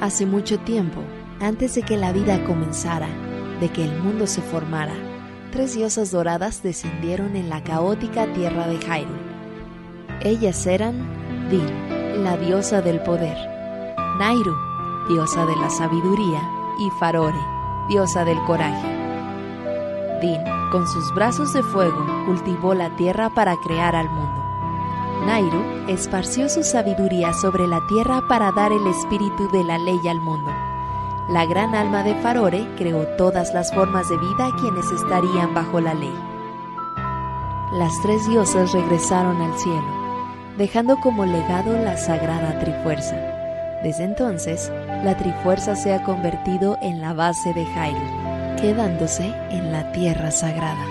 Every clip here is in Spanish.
Hace mucho tiempo, antes de que la vida comenzara, de que el mundo se formara, 3 diosas doradas descendieron en la caótica tierra de Hyrule. Ellas eran Din, la diosa del poder, Nayru, diosa de la sabiduría, y Farore, diosa del coraje. Din, con sus brazos de fuego, cultivó la tierra para crear al mundo. Nayru esparció su sabiduría sobre la tierra para dar el espíritu de la ley al mundo. La gran alma de Farore creó todas las formas de vida quienes estarían bajo la ley. Las 3 diosas regresaron al cielo, dejando como legado la sagrada Trifuerza. Desde entonces, la Trifuerza se ha convertido en la base de Hyrule, quedándose en la tierra sagrada.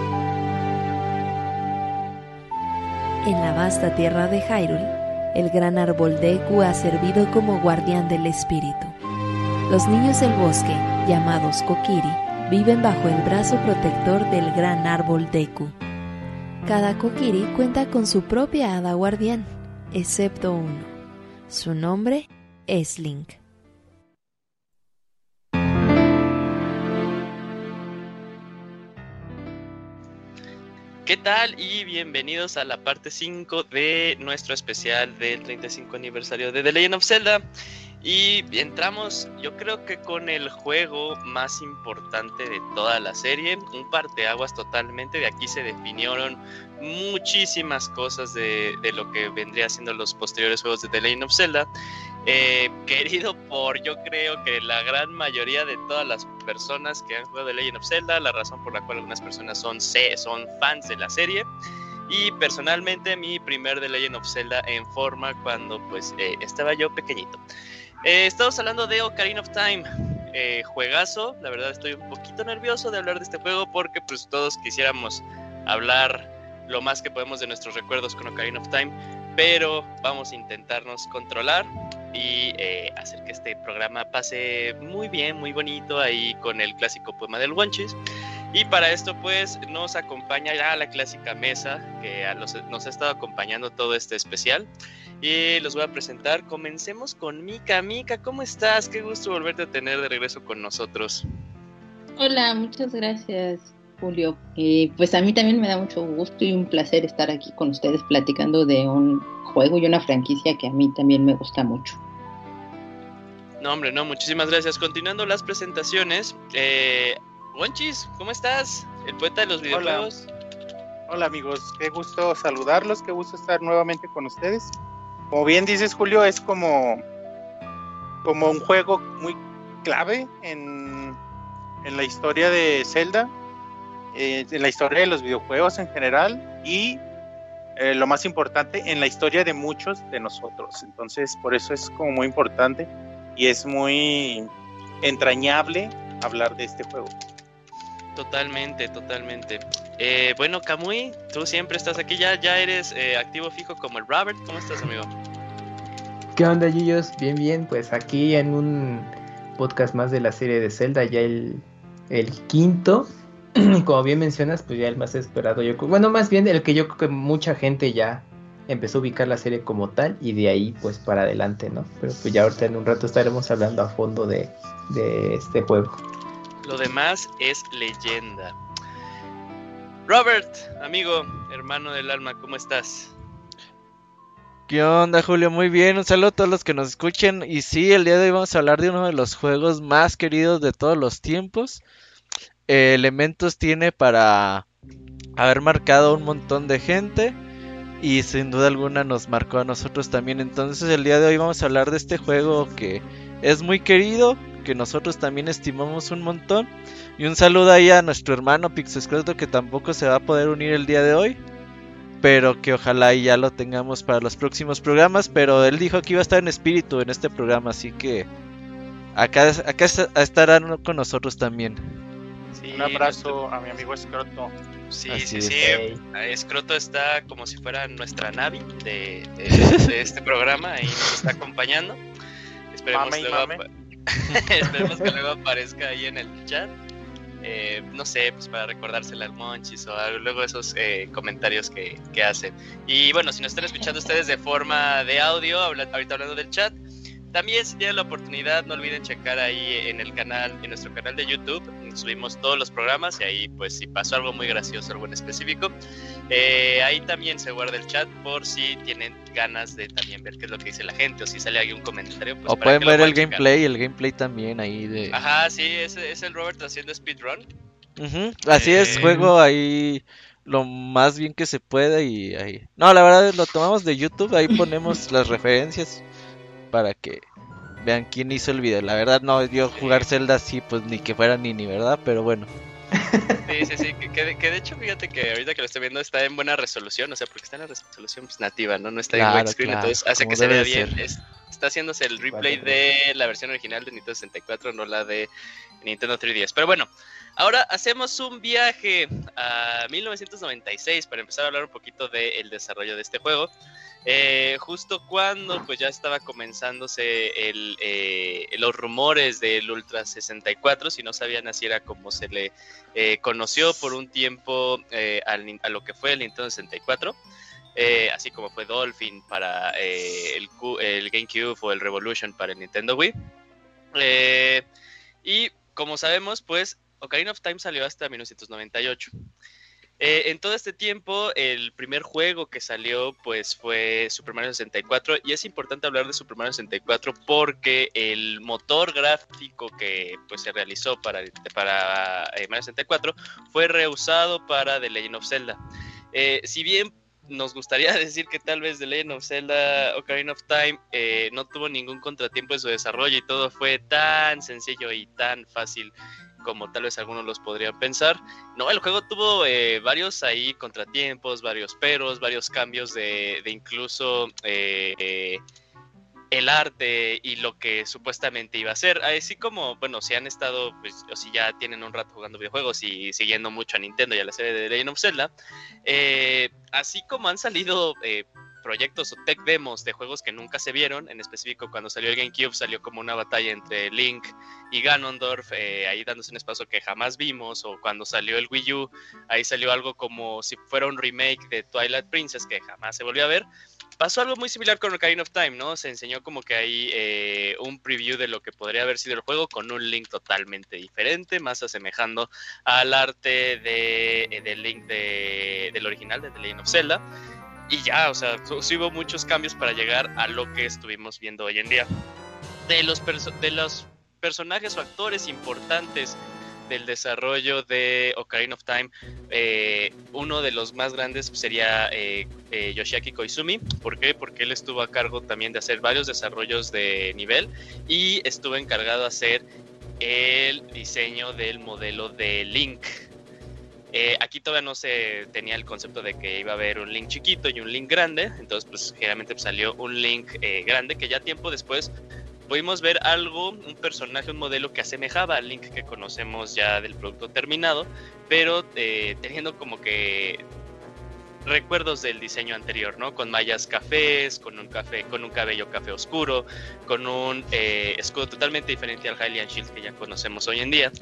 En la vasta tierra de Hyrule, el gran árbol Deku ha servido como guardián del espíritu. Los niños del bosque, llamados Kokiri, viven bajo el brazo protector del gran árbol Deku. Cada Kokiri cuenta con su propia hada guardián, excepto uno. Su nombre es Link. ¿Qué tal? Y bienvenidos a la parte 5 de nuestro especial del 35 aniversario de The Legend of Zelda. Y entramos, yo creo que con el juego más importante de toda la serie, un parteaguas totalmente. De aquí se definieron muchísimas cosas de lo que vendría siendo los posteriores juegos de The Legend of Zelda. Querido por, yo creo que la gran mayoría de todas las personas que han jugado The Legend of Zelda, la razón por la cual algunas personas son fans de la serie. Y personalmente mi primer The Legend of Zelda en forma cuando pues estaba yo pequeñito. Estamos hablando de Ocarina of Time, juegazo. La verdad estoy un poquito nervioso de hablar de este juego porque pues todos quisiéramos hablar lo más que podemos de nuestros recuerdos con Ocarina of Time, pero vamos a intentarnos controlar y hacer que este programa pase muy bien, muy bonito ahí con el clásico poema del Wonchis. Y para esto pues nos acompaña ya la clásica mesa que nos ha estado acompañando todo este especial. Y los voy a presentar. Comencemos con Mika. Mika, ¿cómo estás? Qué gusto volverte a tener de regreso con nosotros. Hola, muchas gracias, Julio. Pues a mí también me da mucho gusto y un placer estar aquí con ustedes platicando de un juego y una franquicia que a mí también me gusta mucho. No, hombre, no, muchísimas gracias. Continuando las presentaciones, Wonchis, ¿cómo estás? El poeta de los videojuegos. Hola amigos, qué gusto saludarlos, qué gusto estar nuevamente con ustedes. Como bien dices, Julio, es como un juego muy clave en la historia de Zelda, en la historia de los videojuegos en general y lo más importante, en la historia de muchos de nosotros. Entonces, por eso es como muy importante y es muy entrañable hablar de este juego. Totalmente. Bueno, Kamui, tú siempre estás aquí, ya eres activo fijo como el Robert. ¿Cómo estás, amigo? ¿Qué onda, Yuyos? Bien, pues aquí en un podcast más de la serie de Zelda, ya el quinto, como bien mencionas, pues ya el más esperado, bueno, más bien el que yo creo que mucha gente ya empezó a ubicar la serie como tal, y de ahí pues para adelante, ¿no? Pero pues ya ahorita en un rato estaremos hablando a fondo de este juego. Lo demás es leyenda. Robert, amigo, hermano del alma, ¿cómo estás? ¿Qué onda, Julio? Muy bien, un saludo a todos los que nos escuchen. Y sí, el día de hoy vamos a hablar de uno de los juegos más queridos de todos los tiempos. Elementos tiene para haber marcado a un montón de gente y sin duda alguna nos marcó a nosotros también. Entonces el día de hoy vamos a hablar de este juego que es muy querido, que nosotros también estimamos un montón. Y un saludo ahí a nuestro hermano Pixescroto, que tampoco se va a poder unir el día de hoy, pero que ojalá ya lo tengamos para los próximos programas. Pero él dijo que iba a estar en espíritu en este programa, así que acá estarán con nosotros también. Sí, un abrazo a mi amigo Escroto. Sí. Escroto está como si fuera nuestra Navi de este programa y nos está acompañando. Esperemos que luego aparezca ahí en el chat. No sé, pues para recordársela al Monchis o luego esos comentarios que hacen. Y bueno, si nos están escuchando ustedes de forma de audio, ahorita hablando del chat, También si tienen la oportunidad, no olviden checar ahí en nuestro canal de YouTube, subimos todos los programas y ahí pues si pasó algo muy gracioso, algo en específico, ahí también se guarda el chat por si tienen ganas de también ver qué es lo que dice la gente o si sale algún comentario. Pues, o pueden ver el gameplay también ahí de... Ajá, sí, es el Robert haciendo speedrun. Así es, juego ahí lo más bien que se puede y ahí... No, la verdad lo tomamos de YouTube, ahí ponemos las referencias para que vean quién hizo el video. La verdad no, yo jugar Zelda así pues ni que fuera ni ¿verdad? Pero bueno. Sí, que de hecho fíjate que ahorita que lo estoy viendo está en buena resolución, o sea, porque está en la resolución pues, nativa, ¿no? No está en widescreen, entonces hace que se vea bien. Está haciéndose el replay de la versión original de Nintendo 64, no la de Nintendo 3DS. Pero bueno, ahora hacemos un viaje a 1996 para empezar a hablar un poquito del desarrollo de este juego. Justo cuando pues ya estaba comenzándose los rumores del Ultra 64, si no sabían así era como se le conoció por un tiempo a lo que fue el Nintendo 64, así como fue Dolphin para el GameCube o el Revolution para el Nintendo Wii, y como sabemos pues Ocarina of Time salió hasta 1998. En todo este tiempo, el primer juego que salió pues fue Super Mario 64, y es importante hablar de Super Mario 64 porque el motor gráfico que pues se realizó para Mario 64 fue reusado para The Legend of Zelda. Si bien nos gustaría decir que tal vez The Legend of Zelda Ocarina of Time no tuvo ningún contratiempo en su desarrollo y todo fue tan sencillo y tan fácil como tal vez algunos los podrían pensar. No, el juego tuvo varios ahí contratiempos, varios peros, varios cambios de incluso el arte y lo que supuestamente iba a ser. Así como, bueno, si han estado, pues, o si ya tienen un rato jugando videojuegos y siguiendo mucho a Nintendo y a la serie de Legend of Zelda, así como han salido proyectos o tech demos de juegos que nunca se vieron, en específico cuando salió el GameCube salió como una batalla entre Link y Ganondorf, ahí dándose un espacio que jamás vimos, o cuando salió el Wii U, ahí salió algo como si fuera un remake de Twilight Princess que jamás se volvió a ver. Pasó algo muy similar con Ocarina of Time, ¿no? Se enseñó como que hay un preview de lo que podría haber sido el juego con un Link totalmente diferente, más asemejando al arte del Link del original de The Legend of Zelda. Y ya, o sea, hubo muchos cambios para llegar a lo que estuvimos viendo hoy en día. De los personajes o actores importantes del desarrollo de Ocarina of Time, uno de los más grandes sería Yoshiaki Koizumi. ¿Por qué? Porque él estuvo a cargo también de hacer varios desarrollos de nivel y estuvo encargado de hacer el diseño del modelo de Link. Aquí todavía no se tenía el concepto de que iba a haber un Link chiquito y un Link grande, entonces pues generalmente salió un Link grande, que ya tiempo después pudimos ver un personaje, un modelo que asemejaba al Link que conocemos ya del producto terminado, pero teniendo como que recuerdos del diseño anterior, ¿no? Con mallas cafés, con un cabello café oscuro, con un escudo totalmente diferente al Hylian Shield que ya conocemos hoy en día.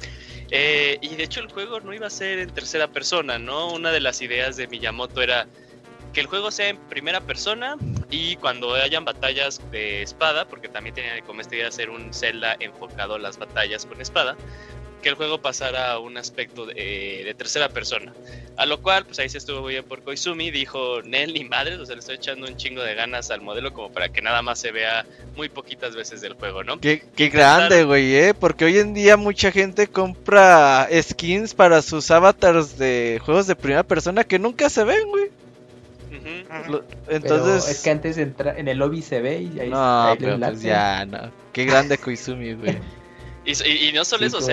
Y de hecho el juego no iba a ser en tercera persona, ¿no? Una de las ideas de Miyamoto era que el juego sea en primera persona y cuando hayan batallas de espada, porque también tenían como esta idea de hacer un Zelda enfocado a las batallas con espada, que el juego pasara a un aspecto de tercera persona. A lo cual, pues ahí se estuvo bien por Koizumi, dijo, Nel ni madres, o sea, le estoy echando un chingo de ganas al modelo como para que nada más se vea muy poquitas veces del juego, ¿no? Qué grande, güey, porque hoy en día mucha gente compra skins para sus avatars de juegos de primera persona que nunca se ven, güey. Entonces... Pero es que antes en el lobby se ve y ahí no, pero pues ya, no. Qué grande Koizumi, güey. Y no solo sí, eso, o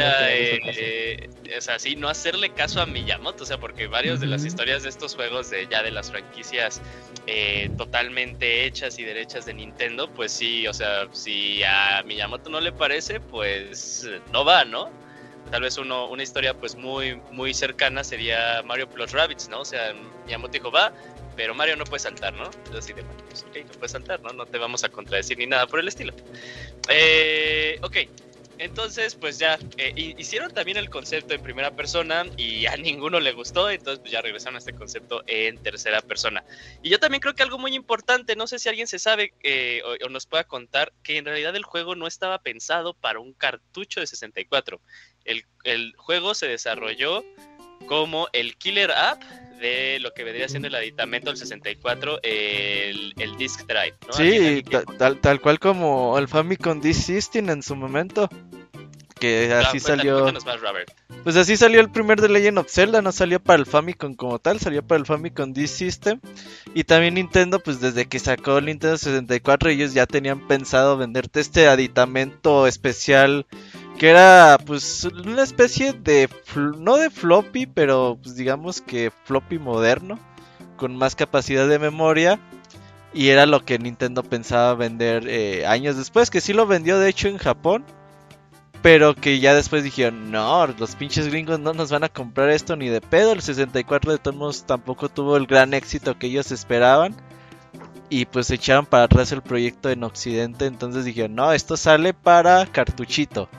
sea, sí, no hacerle caso a Miyamoto, o sea, porque varias de las historias de estos juegos de las franquicias totalmente hechas y derechas de Nintendo, pues sí, o sea, si a Miyamoto no le parece, pues no va, ¿no? Tal vez una historia pues muy, muy cercana sería Mario Plus Rabbids, ¿no? O sea, Miyamoto dijo, va, pero Mario no puede saltar, ¿no? Entonces así de, pues, ok, no puede saltar, ¿no? No te vamos a contradecir ni nada por el estilo. Ok. Entonces, pues ya hicieron también el concepto en primera persona y a ninguno le gustó, entonces pues ya regresaron a este concepto en tercera persona. Y yo también creo que algo muy importante, no sé si alguien se sabe o nos pueda contar, que en realidad el juego no estaba pensado para un cartucho de 64. El juego se desarrolló como el killer app de lo que vendría siendo el aditamento del 64, el Disk Drive, ¿no? Sí, tal cual como el Famicom Disk System en su momento. Que así salió. Cuéntanos más, Robert. Pues así salió el primer The Legend of Zelda, no salió para el Famicom como tal, salió para el Famicom Disk System. Y también Nintendo, pues desde que sacó el Nintendo 64, ellos ya tenían pensado venderte este aditamento especial, que era pues una especie de, no de floppy, pero pues digamos que floppy moderno, con más capacidad de memoria. Y era lo que Nintendo pensaba vender años después, que sí lo vendió de hecho en Japón. Pero que ya después dijeron, no, los pinches gringos no nos van a comprar esto ni de pedo. El 64 de todos modos tampoco tuvo el gran éxito que ellos esperaban. Y pues echaron para atrás el proyecto en Occidente. Entonces dijeron, no, esto sale para cartuchito.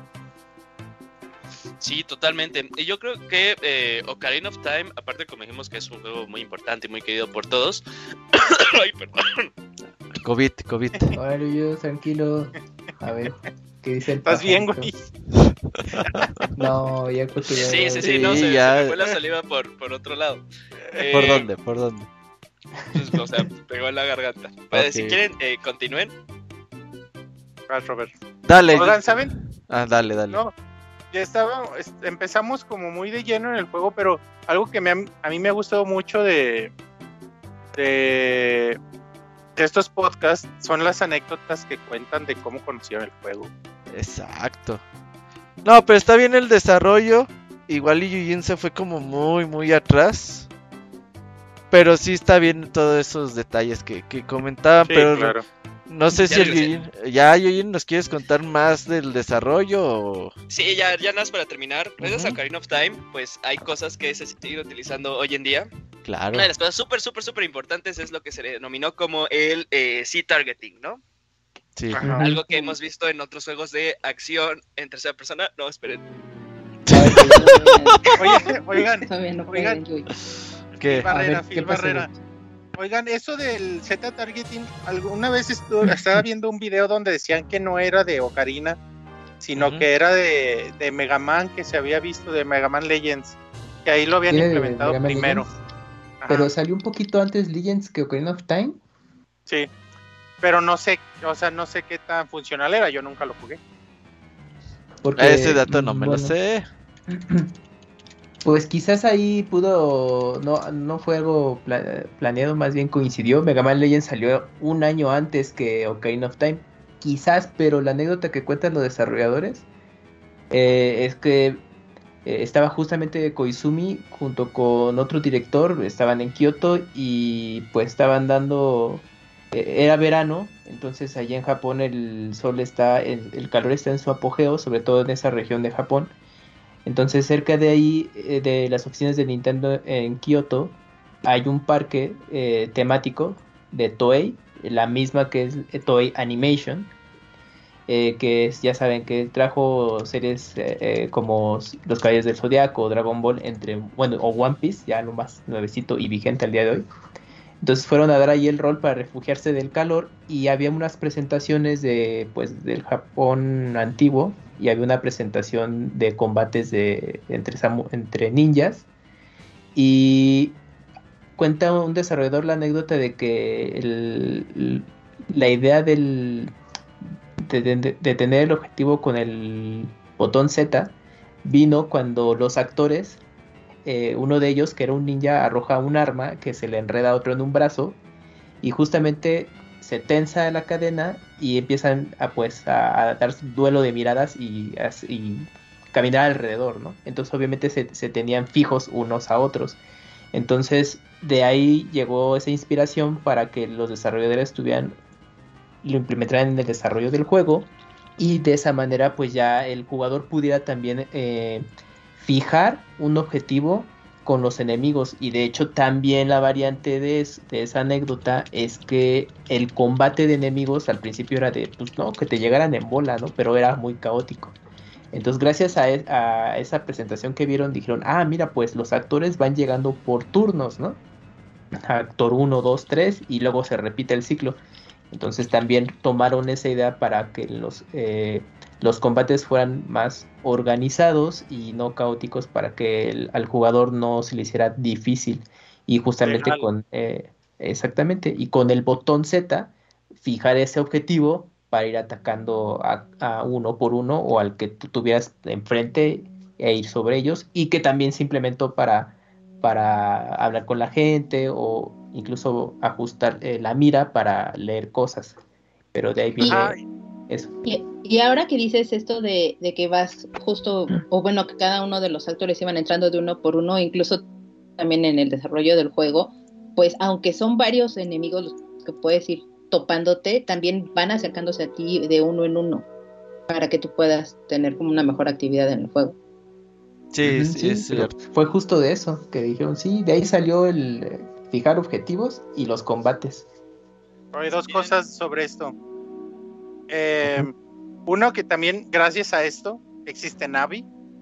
Sí, totalmente. Y yo creo que Ocarina of Time, aparte como dijimos que es un juego muy importante y muy querido por todos. Ay, perdón. COVID. Bueno, yo tranquilo. A ver, ¿qué dice el ¿Estás bien, pajarito? güey? No, ya creo que ya... Sí, no, se ya. me fue la saliva por otro lado. ¿Por dónde? Pues, o sea, pegó en la garganta. Okay. Si quieren, continúen. Vas, Robert. Dale. Oigan, ¿saben? Dale. No, ya empezamos como muy de lleno en el juego, pero algo que a mí me ha gustado mucho de estos podcasts son las anécdotas que cuentan de cómo conocieron el juego. Exacto. No, pero está bien el desarrollo. Igual Yujin se fue como muy atrás. Pero sí está bien todos esos detalles que comentaban. Sí, pero claro. no sé Ya si regresé. Yujin, ¿nos quieres contar más del desarrollo? O... Sí, ya nada más para terminar. Gracias a Ocarina of Time, pues hay cosas que se siguen utilizando hoy en día. Claro. Una de las cosas súper importantes es lo que se denominó como el C-Targeting, ¿no? Sí. Ajá. Algo que hemos visto en otros juegos de acción en tercera persona. No, esperen. Oigan, Todavía no oigan. pueden, ¿Qué? Phil Barrera. Oigan, eso del Z-Targeting, alguna vez estaba viendo un video donde decían que no era de Ocarina, sino que era de Mega Man, que se había visto de Mega Man Legends, que ahí lo habían ¿Tiene de implementado Mega Man primero. Legends? Ajá, Pero salió un poquito antes Legends que Ocarina of Time. sí, pero no sé, o sea, no sé qué tan funcional era, yo nunca lo jugué. Porque, Ese dato no me lo sé. Pues quizás ahí pudo, no fue algo planeado, más bien coincidió. Mega Man Legends salió un año antes que Ocarina of Time, quizás, pero la anécdota que cuentan los desarrolladores es que estaba justamente Koizumi junto con otro director, estaban en Kioto y pues estaban dando, era verano, entonces allá en Japón el sol el calor está en su apogeo, sobre todo en esa región de Japón. Entonces cerca de ahí, de las oficinas de Nintendo en Kioto, hay un parque temático de Toei, la misma que es Toei Animation, que ya saben que trajo series como Los Caballeros del Zodiaco, Dragon Ball, o One Piece, ya lo más nuevecito y vigente al día de hoy. Entonces fueron a dar ahí el rol para refugiarse del calor y había unas presentaciones del Japón antiguo y había una presentación de combates entre ninjas y cuenta un desarrollador la anécdota de que la idea de tener el objetivo con el botón Z vino cuando los actores, uno de ellos, que era un ninja, arroja un arma que se le enreda a otro en un brazo y justamente se tensa la cadena y empiezan a dar duelo de miradas y caminar alrededor, ¿no? Entonces obviamente se tenían fijos unos a otros. Entonces de ahí llegó esa inspiración para que los desarrolladores lo implementaran en el desarrollo del juego y de esa manera pues ya el jugador pudiera también fijar un objetivo con los enemigos. Y de hecho también la variante de esa anécdota es que el combate de enemigos al principio era que te llegaran en bola, ¿no? Pero era muy caótico. Entonces, gracias a esa presentación que vieron, dijeron, mira, pues los actores van llegando por turnos, ¿no? Actor 1, 2, 3, y luego se repite el ciclo. Entonces también tomaron esa idea para que los combates fueran más organizados y no caóticos, para que al jugador no se le hiciera difícil. Y justamente exactamente, y con el botón Z, fijar ese objetivo para ir atacando a uno por uno o al que tú tuvieras enfrente e ir sobre ellos, y que también se implementó para hablar con la gente o incluso ajustar la mira para leer cosas. Pero de ahí viene eso. Y ahora que dices esto de que vas justo, o bueno, que cada uno de los actores iban entrando de uno por uno, incluso también en el desarrollo del juego, pues aunque son varios enemigos los que puedes ir topándote, también van acercándose a ti de uno en uno para que tú puedas tener como una mejor actividad en el juego. Sí, sí, es cierto. Fue justo de eso que dijeron, sí, de ahí salió el fijar objetivos y los combates. Hay dos cosas sobre esto. Uno, que también gracias a esto existe Navi.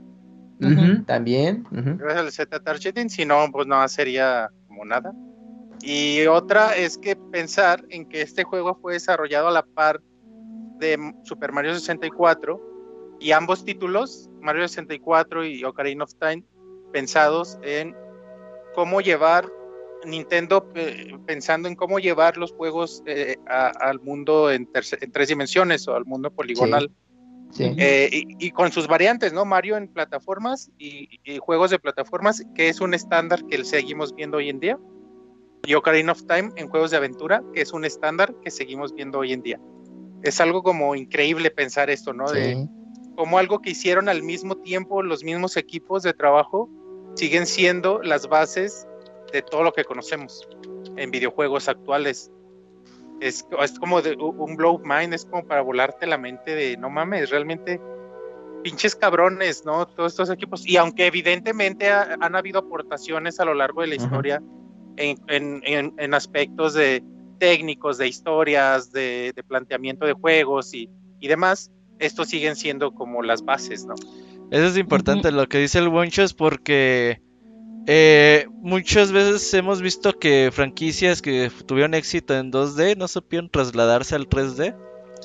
También. Gracias al Z-Targeting, si no, pues no sería como nada. Y otra es que pensar en que este juego fue desarrollado a la par de Super Mario 64, y ambos títulos, Mario 64 y Ocarina of Time, pensados en cómo llevar Nintendo, pensando en cómo llevar los juegos al mundo en 3 dimensiones o al mundo poligonal. Sí. Y con sus variantes, ¿no? Mario en plataformas y juegos de plataformas, que es un estándar que seguimos viendo hoy en día, y Ocarina of Time en juegos de aventura, que es un estándar que seguimos viendo hoy en día. Es algo como increíble pensar esto, ¿no? Sí. De como algo que hicieron al mismo tiempo los mismos equipos de trabajo siguen siendo las bases de todo lo que conocemos en videojuegos actuales. Es como de un blow mind, es como para volarte la mente de no mames, realmente pinches cabrones, ¿no? Todos estos equipos, y aunque evidentemente han habido aportaciones a lo largo de la historia en aspectos de técnicos, de historias, de planteamiento de juegos y demás, estos siguen siendo como las bases, ¿no? Eso es importante lo que dice el Wonchos, porque muchas veces hemos visto que franquicias que tuvieron éxito en 2D no supieron trasladarse al 3D,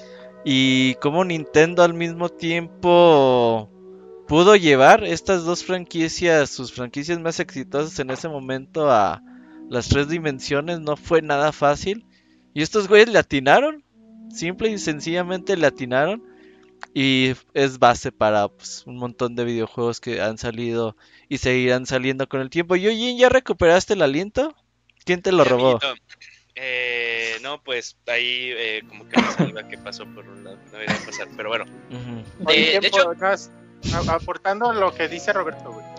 y como Nintendo al mismo tiempo pudo llevar estas dos franquicias, sus franquicias más exitosas en ese momento, a las 3 dimensiones, no fue nada fácil, y estos güeyes le atinaron, simple y sencillamente le atinaron, y es base para pues, un montón de videojuegos que han salido y seguirán saliendo con el tiempo. Yojin, ¿ya recuperaste el aliento? ¿Quién te lo robó? No, pues ahí como que no sabía qué pasó por un lado, no debería pasar, pero bueno. De hecho, aportando lo que dice Roberto, güey.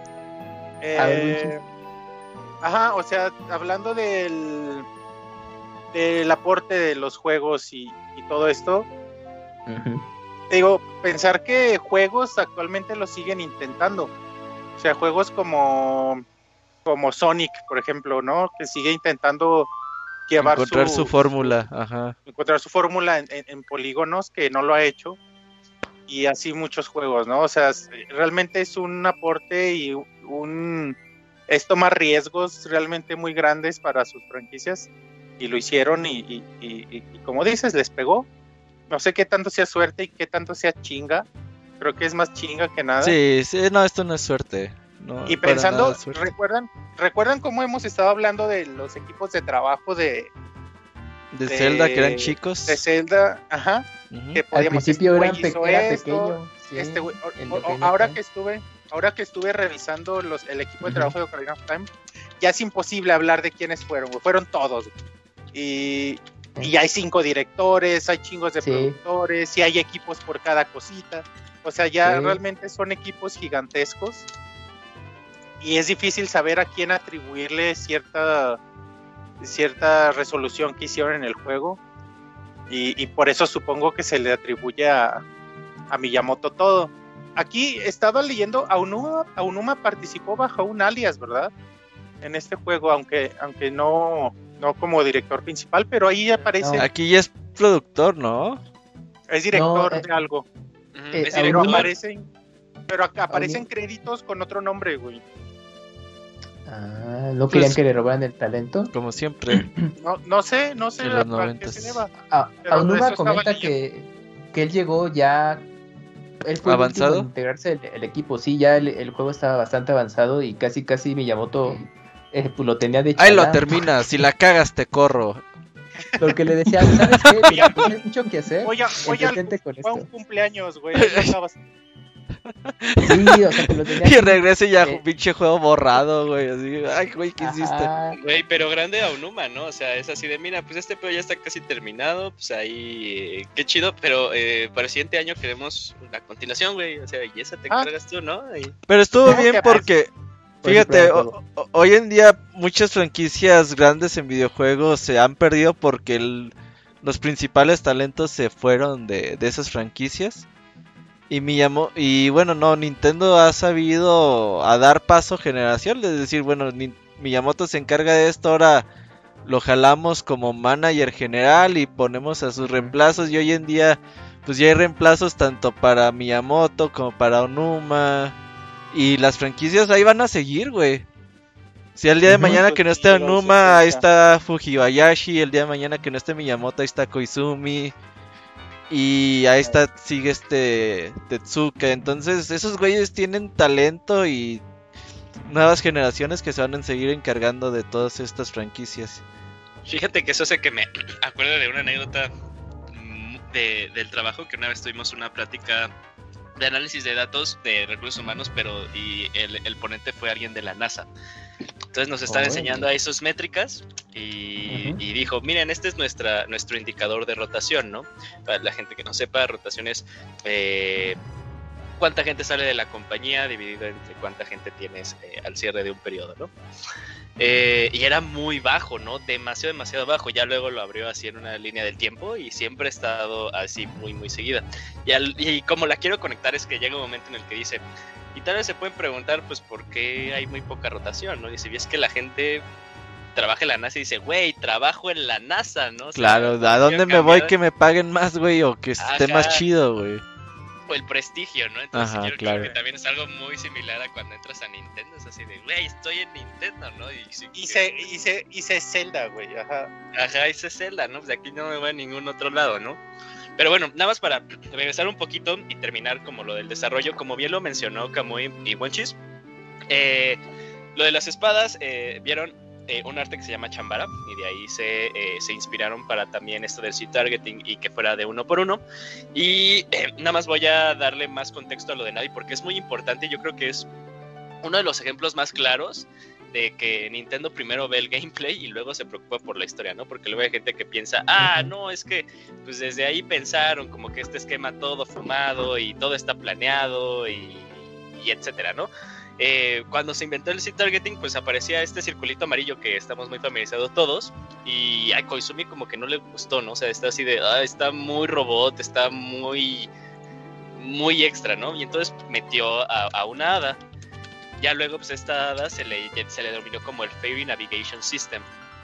O sea, hablando del aporte de los juegos y todo esto, te digo, pensar que juegos actualmente lo siguen intentando. O sea, juegos como Sonic, por ejemplo, ¿no? Que sigue intentando encontrar su fórmula. Encontrar su fórmula en polígonos, que no lo ha hecho. Y así muchos juegos, ¿no? O sea, realmente es un aporte y es tomar riesgos realmente muy grandes para sus franquicias. Y lo hicieron y como dices, les pegó. No sé qué tanto sea suerte y qué tanto sea chinga. Creo que es más chinga que nada. Sí, no, esto no es suerte. No, y pensando, ¿recuerdan cómo hemos estado hablando de los equipos de trabajo de Zelda, que eran chicos? De Zelda, que podíamos, al principio era pequeño. Sí, ahora que estuve revisando el equipo de trabajo de Ocarina of Time, ya es imposible hablar de quiénes fueron, fueron todos. Y hay 5 directores, hay chingos de productores, y hay equipos por cada cosita. O sea, ya realmente son equipos gigantescos. Y es difícil saber a quién atribuirle cierta resolución que hicieron en el juego. Y por eso supongo que se le atribuye a Miyamoto todo. Aquí estaba leyendo, Aonuma participó bajo un alias, ¿verdad? En este juego, aunque no como director principal, pero ahí aparece. Aquí ya es productor, ¿no? Es director de algo. Es director. Pero acá aparecen créditos con otro nombre, güey. ¿No querían que le robaran el talento? Como siempre. No sé En los a qué 90s. se deba. Pero Aonuma eso comenta estaba que él llegó ya... Él fue ¿Avanzado? el último en integrarse el equipo. Sí, ya el juego estaba bastante avanzado y casi Miyamoto pues lo tenía de Ahí lo chalán. terminas, si la cagas te corro. Porque le decía, ¿sabes qué? Mira, tienes mucho que hacer. Oye, Entretente con fue un esto. cumpleaños, güey. Ahí estabas. Sí, o sea, que lo tenía Y así, regrese ya un pinche juego borrado, güey. Así, ay, güey, ¿qué hiciste? ajá. Güey, pero grande a Aonuma, ¿no? O sea, es así de, mira, pues este pedo ya está casi terminado, pues ahí, qué chido, pero para el siguiente año queremos la continuación, güey, o sea, y esa te encargas tú, ¿no? Pero estuvo ¿Cómo bien que porque, Pues fíjate, sí, pero hoy en día muchas franquicias grandes en videojuegos se han perdido porque los principales talentos se fueron de esas franquicias. Y bueno, no, Nintendo ha sabido a dar paso generación, es decir, bueno, Miyamoto se encarga de esto, ahora lo jalamos como manager general y ponemos a sus reemplazos, y hoy en día pues ya hay reemplazos tanto para Miyamoto como para Aonuma, y las franquicias ahí van a seguir, güey. Si el día de mañana que no esté Aonuma, ahí está Fujibayashi, el día de mañana que no esté Miyamoto, ahí está Koizumi. Y ahí sigue Tetsuka. Entonces esos güeyes tienen talento y nuevas generaciones que se van a seguir encargando de todas estas franquicias. Fíjate que eso hace que me acuerdo de una anécdota del trabajo, que una vez tuvimos una plática de análisis de datos de recursos humanos, y el ponente fue alguien de la NASA. Entonces nos están enseñando ahí sus métricas y dijo, miren, este es nuestro indicador de rotación, ¿no? Para la gente que no sepa, rotación es cuánta gente sale de la compañía dividido entre cuánta gente tienes al cierre de un periodo, ¿no? Y era muy bajo, ¿no? Demasiado bajo. Ya luego lo abrió así en una línea del tiempo y siempre ha estado así muy, muy seguida. Y como la quiero conectar es que llega un momento en el que dice, y tal vez se pueden preguntar, pues, ¿por qué hay muy poca rotación, no? Y si ves que la gente trabaja en la NASA y dice, güey, trabajo en la NASA, ¿no? O sea, claro, ¿a dónde me voy que me paguen más, güey? O que esté más chido, güey. O el prestigio, ¿no? Entonces Ajá, yo claro. creo que también es algo muy similar a cuando entras a Nintendo. Es así de, güey, estoy en Nintendo, ¿no? Hice Zelda, güey, ajá. Ajá, hice Zelda, ¿no? Pues de aquí no me voy a ningún otro lado, ¿no? Pero bueno, nada más para regresar un poquito y terminar como lo del desarrollo, como bien lo mencionó Kamui y Wonchis, lo de las espadas, vieron un arte que se llama Chambara, y de ahí se inspiraron para también esto del C-targeting y que fuera de uno por uno. Y nada más voy a darle más contexto a lo de Navi porque es muy importante. Yo creo que es uno de los ejemplos más claros de que Nintendo primero ve el gameplay y luego se preocupa por la historia, ¿no? Porque luego hay gente que piensa, no, es que pues desde ahí pensaron como que este esquema todo fumado y todo está planeado y etcétera, ¿no? Cuando se inventó el C-targeting, pues aparecía este circulito amarillo que estamos muy familiarizados todos, y a Koizumi como que no le gustó, ¿no? O sea, está así de, está muy robot, está muy extra, ¿no? Y entonces metió a una hada. Ya luego, pues esta hada se le denominó como el Fairy Navigation System.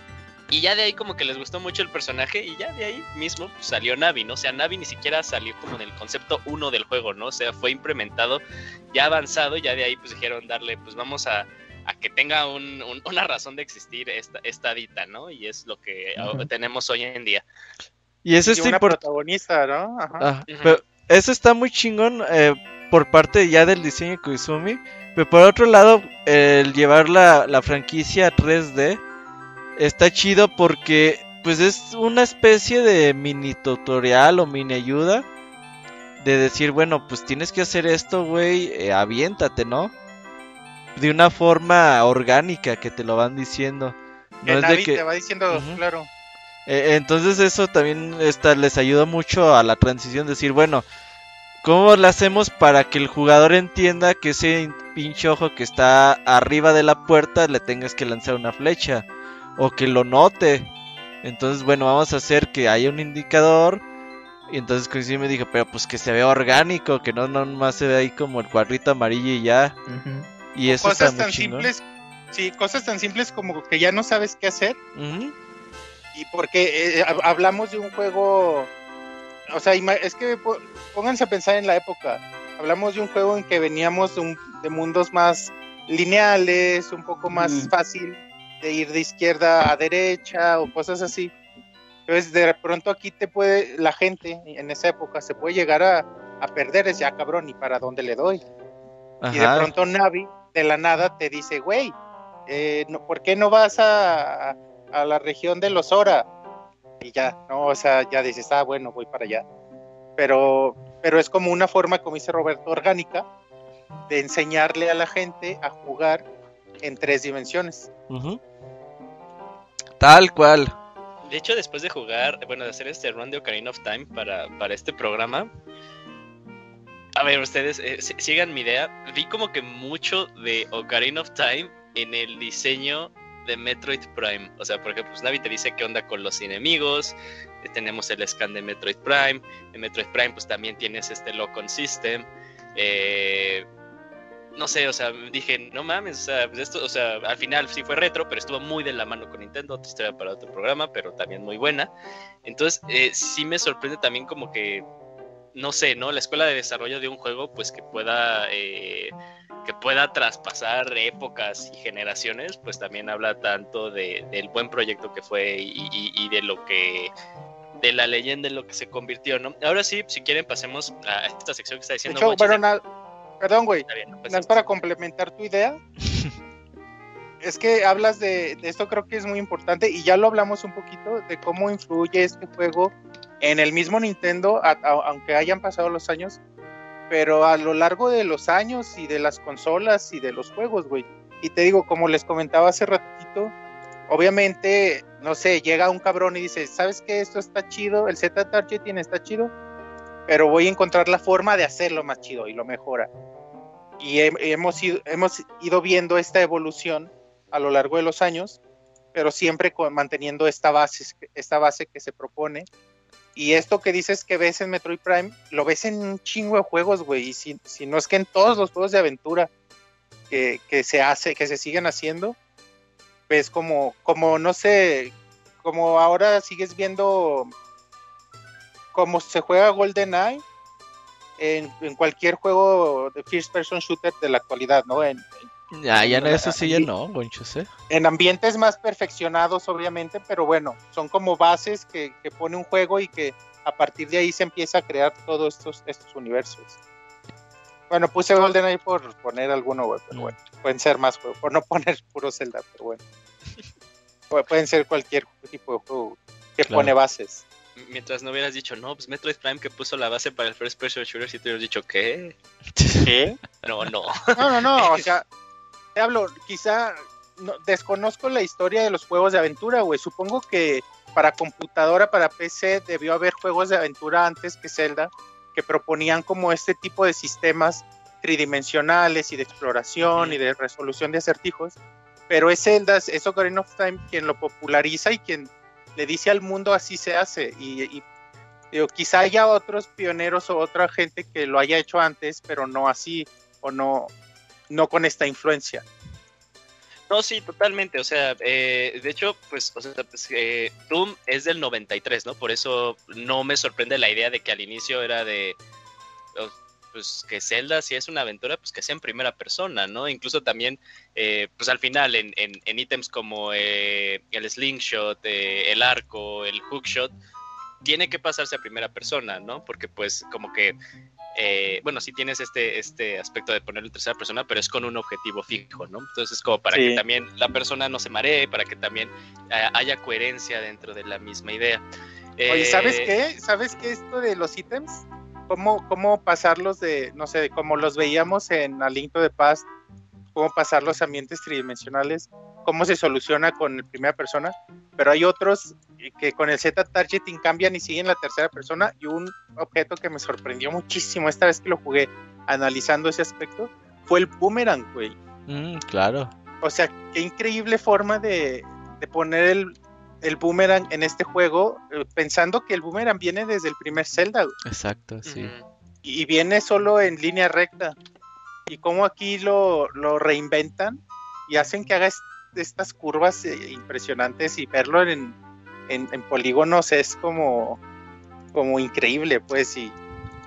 Y ya de ahí como que les gustó mucho el personaje y ya de ahí mismo pues, salió Navi, ¿no? O sea, Navi ni siquiera salió como en el concepto 1 del juego, ¿no? O sea, fue implementado, ya avanzado, y ya de ahí pues dijeron darle, pues vamos a que tenga una razón de existir esta hadita, ¿no? Y es lo que tenemos hoy en día. Y eso es una protagonista, ¿no? Ajá. Pero eso está muy chingón por parte ya del diseño de Koizumi. Pero por otro lado, el llevar la franquicia 3D está chido porque pues es una especie de mini tutorial o mini ayuda de decir, bueno, pues tienes que hacer esto, güey, aviéntate, ¿no? De una forma orgánica que te lo van diciendo. No es de que te va diciendo, claro. Entonces eso también les ayuda mucho a la transición, decir, bueno, ¿cómo lo hacemos para que el jugador entienda que ese pinche ojo que está arriba de la puerta le tengas que lanzar una flecha? O que lo note. Entonces, bueno, vamos a hacer que haya un indicador. Y entonces Koizumi me dijo, pero pues que se vea orgánico, que no más se ve ahí como el cuadrito amarillo y ya. Y eso cosas está muy tan chingón. Simples, sí, cosas tan simples como que ya no sabes qué hacer. Y porque hablamos de un juego, o sea, es que pónganse a pensar en la época. Hablamos de un juego en que veníamos de mundos más lineales, un poco más fácil de ir de izquierda a derecha o cosas así. Entonces de pronto aquí la gente en esa época se puede llegar a perder, es ya cabrón, ¿y para dónde le doy? Ajá. Y de pronto Navi de la nada te dice, güey, ¿por qué no vas a la región de los Ora? Y ya, no, o sea, ya dices, bueno, voy para allá. Pero es como una forma, como dice Roberto, orgánica, de enseñarle a la gente a jugar en 3 dimensiones. Uh-huh. Tal cual. De hecho, después de jugar, bueno, de hacer este run de Ocarina of Time para este programa, a ver, ustedes sigan mi idea. Vi como que mucho de Ocarina of Time en el diseño de Metroid Prime. O sea, porque pues Navi te dice qué onda con los enemigos. Tenemos el scan de Metroid Prime. En Metroid Prime pues también tienes este Lock-on System. No sé, o sea, dije, no mames, o sea, pues esto, o sea, al final sí fue retro, pero estuvo muy de la mano con Nintendo, otra historia para otro programa, pero también muy buena. Entonces, sí me sorprende también como que, no sé, ¿no? La escuela de desarrollo de un juego, pues que pueda traspasar épocas y generaciones, pues también habla tanto del buen proyecto que fue y de lo que, de la leyenda en lo que se convirtió, ¿no? Ahora sí, si quieren pasemos a esta sección que está diciendo. De hecho, perdón, güey, pues, para complementar tu idea, es que hablas de esto, creo que es muy importante, y ya lo hablamos un poquito, de cómo influye este juego en el mismo Nintendo, aunque hayan pasado los años, pero a lo largo de los años y de las consolas y de los juegos, güey. Y te digo, como les comentaba hace ratito, obviamente, no sé, llega un cabrón y dice, ¿sabes qué? Esto está chido, el Z-Targeting está chido, pero voy a encontrar la forma de hacerlo más chido y lo mejora. Y hemos ido viendo esta evolución a lo largo de los años, pero siempre manteniendo esta base que se propone. Y esto que dices que ves en Metroid Prime, lo ves en un chingo de juegos, güey, y si no es que en todos los juegos de aventura que se siguen haciendo, ves como no sé, como ahora sigues viendo cómo se juega GoldenEye en cualquier juego de first person shooter de la actualidad, ¿no? Ya no, eso sí ya no, Gonchos, en ambientes más perfeccionados, obviamente, pero bueno, son como bases que pone un juego y que a partir de ahí se empieza a crear todos estos universos. Bueno, puse GoldenEye por poner alguno, güey, pero bueno, pueden ser más juegos, por no poner puro Zelda, pero bueno. Pueden ser cualquier tipo de juego que pone bases. Mientras no hubieras dicho, no, pues Metroid Prime que puso la base para el First Person Shooter, si te hubieras dicho, ¿qué? ¿Qué? No. No, o sea, te hablo, quizá desconozco la historia de los juegos de aventura, güey. Supongo que para computadora, para PC, debió haber juegos de aventura antes que Zelda, que proponían como este tipo de sistemas tridimensionales y de exploración y de resolución de acertijos, pero es Zelda, es Ocarina of Time quien lo populariza y quien le dice al mundo así se hace, y digo, quizá haya otros pioneros o otra gente que lo haya hecho antes, pero no así, o no con esta influencia. No, sí, totalmente, o sea, de hecho, pues, Doom es del 93, ¿no? Por eso no me sorprende la idea de que al inicio era de, pues, que Zelda, si es una aventura, pues que sea en primera persona, ¿no? Incluso también, pues al final, en ítems como el slingshot, el arco, el hookshot, tiene que pasarse a primera persona, ¿no? Porque, pues, como que bueno, sí tienes este aspecto de ponerlo en tercera persona, pero es con un objetivo fijo, ¿no? Entonces, como para que también la persona no se maree, para que también haya coherencia dentro de la misma idea. Oye, ¿sabes qué? ¿Sabes qué esto de los ítems? ¿Cómo pasarlos de, no sé, como los veíamos en A Link to the Past, cómo pasar los ambientes tridimensionales, cómo se soluciona con primera persona, pero hay otros que con el Z-Targeting cambian y siguen la tercera persona, y un objeto que me sorprendió muchísimo esta vez que lo jugué analizando ese aspecto fue el boomerang, güey. Claro. O sea, qué increíble forma de poner el boomerang en este juego, pensando que el boomerang viene desde el primer Zelda, güey. Exacto, sí. Y viene solo en línea recta. Y cómo aquí lo reinventan y hacen que haga estas curvas impresionantes, y verlo en polígonos es como increíble, pues, y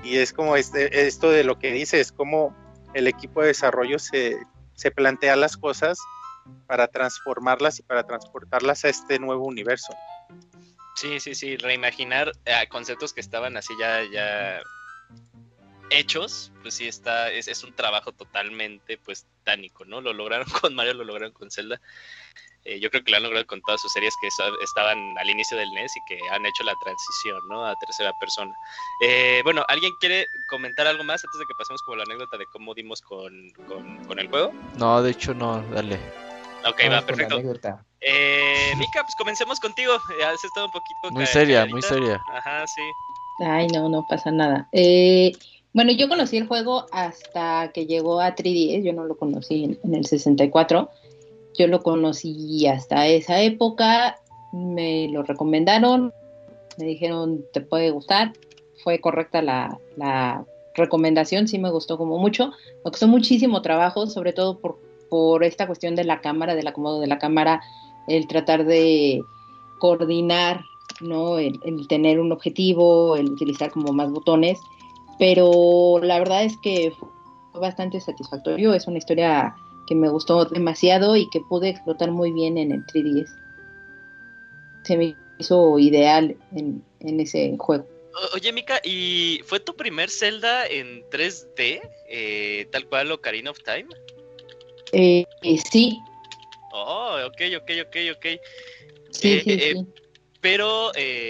Y es como esto de lo que dice, es como el equipo de desarrollo se plantea las cosas para transformarlas y para transportarlas a este nuevo universo. Sí, reimaginar conceptos que estaban así ya hechos, pues sí es un trabajo totalmente pues titánico, ¿no? Lo lograron con Mario, lo lograron con Zelda. Yo creo que lo han logrado con todas sus series que estaban al inicio del NES y que han hecho la transición, ¿no? A tercera persona. Bueno, ¿alguien quiere comentar algo más antes de que pasemos como la anécdota de cómo dimos con el juego? No, de hecho no, dale. Ok, va, perfecto. Mika, pues comencemos contigo. Has estado un poquito muy seria, calladita. Muy seria. Ajá, sí. Ay, no pasa nada. Bueno, yo conocí el juego hasta que llegó a 3DS, yo no lo conocí en el 64. Yo lo conocí hasta esa época, me lo recomendaron, me dijeron, te puede gustar. Fue correcta la recomendación, sí me gustó como mucho. Me costó muchísimo trabajo, sobre todo por esta cuestión de la cámara, del acomodo de la cámara, el tratar de coordinar, ¿no? El tener un objetivo, el utilizar como más botones, pero la verdad es que fue bastante satisfactorio. Es una historia que me gustó demasiado y que pude explotar muy bien en el 3DS. Se me hizo ideal en ese juego. Oye, Mika, ¿y fue tu primer Zelda en 3D? Tal cual Ocarina of Time. Sí. Oh, ok. Sí. Pero,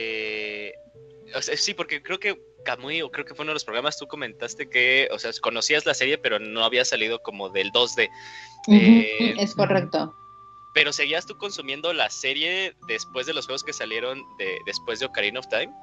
o sea, sí, porque creo que Kamui, o creo que fue uno de los programas, tú comentaste que, o sea, conocías la serie, pero no había salido como del 2D. Es correcto. Pero ¿seguías tú consumiendo la serie después de los juegos que salieron después de Ocarina of Time?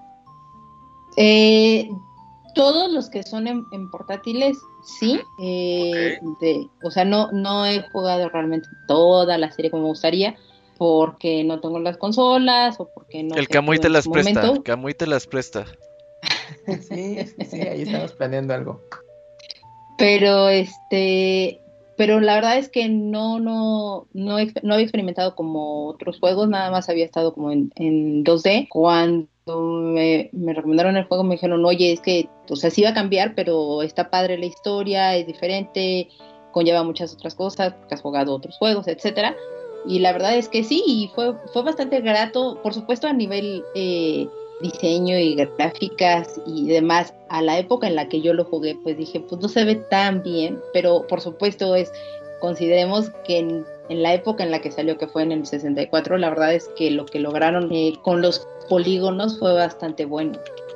Todos los que son en portátiles, sí. Okay. O sea, no he jugado realmente toda la serie como me gustaría, porque no tengo las consolas o porque no. El Kamui te las presta. Kamui te las presta. Sí, ahí estamos planeando algo. Pero la verdad es que no había experimentado como otros juegos, nada más había estado como en 2D. Cuando me recomendaron el juego me dijeron, oye, es que, o sea, sí va a cambiar, pero está padre la historia, es diferente, conlleva muchas otras cosas, porque has jugado otros juegos, etcétera. Y la verdad es que sí, y fue bastante grato, por supuesto a nivel diseño y gráficas y demás. A la época en la que yo lo jugué, pues dije, pues no se ve tan bien, pero por supuesto consideremos que en la época en la que salió, que fue en el 64, la verdad es que lo que lograron con los polígonos fue bastante bueno.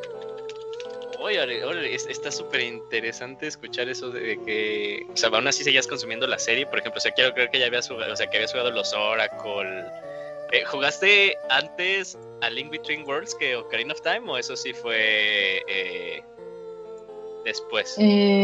Oye, está súper interesante escuchar eso de que, o sea, aún así seguías consumiendo la serie, por ejemplo, o sea, quiero creer que ya habías jugado, o sea, que habías jugado los Oracle. ¿Jugaste antes a Link Between Worlds que Ocarina of Time o eso sí fue después?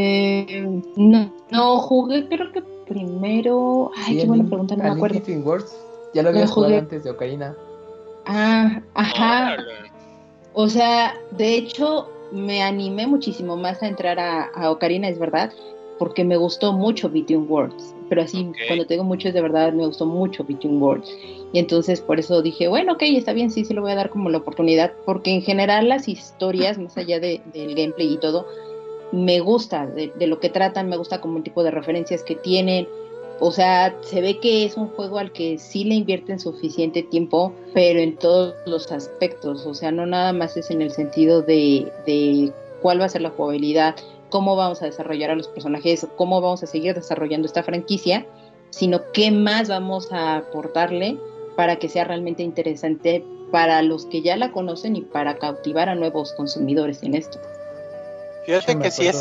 No, jugué creo que primero. Ay, sí, qué buena pregunta, no me acuerdo. Link Between Worlds ya lo habías jugado antes de Ocarina. Ah, ajá. O sea, de hecho me animé muchísimo más a entrar a Ocarina, es verdad, porque me gustó mucho Between Worlds. Pero así, cuando te digo mucho es de verdad, me gustó mucho Between Worlds. Y entonces por eso dije, bueno, ok, está bien, sí le voy a dar como la oportunidad, porque en general las historias, más allá del gameplay y todo, me gusta de lo que tratan, me gusta como el tipo de referencias que tienen. O sea, se ve que es un juego al que sí le invierten suficiente tiempo, pero en todos los aspectos. O sea, no nada más es en el sentido de cuál va a ser la jugabilidad, cómo vamos a desarrollar a los personajes, cómo vamos a seguir desarrollando esta franquicia, sino qué más vamos a aportarle para que sea realmente interesante para los que ya la conocen y para cautivar a nuevos consumidores en esto. Fíjate que sí es...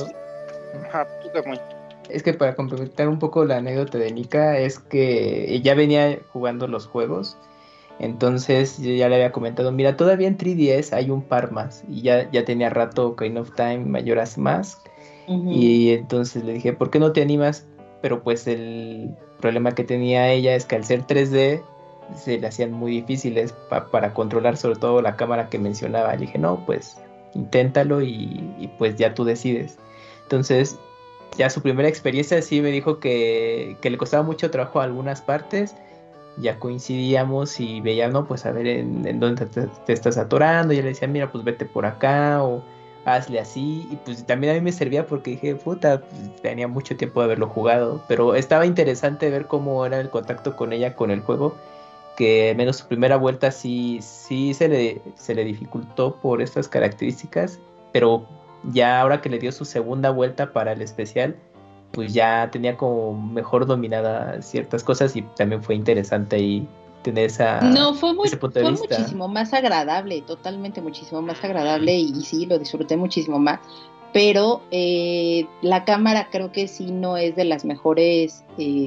Es que para complementar un poco la anécdota de Mika, es que ya venía jugando los juegos, entonces yo ya le había comentado, mira, todavía en 3DS hay un par más, y ya tenía rato Ocarina of Time, Majora's Mask, y entonces le dije, ¿por qué no te animas? Pero pues el problema que tenía ella es que al ser 3D se le hacían muy difíciles para controlar, sobre todo la cámara que mencionaba. Le dije, no, pues inténtalo y pues ya tú decides. Entonces ya su primera experiencia sí me dijo que le costaba mucho trabajo a algunas partes. Ya coincidíamos y veía, no, pues a ver en dónde te estás atorando. Y yo le decía, mira, pues vete por acá, o hazle así, y pues también a mí me servía porque dije, puta, pues, tenía mucho tiempo de haberlo jugado, pero estaba interesante ver cómo era el contacto con ella, con el juego, que al menos su primera vuelta sí se le dificultó por estas características, pero ya ahora que le dio su segunda vuelta para el especial, pues ya tenía como mejor dominada ciertas cosas y también fue interesante ahí tener No, ese punto de fue vista. muchísimo más agradable, totalmente muchísimo más agradable y sí, lo disfruté muchísimo más. Pero la cámara creo que sí no es de las mejores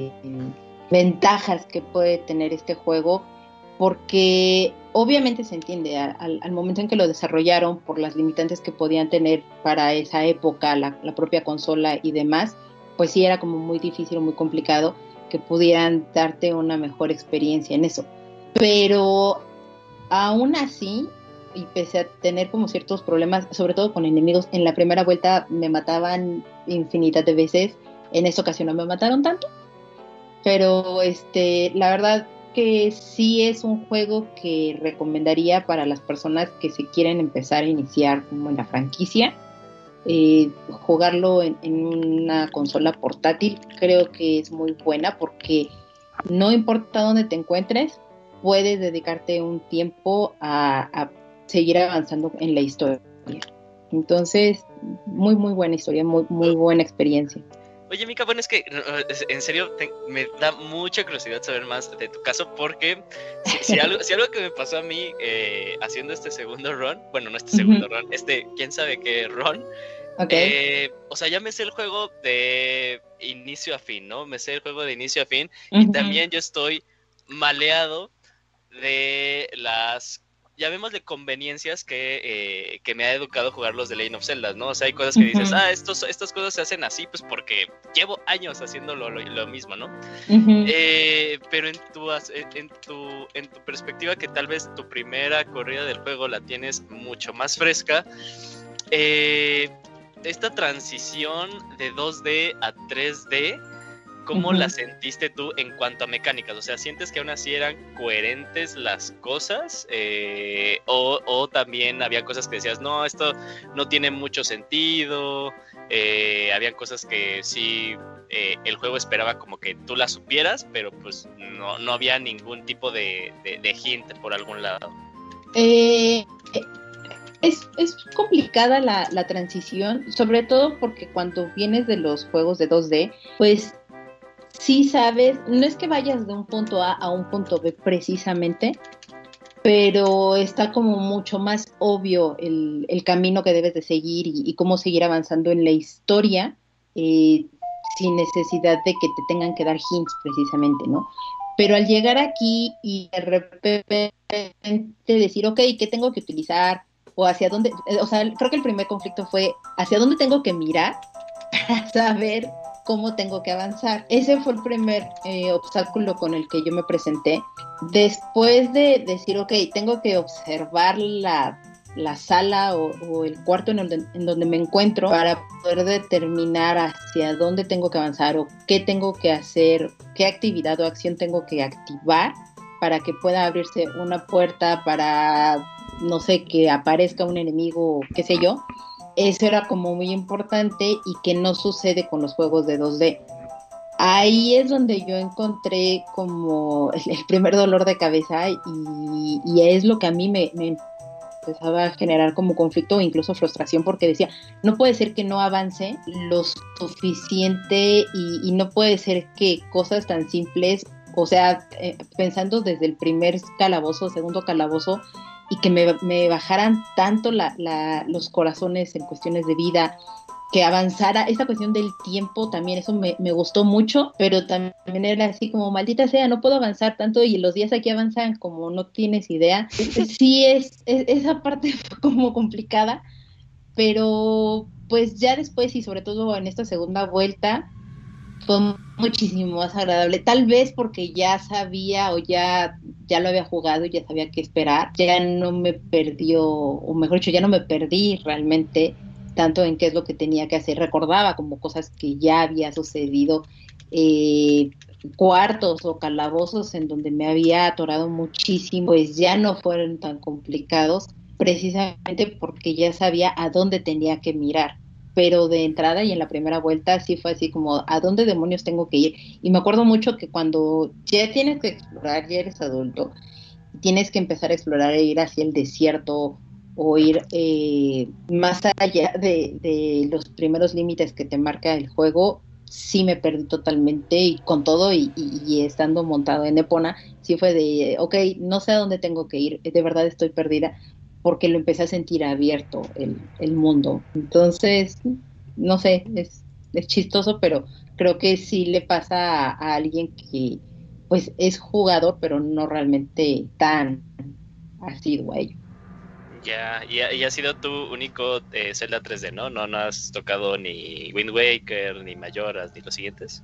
ventajas que puede tener este juego, porque obviamente se entiende, al momento en que lo desarrollaron, por las limitantes que podían tener para esa época, la propia consola y demás, pues sí era como muy difícil o muy complicado que pudieran darte una mejor experiencia en eso. Pero aún así, y pese a tener como ciertos problemas, sobre todo con enemigos, en la primera vuelta me mataban infinidad de veces, en esta ocasión no me mataron tanto, pero la verdad que sí es un juego que recomendaría para las personas que se quieren empezar a iniciar como en la franquicia. Jugarlo en una consola portátil creo que es muy buena porque no importa dónde te encuentres, puedes dedicarte un tiempo a seguir avanzando en la historia. Entonces, muy muy buena historia, muy muy buena experiencia. Oye, Mika, bueno, es que en serio me da mucha curiosidad saber más de tu caso, porque si algo que me pasó a mí haciendo este segundo run, bueno, no este segundo run, quién sabe qué run, okay. O sea, ya me sé el juego de inicio a fin, ¿no? Me sé el juego de inicio a fin, y también yo estoy maleado de las, llamémosle, conveniencias que me ha educado jugar los de Legend of Zelda, ¿no? O sea, hay cosas que dices, estas cosas se hacen así, pues porque llevo años haciendo lo mismo, ¿no? Pero en tu perspectiva, que tal vez tu primera corrida del juego la tienes mucho más fresca, esta transición de 2D a 3D, ¿cómo la sentiste tú en cuanto a mecánicas? O sea, ¿sientes que aún así eran coherentes las cosas? O también había cosas que decías, no, esto no tiene mucho sentido. Habían cosas que sí, el juego esperaba como que tú las supieras, pero pues no había ningún tipo de hint por algún lado. Es complicada la transición, sobre todo porque cuando vienes de los juegos de 2D, pues sí sabes, no es que vayas de un punto A un punto B precisamente, pero está como mucho más obvio el camino que debes de seguir y cómo seguir avanzando en la historia, sin necesidad de que te tengan que dar hints precisamente, ¿no? Pero al llegar aquí y de repente decir, ok, ¿qué tengo que utilizar? O hacia dónde, o sea, creo que el primer conflicto fue hacia dónde tengo que mirar para saber cómo tengo que avanzar. Ese fue el primer obstáculo con el que yo me presenté. Después de decir, ok, tengo que observar la sala o el cuarto en donde me encuentro para poder determinar hacia dónde tengo que avanzar o qué tengo que hacer, qué actividad o acción tengo que activar para que pueda abrirse una puerta, para, no sé, que aparezca un enemigo o qué sé yo. Eso era como muy importante y que no sucede con los juegos de 2D. Ahí es donde yo encontré como el primer dolor de cabeza y es lo que a mí me empezaba a generar como conflicto o incluso frustración, porque decía, no puede ser que no avance lo suficiente y no puede ser que cosas tan simples, o sea, pensando desde el primer calabozo, segundo calabozo, y que me bajaran tanto los corazones en cuestiones de vida, que avanzara esta cuestión del tiempo también, eso me gustó mucho, pero también era así como, maldita sea, no puedo avanzar tanto y los días aquí avanzan como no tienes idea. Sí, esa parte fue como complicada, pero pues ya después y sobre todo en esta segunda vuelta fue muchísimo más agradable, tal vez porque ya sabía o ya lo había jugado y ya sabía qué esperar, ya no me perdió, o mejor dicho, ya no me perdí realmente tanto en qué es lo que tenía que hacer, recordaba como cosas que ya había sucedido, cuartos o calabozos en donde me había atorado muchísimo, pues ya no fueron tan complicados, precisamente porque ya sabía a dónde tenía que mirar. Pero de entrada y en la primera vuelta sí fue así como, ¿a dónde demonios tengo que ir? Y me acuerdo mucho que cuando ya tienes que explorar, ya eres adulto, tienes que empezar a explorar e ir hacia el desierto o ir más allá de los primeros límites que te marca el juego, sí me perdí totalmente y con todo y estando montado en Epona, sí fue de, ok, no sé a dónde tengo que ir, de verdad estoy perdida, porque lo empecé a sentir abierto el mundo. Entonces, no sé, es chistoso, pero creo que sí le pasa a alguien que pues es jugador, pero no realmente tan asiduo a ello. Ya, y ha sido tu único Zelda 3D, ¿no? No has tocado ni Wind Waker, ni Majoras, ni los siguientes.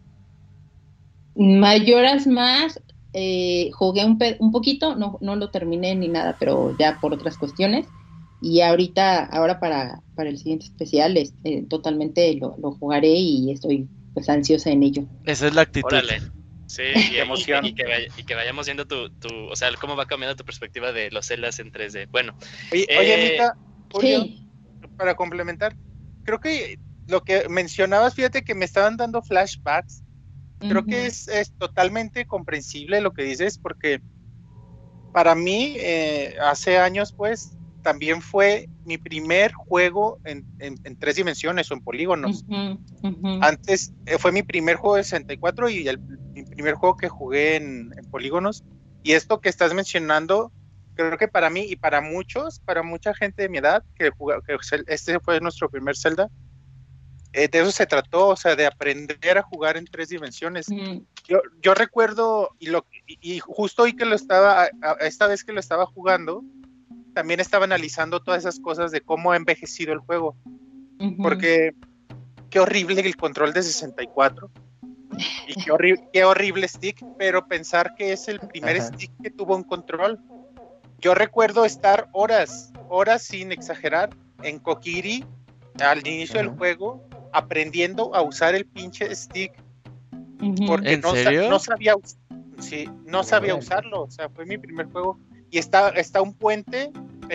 Mayoras más, jugué un poquito, no lo terminé ni nada, pero ya por otras cuestiones. Y ahora para el siguiente especial, totalmente lo jugaré y estoy pues ansiosa en ello. Esa es la actitud. Órale. Sí, Qué emoción. y que vayamos viendo o sea, cómo va cambiando tu perspectiva de los Zeldas en 3D. Bueno. Oye, Anita, Julio, Sí. para complementar, creo que lo que mencionabas, fíjate que me estaban dando flashbacks. Creo que es totalmente comprensible lo que dices, porque para mí, hace años, pues, también fue mi primer juego en 3 dimensiones o en polígonos. Antes fue mi primer juego de 64 y mi primer juego que jugué en polígonos. Y esto que estás mencionando, creo que para mí y para mucha gente de mi edad, que este fue nuestro primer Zelda, de eso se trató, o sea, de aprender a jugar en 3 dimensiones. Yo recuerdo, y justo hoy que esta vez que lo estaba jugando, también estaba analizando todas esas cosas de cómo ha envejecido el juego. Porque qué horrible el control de 64 y qué horrible stick, pero pensar que es el primer stick que tuvo un control. Yo recuerdo estar horas sin exagerar en Kokiri al inicio del juego aprendiendo a usar el pinche stick porque ¿En serio? no sabía usarlo. O sea, fue mi primer juego y está un puente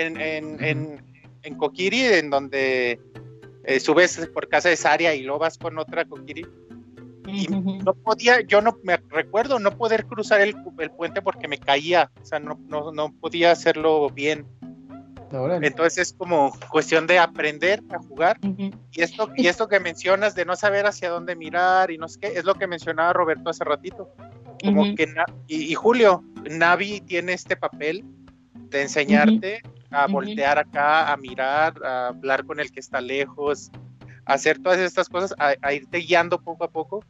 en Kokiri en donde subes por casa de Saria y lo vas con otra Kokiri y yo no me recuerdo no poder cruzar el puente porque me caía, o sea, no podía hacerlo bien. Entonces es como cuestión de aprender a jugar. Y esto que mencionas de no saber hacia dónde mirar y no sé qué, es lo que mencionaba Roberto hace ratito. Como que y Julio, Navi tiene este papel de enseñarte a voltear acá, a mirar, a hablar con el que está lejos, a hacer todas estas cosas, a irte guiando poco a poco.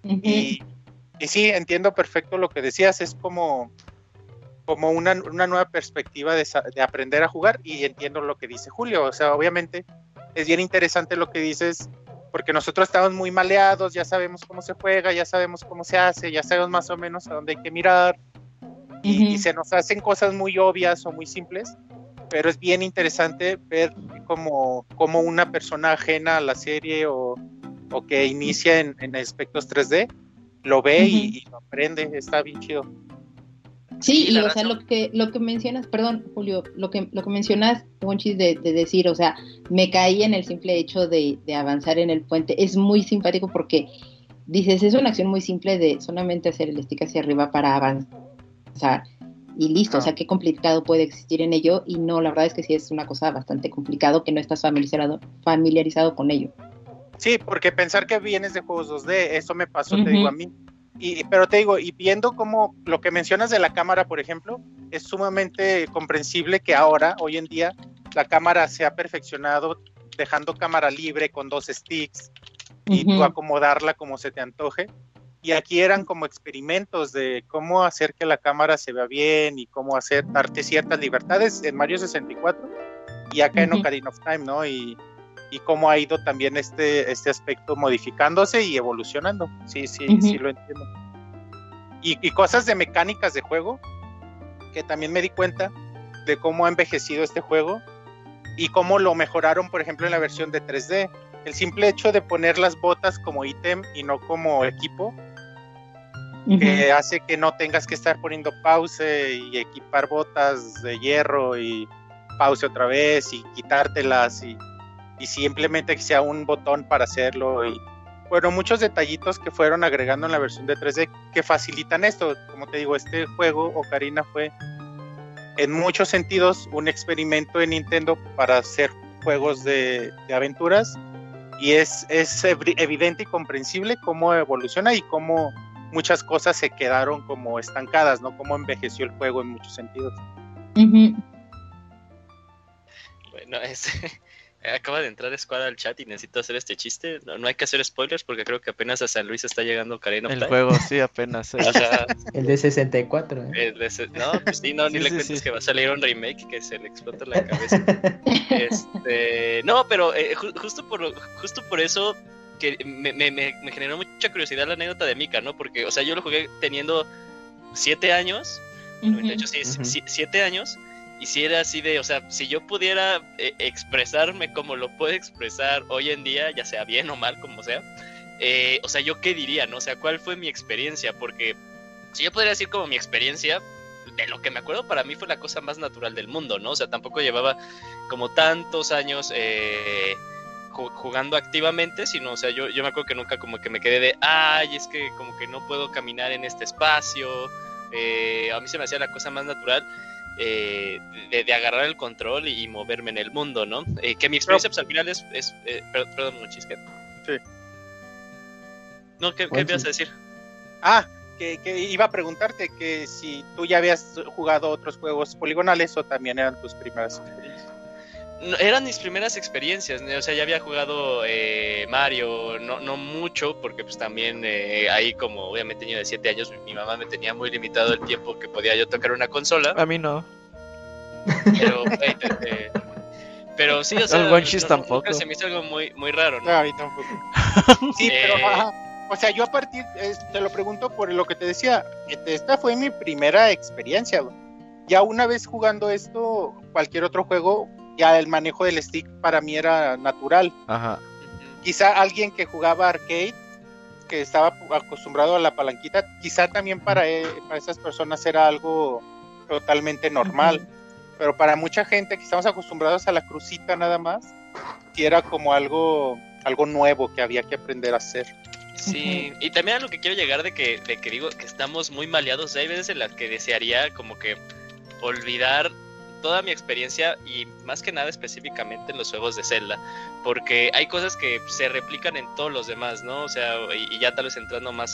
Y sí, entiendo perfecto lo que decías, es como una nueva perspectiva de aprender a jugar, y entiendo lo que dice Julio. O sea, obviamente es bien interesante lo que dices, porque nosotros estamos muy maleados, ya sabemos cómo se juega, ya sabemos cómo se hace, ya sabemos más o menos a dónde hay que mirar, y se nos hacen cosas muy obvias o muy simples, pero es bien interesante ver como una persona ajena a la serie o que inicia en aspectos 3D, lo ve y lo aprende, está bien chido. Sí, y o sea, lo que mencionas, perdón, Julio, lo que mencionas, Monchis, de decir, o sea, me caí en el simple hecho de avanzar en el puente, es muy simpático porque dices, es una acción muy simple de solamente hacer el stick hacia arriba para avanzar y listo, o sea, qué complicado puede existir en ello, y no, la verdad es que sí es una cosa bastante complicado que no estás familiarizado con ello. Sí, porque pensar que vienes de juegos 2D, eso me pasó, te digo, a mí. Pero te digo, y viendo cómo lo que mencionas de la cámara, por ejemplo, es sumamente comprensible que ahora, hoy en día, la cámara se ha perfeccionado, dejando cámara libre con 2 sticks y tú acomodarla como se te antoje. Y aquí eran como experimentos de cómo hacer que la cámara se vea bien y cómo darte ciertas libertades en Mario 64 y acá en Ocarina of Time, ¿no? Y cómo ha ido también este aspecto modificándose y evolucionando. Sí lo entiendo. Y cosas de mecánicas de juego, que también me di cuenta de cómo ha envejecido este juego y cómo lo mejoraron, por ejemplo, en la versión de 3D. El simple hecho de poner las botas como ítem y no como equipo, que hace que no tengas que estar poniendo pause y equipar botas de hierro y pause otra vez y quitártelas y simplemente que sea un botón para hacerlo y bueno, muchos detallitos que fueron agregando en la versión de 3D que facilitan esto. Como te digo, este juego Ocarina fue en muchos sentidos un experimento de Nintendo para hacer juegos de aventuras y es evidente y comprensible cómo evoluciona y cómo muchas cosas se quedaron como estancadas, ¿no? Cómo envejeció el juego en muchos sentidos. Ujú. Bueno, acaba de entrar Squad al chat y necesito hacer este chiste. No hay que hacer spoilers porque creo que apenas a San Luis está llegando Ocarina of El Time. juego, sí, apenas. Ajá. El de 64, ¿eh? No, pues sí, no, ni Sí, le sí, cuentes sí. que va a salir un remake que se le explota la cabeza. No, pero justo por eso que me generó mucha curiosidad la anécdota de Mika, ¿no? Porque, o sea, yo lo jugué teniendo 7 años, de hecho sí, 7 años, y si era así de, o sea, si yo pudiera expresarme como lo puedo expresar hoy en día, ya sea bien o mal, como sea, o sea, ¿yo qué diría, no? O sea, ¿cuál fue mi experiencia? Porque si yo podría decir como mi experiencia, de lo que me acuerdo para mí fue la cosa más natural del mundo, ¿no? O sea, tampoco llevaba como tantos años jugando activamente, sino, o sea, yo me acuerdo que nunca como que me quedé de, ay, es que como que no puedo caminar en este espacio, a mí se me hacía la cosa más natural de agarrar el control y moverme en el mundo, ¿no? Que mi experiencia pues, al final es perdón, Monchis, ¿qué? Sí. No, ¿qué ibas a decir? Que iba a preguntarte que si tú ya habías jugado otros juegos poligonales o también eran tus primeras experiencias. No, eran mis primeras experiencias, ¿no? O sea, ya había jugado Mario, no mucho, porque pues también ahí como obviamente niño de 7 años, mi mamá me tenía muy limitado el tiempo que podía yo tocar una consola. A mí no. Pero sí, o sea, el One tampoco. Se me hizo algo muy, muy raro, ¿no? No, a mí tampoco. Sí, pero o sea, yo a partir, te lo pregunto por lo que te decía, esta fue mi primera experiencia, güey. Ya una vez jugando esto, cualquier otro juego, ya el manejo del stick para mí era natural. Ajá. Quizá alguien que jugaba arcade, que estaba acostumbrado a la palanquita, quizá también para esas personas era algo totalmente normal. Pero para mucha gente que estamos acostumbrados a la crucita nada más, sí era como algo nuevo que había que aprender a hacer. Sí, y también a lo que quiero llegar de que digo que estamos muy maleados. Hay veces en las que desearía como que olvidar toda mi experiencia y más que nada específicamente en los juegos de Zelda, porque hay cosas que se replican en todos los demás, ¿no? O sea, y ya tal vez entrando más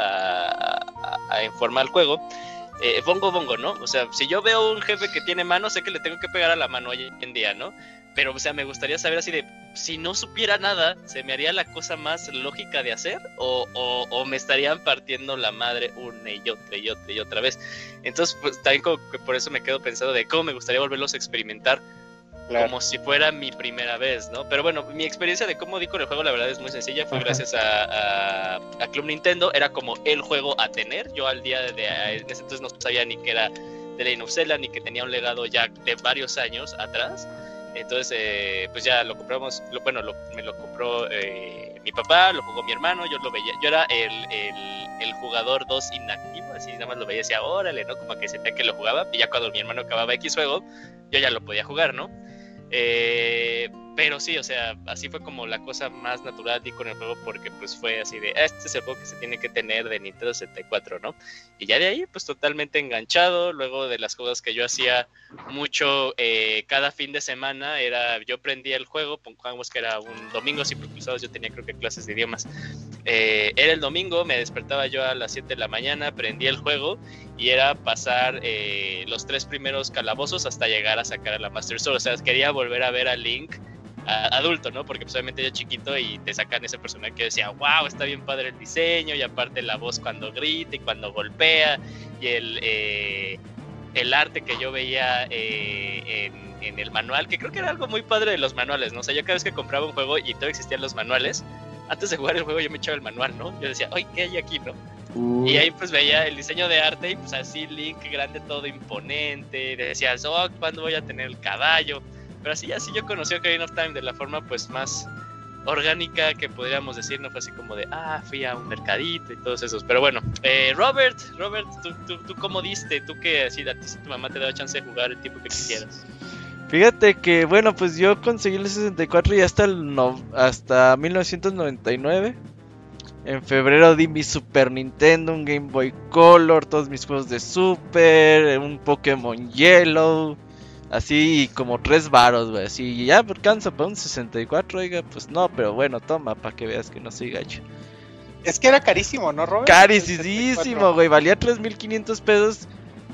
en forma al juego, bongo, ¿no? O sea, si yo veo un jefe que tiene mano, sé que le tengo que pegar a la mano hoy en día, ¿no? Pero, o sea, me gustaría saber así de, si no supiera nada, ¿se me haría la cosa más lógica de hacer? ¿O me estarían partiendo la madre una y otra vez? Entonces, pues también como que por eso me quedo pensando de cómo me gustaría volverlos a experimentar, claro, como si fuera mi primera vez, ¿no? Pero bueno, mi experiencia de cómo di con el juego, la verdad es muy sencilla. Fue gracias a Club Nintendo. Era como el juego a tener. Yo al día en ese entonces no sabía ni que era The Legend of Zelda, ni que tenía un legado ya de varios años atrás. Entonces, pues ya lo compramos, me lo compró mi papá, lo jugó mi hermano, yo lo veía, yo era el jugador 2 inactivo, así nada más lo veía y decía, órale, ¿no? Como que sentía que lo jugaba, y ya cuando mi hermano acababa X juego, yo ya lo podía jugar, ¿no? Pero sí, o sea, así fue como la cosa más natural di con el juego, porque pues fue así de, este es el juego que se tiene que tener de Nintendo 64, ¿no? Y ya de ahí, pues totalmente enganchado. Luego de las cosas que yo hacía mucho cada fin de semana, yo prendía el juego, pongamos que era un domingo, si propulsados, yo tenía creo que clases de idiomas. Era el domingo, me despertaba yo a las 7 de la mañana, prendía el juego y era pasar los 3 primeros calabozos hasta llegar a sacar a la Master Sword. O sea, quería volver a ver a Link adulto, ¿no? Porque pues obviamente yo chiquito y te sacan ese personaje que decía, wow, está bien padre el diseño, y aparte la voz cuando grita y cuando golpea, y el arte que yo veía en el manual, que creo que era algo muy padre de los manuales, ¿no? O sea, yo cada vez que compraba un juego y todavía existían los manuales, antes de jugar el juego yo me echaba el manual, ¿no? Yo decía, ay, ¿qué hay aquí, no? Y ahí pues veía el diseño de arte y pues así Link grande, todo imponente, decías, oh, ¿cuándo voy a tener el caballo? Pero así yo conocí a Ocarina of Time de la forma pues más orgánica que podríamos decir, no fue así como de, fui a un mercadito y todos esos. Pero bueno, Robert, ¿tú cómo diste? ¿Tú que así a ti si tu mamá te daba chance de jugar el tiempo que quisieras? Fíjate que, bueno, pues yo conseguí el 64 y hasta 1999. En febrero di mi Super Nintendo, un Game Boy Color, todos mis juegos de Super, un Pokémon Yellow, así como 3 varos, güey. Así ya alcanza para un 64, oiga, pues no, pero bueno, toma, para que veas que no soy gacho. Es que era carísimo, ¿no, Robert? Carísimo, güey, valía 3,500 pesos.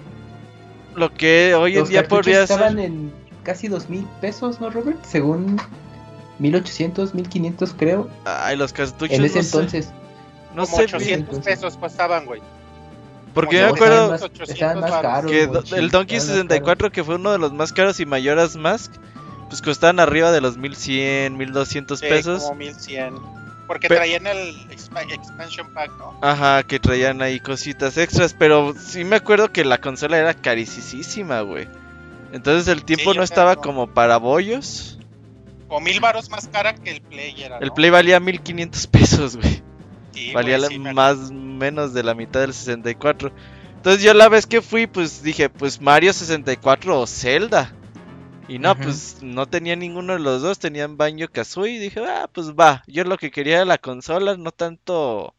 Lo que hoy en día podría ser. Estaban en casi 2,000 pesos, ¿no, Robert? Según 1,800, 1,500 creo. Ay, los cartuchos. En ese entonces. No como sé, 800 pesos costaban, güey. Porque yo me acuerdo estaban más caros, que güey, el Donkey 64, que fue uno de los más caros, y Majora's Mask, pues costaban arriba de los 1,100, 1,200 pesos. Como 1,100. Porque traían el expansion pack, ¿no? Ajá, que traían ahí cositas extras, pero sí me acuerdo que la consola era carísima, güey. Entonces el tiempo no estaba como para bollos. O 1,000 varos más cara que el Play era, ¿no? El Play valía 1,500 pesos, güey. Sí, valía güey, sí, menos de la mitad del 64. Entonces yo la vez que fui, pues dije, pues Mario 64 o Zelda. Y no, pues no tenía ninguno de los dos, tenían Banjo-Kazooie. Y dije, pues va, yo lo que quería era la consola, no tanto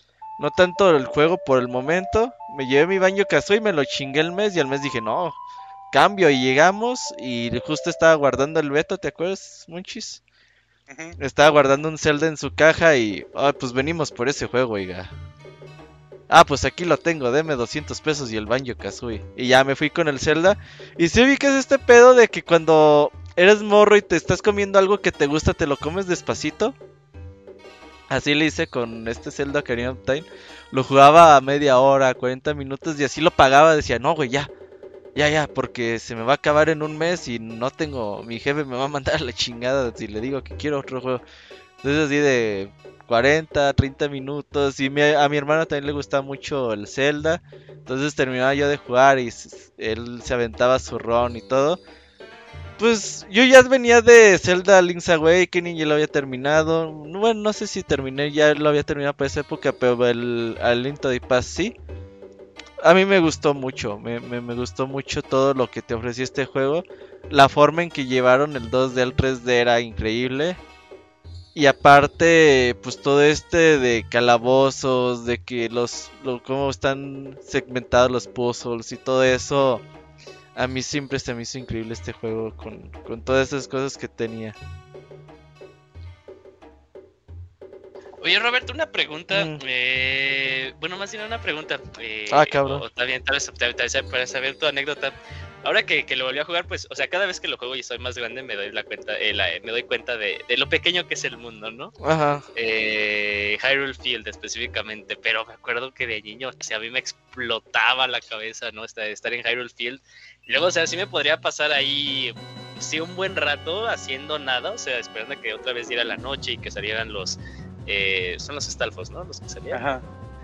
el juego por el momento. Me llevé mi Banjo-Kazooie, me lo chingué el mes, y al mes dije, no, cambio. Y llegamos y justo estaba guardando el Beto, ¿te acuerdas, Monchis? Estaba guardando un Zelda en su caja y pues venimos por ese juego, oiga. Pues aquí lo tengo, deme 200 pesos y el Banjo-Kazooie. Y ya me fui con el Zelda. Y sí vi que es este pedo de que cuando eres morro y te estás comiendo algo que te gusta, te lo comes despacito. Así le hice con este Zelda Ocarina of Time. Lo jugaba a media hora, 40 minutos, y así lo pagaba. Decía, no, güey, ya, porque se me va a acabar en un mes y no tengo, mi jefe me va a mandar a la chingada si le digo que quiero otro juego. Entonces así de 40, 30 minutos, y a mi hermano también le gustaba mucho el Zelda. Entonces terminaba yo de jugar y él se aventaba su run y todo. Pues yo ya venía de Zelda Link's Awakening, ya lo había terminado. Bueno, no sé si ya lo había terminado por esa época, pero el Link to the Past sí. A mí me gustó mucho, me gustó mucho todo lo que te ofrecía este juego. La forma en que llevaron el 2D al 3D era increíble. Y aparte, pues todo de calabozos, de que cómo están segmentados los puzzles y todo eso. A mí siempre se me hizo increíble este juego con todas esas cosas que tenía. Oye, Roberto, una pregunta. Bueno, más bien una pregunta. Cabrón. O tal vez para saber tu anécdota. Ahora que lo volví a jugar, pues, o sea, cada vez que lo juego y soy más grande, me doy cuenta de lo pequeño que es el mundo, ¿no? Ajá. Hyrule Field específicamente, pero me acuerdo que de niño, o sea, a mí me explotaba la cabeza, ¿no? Estar en Hyrule Field. Y luego, o sea, sí me podría pasar ahí, sí, un buen rato haciendo nada, o sea, esperando a que otra vez diera la noche y que salieran son los Stalfos, ¿no? Los que salían. Ajá.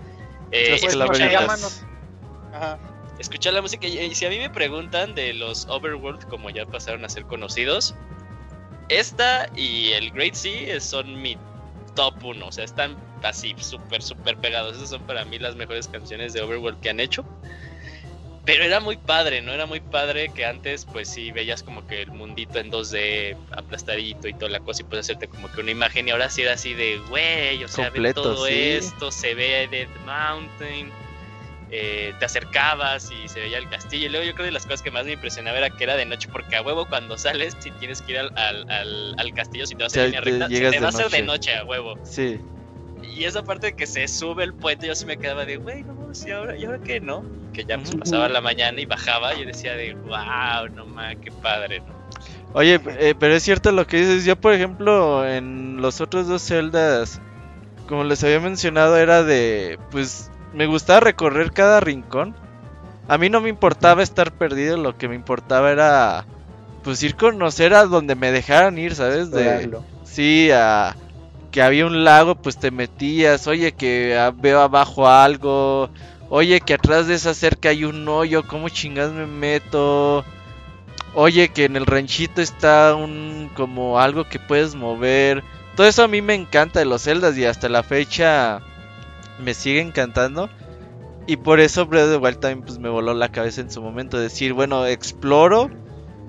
Ajá. Escuchar la música. Y si a mí me preguntan de los Overworld, como ya pasaron a ser conocidos, esta y el Great Sea son mi top 1. O sea, están así súper pegados. Esas son para mí las mejores canciones de Overworld que han hecho. Pero era muy padre, ¿no? Era muy padre que antes, pues sí, veías como que el mundito en 2D aplastadito y toda la cosa, y puedes hacerte como que una imagen. Y ahora sí era así de, güey, o sea, completo, ve todo esto, se ve Dead Mountain. Te acercabas y se veía el castillo. Y luego yo creo que las cosas que más me impresionaba era que era de noche, porque a huevo cuando sales, si tienes que ir al castillo, si te vas a línea recta, te va a hacer de noche a huevo. Sí. Y esa parte de que se sube el puente, yo sí me quedaba de, güey, no, ¿y ahora qué, no? Que ya pues pasaba la mañana y bajaba, y yo decía de, wow, no mames, qué padre, ¿no? Oye, pero es cierto lo que dices. Yo, por ejemplo, en los otros dos Zeldas, como les había mencionado, era de, pues, me gustaba recorrer cada rincón. A mí no me importaba estar perdido, lo que me importaba era, pues, ir a conocer a donde me dejaran ir, ¿sabes? Sí, que había un lago, pues te metías. Oye, que veo abajo algo. Oye, que atrás de esa cerca hay un hoyo, ¿cómo chingados me meto? Oye, que en el ranchito está como algo que puedes mover. Todo eso a mí me encanta de los Zeldas, y hasta la fecha me sigue encantando. Y por eso Breath of the Wild también pues me voló la cabeza en su momento. Decir, bueno, exploro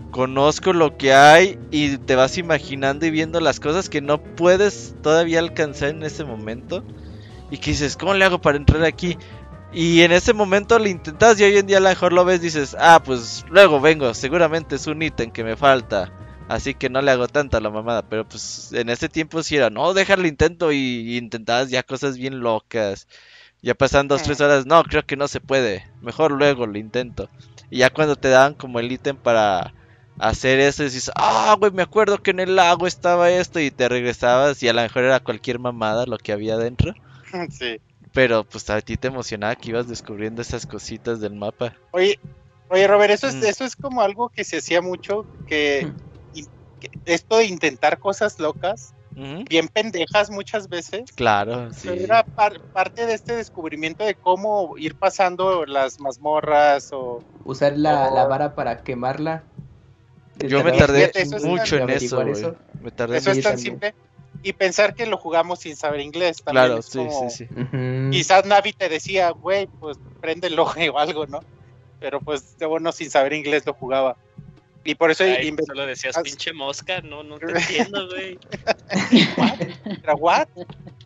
conozco lo que hay y te vas imaginando y viendo las cosas que no puedes todavía alcanzar en ese momento. Y que dices, ¿cómo le hago para entrar aquí? Y en ese momento lo intentas y hoy en día a lo mejor lo ves y dices, pues luego vengo, seguramente es un ítem que me falta. Así que no le hago tanta la mamada, pero pues en ese tiempo sí era, no, déjalo intento y intentabas ya cosas bien locas. Ya pasan 2-3 horas, no, creo que no se puede, mejor luego lo intento. Y ya cuando te daban como el ítem para hacer eso, dices, güey, me acuerdo que en el lago estaba esto y te regresabas y a lo mejor era cualquier mamada lo que había dentro. Sí. Pero pues a ti te emocionaba que ibas descubriendo esas cositas del mapa. Oye, Robert, eso es como algo que se hacía mucho, que esto de intentar cosas locas, bien pendejas muchas veces. Claro, sí. Era parte de este descubrimiento de cómo ir pasando las mazmorras o... Usar la vara para quemarla. Yo me tardé mucho en eso, güey. Eso es tan simple. Y pensar que lo jugamos sin saber inglés también. Claro, es como... sí. Quizás Navi te decía, güey, pues préndelo o algo, ¿no? Pero pues bueno, sin saber inglés lo jugaba. Y por eso solo decías pinche mosca, no te entiendo, güey. ¿What?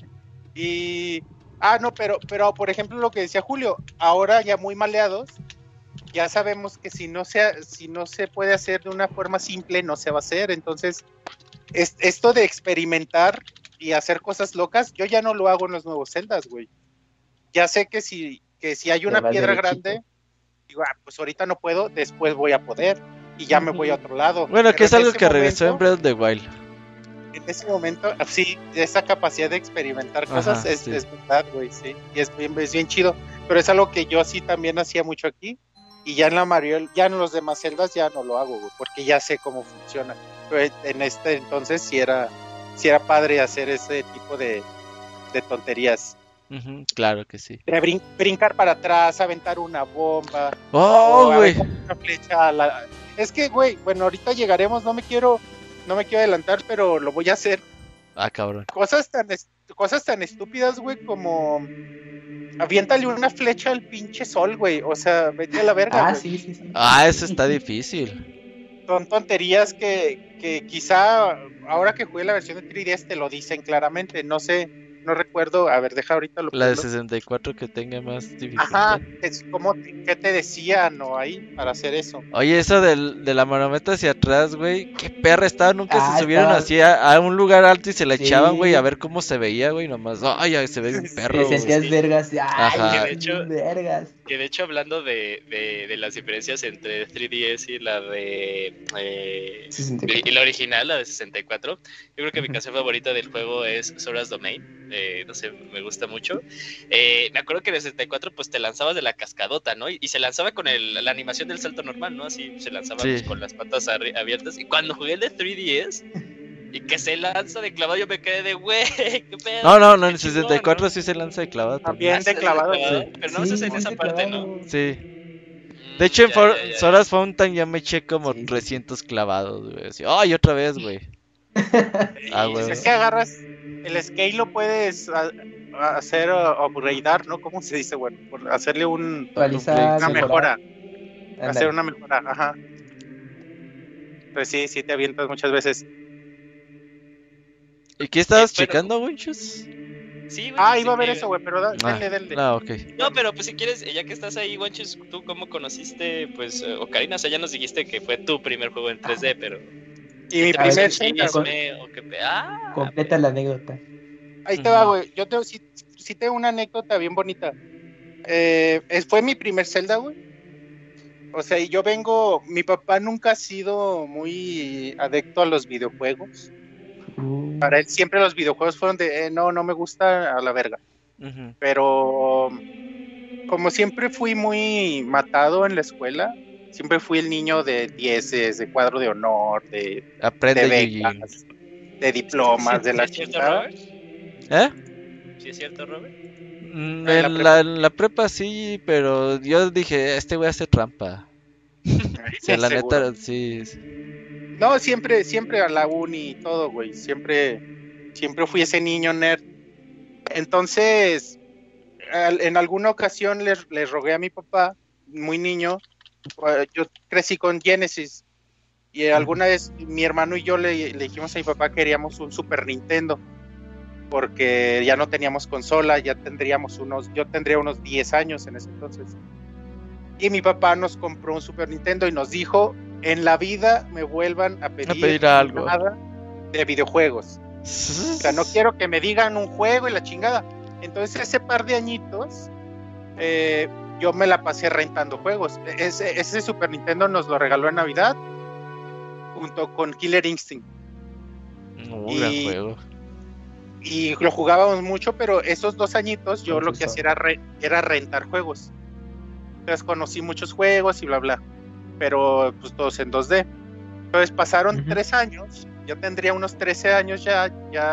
Y no, pero por ejemplo lo que decía Julio, ahora ya muy maleados, ya sabemos que si no se puede hacer de una forma simple, no se va a hacer. Entonces, esto de experimentar y hacer cosas locas, yo ya no lo hago en los nuevos Zeldas, güey. Ya sé que si hay una piedra grande, digo, pues ahorita no puedo, después voy a poder. Y ya me voy a otro lado. Bueno, pero que es algo que regresó en Breath of the Wild. En ese momento, sí, esa capacidad de experimentar cosas es verdad, güey, sí. Y es bien chido. Pero es algo que yo sí también hacía mucho aquí. Y ya en la Mario, ya en los demás celdas ya no lo hago, güey, porque ya sé cómo funciona. Pero en este entonces sí era padre hacer ese tipo de tonterías. Claro que sí. Brincar para atrás, aventar una bomba. Güey. Una flecha a la... Es que, güey, bueno, ahorita llegaremos, no me quiero adelantar, pero lo voy a hacer. Cabrón. Cosas tan estúpidas, güey, como aviéntale una flecha al pinche sol, güey. O sea, vete a la verga, güey. Sí. Eso está difícil. Son tonterías que quizá ahora que jugué la versión de 3DS te lo dicen claramente, no sé. No recuerdo, a ver, deja ahorita lo la de 64 que tenga más dificultad. Ajá, es como ¿qué te decían o ahí para hacer eso? Oye, eso de la marometa hacia atrás, güey, qué perra estaba, nunca se subieron así a un lugar alto y se le echaban, güey, a ver cómo se veía, güey, nomás, se ve un perro. Te sentías vergas, Ajá. vergas. Que de hecho hablando de las diferencias entre 3DS y la de y la original, la de 64, yo creo que mi canción favorita del juego es Sora's Domain. No sé, me gusta mucho. Me acuerdo que en el 64 pues te lanzabas de la cascadota, ¿no? Y se lanzaba con la animación del salto normal, ¿no? Así se lanzaba pues, con las patas abiertas. Y cuando jugué el de 3DS y que se lanza de clavado, yo me quedé de güey, qué pedo. No, en el 64 sí se lanza de clavado también. De clavado, sí. Pero no sé en esa parte, ¿no? Sí. De hecho, en Sora's Fountain ya me eché como 300 clavados, güey. Así, otra vez, güey. Güey. Es que agarras el scale, lo puedes hacer upgradear, ¿no? ¿Cómo se dice? Bueno, por hacerle una mejora. Hacer una mejora, ajá. Pues sí, te avientas muchas veces. ¿Y qué estabas checando, Winchus? Sí, iba a ver eso, güey, pero denle. Okay. No, pero pues si quieres, ya que estás ahí, Wanchus, ¿tú cómo conociste, pues, Ocarina? O sea, ya nos dijiste que fue tu primer juego en 3D, pero... Y mi primer completa la anécdota. Ahí te va, güey. Yo sí tengo una anécdota bien bonita. Fue mi primer Zelda, güey. O sea, y mi papá nunca ha sido muy adicto a los videojuegos. Para él siempre los videojuegos fueron de, no me gusta a la verga. Pero como siempre fui muy matado en la escuela, siempre fui el niño de 10, de cuadro de honor, de becas, de diplomas, de la chingada. ¿Sí es cierto, Robert? En la prepa sí, pero yo dije, voy a hacer trampa. La neta, sí. No, siempre a la uni y todo, güey. Siempre fui ese niño nerd. Entonces, en alguna ocasión le rogué a mi papá, muy niño. Yo crecí con Genesis. Y alguna vez mi hermano y yo le dijimos a mi papá que queríamos un Super Nintendo, porque ya no teníamos consola, yo tendría unos 10 años en ese entonces. Y mi papá nos compró un Super Nintendo y nos dijo, en la vida me vuelvan a pedir algo. Nada de videojuegos. O sea, no quiero que me digan un juego y la chingada. Entonces ese par de añitos yo me la pasé rentando juegos. Ese Super Nintendo nos lo regaló en Navidad junto con Killer Instinct. Gran juego. Y lo jugábamos mucho, pero esos 2 añitos yo lo que hacía era rentar juegos. Entonces conocí muchos juegos y bla bla, pero pues todos en 2D. Entonces pasaron 3 años, yo tendría unos 13 años ya,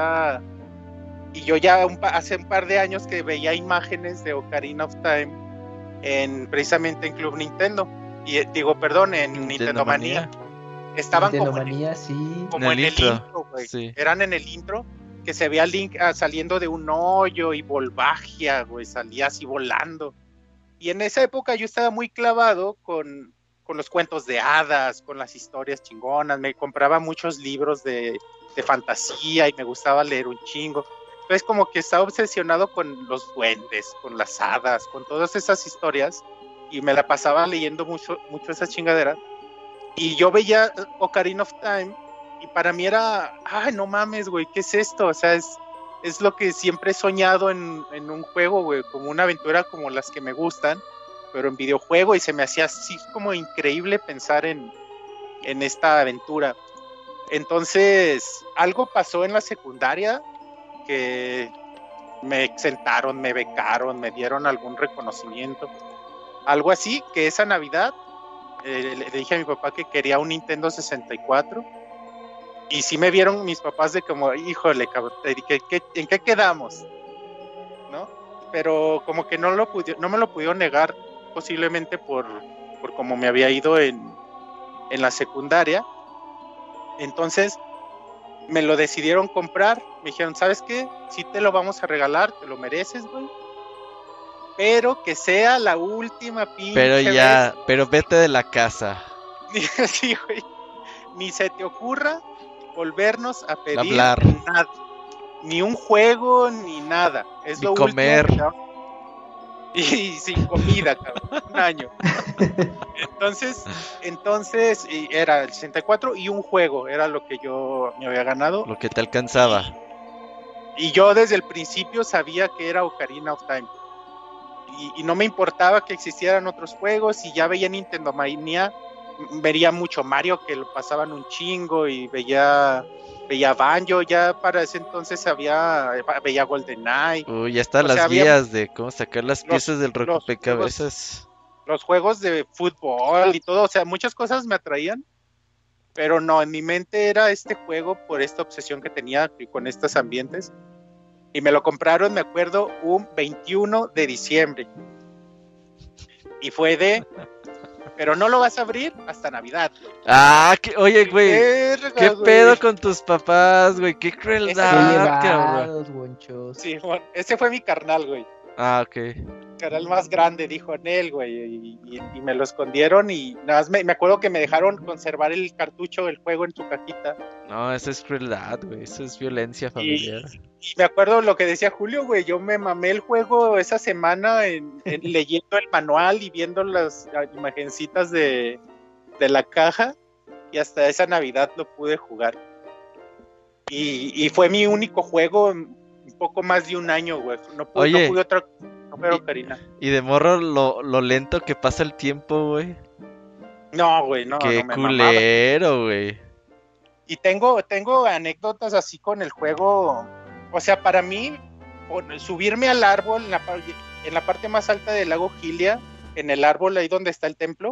y yo ya hace un par de años que veía imágenes de Ocarina of Time precisamente en Club Nintendo, y en Nintendo Manía. Estaban Nintendo como Manía, sí. como en el intro, güey. Sí. Eran en el intro que se veía Link saliendo de un hoyo y Volvagia, güey, salía así volando. Y en esa época yo estaba muy clavado con los cuentos de hadas, con las historias chingonas. Me compraba muchos libros de fantasía y me gustaba leer un chingo. Entonces como que estaba obsesionado con los duendes, con las hadas, con todas esas historias, y me la pasaba leyendo mucho esas chingaderas. Y yo veía Ocarina of Time y para mí era, ay, no mames, güey, ¿qué es esto? O sea, es lo que siempre he soñado en un juego, güey, como una aventura como las que me gustan, pero en videojuego, y se me hacía así como increíble pensar en esta aventura. Entonces, algo pasó en la secundaria que me exentaron, me becaron, me dieron algún reconocimiento, algo así, que esa Navidad le dije a mi papá que quería un Nintendo 64. Y sí me vieron mis papás de como, híjole, cabrón, ¿en qué quedamos? ¿No? Pero como que no me lo pudieron negar, posiblemente por cómo me había ido en la secundaria. Entonces me lo decidieron comprar. Me dijeron, ¿sabes qué? Sí te lo vamos a regalar, te lo mereces, güey. Pero que sea la última pinche vez. Pero vete de la casa. Sí, güey. Ni se te ocurra volvernos a pedir hablar. Nada, ni un juego ni nada, es lo comer último, y sin comida, cabrón, un año. Entonces era el 64 y un juego era lo que yo me había ganado, lo que te alcanzaba, y yo desde el principio sabía que era Ocarina of Time, y no me importaba que existieran otros juegos, y ya veía Nintendo Manía. Vería mucho Mario, que lo pasaban un chingo, y veía Banjo, ya para ese entonces veía GoldenEye. Ya están las guías de cómo sacar las piezas del rompecabezas. Los juegos de fútbol y todo, o sea, muchas cosas me atraían, pero no, en mi mente era este juego por esta obsesión que tenía con estos ambientes, y me lo compraron, me acuerdo, un 21 de diciembre, y fue pero no lo vas a abrir hasta Navidad, güey. Oye, güey, ¿qué pedo con tus papás, güey? Qué crueldad, cabrón. Sí, bueno, ese fue mi carnal, güey. Ok. Carnal más grande, dijo Anel, güey, y me lo escondieron, y nada más me acuerdo que me dejaron conservar el cartucho del juego en su cajita. No, eso es crueldad, güey, eso es violencia familiar. Y me acuerdo lo que decía Julio, güey, yo me mamé el juego esa semana en leyendo el manual y viendo las imagencitas de la caja, y hasta esa Navidad lo pude jugar. Y fue mi único juego un poco más de un año, güey. No pude otra, pero Karina. Y de morro lo lento que pasa el tiempo, güey. No, güey, no. Qué no culero, güey. Y tengo anécdotas así con el juego. O sea, para mí, subirme al árbol en la parte más alta del lago Gilia, en el árbol ahí donde está el templo,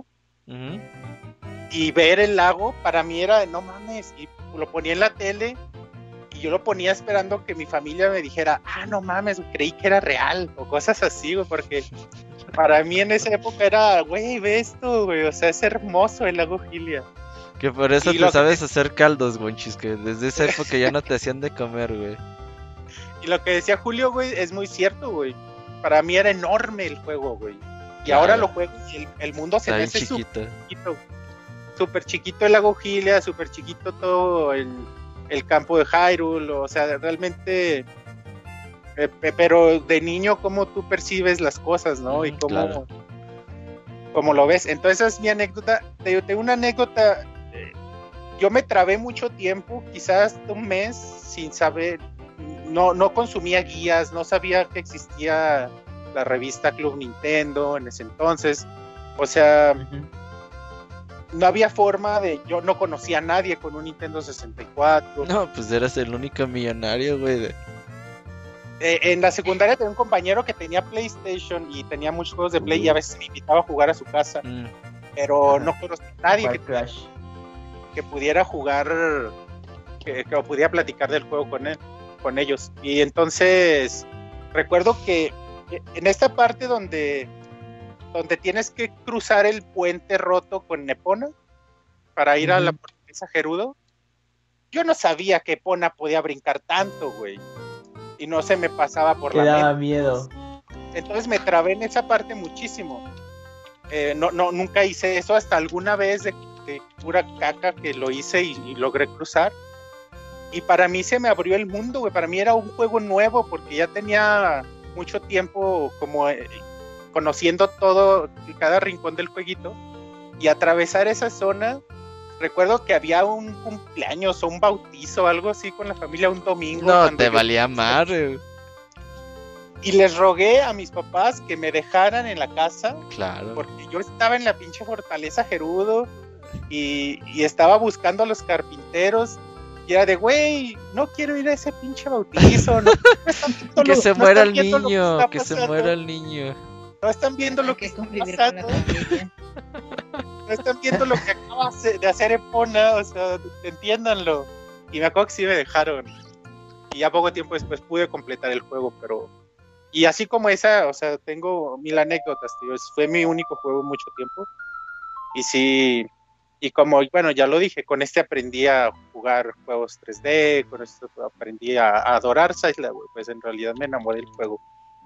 y ver el lago, para mí era de no mames, y lo ponía en la tele, y yo lo ponía esperando que mi familia me dijera, no mames, creí que era real, o cosas así, güey, porque para mí en esa época era, güey, ve esto, güey, o sea, es hermoso el lago Gilia. Que por eso te sabes hacer caldos, gonchis, que desde esa época ya no te hacían de comer, güey. Y lo que decía Julio, güey, es muy cierto, güey. Para mí era enorme el juego, güey. Y ahora lo juego y el mundo se me hace chiquito. súper chiquito el lago Hylia, súper chiquito todo el campo de Hyrule, o sea, realmente, pero de niño cómo tú percibes las cosas, ¿no? Y cómo lo ves. Entonces esa es mi anécdota. De una anécdota, yo me trabé mucho tiempo, quizás un mes, sin saber, no consumía guías, no sabía que existía la revista Club Nintendo en ese entonces, o sea, no había forma yo no conocía a nadie con un Nintendo 64. No, pues eras el único millonario, güey. En la secundaria tenía un compañero que tenía PlayStation y tenía muchos juegos de Play y a veces me invitaba a jugar a su casa, pero no conocía a nadie que pudiera jugar, que pudiera platicar del juego con ellos. Y entonces recuerdo que en esta parte donde tienes que cruzar el puente roto con Epona para ir a la fortaleza Gerudo, yo no sabía que Epona podía brincar tanto, güey, y no se me pasaba por la mente. Me daba miedo. Entonces me trabé en esa parte muchísimo. Nunca hice eso hasta alguna vez de pura caca que lo hice y logré cruzar. Y para mí se me abrió el mundo, güey. Para mí era un juego nuevo porque ya tenía mucho tiempo como conociendo todo, cada rincón del jueguito, y atravesar esa zona. Recuerdo que había un cumpleaños o un bautizo o algo así con la familia un domingo. No, te valía madre. Y les rogué a mis papás que me dejaran en la casa. Claro. Porque yo estaba en la pinche fortaleza Gerudo y estaba buscando a los carpinteros. Y era de, güey, no quiero ir a ese pinche bautizo. Que se muera el niño, que se muera el niño. No están viendo lo que está pasando. No están viendo lo que acaba de hacer Epona, o sea, entiéndanlo. Y me acuerdo que sí me dejaron. Y ya poco tiempo después pude completar el juego, pero... Y así como esa, o sea, tengo 1000 anécdotas, tío. Fue mi único juego mucho tiempo. Y sí... Y como, bueno, ya lo dije, con este aprendí a jugar juegos 3D, con esto aprendí a adorar Zelda, güey, pues en realidad me enamoré del juego.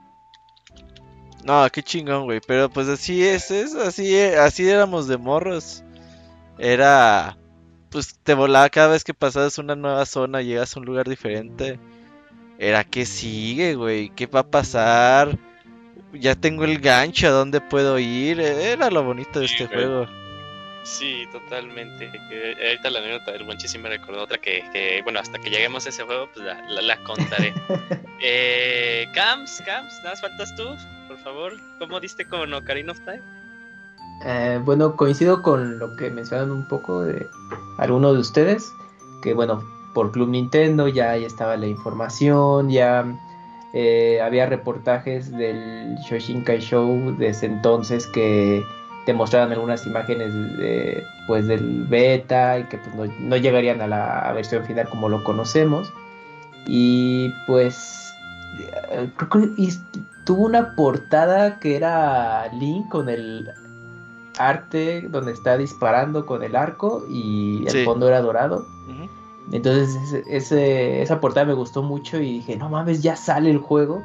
No, qué chingón, güey, pero pues así así éramos de morros. Era, pues te volaba cada vez que pasabas una nueva zona, llegas a un lugar diferente. Era, ¿qué sigue, güey? ¿Qué va a pasar? Ya tengo el gancho, ¿a dónde puedo ir? Era lo bonito de este juego. Sí, totalmente. Ahorita la anécdota del Monchi sí me recordó otra que bueno, hasta que lleguemos a ese juego, pues la contaré. Camps, nada más faltas tú, por favor. ¿Cómo diste con Ocarina of Time? Bueno, coincido con lo que mencionaron un poco de algunos de ustedes, que bueno, por Club Nintendo ya estaba la información, ya había reportajes del Shoshinkai Show desde entonces que te mostraban algunas imágenes pues del beta y que pues no llegarían a la versión final como lo conocemos. Y pues creo que tuvo una portada que era Link con el arte donde está disparando con el arco y el fondo era dorado. Entonces esa portada me gustó mucho y dije, no mames, ya sale el juego.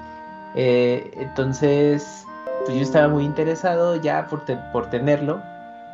Entonces pues yo estaba muy interesado ya por tenerlo,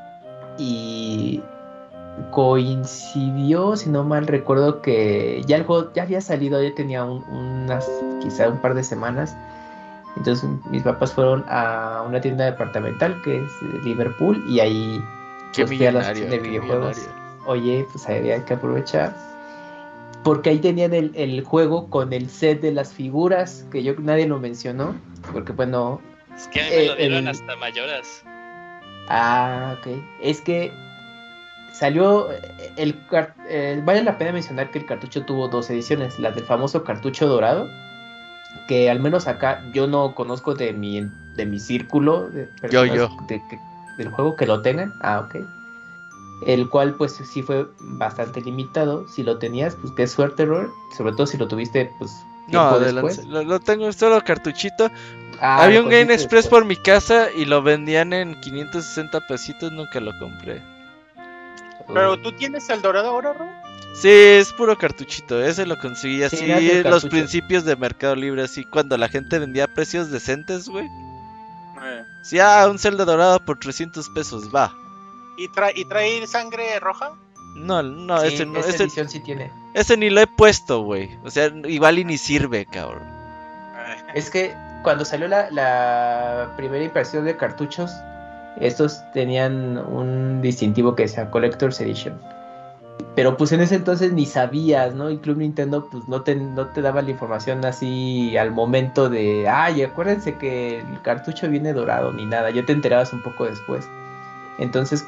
y coincidió, si no mal recuerdo, que ya el juego ya había salido, ya tenía quizá un par de semanas. Entonces mis papás fueron a una tienda departamental que es Liverpool, y ahí fui a la sección de videojuegos. Oye, pues había que aprovechar, porque ahí tenían el juego con el set de las figuras, que nadie lo mencionó, porque bueno... Es que a mí me lo dieron hasta mayoras. Ah, ok. Es que salió vale la pena mencionar que el cartucho tuvo 2 ediciones. La del famoso cartucho dorado, que al menos acá yo no conozco de mi círculo de personas del juego que lo tengan. Ah, ok. El cual pues sí fue bastante limitado. Si lo tenías, pues qué suerte, Robert. Sobre todo si lo tuviste, pues no, después. Lo tengo solo cartuchito. Había un Game Express después por mi casa y lo vendían en 560 pesitos, nunca lo compré. ¿Pero tú tienes el dorado ahora, Ro? Sí, es puro cartuchito, ese lo conseguí así en los principios de Mercado Libre, así cuando la gente vendía a precios decentes, güey. Sí, un Zelda dorado por 300 pesos, va. ¿Y trae sangre roja? No, Sí, ese no, esa ese, edición sí tiene. ese ni lo he puesto, güey. O sea, igual y ni sirve, cabrón. Es que cuando salió la primera impresión de cartuchos, estos tenían un distintivo que decía Collector's Edition. Pero pues en ese entonces ni sabías, ¿no? Y Club Nintendo pues no te daba la información así al momento de, ay, acuérdense que el cartucho viene dorado ni nada. Ya te enterabas un poco después. Entonces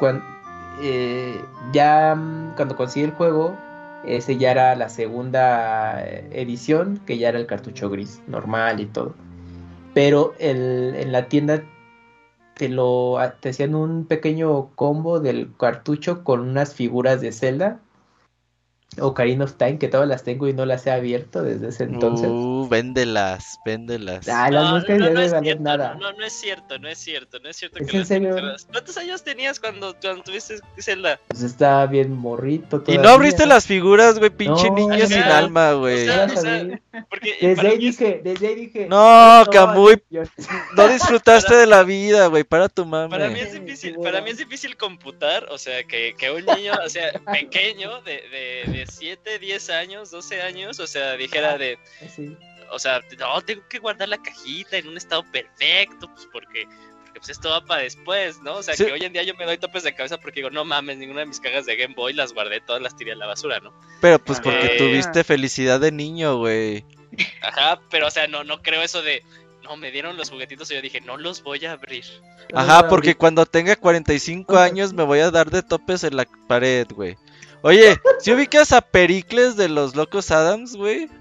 cuando conseguí el juego, ese ya era la segunda edición, que ya era el cartucho gris, normal y todo. Pero en la tienda te hacían un pequeño combo del cartucho con unas figuras de Zelda Ocarina of Time, que todas las tengo y no las he abierto desde ese entonces. Véndelas. Ah, las moscas ya no es valen cierto, nada. no es cierto ¿Es que en serio? ¿Cuántos años tenías cuando tuviste Zelda? Pues estaba bien morrito Y todavía. no abriste las figuras, güey, pinche No, niño sin ajá. alma, güey. O sea, No las abrí. porque Desde para ahí mí es- dije. No, "Esto Camuy, yo-". no disfrutaste de la vida, güey, para tu mame. Para mí es difícil computar, o sea, que un niño, o sea, pequeño, de 7, 10 años, 12 años, o sea, dijera Sí. o sea, no, tengo que guardar la cajita en un estado perfecto, pues porque pues esto va para después, ¿no? O sea, Sí. que hoy en día yo me doy topes de cabeza porque digo, no mames, ninguna de mis cajas de Game Boy las guardé, todas las tiré a la basura, ¿no? Pero pues porque Ah. tuviste felicidad de niño, güey. Ajá, pero o sea, no creo eso de, no, me dieron los juguetitos y yo dije, no los voy a abrir. Ajá, porque cuando tenga 45 años me voy a dar de topes en la pared, güey. Oye, ¿si ubicas a Pericles de los Locos Adams, güey?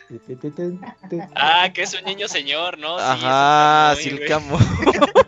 Ah, que es un niño señor, ¿no? Sí, Ajá, es un sí, Camuy, el güey. Camuy.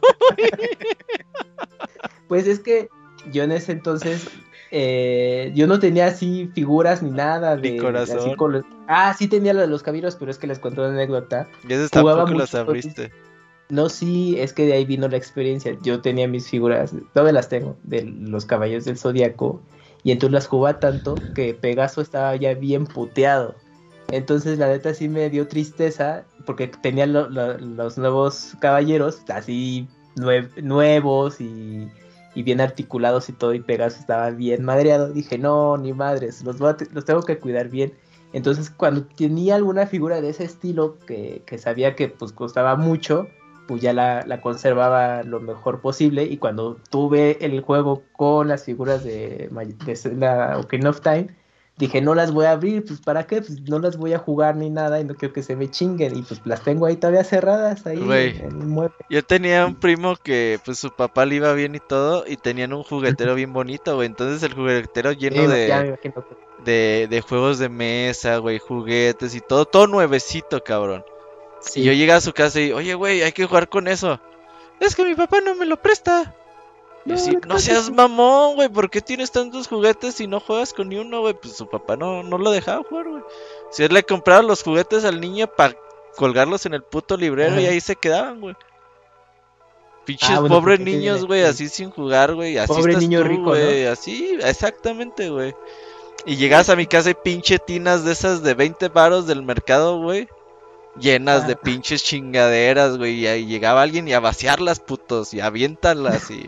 Pues es que yo en ese entonces yo no tenía así figuras ni nada Ni de corazón. así sí tenía la de los caballeros, pero es que les cuento una anécdota. Y esas Jugaba tampoco las mucho con abriste. No, sí, es que de ahí vino la experiencia. Yo tenía mis figuras, todavía las tengo, de los Caballeros del Zodiaco, y entonces las jugaba tanto que Pegaso estaba ya bien puteado. Entonces la neta sí me dio tristeza, porque tenía los nuevos caballeros, así nuevos y bien articulados y todo, y Pegaso estaba bien madreado. Dije, no, ni madres, los tengo que cuidar bien. Entonces cuando tenía alguna figura de ese estilo que sabía que pues costaba mucho, pues ya la conservaba lo mejor posible. Y cuando tuve el juego con las figuras de la Ocarina of Time, dije, no las voy a abrir, pues ¿para qué? Pues no las voy a jugar ni nada y no quiero que se me chinguen. Y pues las tengo ahí todavía cerradas ahí Güey. en el mueble. Yo tenía un primo que pues su papá le iba bien y todo, y tenían un juguetero bien bonito, güey. Entonces el juguetero lleno Ya me imagino de juegos de mesa, güey, juguetes y todo nuevecito, cabrón. Y yo llegué a su casa y, oye, güey, hay que jugar con eso. Es que mi papá no me lo presta. Y así, no seas mamón, güey, ¿por qué tienes tantos juguetes y no juegas con ni uno, güey? Pues su papá no lo dejaba jugar, güey. Si él le compraba los juguetes al niño para colgarlos en el puto librero y ahí se quedaban, güey. Pinches bueno, pobres porque niños, tiene- güey, así sin jugar, güey. Así Pobre estás niño tú, rico, güey. Así, exactamente, güey. Y llegas a mi casa y pinche tinas de esas de 20 varos del mercado, güey. Llenas de pinches chingaderas, güey. Y ahí llegaba alguien y a vaciarlas, putos. Y aviéntalas y...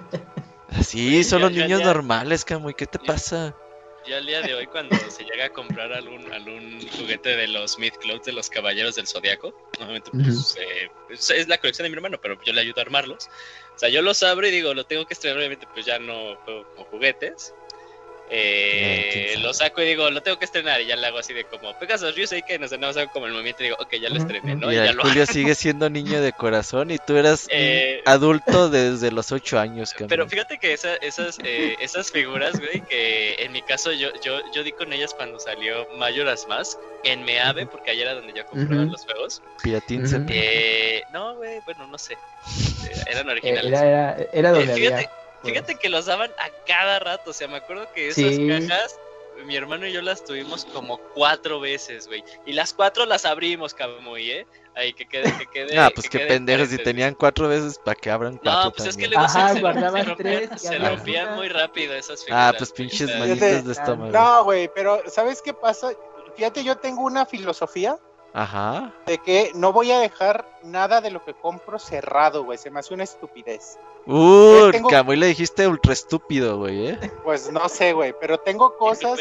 Así Güey, son yo- los yo niños ya- normales, Camuy. ¿Qué te pasa? Yo al día de hoy cuando se llega a comprar algún juguete de los Myth Clouds de los Caballeros del Zodiaco, obviamente pues, es la colección de mi hermano, pero yo le ayudo a armarlos. O sea, yo los abro y digo, lo tengo que estrenar, obviamente pues ya no juego con juguetes. Lo saco y digo, lo tengo que estrenar y ya le hago así de como Pegasus Ryusei que nos hago como el movimiento y digo, ok, ya lo estrené, ¿no? Y Mira, ya lo Julio sigue siendo niño de corazón y tú eras Eh, adulto desde los 8 años, Camuy. Pero fíjate que esas figuras, güey, que en mi caso yo di con ellas cuando salió Majora's Mask en Meave, porque ahí era donde yo compraba los juegos. Piratín Ujú. se No, güey, bueno, no sé. Eran originales. Era donde había. Fíjate que los daban a cada rato, o sea, me acuerdo que esas Sí. cajas, mi hermano y yo las tuvimos como 4 veces, güey. Y las 4 las abrimos, Camuy, Ahí que quede. Ah, pues que qué quede pendejos, si paréntesis. tenían 4 veces, ¿para que abran 4 No, pues es que también? luego Ajá, se guardabas rompían, 3 y se abrías rompían una. muy rápido esas figuras. Ah, pues pinches o sea, manitas de estómago. No, güey, pero ¿sabes qué pasa? Fíjate, yo tengo una filosofía Ajá. de que no voy a dejar nada de lo que compro cerrado, güey. Se me hace una estupidez. Tengo- Camuy le dijiste ultra estúpido, güey, Pues no sé, güey, pero tengo cosas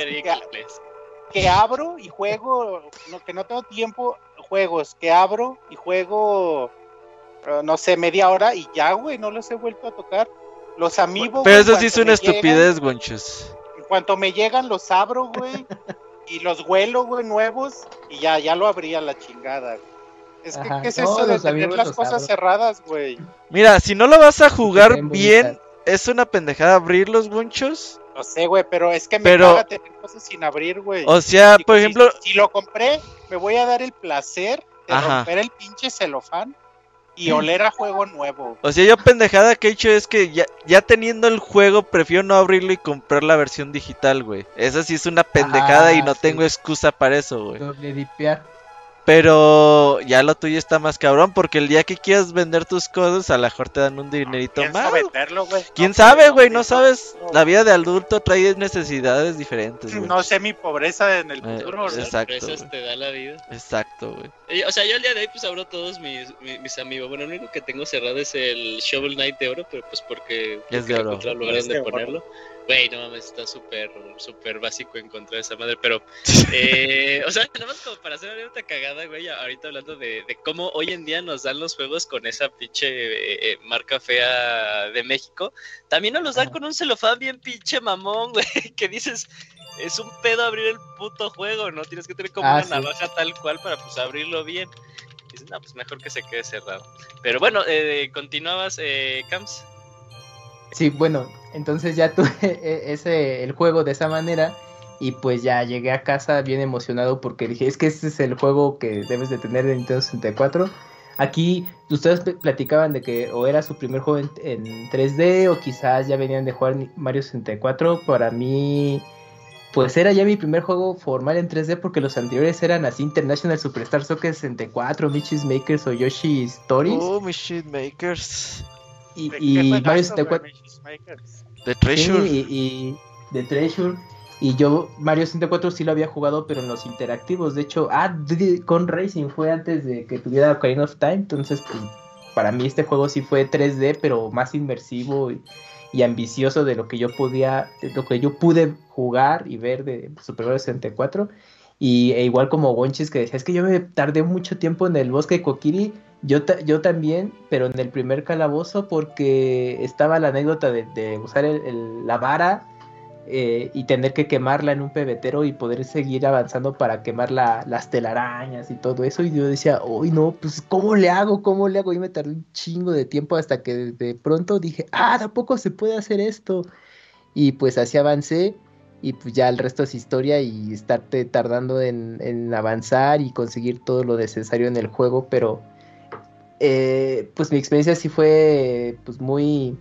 que abro y juego, que no tengo tiempo, juegos que abro y juego, no sé, media hora y ya, güey, no los he vuelto a tocar. Los amigos. Pero eso sí es una estupidez, Gonchus. En cuanto me llegan, los abro, güey, y los huelo, güey, nuevos, y ya lo abrí a la chingada, güey. Es que, Ajá, ¿qué es no, eso de los tener amigos las los cosas abro. cerradas, güey? Mira, si no lo vas a jugar ven bien, bonitas. es una pendejada abrir los Gonchus. No sé, güey, pero es que me Pero- caga tener cosas sin abrir, güey. O sea, Digo, por ejemplo, si lo compré, me voy a dar el placer de Ajá. romper el pinche celofán y oler a juego nuevo. o sea, yo pendejada que he hecho es que ya teniendo el juego, prefiero no abrirlo y comprar la versión digital, güey. Esa sí es una pendejada y no sí. tengo excusa para eso, güey. Doble dipear. Pero ya lo tuyo está más cabrón, porque el día que quieras vender tus cosas, a lo mejor te dan un dinerito Pienso más. venderlo, güey. ¿Quién No, sabe, no, güey? No sabes. no. La vida de adulto trae necesidades diferentes, güey. No sé mi pobreza en el futuro. ¿no? Exacto, Sorpresas güey. te da la vida. Exacto, güey. O sea, yo el día de hoy pues abro todos mis amigos. Bueno, lo único que tengo cerrado es el Shovel Knight de oro, pero pues porque Es de oro. encontrar lugar Es donde de oro. ponerlo. Güey, no mames, está súper básico encontrar esa madre, pero o sea, nada más como para hacer una anécdota cagada, güey, ahorita hablando de cómo hoy en día nos dan los juegos con esa pinche marca fea de México, también nos los dan con un celofán bien pinche mamón, güey, que dices, es un pedo abrir el puto juego, ¿no? Tienes que tener como una Sí. navaja tal cual para pues abrirlo bien. Dices, no, pues mejor que se quede cerrado. Pero bueno, continuabas, Camps. Sí, bueno, entonces ya tuve el juego de esa manera y pues ya llegué a casa bien emocionado porque dije, es que este es el juego que debes de tener de Nintendo 64. Aquí ustedes platicaban de que o era su primer juego en 3D o quizás ya venían de jugar Mario 64. Para mí, pues era ya mi primer juego formal en 3D porque los anteriores eran así International Superstar Soccer 64, Michi's Makers o Yoshi's Stories. Mis shitmakers. Y ¿Qué fue Mario gasto, 64... güey, Mrs. Makers? The Treasure. Sí, y de Treasure. Y yo Mario 64 sí lo había jugado, pero en los interactivos. De hecho, con Racing fue antes de que tuviera Ocarina of Time. Entonces, pues, para mí este juego sí fue 3D, pero más inmersivo y ambicioso de lo que yo pude jugar y ver de Super Mario 64. E igual como Gonchis que decía, es que yo me tardé mucho tiempo en el bosque de Kokiri. Yo también, pero en el primer calabozo porque estaba la anécdota de usar la vara y tener que quemarla en un pebetero y poder seguir avanzando para quemar las telarañas y todo eso. Y yo decía, uy, no, pues ¿cómo le hago? Y me tardé un chingo de tiempo hasta que de pronto dije, tampoco se puede hacer esto. Y pues así avancé. Y pues ya el resto es historia y estarte tardando en avanzar y conseguir todo lo necesario en el juego, pero pues mi experiencia sí fue pues muy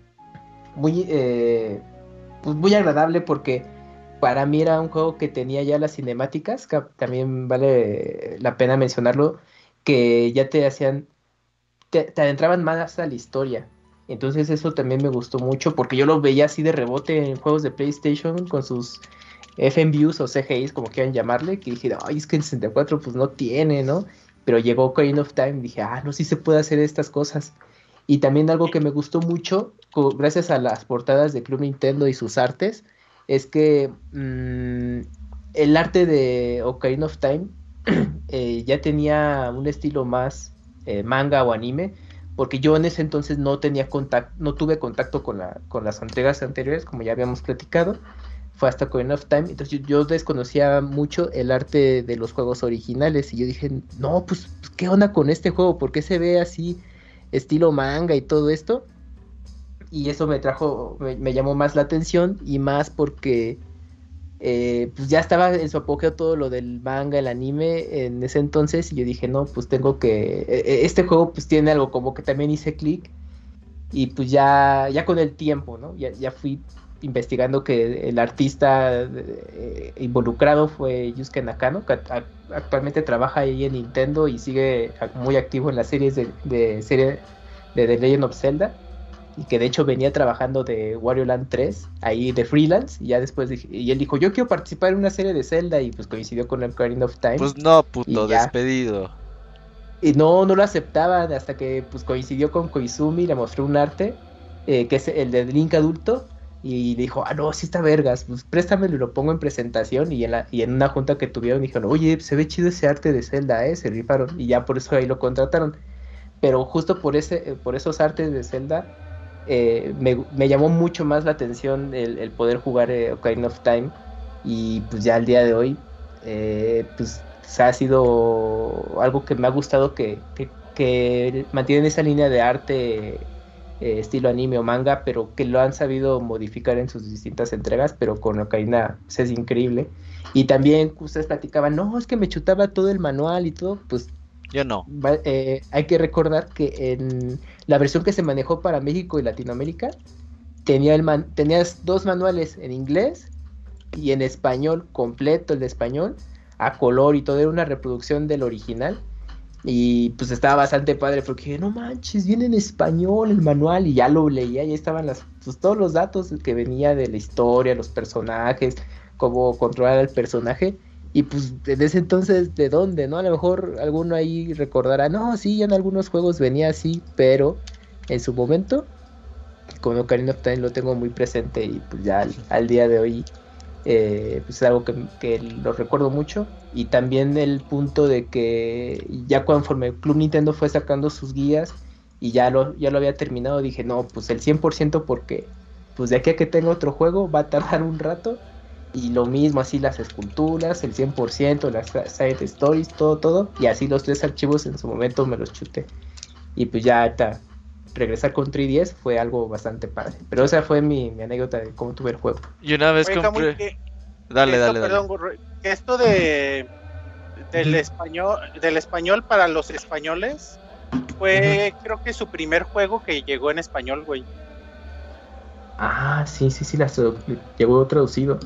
agradable porque para mí era un juego que tenía ya las cinemáticas, que también vale la pena mencionarlo, que ya te adentraban más a la historia. Entonces eso también me gustó mucho porque yo lo veía así de rebote en juegos de PlayStation con sus FMVs o CGIs, como quieran llamarle, que dije, ay, es que en 64 pues no tiene, ¿no? Pero llegó Ocarina of Time y dije, no, sí se puede hacer estas cosas. Y también algo que me gustó mucho, gracias a las portadas de Club Nintendo y sus artes, es que el arte de Ocarina of Time ya tenía un estilo más manga o anime, porque yo en ese entonces no tuve contacto con las entregas anteriores, como ya habíamos platicado. Fue hasta Ocarina of Time, entonces yo desconocía mucho el arte de los juegos originales, y yo dije, no, pues, ¿qué onda con este juego? ¿Por qué se ve así, estilo manga y todo esto? Y eso me llamó más la atención, y más porque pues ya estaba en su apogeo todo lo del manga, el anime en ese entonces, y yo dije, no, pues tengo que... este juego pues tiene algo, como que también hice clic, y pues ya con el tiempo, ¿no? Ya fui investigando que el artista involucrado fue Yusuke Nakano, que actualmente trabaja ahí en Nintendo y sigue muy activo en las series de The Legend of Zelda. y que de hecho venía trabajando de Wario Land 3, ahí de freelance, y ya después y él dijo, yo quiero participar en una serie de Zelda, y pues coincidió con el Ocarina of Time. Pues no, puto, y ya. despedido. Y no lo aceptaban hasta que pues coincidió con Koizumi, le mostró un arte, que es el de Link adulto, y dijo, no, sí está vergas, pues préstamelo y lo pongo en presentación, y en una junta que tuvieron dijeron, oye, se ve chido ese arte de Zelda, se rifaron, y ya por eso ahí lo contrataron. Pero justo por esos artes de Zelda, me llamó mucho más la atención el poder jugar Ocarina of Time, y pues ya al día de hoy, pues ha sido algo que me ha gustado, que mantienen esa línea de arte estilo anime o manga, pero que lo han sabido modificar en sus distintas entregas, pero con Ocarina pues, es increíble. Y también ustedes platicaban, no, es que me chutaba todo el manual y todo, pues yo no. Hay que recordar que en la versión que se manejó para México y Latinoamérica tenías 2 manuales en inglés y en español completo, el de español a color y todo, era una reproducción del original, y pues estaba bastante padre porque dije, no manches, viene en español el manual, y ya lo leía y ahí estaban pues, todos los datos que venía de la historia, los personajes, cómo controlar al personaje. Y pues en ese entonces, ¿de dónde, no? A lo mejor alguno ahí recordará, no, sí, en algunos juegos venía así, pero en su momento, con Ocarina of Time lo tengo muy presente, y pues ya al día de hoy, pues es algo que lo recuerdo mucho. Y también el punto de que ya conforme Club Nintendo fue sacando sus guías y ya lo había terminado, dije, no, pues el 100%, porque pues de aquí a que tenga otro juego va a tardar un rato. Y lo mismo, así las esculturas, el 100%, las side stories, todo. Y así los 3 archivos en su momento me los chuté. Y pues ya regresar con 3DS fue algo bastante padre. Pero esa fue mi anécdota de cómo tuve el juego. Y una vez Oye, compré... Dale. Perdón. Que esto del español para los españoles fue, creo que su primer juego que llegó en español, güey. Ah, sí, llegó traducido.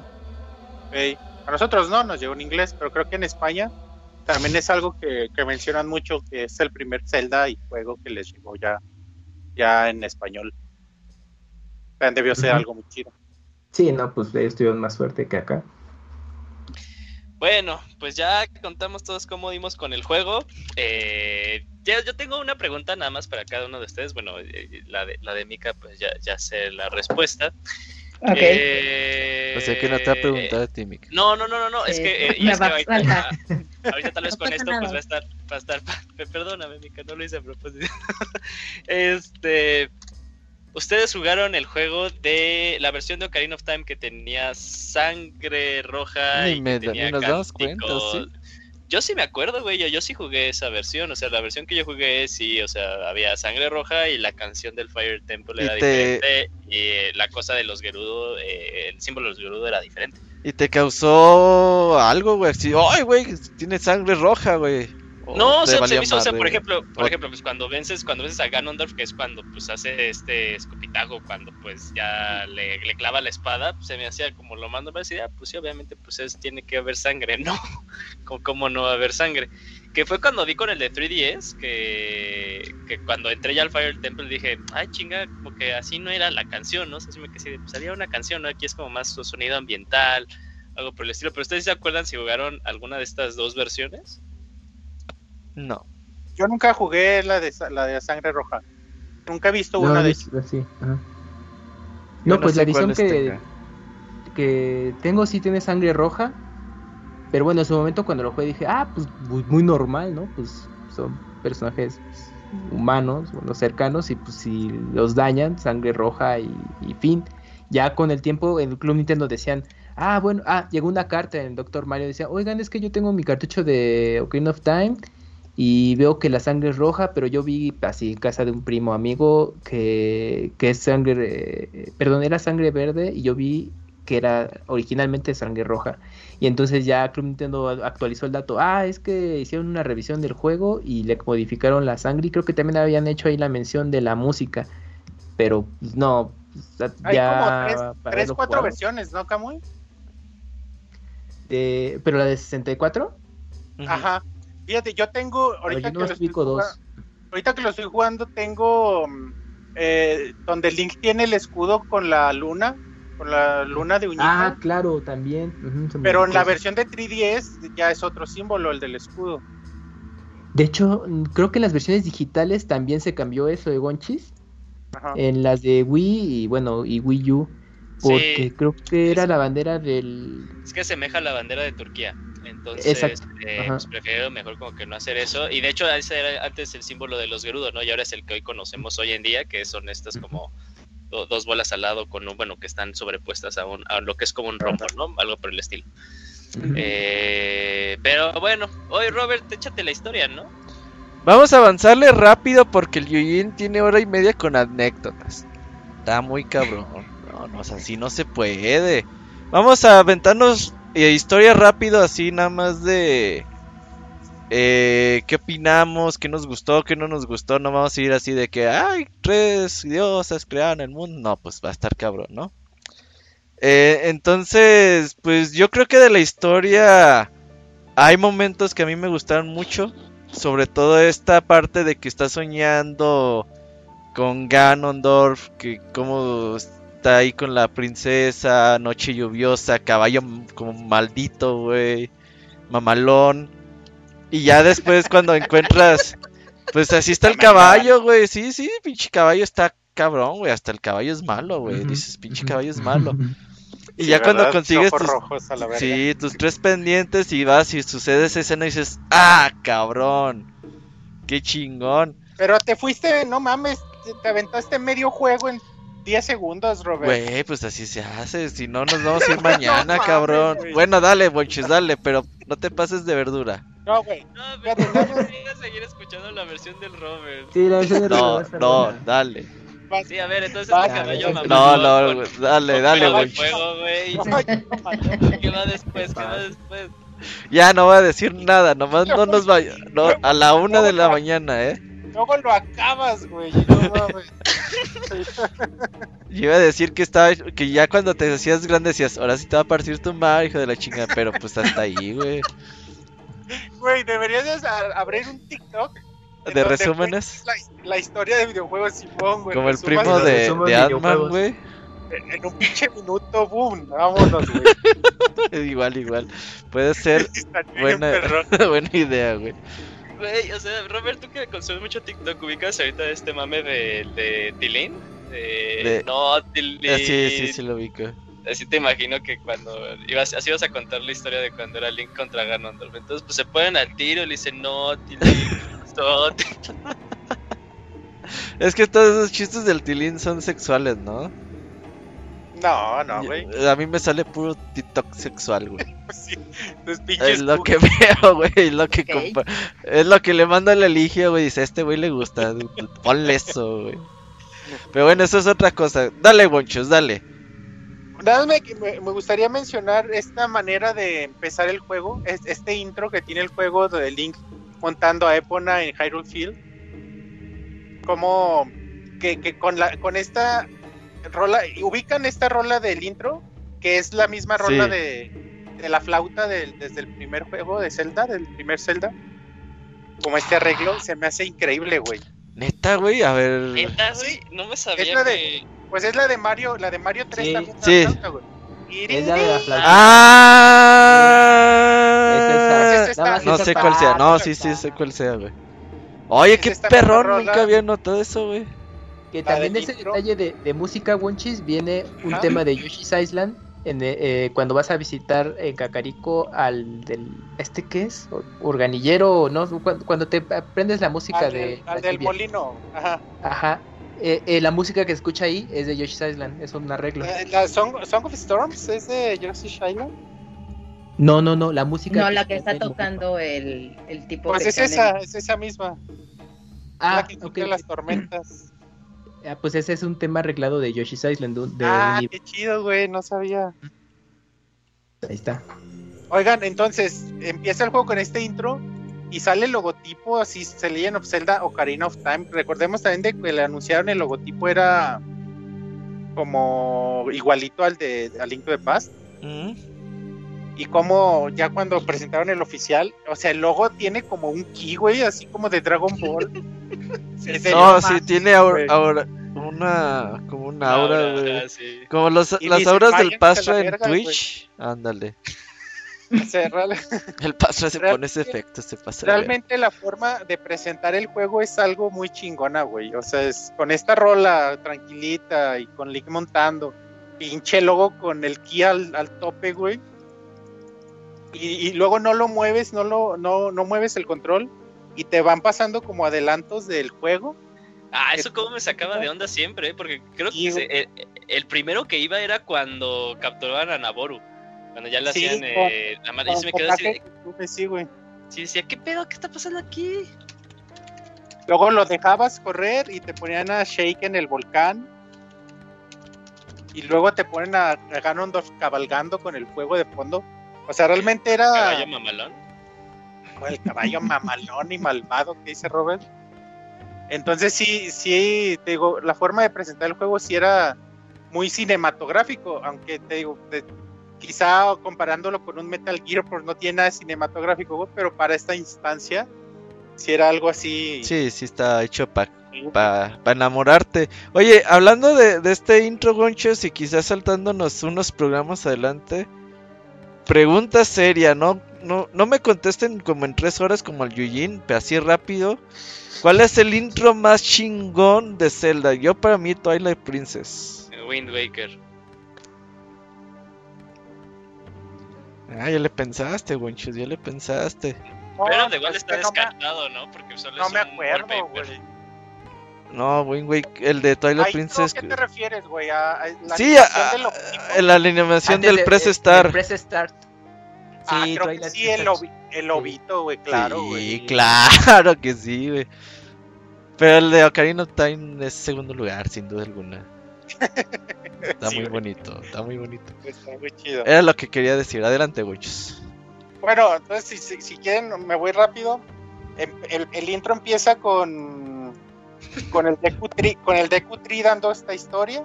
A nosotros no, nos llegó en inglés, pero creo que en España también es algo que mencionan mucho, que es el primer Zelda y juego que les llegó ya en español. También debió ser algo muy chido. Sí, no, pues ellos tuvieron más suerte que acá. Bueno, pues ya contamos todos cómo dimos con el juego. Yo tengo una pregunta nada más para cada uno de ustedes. Bueno, la de Mika, pues ya sé la respuesta. O sea que no te ha preguntado a ti, Mika. No, es que, ahorita tal vez con esto pues va a estar perdóname, Mika, no lo hice a propósito. Ustedes jugaron el juego de la versión de Ocarina of Time que tenía sangre roja y nos damos cuenta, ¿sí? Yo sí me acuerdo, güey, yo sí jugué esa versión, o sea, la versión que yo jugué, sí, o sea, había sangre roja y la canción del Fire Temple era diferente, y la cosa de los Gerudo, el símbolo de los Gerudo era diferente. ¿Y te causó algo, güey? Así, ¡ay, güey! Tiene sangre roja, güey. No, se me hizo, o sea, por ejemplo, pues cuando vences a Ganondorf, que es cuando pues hace este escupitajo, cuando pues ya le clava la espada, pues se me hacía como lo mando, me decía, pues sí, obviamente pues tiene que haber sangre, ¿no? ¿Cómo no va a haber sangre? Que fue cuando vi con el de 3DS, que cuando entré ya al Fire Temple dije, ay chinga, como que así no era la canción, ¿no? O sea, así me quedé, pues había una canción, ¿no? Aquí es como más sonido ambiental, algo por el estilo, pero ¿ustedes se acuerdan si jugaron alguna de estas 2 versiones? No. Yo nunca jugué la de sangre roja. Nunca he visto una de esas. Sí. No, pues la edición que tengo sí tiene sangre roja. Pero bueno, en su momento cuando lo jugué dije, pues muy normal, ¿no? Pues son personajes humanos, los cercanos, y pues si los dañan, sangre roja y fin. Ya con el tiempo en el Club Nintendo decían, llegó una carta en el Dr. Mario, decía, oigan, es que yo tengo mi cartucho de Ocarina of Time y veo que la sangre es roja, pero yo vi así en casa de un primo amigo que es sangre, era sangre verde, y yo vi que era originalmente sangre roja. Y entonces ya Club Nintendo actualizó el dato, es que hicieron una revisión del juego y le modificaron la sangre, y creo que también habían hecho ahí la mención de la música, pero no, hay ya como 3-4 versiones, ¿no, Kamui? ¿Pero la de 64? Ajá. Fíjate, yo tengo, ahorita que lo estoy jugando, tengo donde Link tiene el escudo con la luna de uñita. Ah, claro, también. Pero en la versión de 3DS ya es otro símbolo, el del escudo. De hecho, creo que en las versiones digitales también se cambió eso de Gonchis. Ajá. En las de Wii y Wii U. Porque Sí, creo que era la bandera del... es que asemeja a la bandera de Turquía. Entonces, Exacto. pues prefiero mejor como que no hacer eso. Y de hecho, ese era antes el símbolo de los Gerudo, ¿no? Y ahora es el que hoy conocemos hoy en día, que son estas como dos bolas al lado con bueno, que están sobrepuestas a lo que es como un rombo, ¿no? Algo por el estilo. Pero bueno, hoy Robert, échate la historia, ¿no? Vamos a avanzarle rápido porque el Yujin tiene 1:30 con anécdotas. Está muy cabrón. No, así no se puede. Vamos a aventarnos historia rápido, así nada más de qué opinamos, qué nos gustó, qué no nos gustó. No vamos a ir así de que ay, 3 diosas crearon el mundo. No, pues va a estar cabrón, ¿no? Entonces, pues yo creo que de la historia hay momentos que a mí me gustaron mucho. Sobre todo esta parte de que está soñando con Ganondorf, que como está ahí con la princesa, noche lluviosa, caballo como maldito, güey, mamalón. Y ya después cuando encuentras, pues así está el caballo, güey, sí, pinche caballo está cabrón, güey, hasta el caballo es malo, güey, dices, pinche caballo es malo. Y Sí, ya cuando ¿verdad? consigues Ojos rojos a la verga. sí, tus 3 pendientes y vas y sucede esa escena y dices, ¡ah, cabrón! ¡Qué chingón! Pero te fuiste, no mames, te aventaste medio juego en 10 segundos, Robert. Güey, pues así se hace, si no nos vamos a ir mañana, No mames, cabrón. güey. Bueno, dale, Bonches, dale, pero no te pases de verdura. No, güey. No, pero voy a seguir escuchando la versión del Robert. Sí, la versión de No, Robert va a estar no, buena. dale. Sí, a ver, entonces Vas, el caballo no, mamá. No, dale, dale, güey. Bonches. Fuego, güey. Ay, ¿Qué va después? ¿Qué va después? Ya no voy a decir nada, nomás no nos vaya. No, a la 1 de la mañana, luego lo acabas, güey. No mames. Yo iba a decir que ya cuando te hacías grande decías, ahora sí te va a partir tu madre, hijo de la chingada, pero pues hasta ahí, güey. Güey, deberías abrir un TikTok en De donde resúmenes, cuentes la historia de videojuegos Simón, güey. como el Resumas primo los de resumos de Ant-Man, videojuegos. güey. en un pinche minuto, boom, vámonos, güey. Igual. Puede ser Estaría bien buena, perrón. buena idea, güey. Güey, o sea, Robert, tú que consumes mucho TikTok, ubicas ahorita este mame de Tilín. No, Tilín. Sí, lo ubico. Así te imagino que cuando así vas a contar la historia de cuando era Link contra Ganondorf. Entonces, pues se ponen al tiro y le dicen, no, Tilín, no, Tilín. Es que todos esos chistes del Tilín son sexuales, ¿no? No, güey. A mí me sale puro TikTok sexual, güey. Sí, los pinches Es lo que veo, güey, es lo que Ok. es lo que le mando al Eligio, güey, dice, a este güey le gusta, ponle eso, güey. Pero bueno, eso es otra cosa. Dale, Bonchos, dale. Nada más me gustaría mencionar esta manera de empezar el juego, este intro que tiene el juego de Link montando a Epona en Hyrule Field. Como que con esta rola, ubican esta rola del intro, que es la misma rola Sí. de la flauta desde el primer juego de Zelda, del primer Zelda. Como este arreglo, se me hace increíble, güey. Neta, güey, a ver. Neta, güey, no me sabía Es la de- que... Pues es la de Mario 3 Sí. también. Sí. La flauta, güey. Es la de la flauta. ¡Ah! Es esta. Nada más No esa sé parte. cuál sea, no, sí sé cuál sea, güey. Oye, qué esta misma perrón, rola. nunca había notado eso, güey. Que La también del ese intro. detalle de música, Wonchis, viene un Ajá. tema de Yoshi's Island. Cuando vas a visitar Kakariko al del... ¿Este qué es? Organillero, ¿no? Cuando te aprendes la música Al de... la del lluvia. molino. Ajá. Ajá. La música que escucha ahí es de Yoshi's Island, es un arreglo. La Song of Storms es de Yoshi's Island. No, la música... No, la que está escucha en tocando el tipo Pues de es esa misma. Ah, La que ok. toca las tormentas. Pues ese es un tema arreglado de Yoshi's Island. Qué chido, güey, no sabía. Ahí está. Oigan, entonces empieza el juego con este intro y sale el logotipo, así se Legend of Zelda Ocarina of Time. Recordemos también de que le anunciaron el logotipo era como igualito al de A Link to the Past. Y como ya cuando presentaron el oficial, o sea, el logo tiene como un ki, güey, así como de Dragon Ball. No, sí, tiene ahora un aura, güey. Sí. Como las auras del Pastra en Twitch. Ándale. O sea, El Pastra se pone ese efecto, se pasa. Realmente la forma de presentar el juego es algo muy chingona, güey. O sea, es con esta rola tranquilita y con Link montando, pinche logo con el ki al tope, güey. Y luego no lo mueves, no mueves el control y te van pasando como adelantos del juego. Eso como me sacaba de onda siempre, porque creo que el primero que iba era cuando capturaban a Naboru. Cuando ya le hacían la madre, y se me quedó así. Sí, güey. Sí, decía, ¿qué pedo? ¿Qué está pasando aquí? Luego lo dejabas correr y te ponían a Shake en el volcán. Y luego te ponen a Ganondorf cabalgando con el fuego de fondo. O sea, realmente era... ¿Caballo mamalón? El caballo mamalón y malvado que dice Robert. Entonces sí, te digo, la forma de presentar el juego sí era muy cinematográfico, aunque te digo... Quizá comparándolo con un Metal Gear, pues no tiene nada de cinematográfico, pero para esta instancia, si era algo así. Sí, está hecho para enamorarte. Oye, hablando de este intro, Gonchos, y quizás saltándonos unos programas adelante, pregunta seria, no me contesten como en 3 horas como el Yujin, pero así rápido. ¿Cuál es el intro más chingón de Zelda? Yo para mí Twilight Princess. Wind Waker. Ya le pensaste, Gonchos, ya le pensaste. Pero de igual está descartado, ¿no? Porque solo no es me un acuerdo, wallpaper. güey. No, Wind Waker, el de Twilight Princess. ¿A qué te refieres, güey? ¿A la sí, la animación del Press Start. El Press Start. Sí, creo que sí, el lobito, güey, claro, güey. Sí, claro que sí, güey. Pero el de Ocarina of Time es segundo lugar, sin duda alguna. Está muy bonito, está muy bonito. Está muy chido. Era lo que quería decir. Adelante, Wichos. Bueno, entonces si quieren me voy rápido. El intro empieza con el Deku Tree dando esta historia.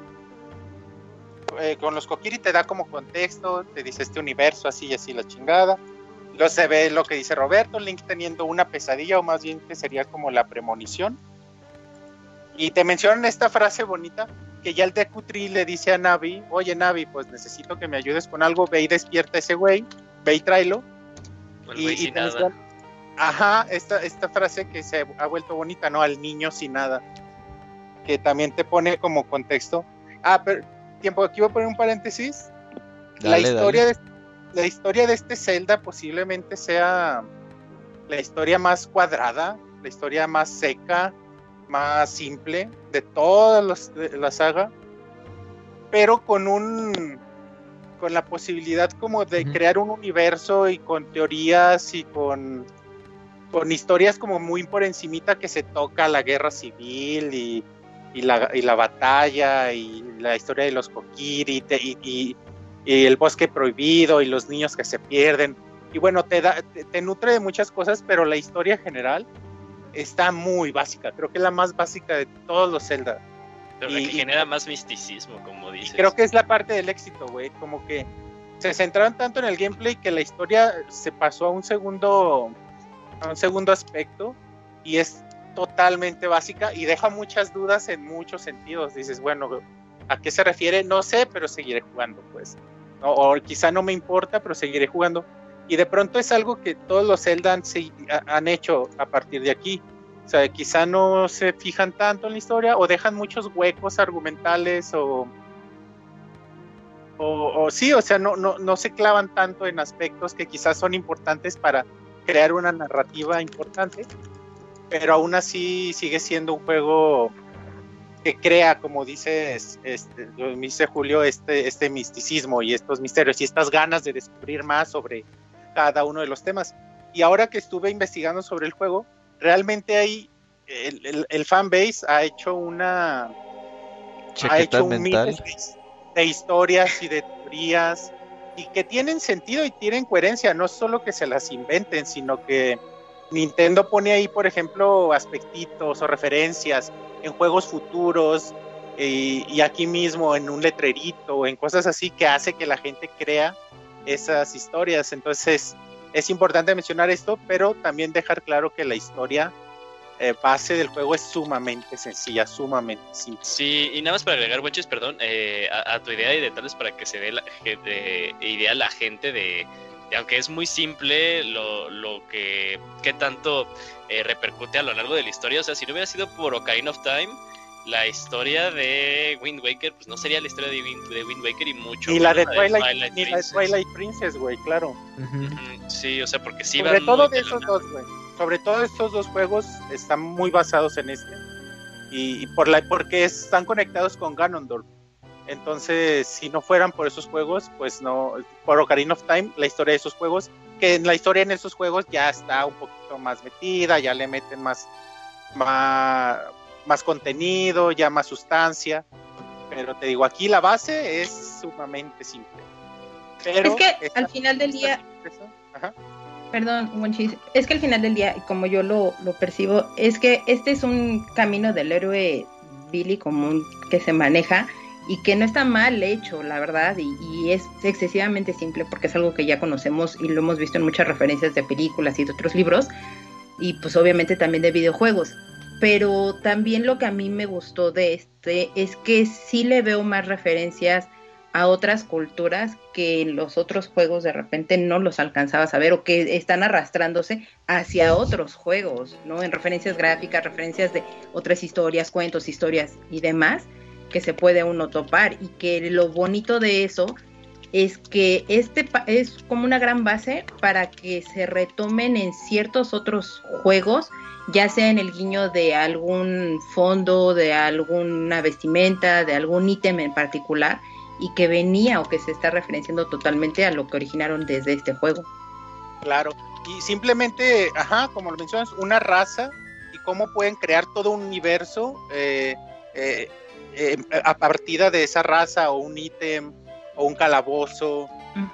Con los Kokiri te da como contexto, te dice este universo así y así la chingada. Luego se ve lo que dice Roberto, Link teniendo una pesadilla, o más bien que sería como la premonición. Y te mencionan esta frase bonita, que ya el Deku Tree le dice a Navi, oye Navi, pues necesito que me ayudes con algo, ve y despierta a ese güey, ve y tráelo. Y te mencionan, esta frase que se ha vuelto bonita, ¿no? Al niño sin nada, que también te pone como contexto. Pero tiempo, aquí voy a poner un paréntesis. La historia de este Zelda posiblemente sea la historia más cuadrada, la historia más seca, más simple de toda la saga, pero con la posibilidad como de crear un universo y con teorías y con historias como muy por encimita, que se toca la guerra civil y la batalla y la historia de los Kokiri y el bosque prohibido y los niños que se pierden, y bueno, te nutre de muchas cosas, pero la historia general está muy básica, creo que es la más básica de todos los Zelda. Pero la que genera más misticismo, como dices. Creo que es la parte del éxito, güey, como que se centraron tanto en el gameplay que la historia se pasó a un segundo aspecto, y es totalmente básica y deja muchas dudas en muchos sentidos. Dices, bueno, ¿a qué se refiere? No sé, pero seguiré jugando, pues. O quizá no me importa, pero seguiré jugando. Y de pronto es algo que todos los Zelda han hecho a partir de aquí. O sea, quizá no se fijan tanto en la historia, o dejan muchos huecos argumentales, o sí, o sea, no se clavan tanto en aspectos que quizás son importantes para crear una narrativa importante, pero aún así sigue siendo un juego que crea, como dices, dice Julio, este misticismo y estos misterios y estas ganas de descubrir más sobre cada uno de los temas. Y ahora que estuve investigando sobre el juego, realmente hay el fanbase ha hecho un mix de historias y de teorías, y que tienen sentido y tienen coherencia, no solo que se las inventen, sino que Nintendo pone ahí, por ejemplo, aspectitos o referencias en juegos futuros, y aquí mismo en un letrerito, en cosas así, que hace que la gente crea esas historias. Entonces es importante mencionar esto, pero también dejar claro que la historia base del juego es sumamente sencilla, sumamente simple. Sí, y nada más para agregar, Wenchis, perdón, a tu idea y detalles para que se dé la idea a la gente de aunque es muy simple lo que tanto repercute a lo largo de la historia. O sea, si no hubiera sido por Ocarina of Time, la historia de Wind Waker pues no sería la historia de Wind Waker y mucho ni la de Twilight Twilight Princess, güey, claro. Sí, o sea, porque sí sobre van todo muy de esos dos, güey. Sobre todo estos dos juegos están muy basados en este y porque están conectados con Ganondorf. Entonces, si no fueran por esos juegos, pues no, por Ocarina of Time, la historia de esos juegos, que en la historia en esos juegos ya está un poquito más metida, ya le meten más contenido, ya más sustancia, pero te digo, aquí la base es sumamente simple. Pero es que al final del día, perdón, Monchis, es que al final del día, como yo lo percibo, es que este es un camino del héroe Billy común que se maneja y que no está mal hecho, la verdad, y es excesivamente simple porque es algo que ya conocemos y lo hemos visto en muchas referencias de películas y de otros libros, y pues obviamente también de videojuegos. Pero también lo que a mí me gustó de este es que sí le veo más referencias a otras culturas que en los otros juegos de repente no los alcanzabas a ver o que están arrastrándose hacia otros juegos, ¿no? En referencias gráficas, referencias de otras historias, cuentos, historias y demás que se puede uno topar, y que lo bonito de eso es que este es como una gran base para que se retomen en ciertos otros juegos, ya sea en el guiño de algún fondo, de alguna vestimenta, de algún ítem en particular, y que venía o que se está referenciando totalmente a lo que originaron desde este juego. Claro, y simplemente, como lo mencionas, una raza y cómo pueden crear todo un universo a partir de esa raza o un ítem o un calabozo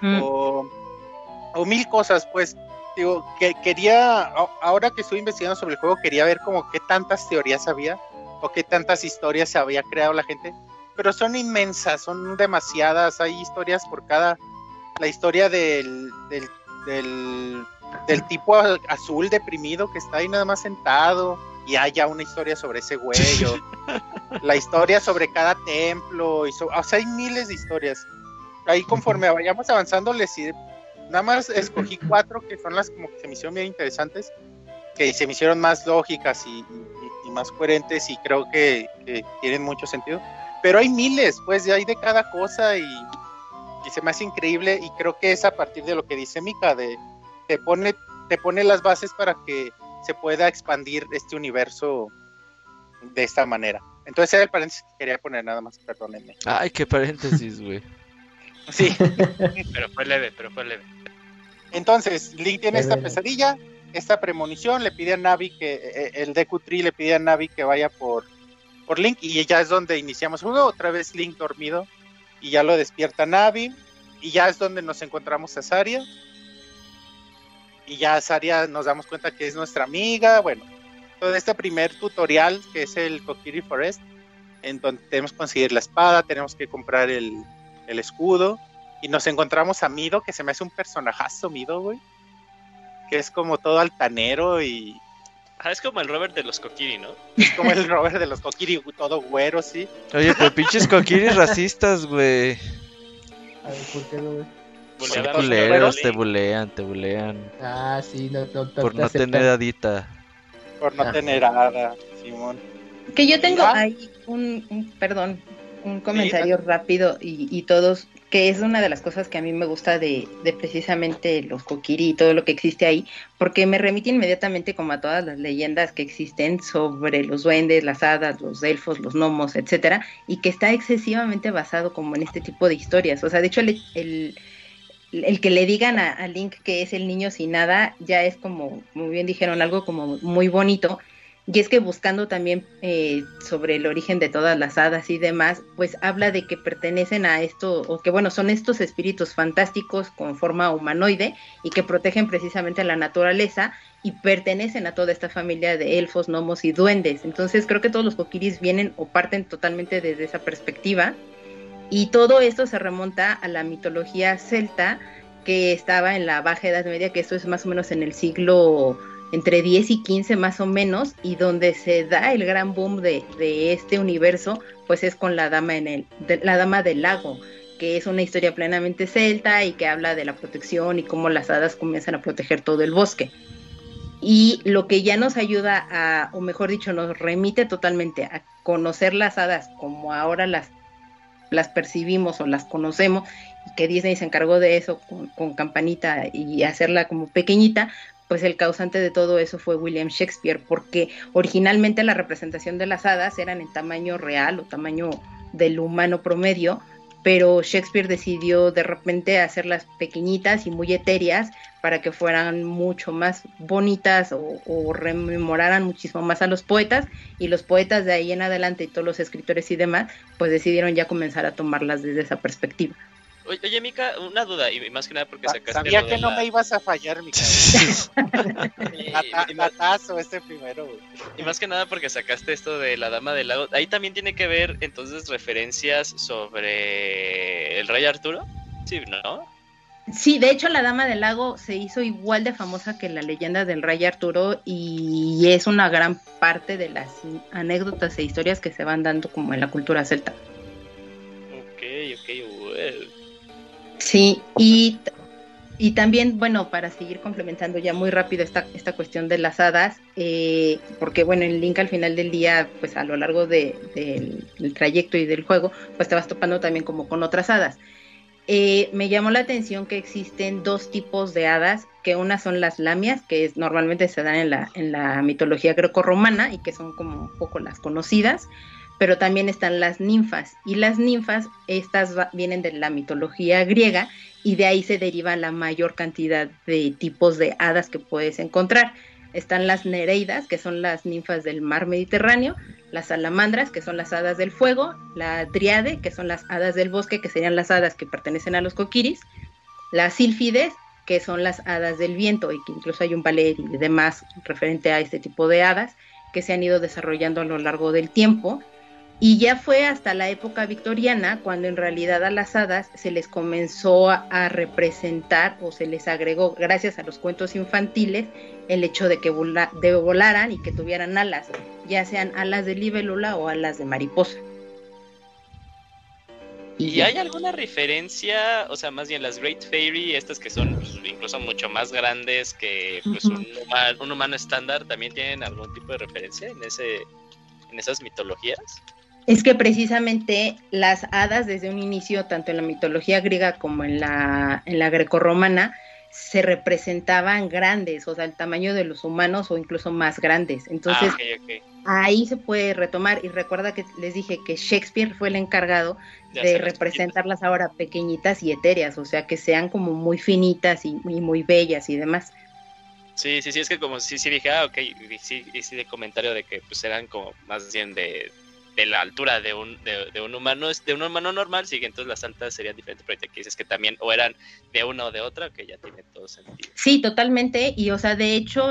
o mil cosas, pues. Digo, que ahora que estoy investigando sobre el juego, quería ver como qué tantas teorías había o qué tantas historias se había creado la gente, pero son inmensas, son demasiadas, hay historias por cada, la historia del tipo azul deprimido que está ahí nada más sentado y haya una historia sobre ese güey, la historia sobre cada templo, o sea, hay miles de historias. Ahí conforme vayamos avanzando les iré. Nada más escogí 4 que son las como que se me hicieron bien interesantes, que se me hicieron más lógicas y más coherentes, y creo que tienen mucho sentido. Pero hay miles, pues, hay de cada cosa y se me hace increíble, y creo que es a partir de lo que dice Mika, de te pone las bases para que se pueda expandir este universo de esta manera. Entonces era el paréntesis que quería poner, nada más, perdónenme. Ay, qué paréntesis, güey. Sí. pero fue leve. Entonces, Link tiene esta pesadilla, esta premonición, le pide a Navi que, el Deku Tree le pide a Navi que vaya por Link, y ya es donde iniciamos el juego, otra vez Link dormido, y ya lo despierta Navi, y ya es donde nos encontramos a Saria, y ya Saria nos damos cuenta que es nuestra amiga. Bueno, todo este primer tutorial, que es el Kokiri Forest, en donde tenemos que conseguir la espada, tenemos que comprar el escudo, y nos encontramos a Mido, que se me hace un personajazo, Mido, güey, que es como todo altanero y... es como el Robert de los Kokiri, ¿no? Es como el Robert de los Kokiri, todo güero, sí. Oye, pero pinches Kokiris racistas, güey. A ver, ¿por qué, güey? Son culeros, te bulean. Ah, sí, no por no tener hadita. Por no tener hada, Simón. Que yo tengo ahí un comentario rápido y todos, que es una de las cosas que a mí me gusta de precisamente los Kokiri y todo lo que existe ahí, porque me remite inmediatamente como a todas las leyendas que existen sobre los duendes, las hadas, los elfos, los gnomos, etcétera, y que está excesivamente basado como en este tipo de historias. O sea, de hecho el que le digan a Link que es el niño sin nada ya es como bien dijeron, algo como muy bonito. Y es que buscando también sobre el origen de todas las hadas y demás, pues habla de que pertenecen a esto, o que bueno, son estos espíritus fantásticos con forma humanoide y que protegen precisamente la naturaleza y pertenecen a toda esta familia de elfos, gnomos y duendes. Entonces creo que todos los Kokiris vienen o parten totalmente desde esa perspectiva, y todo esto se remonta a la mitología celta que estaba en la Baja Edad Media, que esto es más o menos en el siglo entre 10 y 15 más o menos, y donde se da el gran boom de este universo, pues es con la dama del lago, que es una historia plenamente celta y que habla de la protección y cómo las hadas comienzan a proteger todo el bosque. Y lo que ya nos ayuda o mejor dicho, nos remite totalmente a conocer las hadas como ahora las percibimos o las conocemos, y que Disney se encargó de eso con Campanita y hacerla como pequeñita, pues el causante de todo eso fue William Shakespeare, porque originalmente la representación de las hadas eran en tamaño real o tamaño del humano promedio, pero Shakespeare decidió de repente hacerlas pequeñitas y muy etéreas para que fueran mucho más bonitas o rememoraran muchísimo más a los poetas, y los poetas de ahí en adelante y todos los escritores y demás, pues decidieron ya comenzar a tomarlas desde esa perspectiva. Oye, Mika, una duda, y más que nada porque sacaste... Sabía que no me ibas a fallar, Mika. Matazo este primero, güey. Y más que nada porque sacaste esto de la Dama del Lago. Ahí también tiene que ver, entonces, referencias sobre el Rey Arturo. Sí, ¿no? Sí, de hecho la Dama del Lago se hizo igual de famosa que la leyenda del Rey Arturo, y es una gran parte de las anécdotas e historias que se van dando como en la cultura celta. Ok, well. Sí, y también, bueno, para seguir complementando ya muy rápido esta cuestión de las hadas, porque bueno, en Link al final del día, pues a lo largo del trayecto y del juego, pues te vas topando también como con otras hadas. Me llamó la atención que existen dos tipos de hadas, que una son las lamias, que normalmente se dan en la mitología grecorromana y que son como un poco las conocidas, pero también están las ninfas, y las ninfas, estas vienen de la mitología griega, y de ahí se deriva la mayor cantidad de tipos de hadas que puedes encontrar. Están las nereidas, que son las ninfas del mar Mediterráneo, las salamandras, que son las hadas del fuego, la dríade, que son las hadas del bosque, que serían las hadas que pertenecen a los coquiris, las sílfides, que son las hadas del viento, y que incluso hay un ballet y demás referente a este tipo de hadas, que se han ido desarrollando a lo largo del tiempo. Y ya fue hasta la época victoriana cuando en realidad a las hadas se les comenzó a representar, o se les agregó, gracias a los cuentos infantiles, el hecho de que volaran y que tuvieran alas, ya sean alas de libélula o alas de mariposa. ¿Y hay alguna referencia, o sea, más bien las Great Fairy, estas que son pues, incluso mucho más grandes que pues, un humano estándar, también tienen algún tipo de referencia en esas mitologías? Es que precisamente las hadas desde un inicio, tanto en la mitología griega como en la grecorromana, se representaban grandes, o sea, el tamaño de los humanos o incluso más grandes. Entonces, okay. Ahí se puede retomar, y recuerda que les dije que Shakespeare fue el encargado de representarlas ahora pequeñitas y etéreas, o sea, que sean como muy finitas y muy bellas y demás. Sí, es que como sí dije, ok, sí de comentario de que pues eran como más bien de la altura de un humano, de un humano normal, sí, que entonces las altas serían diferentes, pero aquí dices que también o eran de una o de otra, que ya tiene todo sentido. Sí, totalmente, y o sea, de hecho,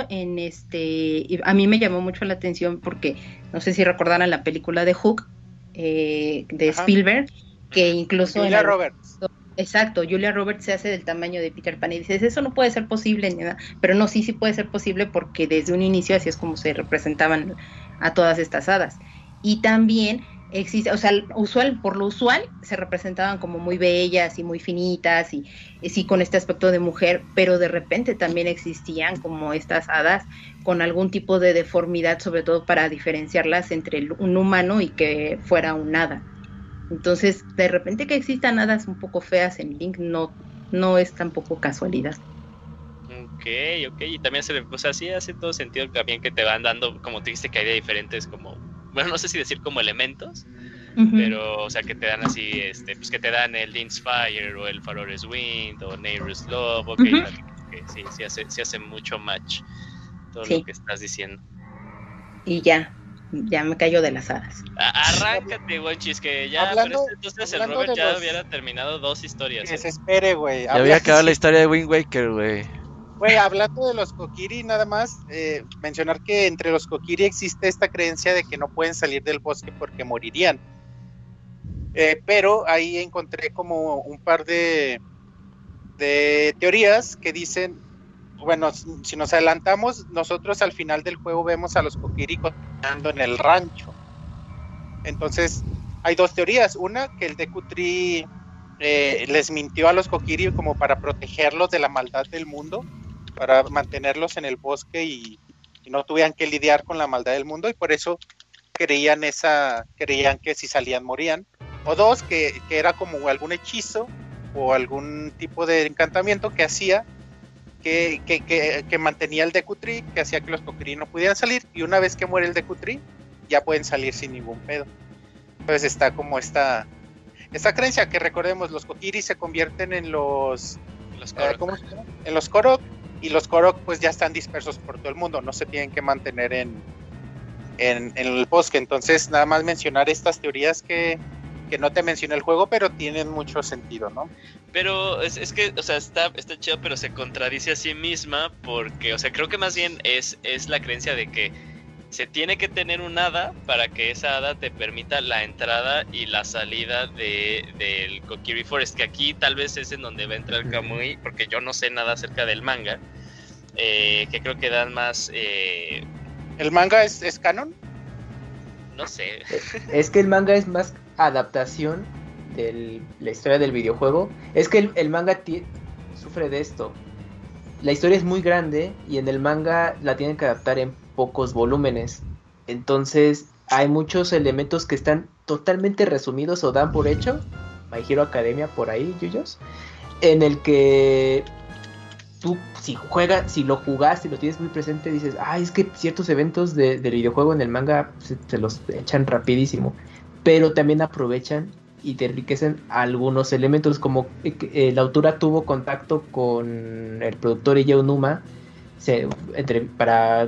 a mí me llamó mucho la atención porque, no sé si recordaran la película de Hook, de Spielberg, que incluso... Julia Roberts. Exacto, Julia Roberts se hace del tamaño de Peter Pan y dices, eso no puede ser posible, ni nada. Pero no, sí puede ser posible porque desde un inicio así es como se representaban a todas estas hadas. Y también existe, o sea, por lo usual se representaban como muy bellas y muy finitas y sí con este aspecto de mujer, pero de repente también existían como estas hadas con algún tipo de deformidad, sobre todo para diferenciarlas entre un humano y que fuera un hada. Entonces, de repente que existan hadas un poco feas en Link no es tampoco casualidad. Ok, y también sí hace todo sentido también que te van dando, como te dijiste, que hay de diferentes como, bueno, no sé si decir como elementos, pero, o sea, que te dan así, pues que te dan el Link's Fire, o el Farore's Wind, o Nehru's Love, que sí hace mucho match todo lo que estás diciendo. Y ya me cayó de las hadas. Arráncate, Wonchis, que ya, entonces el Robert ya hubiera terminado 2 historias. Que se espere, güey. Ya había acabado la historia de Wind Waker, güey. Güey, hablando de los Kokiri, nada más mencionar que entre los Kokiri existe esta creencia de que no pueden salir del bosque porque morirían. Pero ahí encontré como un par de teorías que dicen bueno, si nos adelantamos, nosotros al final del juego vemos a los Kokiri cocinando en el rancho. Entonces, hay dos teorías. Una, que el Deku Tree les mintió a los Kokiri como para protegerlos de la maldad del mundo, para mantenerlos en el bosque y no tuvieran que lidiar con la maldad del mundo, y por eso creían que si salían morían. O dos, que era como algún hechizo o algún tipo de encantamiento que hacía que mantenía el Deku Tree, que hacía que los Kokiri no pudieran salir, y una vez que muere el Deku Tree ya pueden salir sin ningún pedo. Entonces está como esta creencia, que recordemos, los Kokiri se convierten en los Korok. En los Korok, y los Korok pues ya están dispersos por todo el mundo, no se tienen que mantener en el bosque. Entonces nada más mencionar estas teorías que no te mencioné el juego, pero tienen mucho sentido, ¿no? Pero es que, o sea, está chido, pero se contradice a sí misma, porque, o sea, creo que más bien es la creencia de que se tiene que tener un hada para que esa hada te permita la entrada y la salida del Kokiri Forest, que aquí tal vez es en donde va a entrar Kamui, porque yo no sé nada acerca del manga, que creo que dan más... ¿El manga es canon? No sé. Es que el manga es más adaptación de la historia del videojuego. Es que el manga sufre de esto. La historia es muy grande y en el manga la tienen que adaptar en pocos volúmenes. Entonces hay muchos elementos que están totalmente resumidos o dan por hecho. My Hero Academia por ahí, Yuyos. En el que tú, si lo jugaste y lo tienes muy presente, dices, es que ciertos eventos del videojuego en el manga se los echan rapidísimo. Pero también aprovechan y te enriquecen algunos elementos, como la autora tuvo contacto con el productor Eiji Numa para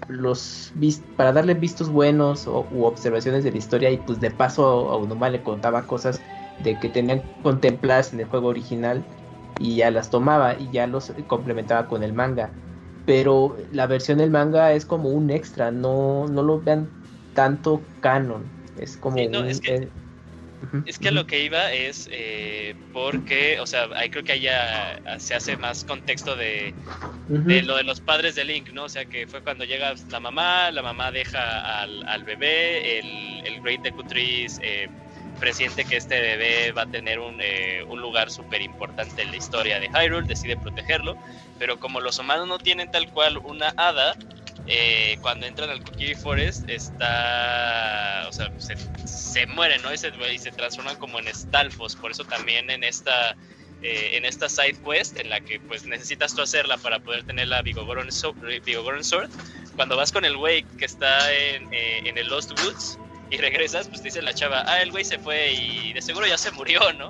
darle vistos buenos u observaciones de la historia, y pues de paso a Onuma le contaba cosas de que tenían contempladas en el juego original y ya las tomaba y ya los complementaba con el manga. Pero la versión del manga es como un extra, no lo vean tanto canon, es como sí, no, es que a lo que iba es porque, o sea, ahí creo que allá se hace más contexto de lo de los padres de Link, ¿no? O sea, que fue cuando llega la mamá deja al bebé, el Great Deku Tree presiente que este bebé va a tener un lugar súper importante en la historia de Hyrule, decide protegerlo, pero como los humanos no tienen tal cual una hada, cuando entran al Kokiri Forest o sea, se mueren, ¿no? Y se transforman como en estalfos. Por eso también en esta side quest, en la que pues necesitas tú hacerla para poder tener la Vigogoron Sword, cuando vas con el güey que está en el Lost Woods y regresas, pues te dice la chava, el güey se fue y de seguro ya se murió, ¿no?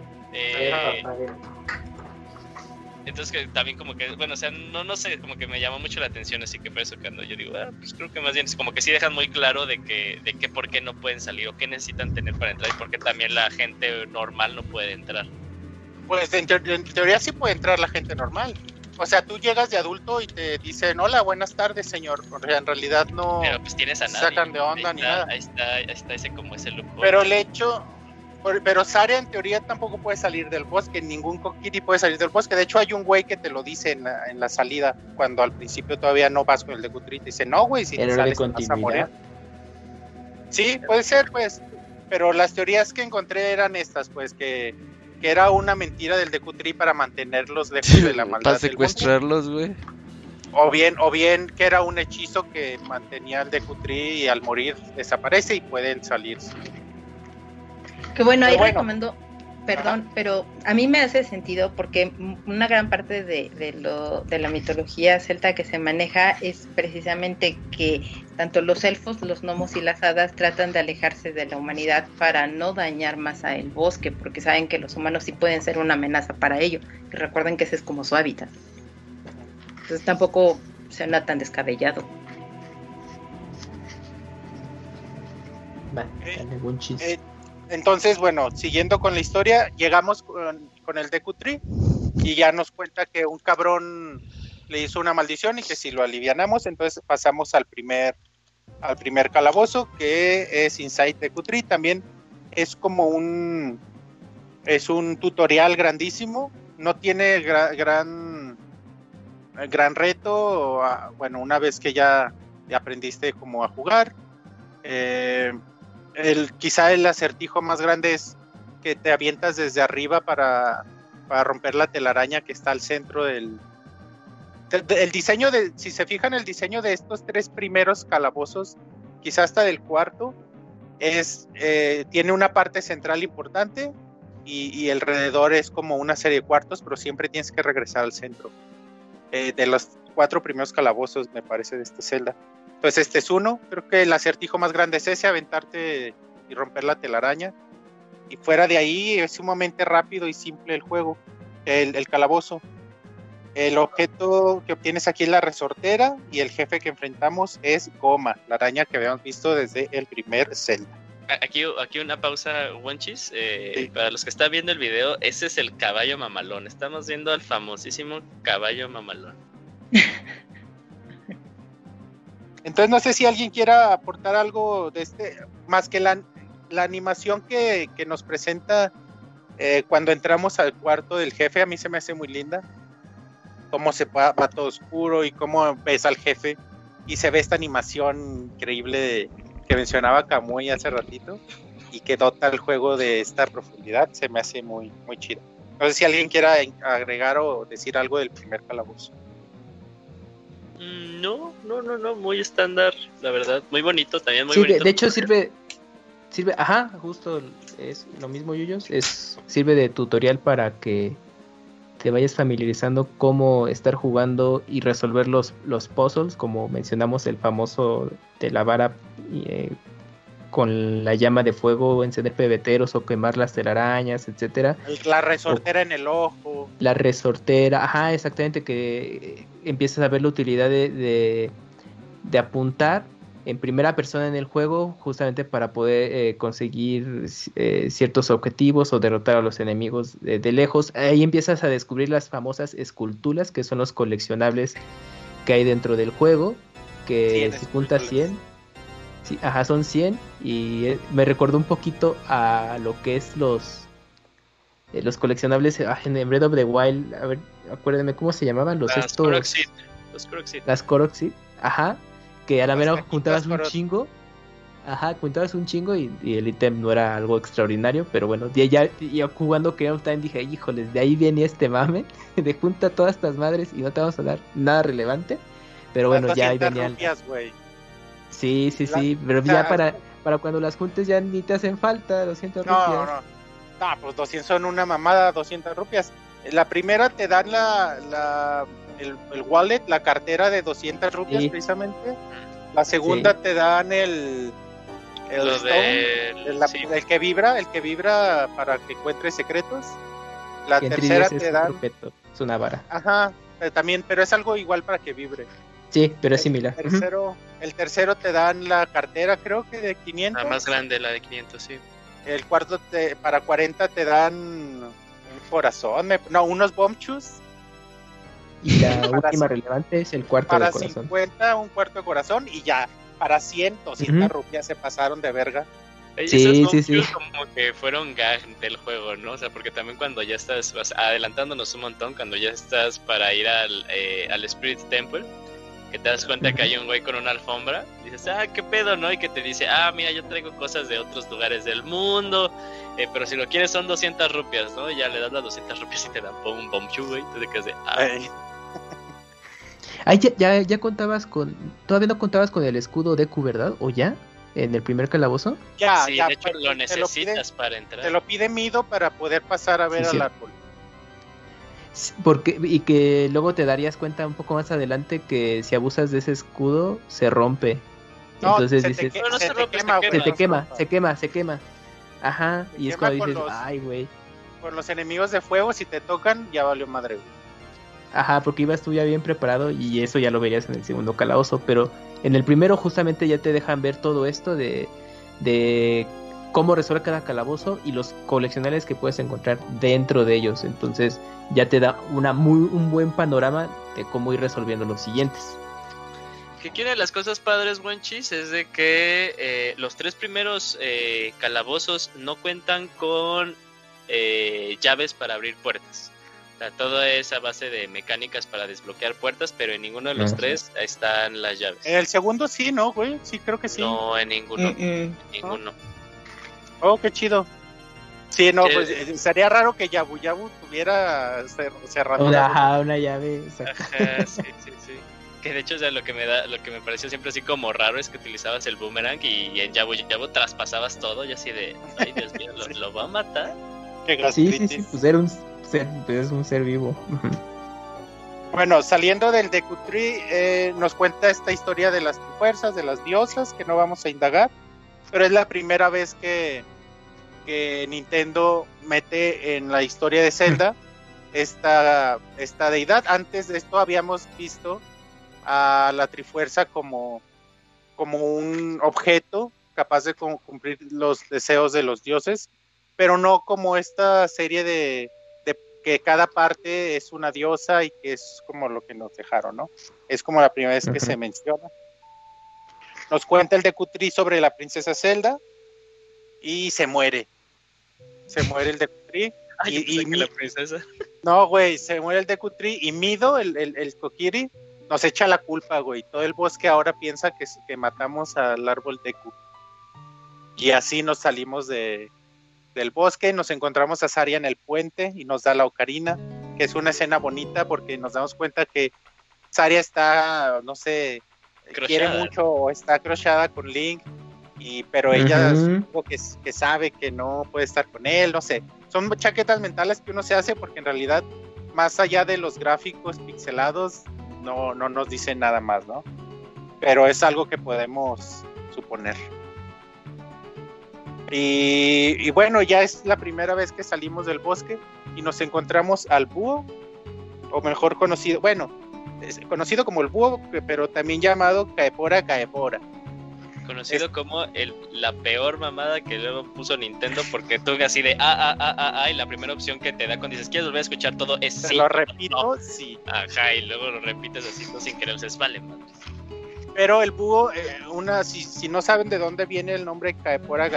Entonces que también como que, bueno, o sea, no sé, como que me llamó mucho la atención, así que por eso cuando yo digo, pues creo que más bien es como que sí dejan muy claro de que por qué no pueden salir o qué necesitan tener para entrar y por qué también la gente normal no puede entrar. Pues en teoría sí puede entrar la gente normal. O sea, tú llegas de adulto y te dicen, hola, buenas tardes, señor. O sea, en realidad no... Pero pues tienes a nadie. Sacan de onda ni nada. Ahí está ese como ese loophole. Pero el hecho... Pero Saria en teoría tampoco puede salir del bosque, ningún Kokiri puede salir del bosque. De hecho hay un güey que te lo dice en la salida, cuando al principio todavía no vas con el Deku Tree. Te dice, no güey, si te sales te vas a morir. Sí, puede ser pues, pero las teorías que encontré eran estas, pues que era una mentira del Deku Tree para mantenerlos lejos de la maldad. Para secuestrarlos, güey. O bien que era un hechizo que mantenía al Deku Tree y al morir desaparece y pueden salir. Que bueno, ahí recomiendo, perdón, pero a mí me hace sentido porque una gran parte de la mitología celta que se maneja es precisamente que tanto los elfos, los gnomos y las hadas tratan de alejarse de la humanidad para no dañar más a el bosque, porque saben que los humanos sí pueden ser una amenaza para ello, y recuerden que ese es como su hábitat. Entonces tampoco suena tan descabellado. Vale, dale buen chiste. Entonces, bueno, siguiendo con la historia, llegamos con el Deku Tree y ya nos cuenta que un cabrón le hizo una maldición y que si lo alivianamos, entonces pasamos al primer calabozo, que es Inside Deku Tree. También es como un tutorial grandísimo, no tiene gran gran reto, bueno, una vez que ya aprendiste cómo a jugar. Quizá el acertijo más grande es que te avientas desde arriba para romper la telaraña que está al centro del diseño si se fijan, el diseño de estos 3 primeros calabozos, quizá hasta del cuarto, tiene una parte central importante y alrededor es como una serie de cuartos, pero siempre tienes que regresar al centro. De los 4 primeros calabozos, me parece, de esta celda. Entonces este es uno, creo que el acertijo más grande es ese, aventarte y romper la telaraña. Y fuera de ahí es sumamente rápido y simple el juego, el calabozo. El objeto que obtienes aquí es la resortera y el jefe que enfrentamos es Goma, la araña que habíamos visto desde el primer Zelda. Aquí una pausa, Wonchis. Sí. Para los que están viendo el video, ese es el caballo mamalón. Estamos viendo al famosísimo caballo mamalón. Entonces no sé si alguien quiera aportar algo de más que la animación que nos presenta cuando entramos al cuarto del jefe. A mí se me hace muy linda. Cómo va todo oscuro y cómo ves al jefe y se ve esta animación increíble que mencionaba Kamui hace ratito y que dota el juego de esta profundidad. Se me hace muy, muy chido. No sé si alguien quiera agregar o decir algo del primer calabozo. No, muy estándar, la verdad, muy bonito también, muy sí, bonito. De hecho sirve, ajá, justo es lo mismo, Yuyos, sirve de tutorial para que te vayas familiarizando cómo estar jugando y resolver los puzzles, como mencionamos el famoso de la vara con la llama de fuego, encender pebeteros o quemar las telarañas, etcétera. La resortera en el ojo. La resortera, ajá, exactamente, que empiezas a ver la utilidad de apuntar en primera persona en el juego, justamente para poder conseguir ciertos objetivos o derrotar a los enemigos de lejos. Ahí empiezas a descubrir las famosas esculturas, que son los coleccionables que hay dentro del juego, que si juntas 100, sí, ajá, son 100, y me recordó un poquito a lo que es los coleccionables en Breath of the Wild. A ver, acuérdenme cómo se llamaban Las Koroxid. Las Koroxid, ajá, que a la mera juntabas un chingo. Ajá, juntabas un chingo y el ítem no era algo extraordinario, pero bueno, ya jugando Ocarina of Time dije, híjoles, de ahí viene este mame, de junta todas estas madres y no te vamos a dar nada relevante, pero bueno, ya ahí venía Sí, pero ya para cuando las juntes ya ni te hacen falta 200 rupias. No, pues 200 son una mamada, 200 rupias. La primera te dan el wallet, la cartera de 200 rupias, sí, precisamente. La segunda te dan el stone, el que vibra para que encuentres secretos. La tercera te dan es una vara. Ajá, pero es algo igual para que vibre. Sí, pero es similar. El tercero te dan la cartera, creo que de 500. La más grande, la de 500, sí. El cuarto para 40 te dan un corazón, unos bombchus. Y la última relevante es el cuarto de corazón. Para 50, un cuarto de corazón, y ya, para 100, 200 rupias se pasaron de verga. Sí. Como que fueron gag del juego, ¿no? O sea, porque también cuando ya estás adelantándonos un montón, cuando ya estás para ir al Spirit Temple, que te das cuenta que hay un güey con una alfombra, dices, qué pedo, ¿no? Y que te dice, mira, yo traigo cosas de otros lugares del mundo, pero si lo quieres son 200 rupias, ¿no? Y ya le das las 200 rupias y te dan un bombchu, güey, tú te quedas de, ya contabas todavía no contabas con el escudo Deku, ¿verdad? ¿O ya? ¿En el primer calabozo? Ya, de hecho lo necesitas para entrar. Te lo pide Mido para poder pasar a ver al árbol. Y que luego te darías cuenta un poco más adelante que si abusas de ese escudo se rompe. Entonces dices, se quema. Ajá, y es cuando dices, ay, güey. Por los enemigos de fuego, si te tocan, ya valió madre, güey. Ajá, porque ibas tú ya bien preparado y eso ya lo verías en el segundo calabozo, pero en el primero justamente ya te dejan ver todo esto de cómo resuelve cada calabozo y los coleccionables que puedes encontrar dentro de ellos. Entonces ya te da un buen panorama de cómo ir resolviendo los siguientes. Que una de las cosas padres, Wenchis, es de que los 3 primeros calabozos no cuentan con llaves para abrir puertas. O sea, todo es a base de mecánicas para desbloquear puertas, pero en ninguno de los tres están las llaves. En el segundo sí, ¿no, güey? Sí, creo que sí. No, en ninguno. En ninguno. Oh, qué chido. Sí, no, Sí. pues sería raro que Yabu Yabu tuviera cerradura. Una llave. Ajá, sí. Que de hecho, o sea, lo que me pareció siempre así como raro es que utilizabas el boomerang y en Yabu Yabu traspasabas todo y así de, ay Dios mío, ¿lo va a matar? Qué Sí, gastritis. pues era un ser, pues es un ser vivo. Bueno, saliendo del Deku Tree, nos cuenta esta historia de las fuerzas, de las diosas, que no vamos a indagar, pero es la primera vez que Nintendo mete en la historia de Zelda esta deidad. Antes de esto habíamos visto a la Trifuerza como un objeto capaz de cumplir los deseos de los dioses, pero no como esta serie de que cada parte es una diosa y que es como lo que nos dejaron, ¿no? Es como la primera vez que se menciona. Nos cuenta el Deku Tree sobre la princesa Zelda y se muere el Deku Tree. Y la princesa. No, güey, se muere el Deku Tree y Mido, el Kokiri, nos echa la culpa, güey. Todo el bosque ahora piensa que matamos al árbol Deku. Y así nos salimos del bosque, nos encontramos a Saria en el puente y nos da la ocarina, que es una escena bonita porque nos damos cuenta que Saria está, no sé, Crochada. quiere mucho o está crochada con Link, pero ella supongo que sabe que no puede estar con él, no sé. Son chaquetas mentales que uno se hace porque en realidad, más allá de los gráficos pixelados, no nos dicen nada más, ¿no? Pero es algo que podemos suponer. Y bueno, ya es la primera vez que salimos del bosque y nos encontramos al búho, o mejor conocido, bueno, es conocido como el búho, pero también llamado Kaepora. Conocido como la peor mamada que luego puso Nintendo, porque tú así de y la primera opción que te da cuando dices ¿quieres volver a escuchar todo? Es Te sí. lo repito, no. sí. Ajá, y luego lo repites así, no sin querer, vale, madre. Pero el búho, si no saben de dónde viene el nombre Kaepora,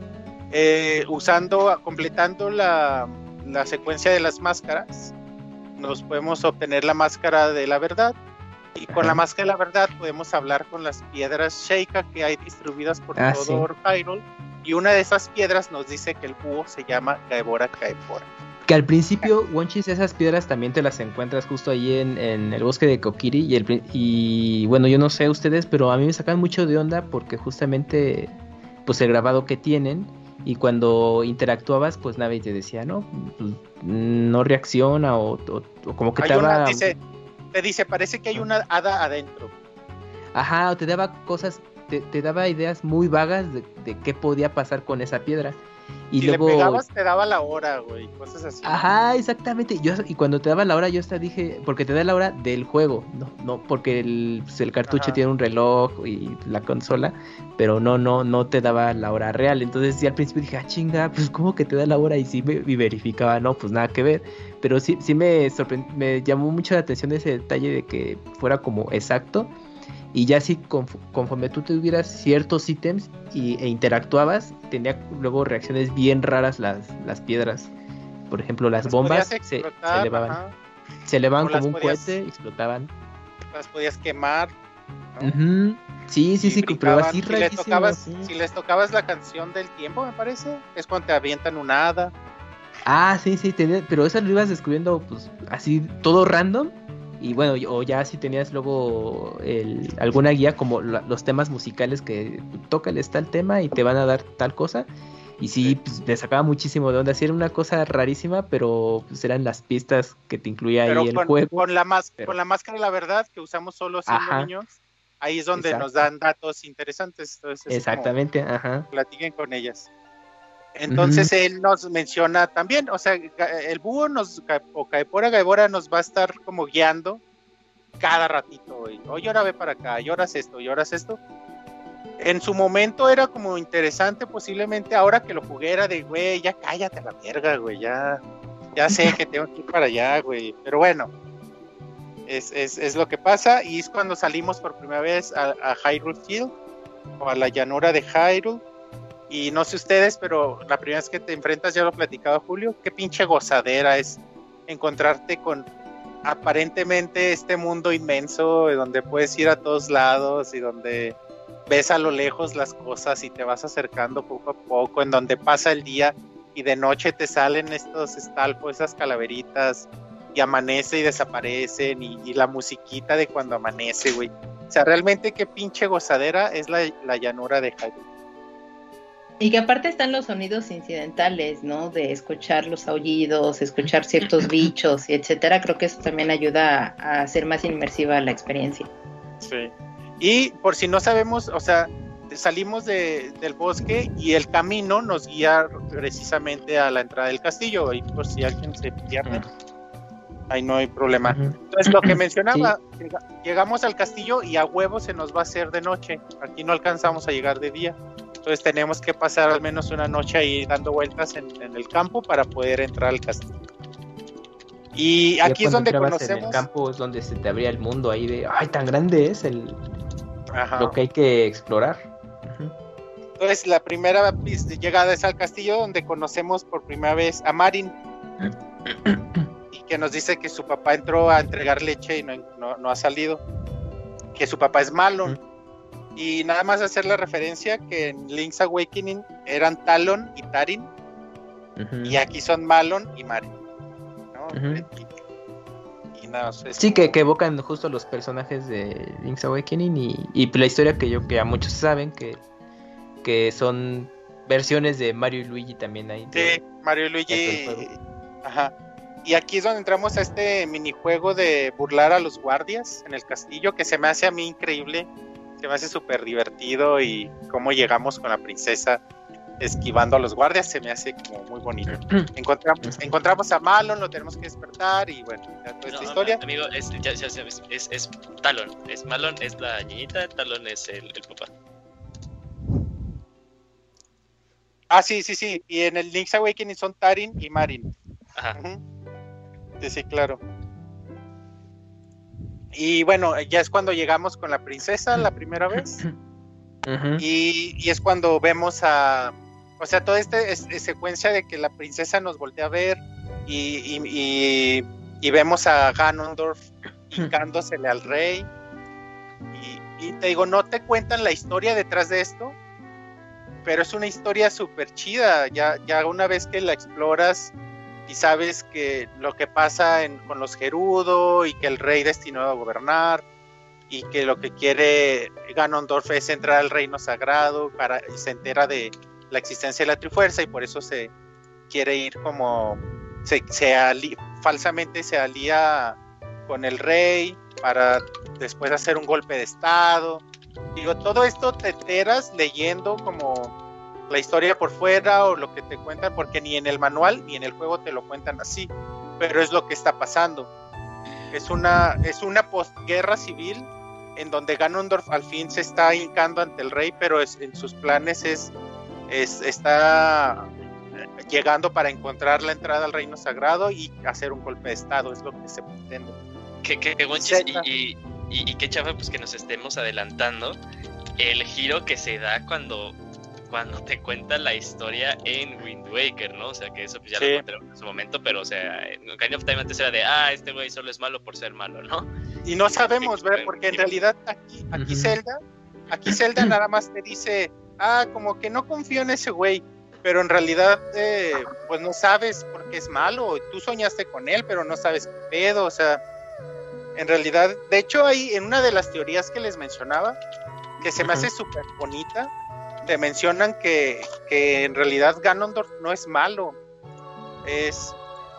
completando la secuencia de las máscaras, nos podemos obtener la máscara de la verdad. Y con la máscara de la verdad podemos hablar con las piedras Sheikah que hay distribuidas por todo Hyrule. Y una de esas piedras nos dice que el búho se llama Kaepora. Que al principio, Wonchis, esas piedras también te las encuentras justo ahí en el bosque de Kokiri. Y bueno, yo no sé ustedes, pero a mí me sacan mucho de onda porque justamente, pues el grabado que tienen. Y cuando interactuabas, pues Navi te decía, no, pues, no reacciona o como que te dice, parece que hay una hada adentro. Ajá, o te daba cosas, te daba ideas muy vagas de qué podía pasar con esa piedra. Y si luego le pegabas te daba la hora, güey, cosas así. Ajá, exactamente. Y cuando te daba la hora, yo hasta dije, porque te da la hora del juego, no porque el cartucho tiene un reloj y la consola, pero no te daba la hora real. Entonces sí, al principio dije, chinga, pues ¿cómo que te da la hora? Y sí me verificaba, no, pues nada que ver. Pero sí me sorprendió, me llamó mucho la atención ese detalle de que fuera como exacto. Y ya si conforme tú tuvieras ciertos ítems e interactuabas, tenía luego reacciones bien raras las piedras. Por ejemplo, las bombas se elevaban. Ajá. Se elevaban como un cohete y explotaban. Las podías quemar, ¿no? Uh-huh. Sí, pero así rarísimo. Si les tocabas la canción del tiempo, me parece, es cuando te avientan una hada. Ah, sí, pero eso lo ibas descubriendo pues así todo random. Y bueno, o ya si tenías luego alguna guía como los temas musicales que tócales tal tema y te van a dar tal cosa. Y sí, pues me sacaba muchísimo de onda. Sí, era una cosa rarísima, pero pues eran las pistas que te incluía ahí el juego. Con la máscara de la verdad que usamos solo siendo niños, ahí es donde nos dan datos interesantes. Entonces, exactamente, platiquen con ellas. Entonces él nos menciona también, o sea, el búho o Kaepora nos va a estar como guiando cada ratito, oye, ahora ve para acá, y ahora haz esto, y ahora haz esto. En su momento era como interesante, posiblemente ahora que lo jugué era de, güey, ya cállate a la verga, güey, ya sé que tengo que ir para allá, güey, pero bueno, es lo que pasa, y es cuando salimos por primera vez a Hyrule Field, o a la llanura de Hyrule. Y no sé ustedes, pero la primera vez que te enfrentas, ya lo platicaba Julio, qué pinche gozadera es encontrarte con aparentemente este mundo inmenso donde puedes ir a todos lados y donde ves a lo lejos las cosas y te vas acercando poco a poco, en donde pasa el día y de noche te salen estos estalpos, esas calaveritas, y amanece y desaparecen, y la musiquita de cuando amanece, güey. O sea, realmente qué pinche gozadera es la llanura de Hyrule. Y que aparte están los sonidos incidentales, ¿no? De escuchar los aullidos, escuchar ciertos bichos, y etcétera. Creo que eso también ayuda a hacer más inmersiva la experiencia. Sí. Y por si no sabemos, o sea, salimos del bosque y el camino nos guía precisamente a la entrada del castillo, y por si alguien se pierde, ahí no hay problema. Entonces, lo que mencionaba, sí, llegamos al castillo y a huevo se nos va a hacer de noche. Aquí no alcanzamos a llegar de día. Entonces tenemos que pasar al menos una noche ahí dando vueltas en el campo para poder entrar al castillo. Y aquí es donde conocemos... En el campo es donde se te abría el mundo ahí de... ¡Ay, tan grande es lo que hay que explorar! Entonces la primera llegada es al castillo, donde conocemos por primera vez a Marin. Y que nos dice que su papá entró a entregar leche y no ha salido. Que su papá es Malon. Y nada más hacer la referencia que en Link's Awakening eran Talon y Tarin, y aquí son Malon y Marin, ¿no? Y nada, sí, que evocan justo los personajes de Link's Awakening y la historia que a muchos saben que son versiones de Mario y Luigi también ahí. Sí, Mario y Luigi. Ajá. Y aquí es donde entramos a este minijuego de burlar a los guardias en el castillo, que se me hace a mí increíble. Se me hace súper divertido, y cómo llegamos con la princesa esquivando a los guardias se me hace como muy bonito. Encontramos a Malon, lo tenemos que despertar, y bueno, ya toda esta historia. Amigo, es Talon, es Malon, es la niñita, Talon es el papá. Ah, sí, y en el Link's Awakening son Tarin y Marin. Ajá. Sí, claro. Y bueno, ya es cuando llegamos con la princesa la primera vez. Y es cuando vemos o sea, toda esta es secuencia de que la princesa nos voltea a ver y vemos a Ganondorf hincándosele al rey. Y te digo, no te cuentan la historia detrás de esto, pero es una historia súper chida. Ya una vez que la exploras y sabes que lo que pasa con los Gerudo, y que el rey destinado a gobernar, y que lo que quiere Ganondorf es entrar al reino sagrado, y se entera de la existencia de la Trifuerza, y por eso se quiere ir como falsamente se alía con el rey para después hacer un golpe de estado. Digo, todo esto te enteras leyendo como la historia por fuera, o lo que te cuentan, porque ni en el manual ni en el juego te lo cuentan así, pero es lo que está pasando. Es una postguerra civil en donde Ganondorf al fin se está hincando ante el rey, pero en sus planes está llegando para encontrar la entrada al reino sagrado y hacer un golpe de estado, es lo que se pretende. Qué guanches, y qué chafa pues que nos estemos adelantando el giro que se da cuando te cuentan la historia en Wind Waker, ¿no? O sea, que eso pues ya lo contaron en su momento, pero o sea, en Ocarina of Time antes era de, este güey solo es malo por ser malo, ¿no? Y no sabemos, ¿verdad? Porque en realidad aquí Zelda nada más te dice, como que no confío en ese güey, pero en realidad pues no sabes por qué es malo. Tú soñaste con él, pero no sabes qué pedo, o sea, en realidad, de hecho ahí en una de las teorías que les mencionaba, que se me hace súper bonita, te mencionan que en realidad Ganondorf no es malo, es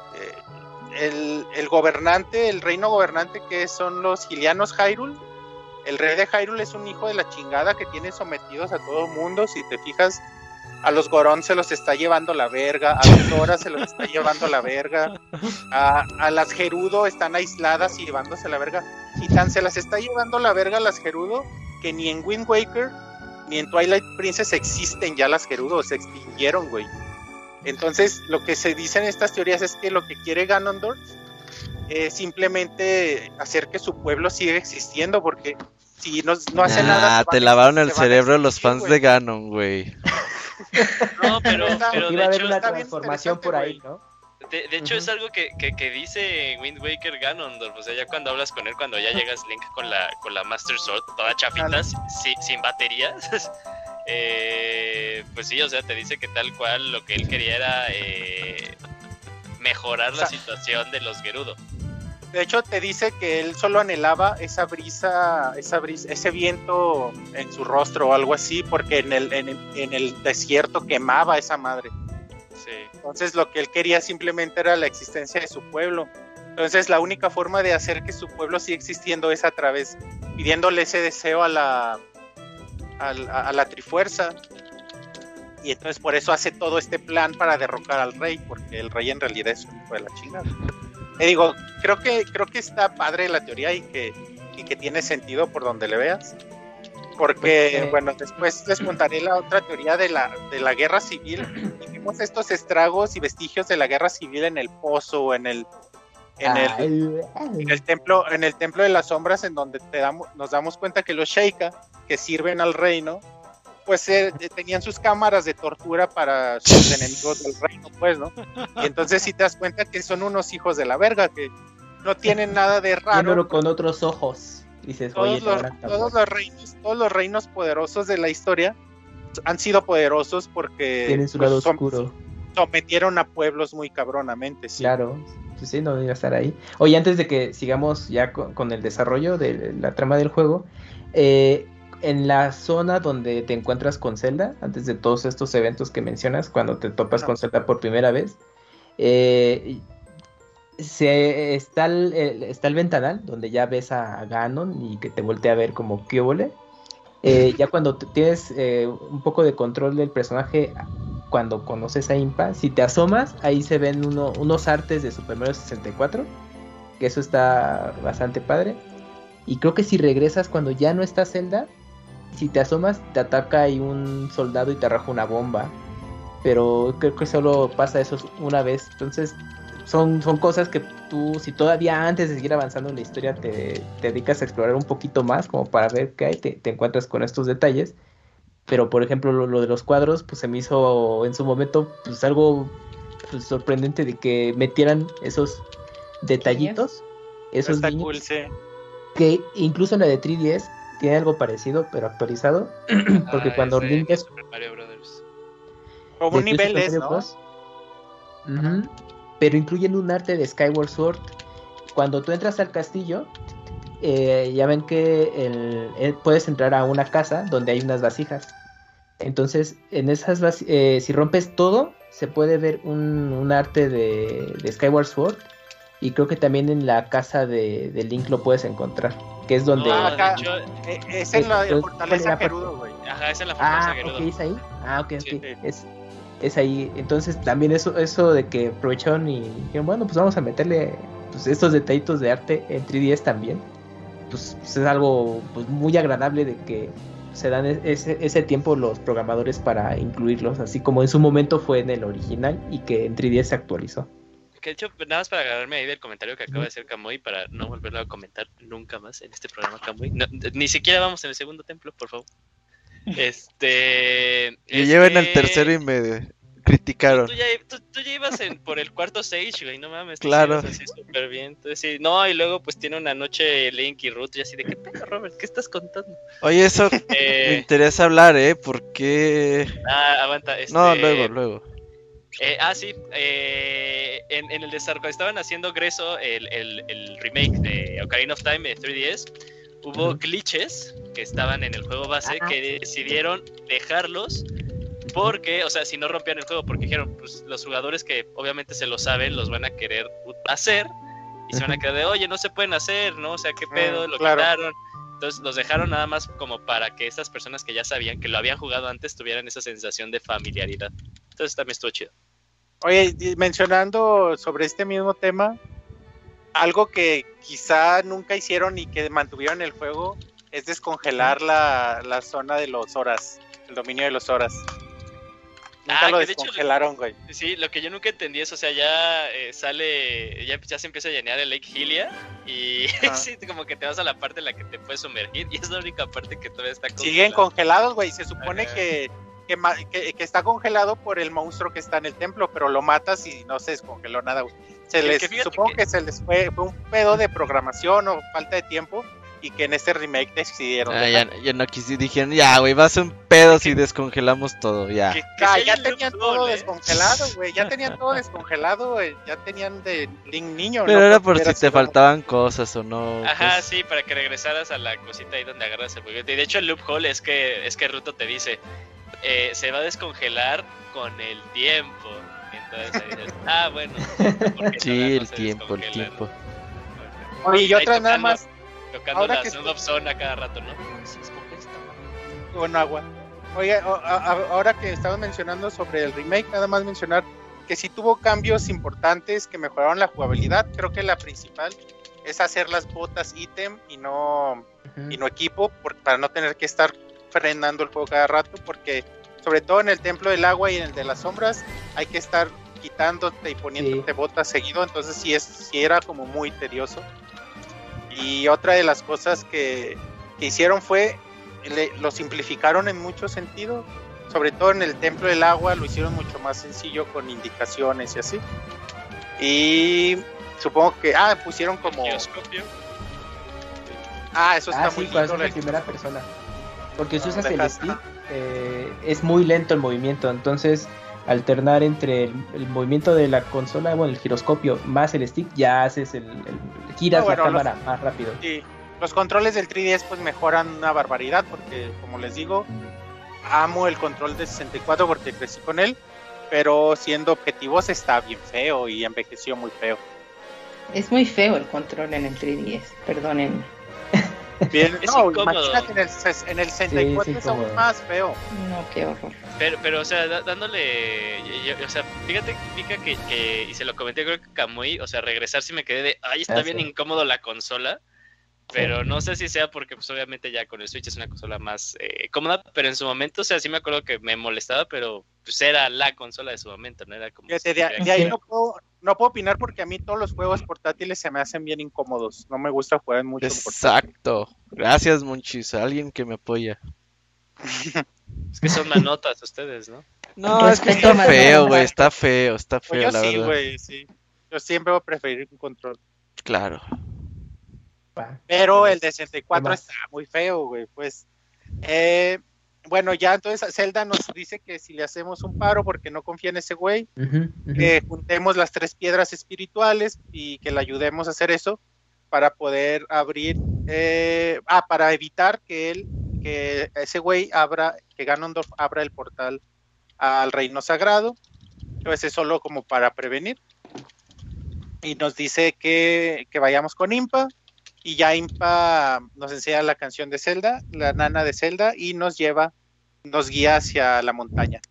el gobernante, el reino gobernante, que son los Hylianos Hyrule. El rey de Hyrule es un hijo de la chingada que tiene sometidos a todo el mundo. Si te fijas, a los Gorón se los está llevando la verga, a los Zora se los está llevando la verga, a las Gerudo están aisladas y llevándose la verga, y tan se las está llevando la verga a las Gerudo que ni en Wind Waker ni en Twilight Princess existen ya las Gerudo, se extinguieron, güey. Entonces, lo que se dice en estas teorías es que lo que quiere Ganondorf es simplemente hacer que su pueblo siga existiendo, porque si no hace nada... te lavaron el cerebro los fans de Ganon, güey. No, pero iba a haber una está bien transformación por ahí, ¿no? De hecho, es algo que dice Wind Waker Ganondorf. O sea, ya cuando hablas con él, cuando ya llegas Link con la Master Sword, toda chafitas, sin baterías. Pues sí, o sea, te dice que tal cual lo que él quería era mejorar la situación de los Gerudo. De hecho, te dice que él solo anhelaba esa brisa, ese viento en su rostro o algo así, porque en el desierto quemaba esa madre. Sí. Entonces, lo que él quería simplemente era la existencia de su pueblo. Entonces, la única forma de hacer que su pueblo siga existiendo es a través, pidiéndole ese deseo a la Trifuerza. Y entonces, por eso hace todo este plan para derrocar al rey, porque el rey en realidad es un hijo de la chingada. Te digo, creo que está padre la teoría y que tiene sentido por donde le veas. Porque, bueno, después les contaré la otra teoría de la guerra civil. Y vimos estos estragos y vestigios de la guerra civil en el pozo, en el templo de las sombras, en donde nos damos cuenta que los Sheikah, que sirven al reino, pues tenían sus cámaras de tortura para sus enemigos del reino, pues, ¿no? Y entonces sí te das cuenta que son unos hijos de la verga, que no tienen nada de raro. Viéndolo con otros ojos, dices, todos los reinos poderosos de la historia han sido poderosos porque tienen su lado oscuro. Sometieron a pueblos muy cabronamente, sí. Claro, pues sí, no iba a estar ahí. Oye, antes de que sigamos ya con el desarrollo de la trama del juego, en la zona donde te encuentras con Zelda, antes de todos estos eventos que mencionas, cuando te topas con Zelda por primera vez, está el ventanal donde ya ves a Ganon y que te voltea a ver como qué óvole. Ya cuando tienes un poco de control del personaje, cuando conoces a Impa, si te asomas, ahí se ven unos artes de Super Mario 64, que eso está bastante padre. Y creo que si regresas cuando ya no está Zelda, si te asomas, te ataca ahí un soldado y te arroja una bomba. Pero creo que solo pasa eso una vez. Entonces, son cosas que tú, si todavía antes de seguir avanzando en la historia, te dedicas a explorar un poquito más, como para ver qué hay, te encuentras con estos detalles. Pero, por ejemplo, lo de los cuadros, pues se me hizo en su momento pues algo pues, sorprendente de que metieran esos detallitos, esos está guiños, cool, sí. Que incluso en la de 3DS tiene algo parecido, pero actualizado, porque cuando Link es Super Mario Brothers. Como niveles, ¿no? Uh-huh. Pero incluyen un arte de Skyward Sword. Cuando tú entras al castillo, ya ven que puedes entrar a una casa donde hay unas vasijas. Entonces, en esas si rompes todo, se puede ver un arte de Skyward Sword. Y creo que también en la casa de Link lo puedes encontrar, que es donde... acá, es en la fortaleza Gerudo, güey. Ajá, es en la fortaleza Gerudo. Ok, ¿es ahí? Ok. Sí. Es ahí. Entonces también eso de que aprovecharon y dijeron, bueno, pues vamos a meterle pues, estos detallitos de arte en 3DS también. Pues es algo pues, muy agradable de que se dan ese tiempo los programadores para incluirlos, así como en su momento fue en el original y que en 3DS se actualizó. Que de hecho, nada más para agarrarme ahí del comentario que acaba de hacer Kamui, para no volverlo a comentar nunca más en este programa, Kamui. No, ni siquiera vamos en el segundo templo, por favor. Y llevan el tercero y me criticaron. Tú ya ibas por el cuarto stage, güey, no mames. Claro. Así súper bien. Entonces, sí, no, y luego pues tiene una noche Link y Ruth y así de, ¿qué pedo, Robert? ¿Qué estás contando? Oye, eso me interesa hablar, ¿por qué? Aguanta. No, luego. Sí, en el desarrollo, cuando estaban haciendo Greso, el remake de Ocarina of Time de 3DS, hubo glitches que estaban en el juego base que decidieron dejarlos porque, o sea, si no rompían el juego, porque dijeron, pues los jugadores que obviamente se lo saben, los van a querer hacer y se van a quedar de, oye, no se pueden hacer, ¿no? O sea, ¿qué pedo? Lo quitaron. Entonces los dejaron nada más como para que esas personas que ya sabían, que lo habían jugado antes, tuvieran esa sensación de familiaridad. Entonces también estuvo chido. Oye, mencionando sobre este mismo tema, algo que quizá nunca hicieron y que mantuvieron el juego es descongelar la zona de los Zoras, el dominio de los Zoras. Nunca lo descongelaron, güey. Sí, lo que yo nunca entendí es, o sea, ya ya se empieza a llenar el Lake Hylia y sí, como que te vas a la parte en la que te puedes sumergir y es la única parte que todavía está congelada. Siguen congelados, güey. Se supone que que está congelado por el monstruo que está en el templo, pero lo matas y no se descongeló nada, güey. Supongo que se les fue un pedo de programación o falta de tiempo, y que en este remake decidieron. Ya no quise, dijeron, ya, güey, va a ser un pedo si descongelamos todo, ya. Ya tenían todo descongelado, güey. Ya tenían todo descongelado, güey. Ya tenían de Link niño. Pero era por si te faltaban cosas o no. Ajá, pues... sí, para que regresaras a la cosita ahí donde agarras el juguete. Y de hecho el loophole es que Ruto te dice, se va a descongelar con el tiempo. Entonces ahí dices, bueno. Sí, el tiempo. Oye, y otra nada más. Tocando la Sound of Zone a cada rato, ¿no? Con agua. Oye, ahora que estamos mencionando sobre el remake, nada más mencionar que sí tuvo cambios importantes que mejoraron la jugabilidad. Creo que la principal es hacer las botas ítem y no equipo, para no tener que estar frenando el juego cada rato, porque sobre todo en el Templo del Agua y en el de las Sombras hay que estar quitándote y poniéndote botas seguido, entonces sí era como muy tedioso. Y otra de las cosas que hicieron fue, lo simplificaron en muchos sentidos, sobre todo en el Templo del Agua lo hicieron mucho más sencillo con indicaciones y así. Y supongo que, pusieron como... Giroscopio. Eso está muy lindo. Sí, en primera persona. Porque si usas el stick, es muy lento el movimiento, entonces... alternar entre el movimiento de la consola, el giroscopio más el stick, ya haces giras la cámara más rápido. Sí, los controles del 3DS pues mejoran una barbaridad, porque como les digo, amo el control de 64 porque crecí con él, pero siendo objetivos está bien feo y envejeció muy feo. Es muy feo el control en el 3DS, perdónenme. Bien, imagínate en el 64 es aún más feo. No, qué horror. Pero o sea, dándole, o sea, fíjate que y se lo comenté, creo que Kamui, o sea, regresar sí me quedé de, está bien incómodo la consola, pero no sé si sea porque pues obviamente ya con el Switch es una consola más cómoda, pero en su momento, o sea, sí me acuerdo que me molestaba, pero pues era la consola de su momento, no era como... De ahí no puedo opinar porque a mí todos los juegos portátiles se me hacen bien incómodos, no me gusta jugar mucho. Exacto, gracias Monchis, alguien que me apoya. Es que son manotas ustedes, ¿no? No, es que está feo, güey, está feo, pues yo la sí, verdad. Güey, sí. Yo siempre voy a preferir un control. Claro. Pero el de 64 está muy feo, güey, pues. Bueno, ya entonces Zelda nos dice que si le hacemos un paro porque no confía en ese güey, que juntemos las 3 piedras espirituales y que le ayudemos a hacer eso para poder abrir, para evitar que ese güey que Ganondorf abra el portal al reino sagrado. Entonces es solo como para prevenir. Y nos dice que vayamos con Impa. Y ya Impa nos enseña la canción de Zelda, la nana de Zelda, y nos guía hacia la montaña.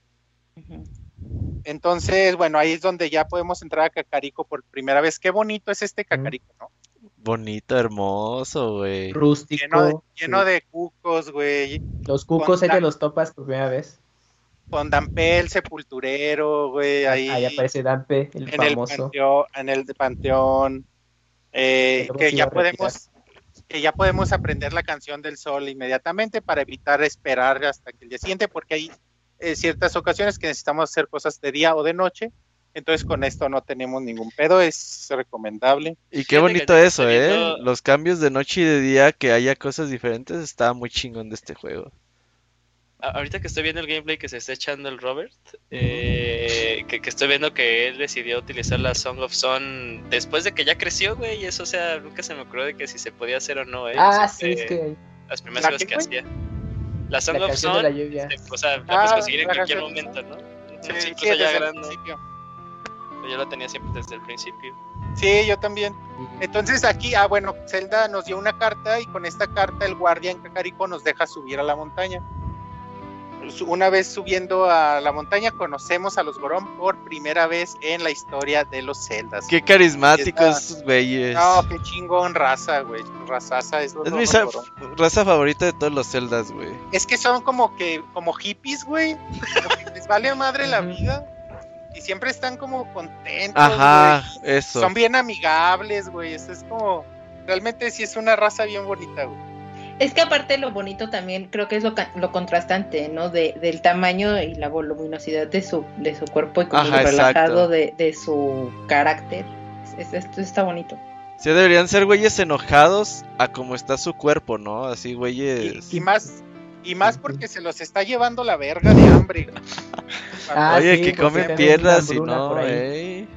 Entonces, bueno, ahí es donde ya podemos entrar a Kakariko por primera vez. Qué bonito es este Kakariko, ¿no? Bonito, hermoso, güey. Rústico. Lleno de cucos, güey. Los cucos ahí te los topas por primera vez. Con Dampe, el sepulturero, güey. Ahí aparece Dampe, el famoso. En el panteón. Que ya podemos aprender la canción del sol inmediatamente para evitar esperar hasta que el día siguiente, porque hay ciertas ocasiones que necesitamos hacer cosas de día o de noche, entonces con esto no tenemos ningún pedo, es recomendable. Y qué bonito eso, los cambios de noche y de día, que haya cosas diferentes, está muy chingón de este juego. Ahorita que estoy viendo el gameplay que se está echando el Robert, que estoy viendo que él decidió utilizar la Song of Zone después de que ya creció, güey, y eso, o sea, nunca se me ocurrió de que si se podía hacer o no, sí, es que... Las primeras cosas que hacía. La Song of Zone, o sea, la puedes conseguir en cualquier momento, ¿no? Sí, incluso ya desde grande. el principio. Yo la tenía siempre desde el principio. Sí, yo también. Entonces aquí, bueno, Zelda nos dio una carta y con esta carta el guardián Kakariko nos deja subir a la montaña. Una vez subiendo a la montaña conocemos a los Goron por primera vez en la historia de los Zeldas. Qué carismáticos estos güeyes. No, qué chingón raza, güey. Razaza es mi raza favorita de todos los Zeldas, güey. Es que son como hippies, güey. Les vale madre la vida. Y siempre están como contentos. Ajá, güey. Eso. Son bien amigables, güey. Eso es como... Realmente sí es una raza bien bonita, güey. Es que aparte lo bonito también creo que es lo contrastante, ¿no? Del tamaño y la voluminosidad de su cuerpo y como Ajá, lo relajado exacto. de su carácter. Esto está bonito. Sí, deberían ser güeyes enojados a como está su cuerpo, ¿no? Así, güeyes. Y más porque se los está llevando la verga de hambre. Ah, Oye, sí, que pues comen sí, piedras y una hambruna no, por ahí.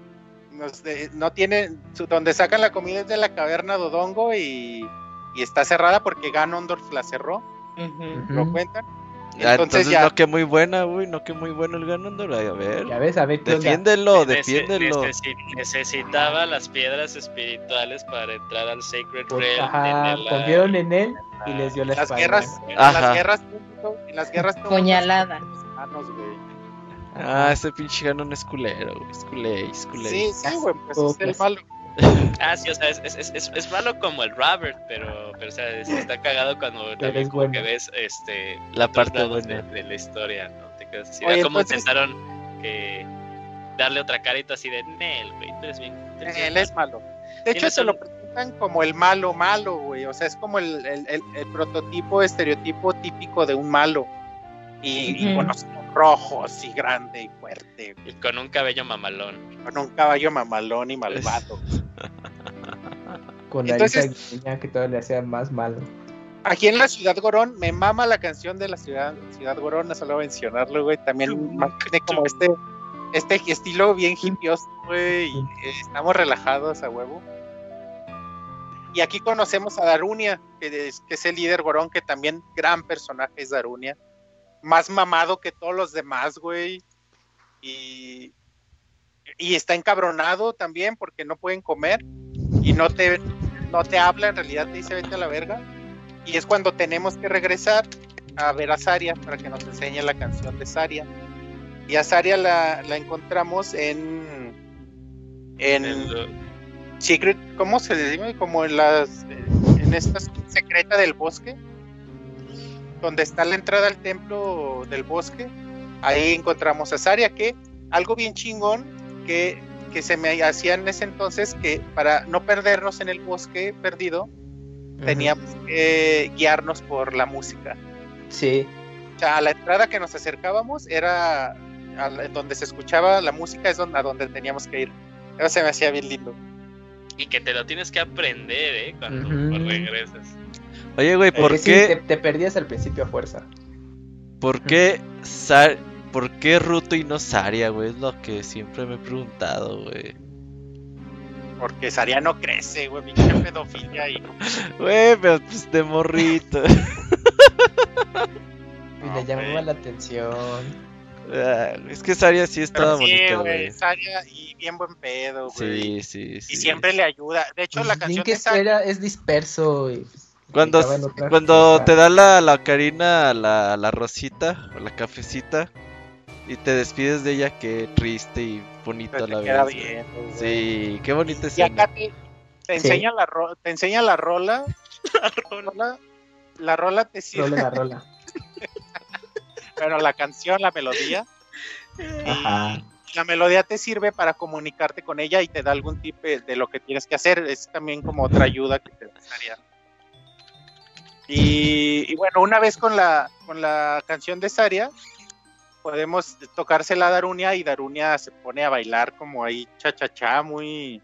No tienen, donde sacan la comida es de la caverna Dodongo y está cerrada porque Ganondorf la cerró, lo cuentan. Entonces ya, no, que muy buena, güey, no, que muy bueno el Ganondorf. A ver, Ya ves, a ver qué onda. defiéndelo, defiéndelo. Necesitaba las piedras espirituales para entrar al Sacred Pues, Realm. ajá, confiaron en él y les dio la las espalda. guerras, Ajá. en las guerras Puñalada. güey. Ah, ese pinche Ganon es culero, güey, es culé. Sí, güey, pues es el malo. Ah, sí, o sea, es malo como el Robert, pero o sea, está cagado cuando también como bueno. que ves La otros parte lados buena. de la historia, ¿no? Te quedas así, Oye, como entonces- intentaron darle otra carita así de Nel, güey, tú eres bien. Él es malo. De hecho, Tienes se lo presentan como el malo, güey. O sea, es como el prototipo, estereotipo típico de un malo. Y con los ojos rojos y grande y fuerte. Y con un cabello mamalón. Con un caballo mamalón y malvado. Con la Entonces- guiña que todavía le hacía más malo. Aquí en la Ciudad Gorón, me mama la canción de la Ciudad Gorón, no solo mencionarlo, güey. También tiene como este estilo bien hippioso, güey. Estamos relajados a huevo. Y aquí conocemos a Darunia, que es el líder Gorón, que también gran personaje es Darunia. Más mamado que todos los demás, güey. Y está encabronado también porque no pueden comer. Y no te habla, en realidad te dice vete a la verga. Y es cuando tenemos que regresar a ver a Saria para que nos enseñe la canción de Saria. Y a Saria la encontramos en Secret, ¿cómo se le dice? Como en esta secreta del bosque, donde está la entrada al templo del bosque. Ahí encontramos a Saria, que algo bien chingón que se me hacía en ese entonces, que para no perdernos en el bosque perdido, teníamos que guiarnos por la música. Sí. O sea, a la entrada que nos acercábamos era donde se escuchaba la música, es a donde teníamos que ir. Eso se me hacía bien lindo. Y que te lo tienes que aprender, cuando regresas. Oye, güey, ¿por Sí, qué? te perdías al principio a fuerza. ¿Por qué Ruto y no Saria, güey? Es lo que siempre me he preguntado, güey. Porque Saria no crece, güey, pinche pedofilia y... Güey, pero pues de morrito. Y le llamaba la atención. Es que Saria sí estaba sí, bonita, güey, güey. Saria y bien buen pedo, güey. Sí. Y siempre le ayuda. De hecho, la canción de Link Saria... es disperso. Y Cuando estaba en otra cuando cosa. te da la Karina la rosita o la cafecita y te despides de ella, qué triste y bonito a la te queda vez. bien, güey. Sí, qué bonita Y escena. acá te enseña la rola. La rola te sirve. La rola. Pero la canción, la melodía. Ajá. La melodía te sirve para comunicarte con ella y te da algún tip de lo que tienes que hacer. Es también como otra ayuda que te daría. Y bueno, una vez con la canción de Saria, podemos tocársela a Darunia y Darunia se pone a bailar como ahí cha-cha-cha, muy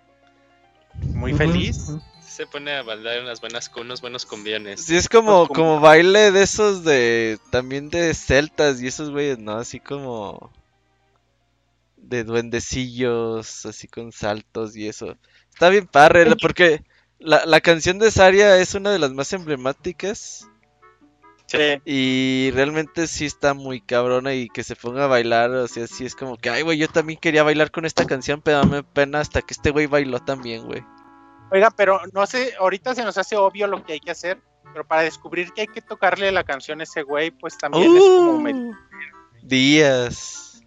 feliz. Se pone a bailar unos buenos cumbiones. Sí, es como baile de esos también de celtas y esos güeyes, ¿no? Así como de duendecillos, así con saltos y eso. Está bien padre, porque la canción de Saria es una de las más emblemáticas. Sí. Y realmente sí está muy cabrona y que se ponga a bailar, o sea, sí es como que, ay, güey, yo también quería bailar con esta canción, pero me pena hasta que este güey bailó también, güey. Oiga, pero no sé, ahorita se nos hace obvio lo que hay que hacer, pero para descubrir que hay que tocarle la canción a ese güey, pues también es como días.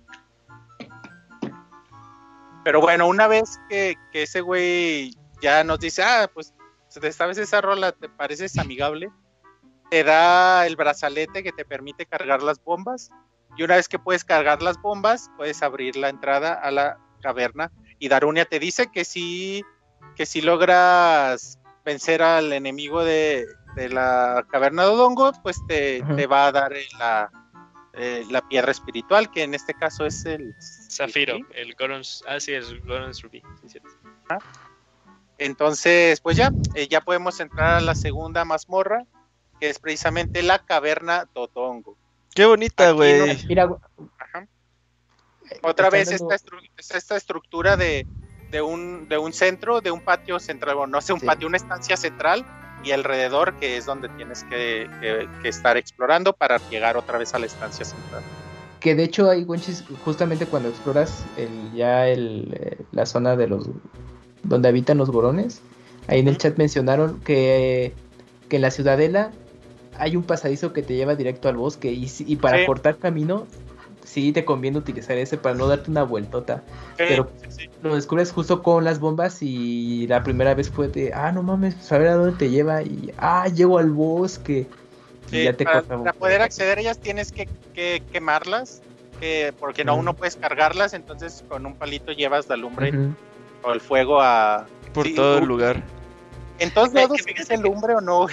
Pero bueno, una vez que ese güey ya nos dice, pues esta vez esa rola te pareces amigable, te da el brazalete que te permite cargar las bombas, y una vez que puedes cargar las bombas, puedes abrir la entrada a la caverna, y Darunia te dice que si logras vencer al enemigo de la caverna de Odongo, pues te va a dar la piedra espiritual, que en este caso es el Zafiro, ¿sí? el Goron's, sí, el Goron's Ruby, sí, cierto. Entonces, pues ya podemos entrar a la segunda mazmorra, que es precisamente la caverna de Odongo. Qué bonita, güey. Mira, Ajá. Otra vez dando... esta estructura de un centro, de un patio central, bueno, no sé, un patio, una estancia central, y alrededor, que es donde tienes que estar explorando para llegar otra vez a la estancia central. Que de hecho hay Wenchis, justamente cuando exploras la zona de los donde habitan los gorones, ahí en el chat mencionaron que en la ciudadela hay un pasadizo que te lleva directo al bosque, y para cortar camino sí te conviene utilizar ese para no darte una vueltota, pero lo descubres justo con las bombas, y la primera vez fue de, no mames, saber a dónde te lleva, y llego al bosque. Sí, ya te para poder acceder a ellas tienes que quemarlas, porque no puedes cargarlas, entonces con un palito llevas la lumbre o el fuego por todo el lugar. ¿En todos lados es el lumbre o no?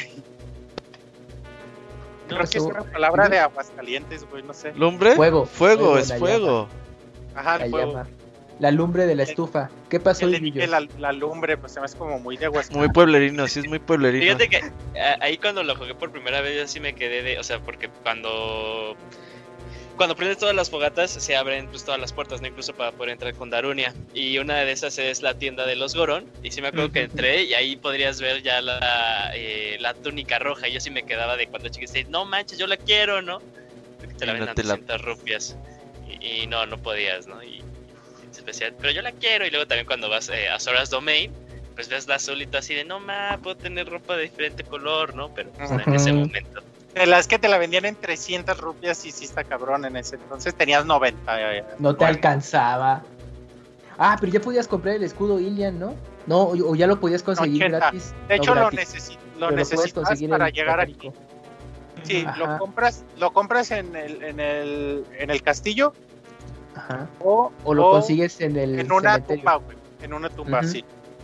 Creo que es una palabra de Aguascalientes, güey, no sé. ¿Lumbre? Fuego Es fuego. Ajá, el fuego. Llama. La lumbre de la estufa. ¿Qué pasó, Guillo? La lumbre, pues se me hace como muy de Aguascalientes. Muy pueblerino, sí es muy pueblerino. Fíjate que ahí cuando lo jugué por primera vez yo sí me quedé o sea, porque cuando prendes todas las fogatas se abren pues todas las puertas, ¿no? Incluso para poder entrar con Darunia. Y una de esas es la tienda de los Goron. Y sí me acuerdo que entré y ahí podrías ver ya la túnica roja. Y yo sí me quedaba de cuando chiquis, no manches, yo la quiero, ¿no? Porque te la venden 200 rupias. Y no podías, ¿no? Y especial, pero yo la quiero. Y luego también cuando vas a Zora's Domain, pues ves la azul y tú así de, no puedo tener ropa de diferente color, ¿no? Pero pues, en ese momento. Es que te la vendían en 300 rupias y sí está cabrón en ese entonces. Tenías 90. No te alcanzaba. Pero ya podías comprar el escudo Ilian, ¿no? No, o ya lo podías conseguir 80. gratis. De hecho, lo necesitas para llegar aquí. Sí, lo compras en el castillo. Ajá. O lo consigues en una cementerio. tumba, güey. En una tumba, sí.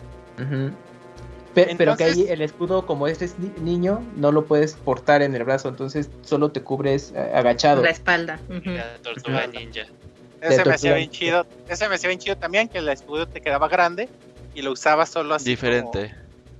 Pero que ahí el escudo, como es niño, no lo puedes portar en el brazo, entonces solo te cubres agachado. La espalda. La tortuga ninja. Ese me hacía bien chido. También, que el escudo te quedaba grande y lo usabas solo así. Diferente.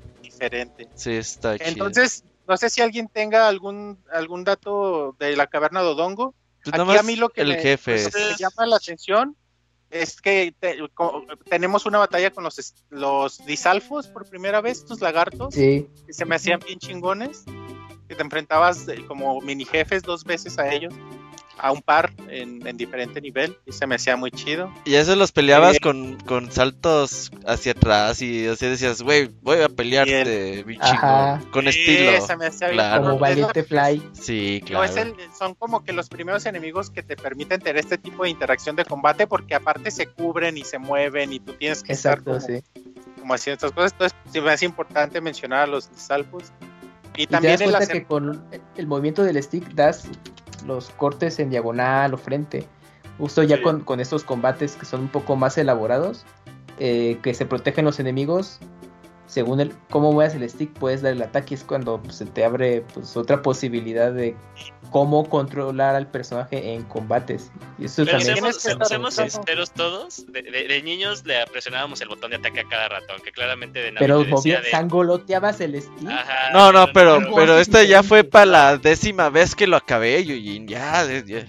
Sí, está chido. Entonces, no sé si alguien tenga algún dato de la caverna de Odongo. Pues aquí a mí lo que me llama la atención es que tenemos una batalla con los disalfos por primera vez, estos lagartos, que se me hacían bien chingones, que te enfrentabas como mini jefes 2 veces a ellos, a un par en diferente nivel, y se me hacía muy chido. Y eso los peleabas con saltos hacia atrás, y así decías, güey, voy a pelearte, bien chingón, con estilo. Se me hacía claro. Como Valiente Fly. Sí, claro. Son como que los primeros enemigos que te permiten tener este tipo de interacción de combate, porque aparte se cubren y se mueven, y tú tienes que estar como haciendo estas cosas. Entonces, sí me hace importante mencionar a los disalfos. Y también te das cuenta que con el movimiento del stick das los cortes en diagonal o frente. Justo ya con estos combates que son un poco más elaborados, que se protegen los enemigos. Según cómo muevas el stick, puedes dar el ataque. Es cuando se te abre pues otra posibilidad de cómo controlar al personaje en combates. Y eso pero también seamos sinceros todos, de niños le presionábamos el botón de ataque a cada rato, aunque claramente de nada. Pero sangoloteabas el stick. Ajá, no, pero esta ya fue para la 10ª vez que lo acabé, Yujin, ya.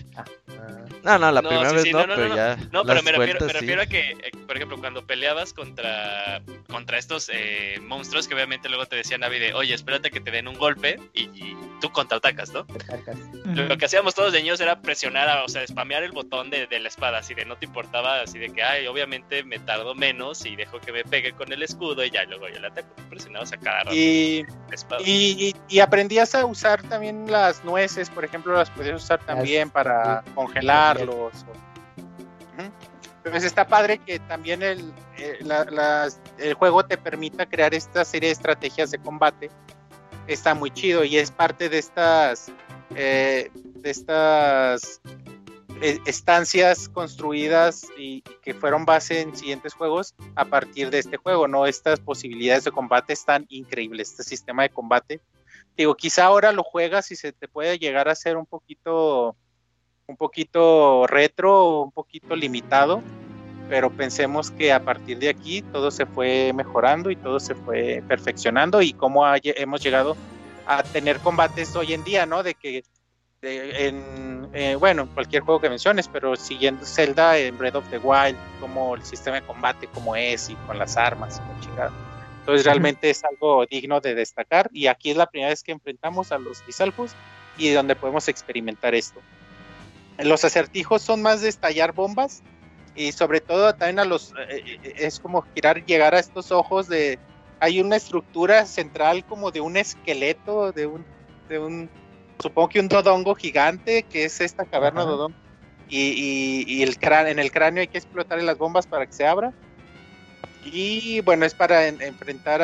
No, la primera vez pero ya. No, pero me refiero a que, por ejemplo, cuando peleabas contra estos monstruos, que obviamente luego te decían Navi de, oye, espérate que te den un golpe y tú contraatacas, ¿no? Lo que hacíamos todos de niños era presionar, spamear el botón de la espada, así de no te importaba, así de que, obviamente me tardo menos y dejo que me pegue con el escudo y ya luego yo le ataco, presionabas a cada rato. Y aprendías a usar también las nueces, por ejemplo, las podías usar también para congelarlos. Pues está padre que también el juego te permita crear esta serie de estrategias de combate. Está muy chido y es parte de estas estancias construidas y que fueron base en siguientes juegos a partir de este juego, ¿no? Estas posibilidades de combate están increíbles. Este sistema de combate digo, quizá ahora lo juegas y se te puede llegar a hacer un poquito retro o un poquito limitado, pero pensemos que a partir de aquí todo se fue mejorando y todo se fue perfeccionando, y cómo hemos llegado a tener combates hoy en día, ¿no? De que bueno, cualquier juego que menciones, pero siguiendo Zelda, en Breath of the Wild, como el sistema de combate como es, y con las armas y la chingada. Entonces realmente es algo digno de destacar, y aquí es la primera vez que enfrentamos a los Lizalfos y donde podemos experimentar esto. Los acertijos son más de estallar bombas, y sobre todo también es como llegar a estos ojos hay una estructura central como de un esqueleto, de un supongo que un dodongo gigante, que es esta caverna dodongo, y en el cráneo hay que explotar las bombas para que se abra, y bueno, es para enfrentar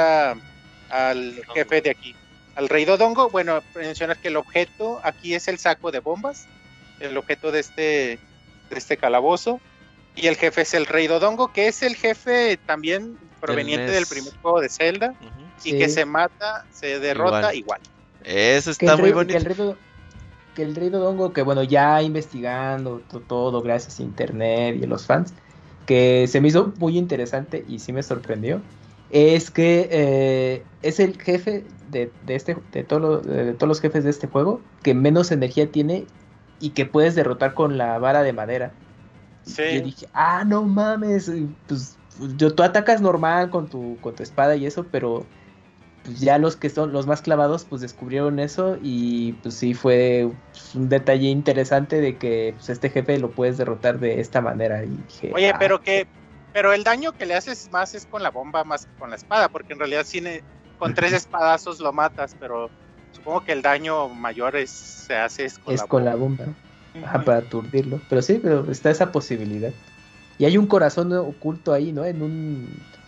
al jefe de aquí, al rey dodongo. Bueno, mencionar que el objeto aquí es el saco de bombas, el objeto de este calabozo, y el jefe es el rey dodongo, que es el jefe también proveniente del primer juego de Zelda, y que se derrota igual. Eso está muy bonito. Que el rey dodongo, que bueno, ya investigando todo gracias a internet y a los fans, que se me hizo muy interesante y sí me sorprendió, es que es el jefe de todos los jefes de este juego que menos energía tiene y que puedes derrotar con la vara de madera. Sí. Y yo dije, no mames, pues tú atacas normal con tu espada y eso, pero pues ya los que son los más clavados pues descubrieron eso, y pues sí fue un detalle interesante de que pues este jefe lo puedes derrotar de esta manera. Y dije, oye, pero el daño que le haces más es con la bomba más que con la espada, porque en realidad con 3 espadazos lo matas, pero supongo que el daño mayor se hace con la bomba. Para aturdirlo. Pero sí, pero está esa posibilidad. Y hay un corazón oculto ahí, ¿no? En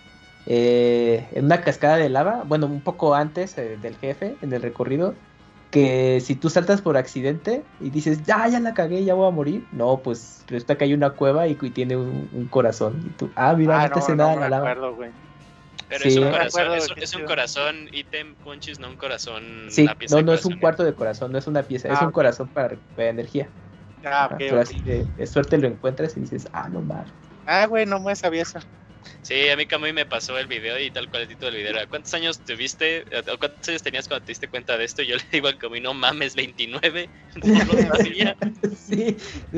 una cascada de lava, bueno, un poco antes del jefe, en el recorrido, que si tú saltas por accidente y dices, ya la cagué, ya voy a morir, no, pues resulta que hay una cueva y tiene un corazón, y tú, mira, no te hace nada la lava. Acuerdo, güey. Pero sí, es un corazón ítem, Punchis, no un corazón. Sí, no es un cuarto de corazón, no es una pieza, es un corazón para recuperar energía. Pero así de suerte lo encuentras y dices, no mames. Güey, no me sabía eso. Sí, a mí Kamui me pasó el video y tal cual el título del video era ¿cuántos años tuviste? ¿O cuántos años tenías cuando te diste cuenta de esto? Y yo le digo a Kamui, no mames, 29. No lo sabía. Sí,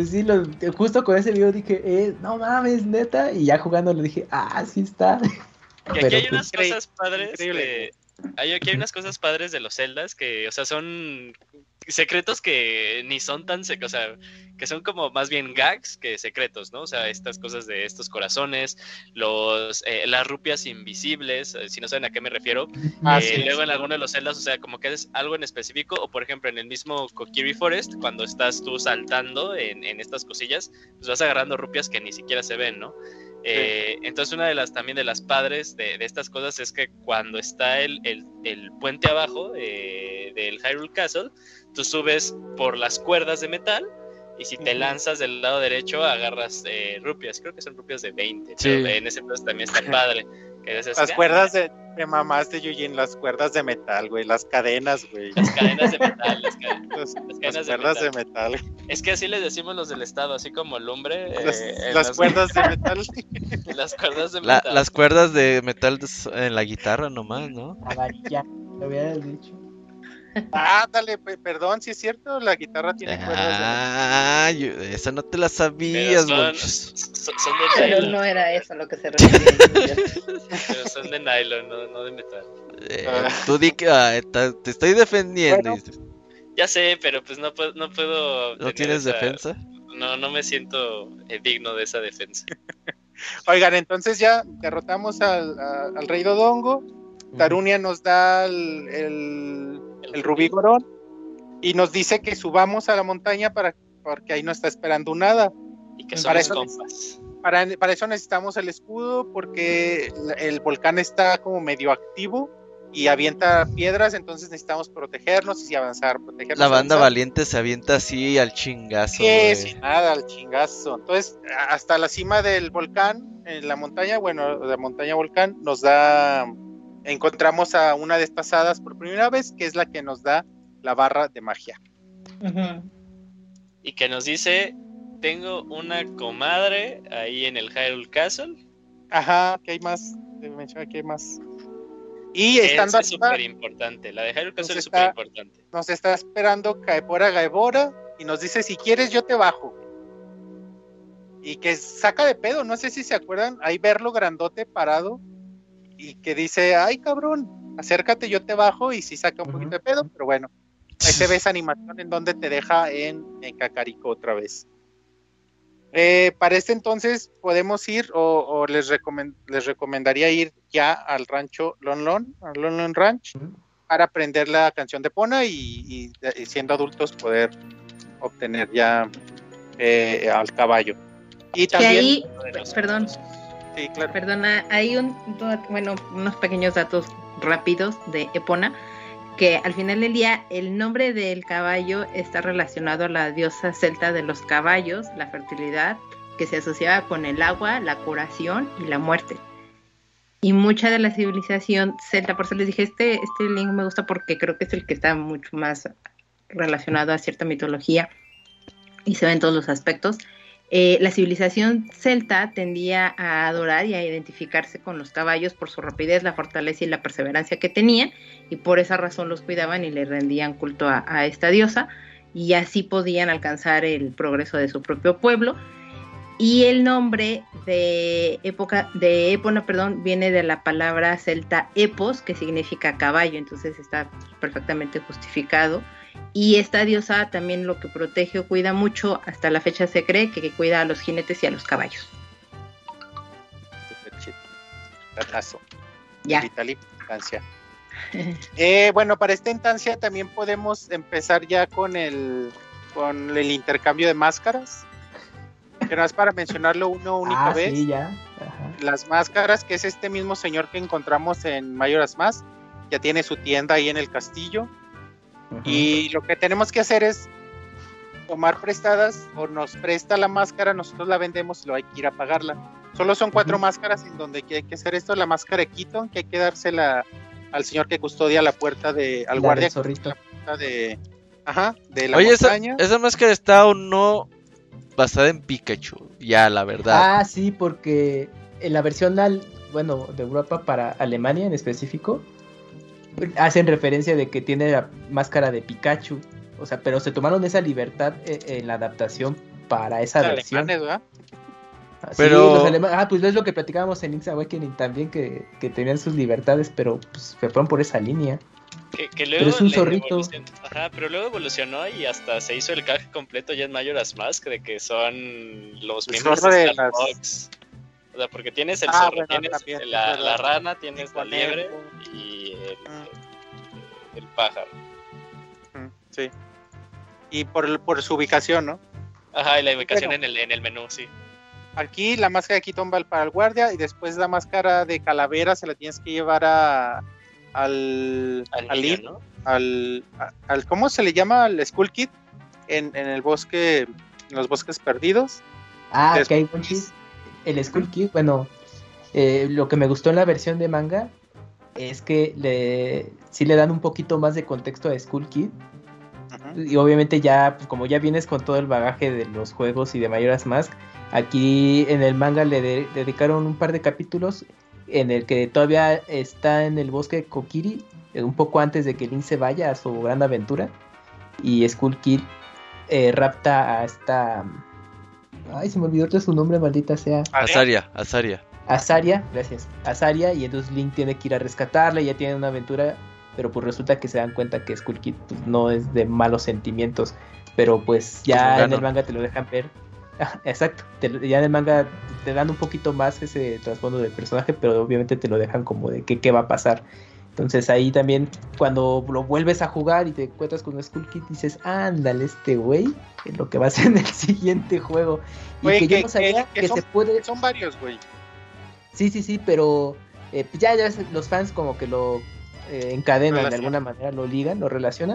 justo con ese video dije, no mames, neta. Y ya jugando le dije, sí está. Y aquí hay unas cosas padres. Aquí hay unas cosas padres de los Zeldas que, o sea, son secretos que ni son tan secretos, o sea, que son como más bien gags que secretos, ¿no? O sea, estas cosas de estos corazones, las rupias invisibles, si no saben a qué me refiero. Luego en alguno de los Zeldas, o sea, como que es algo en específico, o por ejemplo en el mismo Kokiri Forest, cuando estás tú saltando en estas cosillas, pues vas agarrando rupias que ni siquiera se ven, ¿no? Entonces una de las padres de estas cosas es que cuando está el puente abajo del Hyrule Castle, tú subes por las cuerdas de metal y si te lanzas del lado derecho agarras rupias, creo que son rupias de 20, sí. Pero en ese caso también está padre. Las cuerdas de mamás de Yujin, las cuerdas de metal, güey, las cadenas, güey. Las cadenas de metal, las cuerdas de metal. Es que así les decimos los del estado, así como lumbre. Las cuerdas de metal. Las cuerdas de metal. Las cuerdas de metal en la guitarra nomás, ¿no? Ya, lo hubieras dicho. Dale, perdón, si es cierto, la guitarra tiene cuerdas de metal. Esa no te la sabías, güey. Pero no era eso lo que se refería. Pero son de nylon, no de metal. Tú di que te estoy defendiendo. Bueno, ya sé, pero pues no puedo. ¿No tienes defensa? No me siento digno de esa defensa. Oigan, entonces ya derrotamos al rey Dodongo. Darunia nos da el Rubí Gorón y nos dice que subamos a la montaña porque ahí no está esperando nada. Y que somos compas. Para eso necesitamos el escudo porque el volcán está como medio activo y avienta piedras, entonces necesitamos protegernos y avanzar. La banda valiente se avienta así al chingazo. Sí, sin nada, al chingazo. Entonces, hasta la cima del volcán, en la montaña, bueno, la montaña volcán, nos da encontramos a una de estas hadas por primera vez, que es la que nos da la barra de magia. Y que nos dice, tengo una comadre ahí en el Hyrule Castle. Ajá, que hay más, te menciona que hay más. Y estando es súper importante, la de Hyrule Castle es súper importante. Nos está esperando Gaebora, y nos dice, si quieres yo te bajo. Y que saca de pedo, no sé si se acuerdan, ahí verlo grandote parado, y que dice, ay cabrón, acércate, yo te bajo, y sí saca un poquito de pedo, pero bueno, ahí se ve esa animación en donde te deja en Kakariko otra vez. Para este entonces podemos ir, o les recomendaría ir ya al rancho Lon Lon Ranch, para aprender la canción de Epona y siendo adultos poder obtener ya al caballo. Y también ahí, perdón, sí, claro. Perdona, hay unos pequeños datos rápidos de Epona, que al final del día el nombre del caballo está relacionado a la diosa celta de los caballos, la fertilidad, que se asociaba con el agua, la curación y la muerte. Y mucha de la civilización celta, por eso les dije, este link me gusta porque creo que es el que está mucho más relacionado a cierta mitología y se ve en todos los aspectos. La civilización celta tendía a adorar y a identificarse con los caballos por su rapidez, la fortaleza y la perseverancia que tenían, y por esa razón los cuidaban y le rendían culto a esta diosa, y así podían alcanzar el progreso de su propio pueblo. Y el nombre de Epona, viene de la palabra celta epos, que significa caballo, entonces está perfectamente justificado. Y esta diosa también lo que protege o cuida mucho, hasta la fecha se cree que cuida a los jinetes y a los caballos. Ya. Vital importancia. Bueno, para esta instancia también podemos empezar ya con el intercambio de máscaras. Que no es para mencionarlo una única vez. Sí, ya. Ajá. Las máscaras, que es este mismo señor que encontramos en Majora's Mask, ya tiene su tienda ahí en el castillo. Y lo que tenemos que hacer es tomar prestadas, o nos presta la máscara, nosotros la vendemos y luego hay que ir a pagarla. Solo son 4 máscaras en donde hay que hacer esto. La máscara de Keaton, que hay que dársela al señor que custodia la puerta al guardia que custodia la puerta de la montaña. Esa máscara está o no basada en Pikachu, ya la verdad. Ah, sí, porque en la versión de Europa para Alemania en específico, hacen referencia de que tiene la máscara de Pikachu, o sea, pero se tomaron esa libertad en la adaptación para esa versión. Alemanes, ¿verdad? Pero sí, los alemanes, pues es lo que platicábamos en Link's Awakening también, que tenían sus libertades, pero pues se fueron por esa línea. Que luego pero es un zorrito. Pero luego evolucionó y hasta se hizo el caje completo ya en Majora's Mask, de que son los miembros de Star Fox. O sea, porque tienes el zorro, tienes también, la rana, tienes la liebre y el pájaro. Sí. Y por su ubicación, ¿no? Ajá, y la ubicación en el menú, sí. Aquí la máscara de Keaton va para el guardia, y después la máscara de calavera se la tienes que llevar al niño, ¿no? al ¿cómo se le llama? Al Skull Kid en el bosque, en los bosques perdidos. Después, que hay monchis. El Skull Kid, lo que me gustó en la versión de manga es que sí le dan un poquito más de contexto a Skull Kid. Y obviamente ya, pues, como ya vienes con todo el bagaje de los juegos y de Majora's Mask, aquí en el manga le dedicaron un par de capítulos en el que todavía está en el bosque de Kokiri, un poco antes de que Link se vaya a su gran aventura, y Skull Kid rapta a esta... Ay, se me olvidó su nombre, maldita sea. Azaria, gracias. Azaria, y entonces Link tiene que ir a rescatarla, y ya tiene una aventura, pero pues resulta que se dan cuenta que Skull Kid pues, no es de malos sentimientos, pero pues ya en el manga te lo dejan ver. Exacto, ya en el manga te dan un poquito más ese trasfondo del personaje, pero obviamente te lo dejan como de qué va a pasar. Entonces ahí también, cuando lo vuelves a jugar y te encuentras con Skull Kid, dices, ándale, este güey, es lo que va a hacer en el siguiente juego. Y wey, que yo no sabía que son, se puede... Son varios, güey. Sí, pero ya ves, los fans como que lo encadenan de alguna manera, lo ligan, lo relacionan.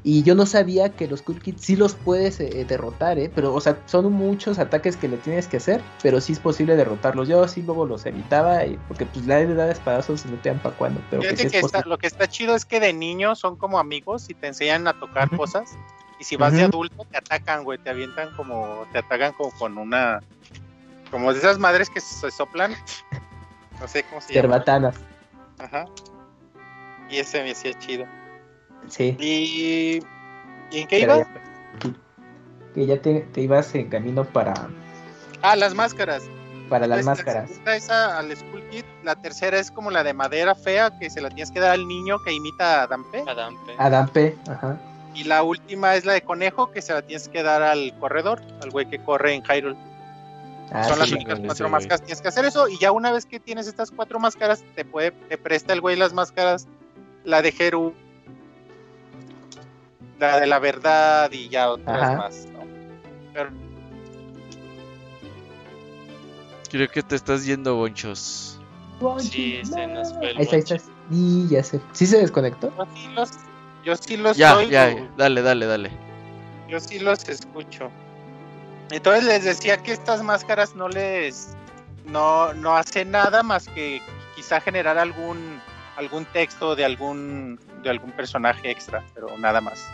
Y yo no sabía que los Cool Kids sí los puedes derrotar, pero, o sea, son muchos ataques que le tienes que hacer, pero sí es posible derrotarlos. Yo sí luego los evitaba, porque pues la edad de espadazos se metían para cuando, pero que sí es posible. Lo que está chido es que de niños son como amigos y te enseñan a tocar cosas, y si vas de adulto te atacan, güey, te atacan como con una, como de esas madres que se soplan, no sé cómo se llama. Cerbatanas. Ajá. Y ese me hacía chido. Sí. ¿Y en qué Pero iba? Que ya te ibas en camino para Las máscaras. las máscaras. La segunda esa al Skull Kid, la tercera es como la de madera fea que se la tienes que dar al niño que imita a Dampe. Adampe, ajá. Y la última es la de conejo que se la tienes que dar al corredor, al güey que corre en Hyrule. Son las únicas 4 máscaras que tienes que hacer eso, y ya una vez que tienes estas 4 máscaras, te presta el güey las máscaras, la de Heru, la de la verdad y ya otras más, ¿no? Pero... Creo que te estás yendo, Bonchos. Sí, se nos fue el Ahí está. Y ya se... ¿Sí se desconectó? Yo sí los ya, oigo. Dale. Yo sí los escucho. Entonces les decía que estas máscaras no hacen nada más que quizá generar algún texto de algún personaje extra, pero nada más.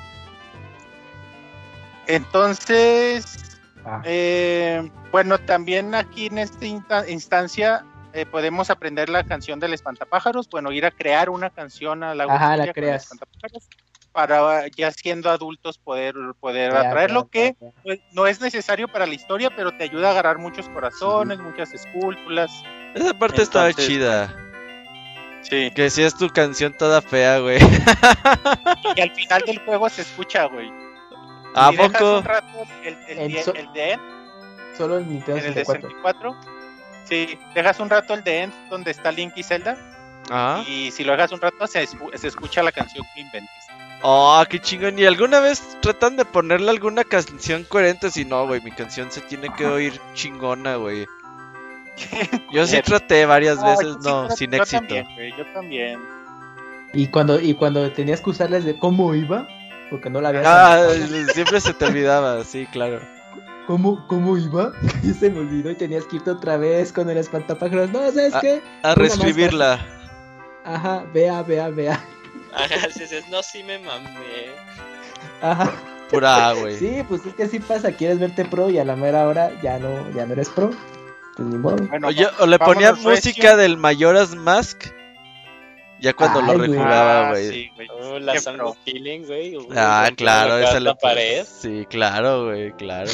Entonces, bueno, también aquí en esta instancia podemos aprender la canción del espantapájaros, bueno, ir a crear una canción a la la creas. Espantapájaros, para ya siendo adultos poder atraerlo, que pues, no es necesario para la historia, pero te ayuda a agarrar muchos corazones, muchas esculturas. Esa parte estaba chida. Sí. Que si es tu canción toda fea, güey. Y al final del juego se escucha, güey. ¿A si dejas poco? un rato el de End, solo en Nintendo en el de 64. Sí, dejas un rato el de End donde está Link y Zelda. Y si lo dejas un rato se escucha la canción que inventas. Oh, qué chingón. ¿Y alguna vez tratan de ponerle alguna canción coherente? Si no, güey, mi canción se tiene que oír chingona, güey. Yo sí traté varias veces, sin éxito. Yo también. Y cuando tenías que usarles de cómo iba, porque no la habías... siempre se te olvidaba, sí, claro. ¿Cómo iba? Se me olvidó y tenías que irte otra vez con el espantapájaros. No, ¿sabes qué? A reescribirla. Ajá, vea. Ajá, sí me mamé. Ajá. Pura, güey. Sí, pues es que así pasa, quieres verte pro y a la mera hora ya no eres pro. Pues ni modo. Bueno, o le ponía música del Majora's Mask. Ya cuando lo rejugaba, güey. Sí, la Song of Healing, güey. Claro, esa la pared. Sí, claro, güey, claro.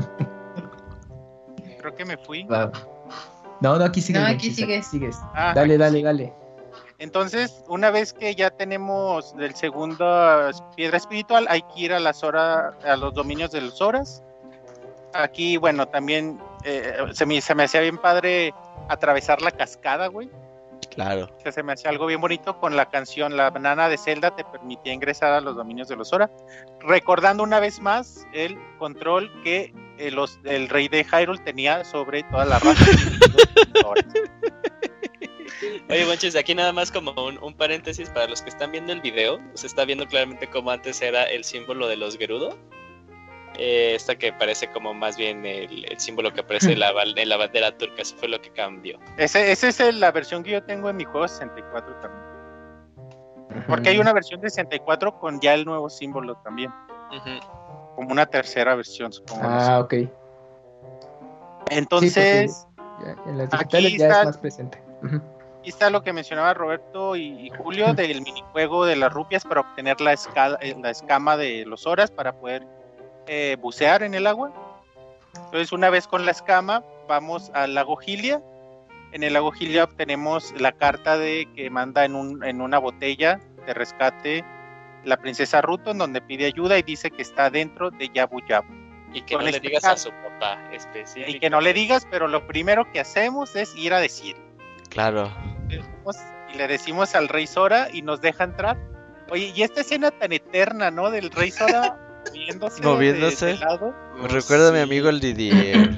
Creo que me fui. No, aquí sigues. No, aquí sigues. Dale. Entonces, una vez que ya tenemos el segundo piedra espiritual, hay que ir a los dominios de los Horas. Aquí, bueno, también se me hacía bien padre atravesar la cascada, güey. Claro. O sea, se me hacía algo bien bonito con la canción La Banana de Zelda, te permitía ingresar a los dominios de los Hora. Recordando una vez más el control que el rey de Hyrule tenía sobre toda la raza. Oye, Bonches, aquí nada más como un paréntesis para los que están viendo el video. Se está viendo claramente cómo antes era el símbolo de los Gerudo. Esta que parece como más bien el símbolo que aparece en la bandera turca. Eso fue lo que cambió. Esa es la versión que yo tengo en mi juego 64 también. Porque hay una versión de 64 con ya el nuevo símbolo también. Como una tercera versión, supongo. Ok. Entonces, sí, en las digitales ya es más presente. Aquí está lo que mencionaba Roberto y Julio del minijuego de las rupias para obtener la escama de los Horas para poder bucear en el agua. Entonces, una vez con la escama, vamos al lago Hylia. En el lago Hylia obtenemos la carta que manda en una botella de rescate la princesa Ruto, en donde pide ayuda y dice que está dentro de Yabu Yabu. Y que no le digas a su papá específicamente. Y que no le digas, pero lo primero que hacemos es ir a decir. Claro. Y le decimos al rey Sora y nos deja entrar. Oye, y esta escena tan eterna, ¿no? Del rey Sora moviéndose. De lado. Me recuerda a mi amigo el Didier.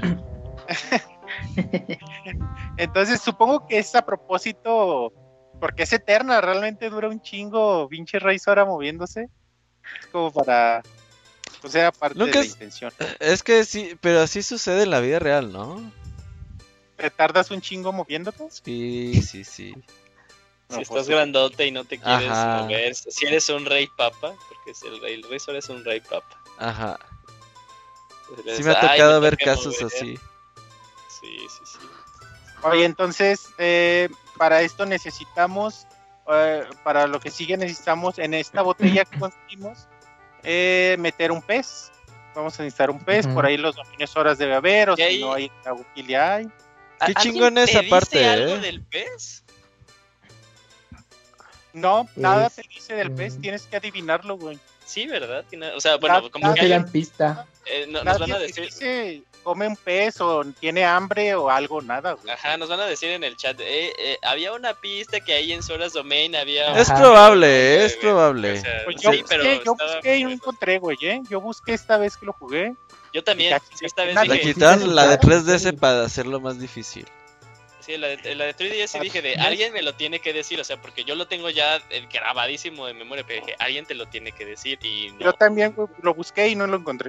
Entonces supongo que es a propósito, porque es eterna, realmente dura un chingo, pinche rey Sora moviéndose. Es como para... Pues era parte Nunca de la es- intención. Es que sí, pero así sucede en la vida real, ¿no? ¿Te tardas un chingo moviéndote? Sí, sí, sí. Si No, estás pues, grandote y no te quieres Ajá. mover, si eres un rey papa, porque es el rey solo es un rey papa. Ajá. Entonces, Sí me ha "Ay, tocado ver toca casos mover". así. Sí, sí, sí. Oye, entonces, para esto necesitamos, para lo que sigue necesitamos, en esta botella que conseguimos, meter un pez. Vamos a necesitar un pez, Ujú. por ahí los dominios horas debe haber, o Y si ahí- no hay, la Wikilia hay. Qué ¿Alguien chingón te esa dice parte, algo ¿eh? del pez? No, nada Es, te dice del pez, tienes que adivinarlo, güey. Sí, ¿verdad? O sea, bueno, como no que te alguien dan pista. nos Nadie van a te decir, dice come un pez o tiene hambre o algo, nada, güey. ajá, nos van a decir en el chat, había una pista que ahí en Soras Domain había... Ajá. Es probable, es probable. O sea, Pues sí, pero yo estaba busqué y no muy- encontré, güey, Yo busqué esta vez que lo jugué. Yo también, Ya, sí, esta vez nadie- Le dije, quitaron la de Sí. 3DS para hacerlo más difícil. sí, la de 3DS sí dije de, alguien me lo tiene que decir, o sea, porque yo lo tengo ya grabadísimo de memoria, pero dije, alguien te lo tiene que decir y no. Yo también lo busqué y no lo encontré.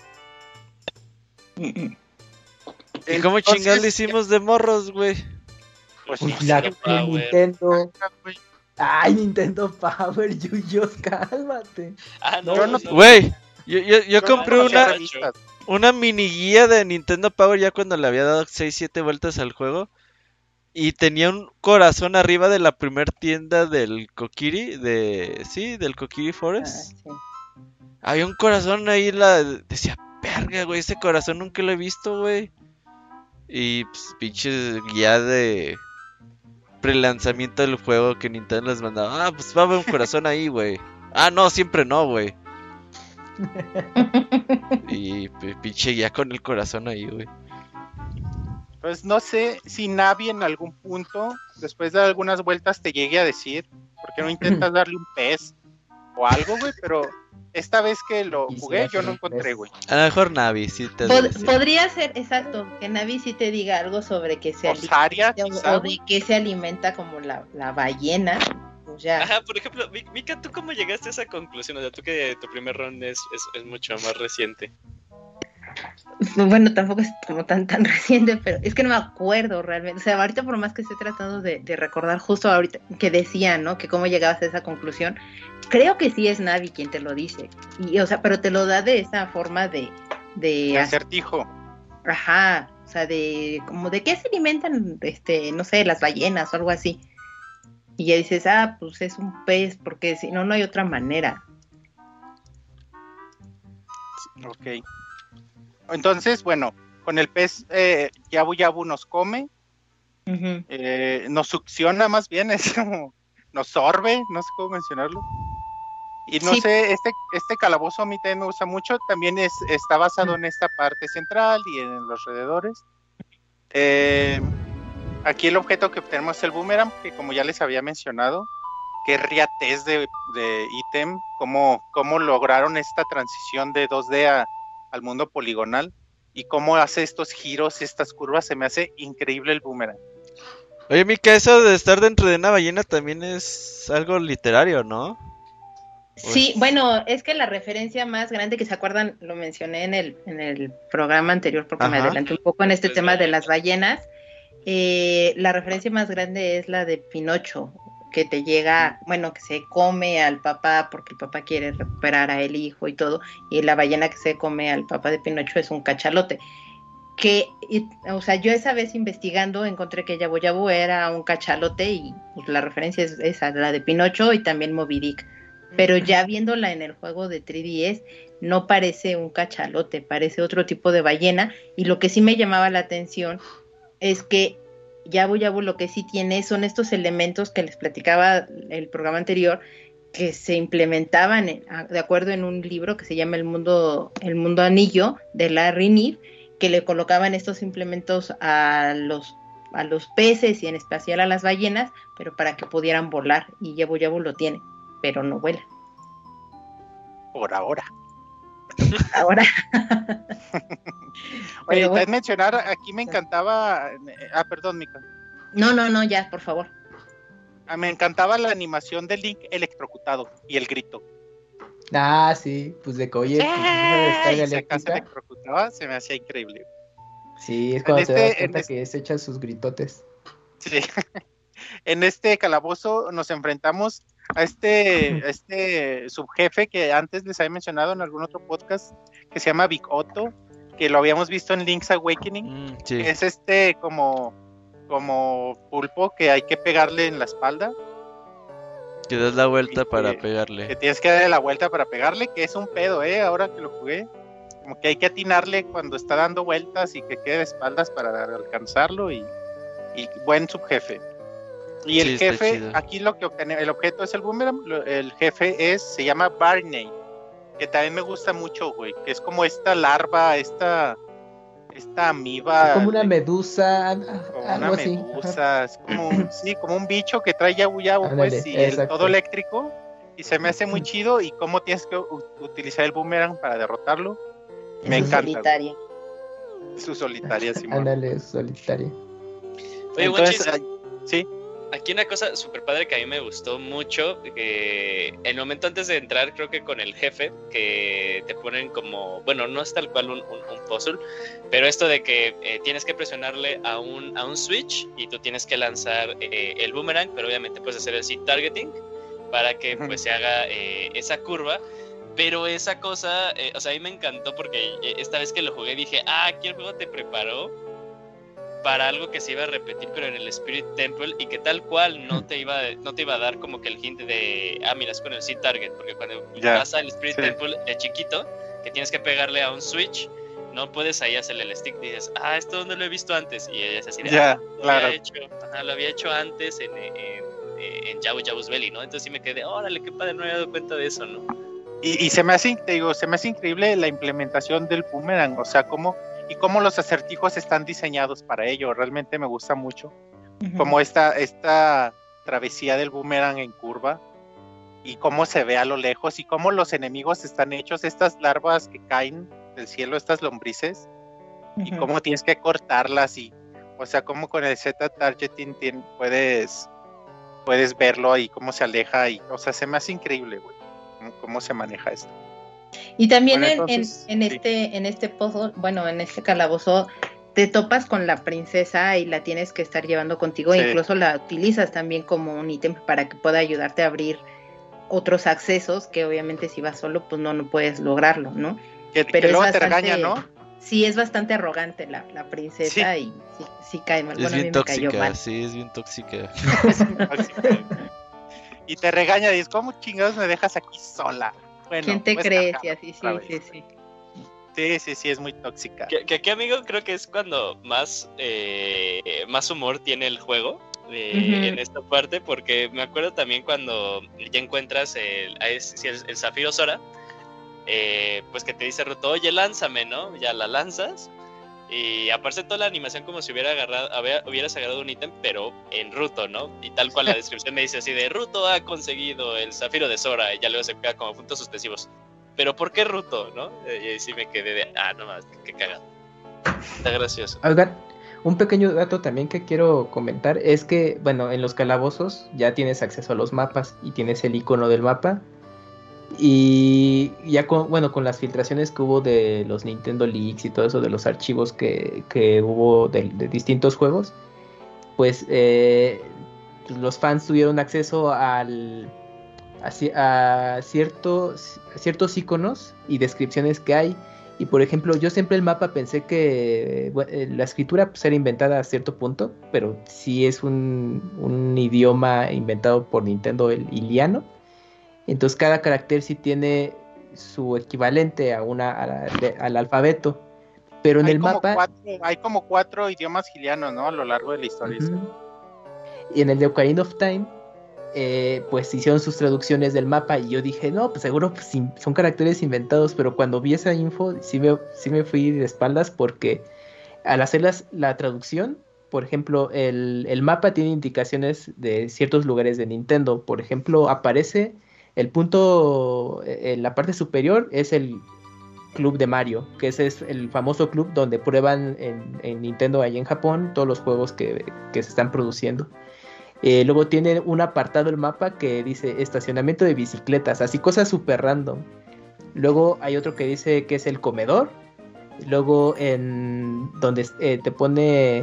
¿Y cómo Entonces, chingados le hicimos de morros, güey? Pues Uy, sí, la sí, de Power. Nintendo. güey, Ay, Nintendo Power, Yuyos, cálmate. Ah, no, Yo no- Güey, yo yo compré no conocía una, revistas. una mini guía de Nintendo Power ya cuando le había dado 6-7 vueltas al juego. Y tenía un corazón arriba de la primer tienda del Kokiri, del Kokiri Ah, Forest. sí. Había un corazón ahí, decía, verga, güey, ese corazón nunca lo he visto, güey. Y pues, pinche guía de prelanzamiento del juego que Nintendo les mandaba. Ah, pues va a haber un corazón ahí, güey. Ah, no, siempre no, güey. Y pinche guía con el corazón ahí, güey. Pues no sé si Navi en algún punto, después de algunas vueltas, te llegue a decir, ¿por qué no intentas darle un pez o algo, güey? Pero esta vez que lo Quisiera jugué, yo hacer no un encontré, pez. güey. A lo mejor Navi, sí te debe decir. Podría ser, exacto, que Navi sí te diga algo sobre que se Osaria, alimenta quizá, o de qué se alimenta como la ballena. Pues ya. Ajá, por ejemplo, Mika, ¿tú cómo llegaste a esa conclusión? O sea, tú que tu primer round es mucho más reciente. Bueno, tampoco es como tan reciente, pero es que no me acuerdo realmente. O sea, ahorita por más que estoy tratando de recordar justo ahorita que decía, ¿no? Que cómo llegabas a esa conclusión. Creo que sí es Navi quien te lo dice. Y, o sea, pero te lo da de esa forma de Acertijo. ajá, o sea, de como de qué se alimentan, no sé, las ballenas o algo así. Y ya dices, pues es un pez, porque si no, no hay otra manera. Ok. Entonces, bueno, con el pez Yabu Yabu nos come, Ujú. nos succiona más bien, es como nos sorbe, no sé cómo mencionarlo. Y no Sí. sé, este calabozo a mí también me gusta mucho, también está basado en esta parte central y en los alrededores. Aquí el objeto que tenemos es el boomerang, que como ya les había mencionado, qué riatez de ítem, cómo lograron esta transición de 2D al mundo poligonal y cómo hace estos giros, estas curvas, se me hace increíble el boomerang. Oye, Mika, eso de estar dentro de una ballena también es algo literario, ¿no? Sí, bueno, es que la referencia más grande que se acuerdan, lo mencioné en el programa anterior porque me Ajá. adelanté un poco en este Las tema de ballenas. las ballenas. La referencia más grande es la de Pinocho, que te llega, bueno, que se come al papá porque el papá quiere recuperar a el hijo y todo, y la ballena que se come al papá de Pinocho es un cachalote. O sea, yo esa vez investigando encontré que Yabu Yabu era un cachalote y pues, la referencia es esa, la de Pinocho y también Moby Dick. Pero ya viéndola en el juego de 3DS, no parece un cachalote, parece otro tipo de ballena. Y lo que sí me llamaba la atención es que Yabu Yabu lo que sí tiene son estos elementos que les platicaba el programa anterior, que se implementaban de acuerdo en un libro que se llama El Mundo Anillo, de Larry Niv, que le colocaban estos implementos a los peces y en especial a las ballenas, pero para que pudieran volar. Y Yabu Yabu lo tiene, pero no vuela. Por ahora. Ahora. Oye, Pero bueno. también mencionar, aquí me encantaba, perdón, Mika. No, ya, por favor. Me encantaba la animación de Link electrocutado y el grito. Ah, sí, pues de que oye, pues una descarga Y si acaso eléctrica. electrocutaba, se me hacía increíble. Sí, es En cuando te das este, en cuenta este, que se echan sus gritotes. sí, en este calabozo nos enfrentamos a este subjefe que antes les había mencionado en algún otro podcast, que se llama Big Otto, que lo habíamos visto en Link's Awakening, Sí. que es como pulpo que hay que pegarle en la espalda. Que das la vuelta para Que pegarle. tienes que darle la vuelta para pegarle, que es un pedo, ahora que lo jugué. Como que hay que atinarle cuando está dando vueltas y que quede de espaldas para alcanzarlo y buen subjefe. Y el Sí, está jefe, chido. aquí lo que obtiene, el objeto es el boomerang, el jefe se llama Barney, que también me gusta mucho, güey, que es como esta larva, esta amiba, Como una medusa, como algo una así. medusa, es como un bicho que trae yabu yabu, Ándale, pues, y exacto. todo eléctrico, y se me hace muy chido, y cómo tienes que utilizar el boomerang para derrotarlo, me encanta. Solitaria. Su solitaria, Simón. Ándale, solitaria. Oye, Entonces, Monchis, sí, aquí una cosa súper padre que a mí me gustó mucho, que el momento antes de entrar, creo que con el jefe, que te ponen como, bueno, no es tal cual un puzzle, pero esto de que tienes que presionarle a un switch y tú tienes que lanzar el boomerang, pero obviamente puedes hacer el seed targeting para que pues se haga esa curva. Pero esa cosa, o sea, a mí me encantó porque esta vez que lo jugué dije, aquí el juego te preparó para algo que se iba a repetir, pero en el Spirit Temple, y que tal cual no te iba a dar como que el hint de, mira, es con el seed target, porque cuando vas al Spirit Temple, el chiquito, que tienes que pegarle a un switch, no puedes ahí hacerle el stick, dices, esto no lo he visto antes, y ella es así de, claro. Lo había hecho antes en Jabu Jabu's Belly, ¿no? Entonces sí me quedé, órale, qué padre, no me había dado cuenta de eso, ¿no? Y se me hace increíble la implementación del boomerang, o sea, cómo los acertijos están diseñados para ello. Realmente me gusta mucho como esta travesía del boomerang en curva y cómo se ve a lo lejos y cómo los enemigos están hechos, estas larvas que caen del cielo, estas lombrices, y cómo tienes que cortarlas y, o sea, cómo con el Z targeting puedes verlo y cómo se aleja y, o sea, se me hace increíble, güey, cómo se maneja esto. Y también en este puzzle, bueno, en este calabozo, te topas con la princesa y la tienes que estar llevando contigo, sí. Incluso la utilizas también como un ítem para que pueda ayudarte a abrir otros accesos, que obviamente si vas solo, pues no puedes lograrlo, ¿no? Pero que luego te regaña, ¿no? Sí, es bastante arrogante la princesa, sí. Y sí cae mal. Es bueno, bien a mí tóxica, me cayó mal. sí, es bien tóxica. Y te regaña y dices, ¿cómo chingados me dejas aquí sola? Bueno, ¿quién te crees? Y así, sí. Sí, es muy tóxica. Que aquí, amigo, creo que es cuando más humor tiene el juego en esta parte, porque me acuerdo también cuando ya encuentras el Zafiro Sora, pues que te dice Ruto, oye, lánzame, ¿no? Ya la lanzas, y aparece toda la animación como si hubieras agarrado un ítem, pero en Ruto, ¿no? Y tal cual la descripción me dice así de, Ruto ha conseguido el Zafiro de Sora, y ya luego se queda como puntos suspensivos. Pero ¿por qué Ruto, no? Y ahí sí me quedé de, no más, qué cagado. Está gracioso. Oigan, un pequeño dato también que quiero comentar es que, bueno, en los calabozos ya tienes acceso a los mapas y tienes el icono del mapa. Y ya con las filtraciones que hubo de los Nintendo Leaks y todo eso, de los archivos que hubo de distintos juegos, pues los fans tuvieron acceso a ciertos iconos y descripciones que hay. Y por ejemplo, yo siempre el mapa pensé que la escritura pues, era inventada a cierto punto, pero sí es un idioma inventado por Nintendo, el iliano. Entonces cada carácter sí tiene su equivalente al alfabeto. Pero en el mapa hay como 4 idiomas gilianos, ¿no? A lo largo de la historia. Y en el de Ocarina of Time, pues hicieron sus traducciones del mapa. Y yo dije, no, pues seguro pues, son caracteres inventados. Pero cuando vi esa info, sí me fui de espaldas. Porque al hacer la traducción, por ejemplo, el mapa tiene indicaciones de ciertos lugares de Nintendo. Por ejemplo, aparece el punto en la parte superior, es el Club de Mario, que ese es el famoso club donde prueban en Nintendo, ahí en Japón, todos los juegos que se están produciendo. Luego tiene un apartado el mapa que dice estacionamiento de bicicletas, así cosas súper random. Luego hay otro que dice que es el comedor. Luego en donde te pone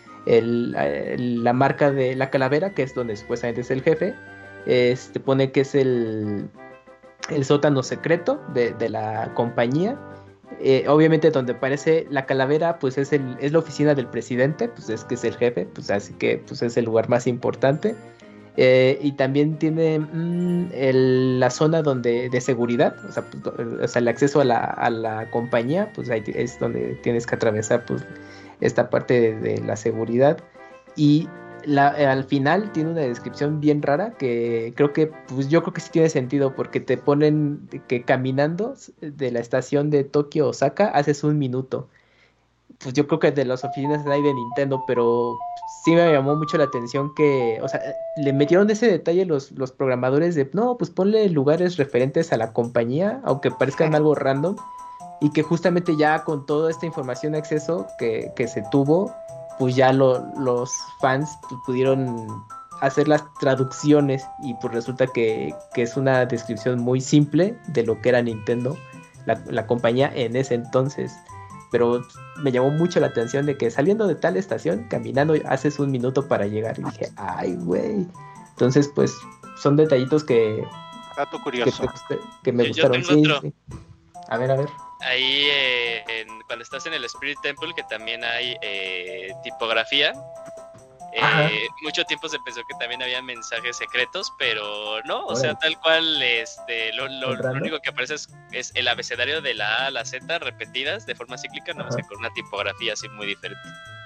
la marca de la calavera, que es donde supuestamente es el jefe. Te pone que es el sótano secreto de la compañía. Obviamente donde aparece la calavera, pues es la oficina del presidente, pues es que es el jefe, pues así que pues es el lugar más importante. Y también tiene la zona de seguridad, o sea, el acceso a la compañía, pues ahí es donde tienes que atravesar pues esta parte de la seguridad. Y al final tiene una descripción bien rara que yo creo que sí tiene sentido, porque te ponen que caminando de la estación de Tokio a Osaka haces 1 minuto. Pues yo creo que de las oficinas hay de Nintendo, pero sí me llamó mucho la atención que, o sea, le metieron ese detalle los programadores de, no, pues ponle lugares referentes a la compañía, aunque parezcan algo random, y que justamente ya con toda esta información de acceso que se tuvo, pues ya los fans pues, pudieron hacer las traducciones, y pues resulta que es una descripción muy simple de lo que era Nintendo, la compañía en ese entonces. Pero me llamó mucho la atención de que saliendo de tal estación, caminando haces 1 minuto para llegar. Y dije, ay, güey. Entonces, pues, son detallitos dato curioso que me gustaron. Yo tengo otro. Sí. A ver. Ahí, cuando estás en el Spirit Temple, que también hay tipografía. Mucho tiempo se pensó que también había mensajes secretos, pero no, o sea, tal cual, lo único que aparece es el abecedario de la A a la Z repetidas de forma cíclica, nada más que con una tipografía así muy diferente.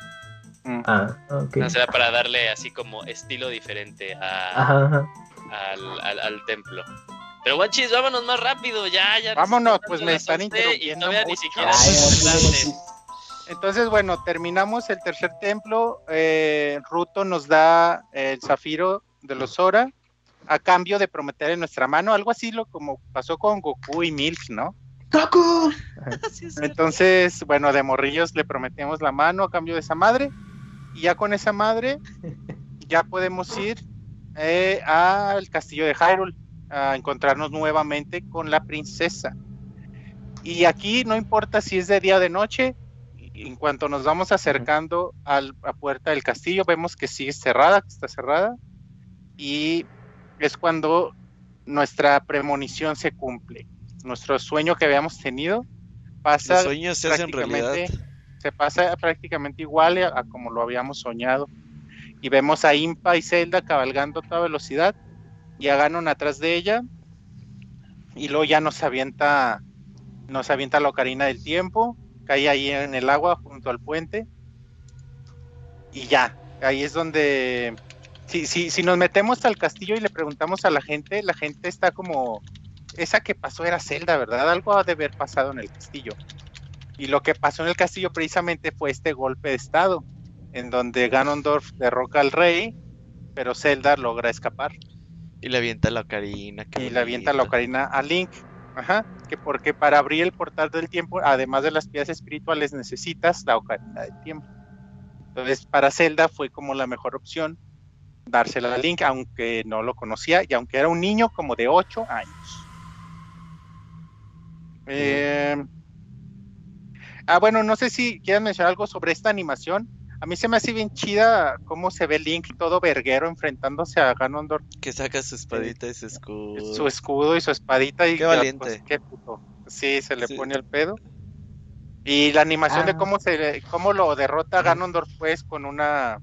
Okay. O sea, para darle así como estilo diferente al templo. Pero guachis, vámonos más rápido, ya. Vámonos, pues me están interrumpiendo. Y todavía ni siquiera son grandes. Entonces, bueno, terminamos el tercer templo. Ruto nos da el zafiro de los Zora a cambio de prometerle nuestra mano, algo así como pasó con Goku y Milk, ¿no? ¡Goku! Entonces, bueno, de morrillos le prometemos la mano a cambio de esa madre, y ya con esa madre ya podemos ir al castillo de Hyrule a encontrarnos nuevamente con la princesa. Y aquí no importa si es de día o de noche. En cuanto nos vamos acercando a la puerta del castillo, vemos que sigue cerrada, que está cerrada, y es cuando nuestra premonición se cumple. Nuestro sueño que habíamos tenido pasa, los sueños se hacen realidad. Se pasa prácticamente igual a como lo habíamos soñado, y vemos a Impa y Zelda cabalgando a toda velocidad y a Ganon atrás de ella, y luego ya nos avienta la ocarina del tiempo, cae ahí en el agua junto al puente, y ya, ahí es donde si nos metemos al castillo y le preguntamos a la gente está como, esa que pasó era Zelda, ¿verdad? Algo ha de haber pasado en el castillo, y lo que pasó en el castillo precisamente fue este golpe de estado, en donde Ganondorf derroca al rey, pero Zelda logra escapar. Y le avienta la ocarina. Y le avienta la ocarina a Link. Que porque para abrir el portal del tiempo, además de las piedras espirituales, necesitas la ocarina del tiempo. Entonces, para Zelda fue como la mejor opción dársela a Link, aunque no lo conocía y aunque era un niño como de 8 años. Bueno, no sé si quieran mencionar algo sobre esta animación. A mí se me hace bien chida cómo se ve Link todo verguero enfrentándose a Ganondorf. Que saca su espadita y su escudo. Su escudo y su espadita. Y qué valiente. Pues, qué puto. Sí, se le pone el pedo. Y la animación de cómo lo derrota Ganondorf, pues, con una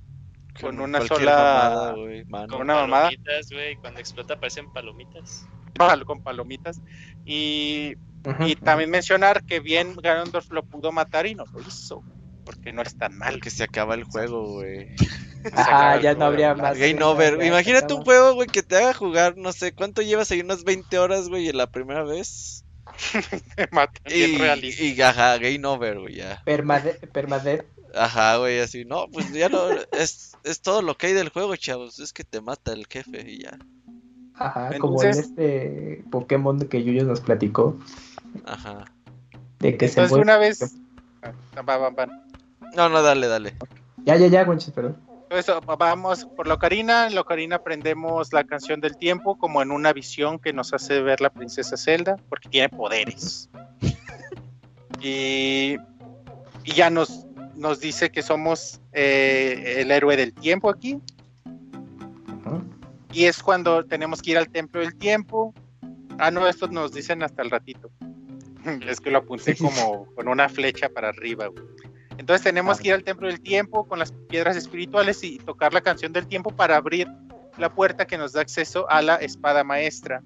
sola... Mamada, con una mamada. Palomitas, güey. Cuando explota aparecen palomitas. Con palomitas. Y también mencionar que bien Ganondorf lo pudo matar y no lo hizo. Porque no es tan mal. Porque se acaba el juego, güey. Ya no habría más. Game over. Imagínate un juego, güey, que te haga jugar, no sé, ¿cuánto llevas ahí? Unas 20 horas, güey, en la primera vez. Te matan bien realista. Y ajá, game over, güey, ya. Permadeath. Ajá, güey, así, no, pues ya no, es todo lo que hay del juego, chavos, es que te mata el jefe y ya. Ajá, entonces, como en este Pokémon que Yuyo nos platicó. Ajá. De que entonces una vez... No, dale. Ya, Gonchis, perdón. Entonces vamos por la ocarina. En la ocarina aprendemos la canción del tiempo como en una visión que nos hace ver la princesa Zelda, porque tiene poderes. Y ya nos dice que somos el héroe del tiempo aquí. Y es cuando tenemos que ir al templo del tiempo. No, esto nos dicen hasta el ratito. Es que lo apunté como con una flecha para arriba, güey. Entonces tenemos que ir al templo del tiempo con las piedras espirituales y tocar la canción del tiempo para abrir la puerta que nos da acceso a la espada maestra.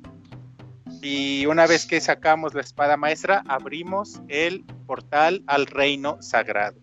Y una vez que sacamos la espada maestra, abrimos el portal al reino sagrado.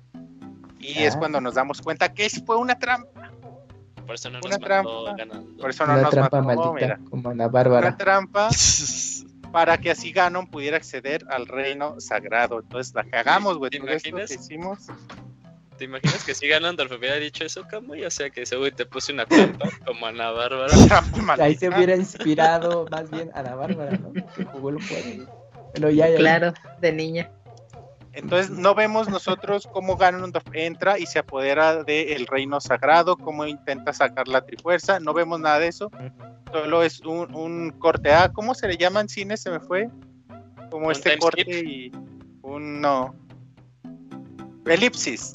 Y es cuando nos damos cuenta que fue una trampa. Por eso no Una nos trampa. mató ganando. Por eso no Una nos trampa mató, maldita, mira. como Ana Bárbara. Una trampa para que así Ganon pudiera acceder al reino sagrado. Entonces la cagamos, güey. ¿Te Todo esto imaginas? que hicimos. ¿Te imaginas que si Ganondorf hubiera dicho eso, Camuy? O sea, que ese güey te puse una trampa como Ana Bárbara. Una trampa maldita. Ahí se hubiera inspirado más bien Ana Bárbara, ¿no? Que jugó el juego. Pero ya. Claro, de niña. Entonces no vemos nosotros cómo Ganondorf entra y se apodera del reino sagrado, cómo intenta sacar la Trifuerza, no vemos nada de eso, solo es un corte A, ¿cómo se le llama en cine? Se me fue, como ¿Un este time corte skip? y no, elipsis.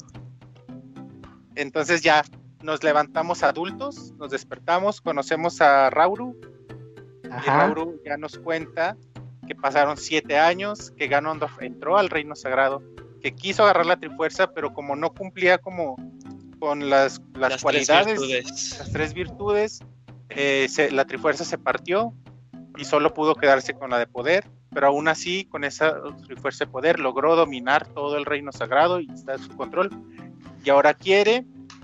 Entonces ya nos levantamos adultos, nos despertamos, conocemos a Rauru, y Rauru ya nos cuenta que pasaron 7 años, que Ganondorf entró al reino sagrado, que quiso agarrar la Trifuerza, pero como no cumplía como con las cualidades, las 3 virtudes, la Trifuerza se partió y solo pudo quedarse con la de poder, pero aún así con esa Trifuerza de poder logró dominar todo el reino sagrado y está en su control, y ahora quiere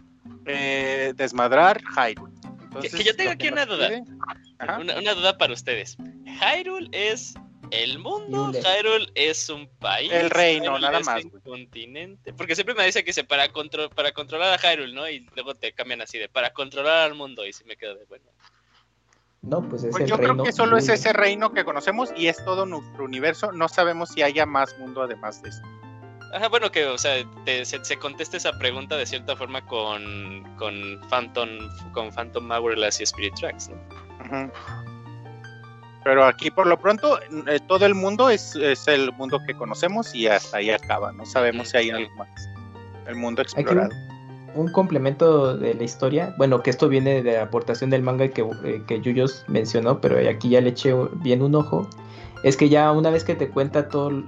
desmadrar Hyrule. Entonces, que yo tengo aquí una duda. Una duda para ustedes. Hyrule es el mundo, Hyrule es un país, el reino, Hyrule nada es más, un güey. continente, porque siempre me dice que para controlar a Hyrule, ¿no? Y luego te cambian así de para controlar al mundo y si me quedo de bueno. No, pues es Pues el yo reino. creo que solo es Hyrule. ese reino que conocemos y es todo nuestro universo. No sabemos si haya más mundo además de esto. Ajá, bueno, que, o sea, se contesta esa pregunta de cierta forma con Phantom Hourglass y Spirit Tracks, ¿no? Uh-huh. Pero aquí por lo pronto todo el mundo es el mundo que conocemos y hasta ahí acaba. No sabemos si hay algo más. El mundo explorado. Un complemento de la historia, bueno, que esto viene de la aportación del manga que Yuyos mencionó, pero aquí ya le eché bien un ojo, es que ya una vez que te cuenta todo lo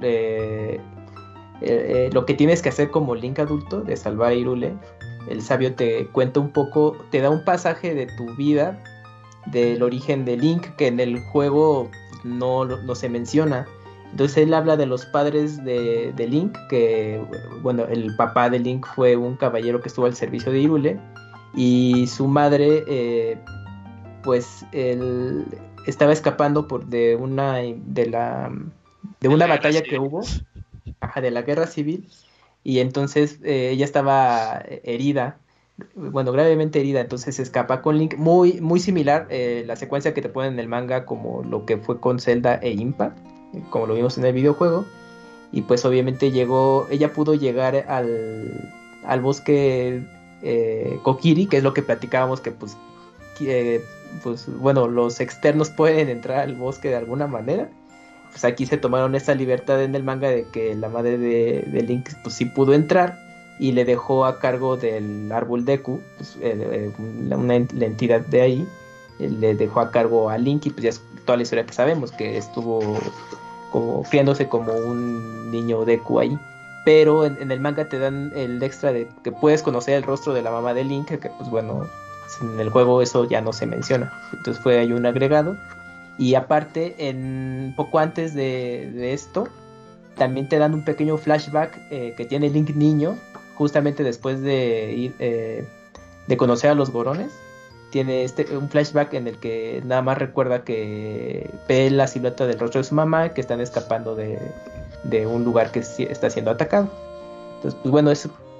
que tienes que hacer como Link adulto de salvar a Hyrule, el sabio te cuenta un poco, te da un pasaje de tu vida, del origen de Link, que en el juego no se menciona. Entonces él habla de los padres de Link, que bueno, el papá de Link fue un caballero que estuvo al servicio de Hyrule, y su madre pues él estaba escapando de una batalla que hubo, de la guerra civil, y entonces ella estaba herida, bueno, gravemente herida, entonces se escapa con Link, muy, muy similar la secuencia que te ponen en el manga como lo que fue con Zelda e Impa, como lo vimos en el videojuego, y pues obviamente ella pudo llegar al bosque Kokiri, que es lo que platicábamos, que pues bueno, los externos pueden entrar al bosque de alguna manera. Pues aquí se tomaron esa libertad en el manga de que la madre de Link pues sí pudo entrar y le dejó a cargo del árbol Deku, pues, la entidad de ahí, le dejó a cargo a Link, y pues ya es toda la historia que sabemos, que estuvo como criándose como un niño Deku ahí. Pero en el manga te dan el extra de que puedes conocer el rostro de la mamá de Link, que pues bueno, en el juego eso ya no se menciona, entonces fue ahí un agregado. Y aparte, poco antes de esto, también te dan un pequeño flashback que tiene Link niño, justamente después de conocer a los Gorones. Tiene un flashback en el que nada más recuerda que ve la silueta del rostro de su mamá, que están escapando de un lugar que está siendo atacado. Entonces, pues bueno,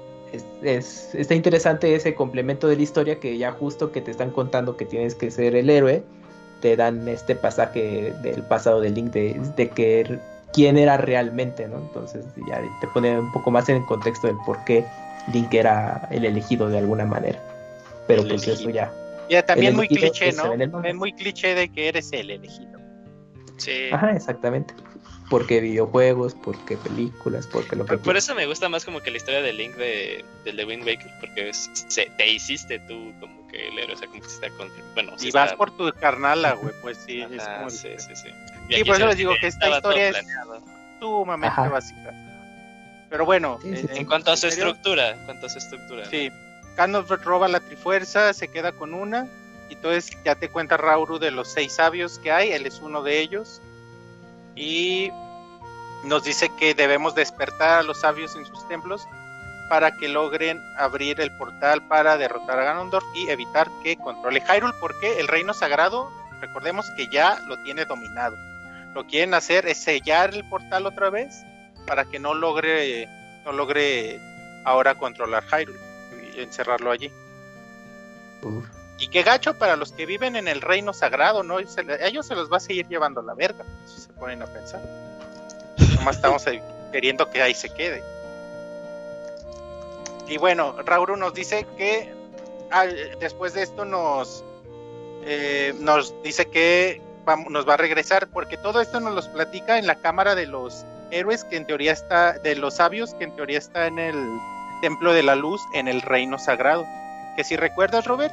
está interesante ese complemento de la historia, que ya justo que te están contando que tienes que ser el héroe, te dan este pasaje del pasado de Link, de que quién era realmente, ¿no? Entonces ya te pone un poco más en el contexto del por qué Link era el elegido de alguna manera. pero El pues elegido. eso ya. Ya también El muy elegido, cliché, pues, se ¿no? ve en el manga. Es muy cliché de que eres el elegido. Sí. Ajá, exactamente. Porque videojuegos, porque películas, porque lo que Por quieras. eso me gusta más como que la historia de Link del de Wind Waker, porque te hiciste tú como que el héroe, o sea, como que está con... Bueno, Y sí vas está- por tu carnala, güey, pues sí. es Ajá, como sí. Sí, Y aquí por eso se les ve digo que esta estaba todo historia es planeado. sumamente Ajá. básica. Pero bueno, Sí, sí, sí. En cuanto a su serio, estructura, Sí, Carnos roba la Trifuerza, se queda con una, y entonces ya te cuenta Rauru de los 6 sabios que hay, él es uno de ellos, y nos dice que debemos despertar a los sabios en sus templos para que logren abrir el portal para derrotar a Ganondorf y evitar que controle Hyrule, porque el reino sagrado, recordemos que ya lo tiene dominado. Lo que quieren hacer es sellar el portal otra vez para que no logre ahora controlar Hyrule y encerrarlo allí. Uf. Y qué gacho para los que viven en el reino sagrado, ¿no? Ellos se los va a seguir llevando la verga, si se ponen a pensar. Nomás estamos queriendo que ahí se quede. Y bueno, Rauru nos dice que después de esto nos dice que nos va a regresar, porque todo esto nos los platica en la cámara de los héroes, que en teoría está, de los sabios, que en teoría está en el Templo de la Luz, en el Reino Sagrado. Que si recuerdas, Robert,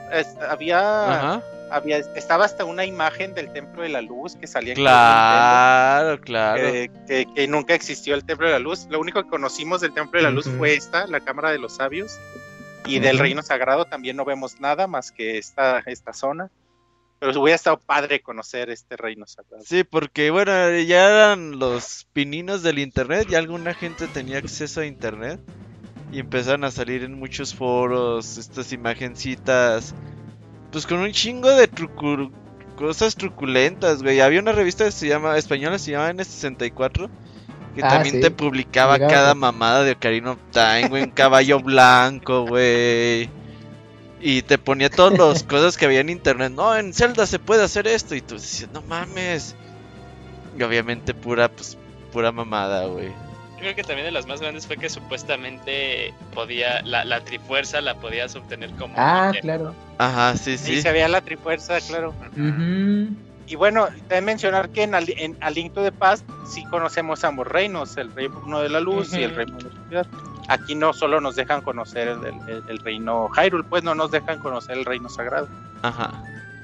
estaba hasta una imagen del Templo de la Luz que salía en Claro. que nunca existió el Templo de la Luz. Lo único que conocimos del Templo de la Luz fue la Cámara de los Sabios, y del Reino Sagrado también no vemos nada más que esta zona. Pero hubiera estado padre conocer este Reino Sagrado. Sí, porque bueno, ya eran los pininos del internet, y alguna gente tenía acceso a internet y empezaron a salir en muchos foros estas imagencitas, pues con un chingo de cosas truculentas, güey. Había una revista que española, se llama N64, que también sí. te publicaba Llegaba, cada pues. mamada de Ocarina of Time, güey, un caballo blanco, güey. Y te ponía todas las cosas que había en internet. No, en Zelda se puede hacer esto. Y tú decías, no mames. Y obviamente pura mamada, güey. Yo creo que también de las más grandes fue que supuestamente la Trifuerza la podías obtener como... Claro. Ajá, sí. Y se veía la Trifuerza, claro. Y bueno, también mencionar que en A Link to the Past sí conocemos ambos reinos, el reino de la luz y el reino de la oscuridad. Aquí no solo nos dejan conocer el reino Hyrule, pues no nos dejan conocer el reino sagrado. Ajá.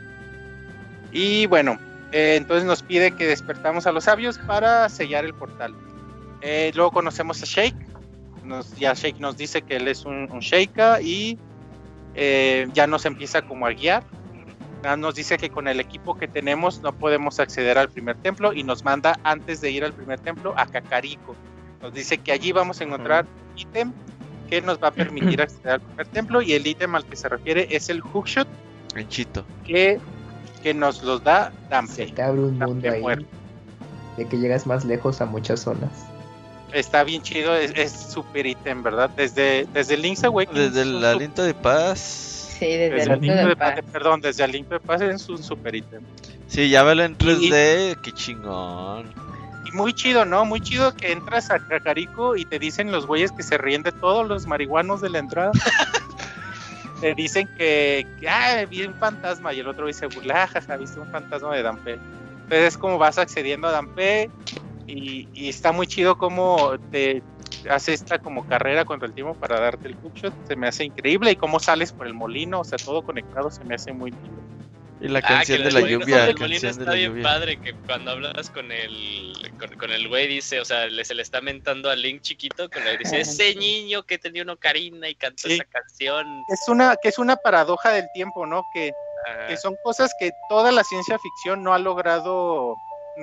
Y bueno, entonces nos pide que despertamos a los sabios para sellar el portal. Luego conocemos a Sheik. Ya Sheik nos dice que él es un Sheikah, y ya nos empieza como a guiar. Nos dice que con el equipo que tenemos no podemos acceder al primer templo, y nos manda antes de ir al primer templo a Kakariko. Nos dice que allí vamos a encontrar un ítem que nos va a permitir acceder al primer templo, y el ítem al que se refiere es el hookshot, Ganchito. que nos los da Dampé. Se te abre un mundo Dampé ahí muerto. de que llegas más lejos a muchas zonas. Está bien chido, es super ítem, ¿verdad? Desde Link's Awakening. Desde el aliento de paz. Sí, desde Desde el Link to the Past. Perdón, desde el Link to the Past es un super ítem. Sí, ya velo en 3D. Qué chingón. Y muy chido, ¿no? Muy chido que entras a Kakariko y te dicen los güeyes que se ríen de todos los marihuanos de la entrada. Te dicen que vi un fantasma, y el otro dice, jaja, viste un fantasma de Dampé. Entonces es como vas accediendo a Dampé, y está muy chido como te hace esta como carrera contra el tiempo para darte el hookshot. Se me hace increíble, y cómo sales por el molino, o sea, todo conectado, se me hace muy lindo. Y la canción de la lluvia. El molino está bien padre, que cuando hablas con el güey dice, o sea, se le está mentando al Link chiquito, que le dice, ese niño que tenía una ocarina y cantó esa canción. Es una paradoja del tiempo, ¿no? Que son cosas que toda la ciencia ficción no han logrado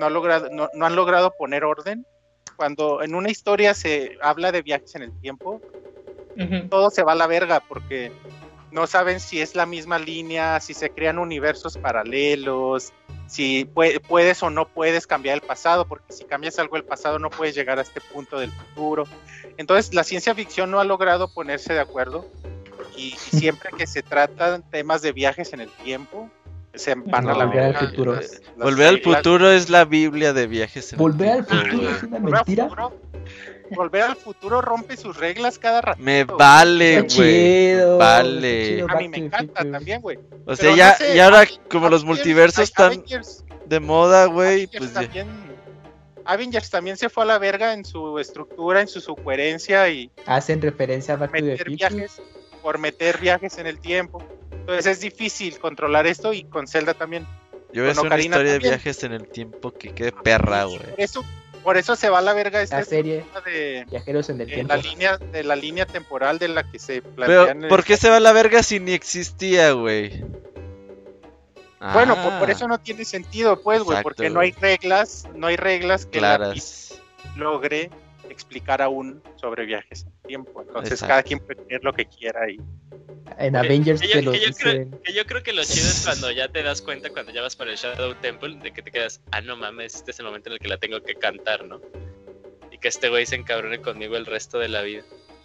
poner orden. Cuando en una historia se habla de viajes en el tiempo, todo se va a la verga, porque no saben si es la misma línea, si se crean universos paralelos, si puedes o no puedes cambiar el pasado, porque si cambias algo del pasado no puedes llegar a este punto del futuro. Entonces la ciencia ficción no ha logrado ponerse de acuerdo, y siempre que se tratan temas de viajes en el tiempo, se van a la Volver al verga. futuro. Volver al futuro es la Biblia de viajes en Volver el al tiempo, futuro güey. es una mentira. Volver al Futuro rompe sus reglas cada rato. Me vale, Está güey. chido, Vale. está chido. A mí Back me to the encanta Future. también, güey. O sea, Pero ya, no sé, y ahora como los Avengers- multiversos están Avengers- de moda, güey, Avengers pues ya. Avengers también se fue a la verga en su estructura, en su coherencia y Hacen referencia a Back to the meter Future. viajes por meter viajes en el tiempo. Entonces es difícil controlar esto y con Zelda también. Yo voy a con hacer una Ocarina historia de también. viajes en el tiempo que quede perra, güey. Por eso se va a la verga esta La serie estructura de Viajeros en el Tiempo. la línea temporal de la que se Pero, plantean. ¿por qué se va a la verga si ni existía, güey? Bueno, Ah, por eso no tiene sentido, pues, güey, Exacto, porque no hay reglas que la claras. logre explicar aún sobre viajes en el tiempo. Entonces Exacto. cada quien puede creer lo que quiera y En Avengers Que te yo, lo que yo creo, dicen. que yo creo que lo chido es cuando ya te das cuenta, cuando ya vas para el Shadow Temple, de que te quedas, no mames, este es el momento en el que la tengo que cantar, ¿no? Y que este güey se encabrone conmigo el resto de la vida.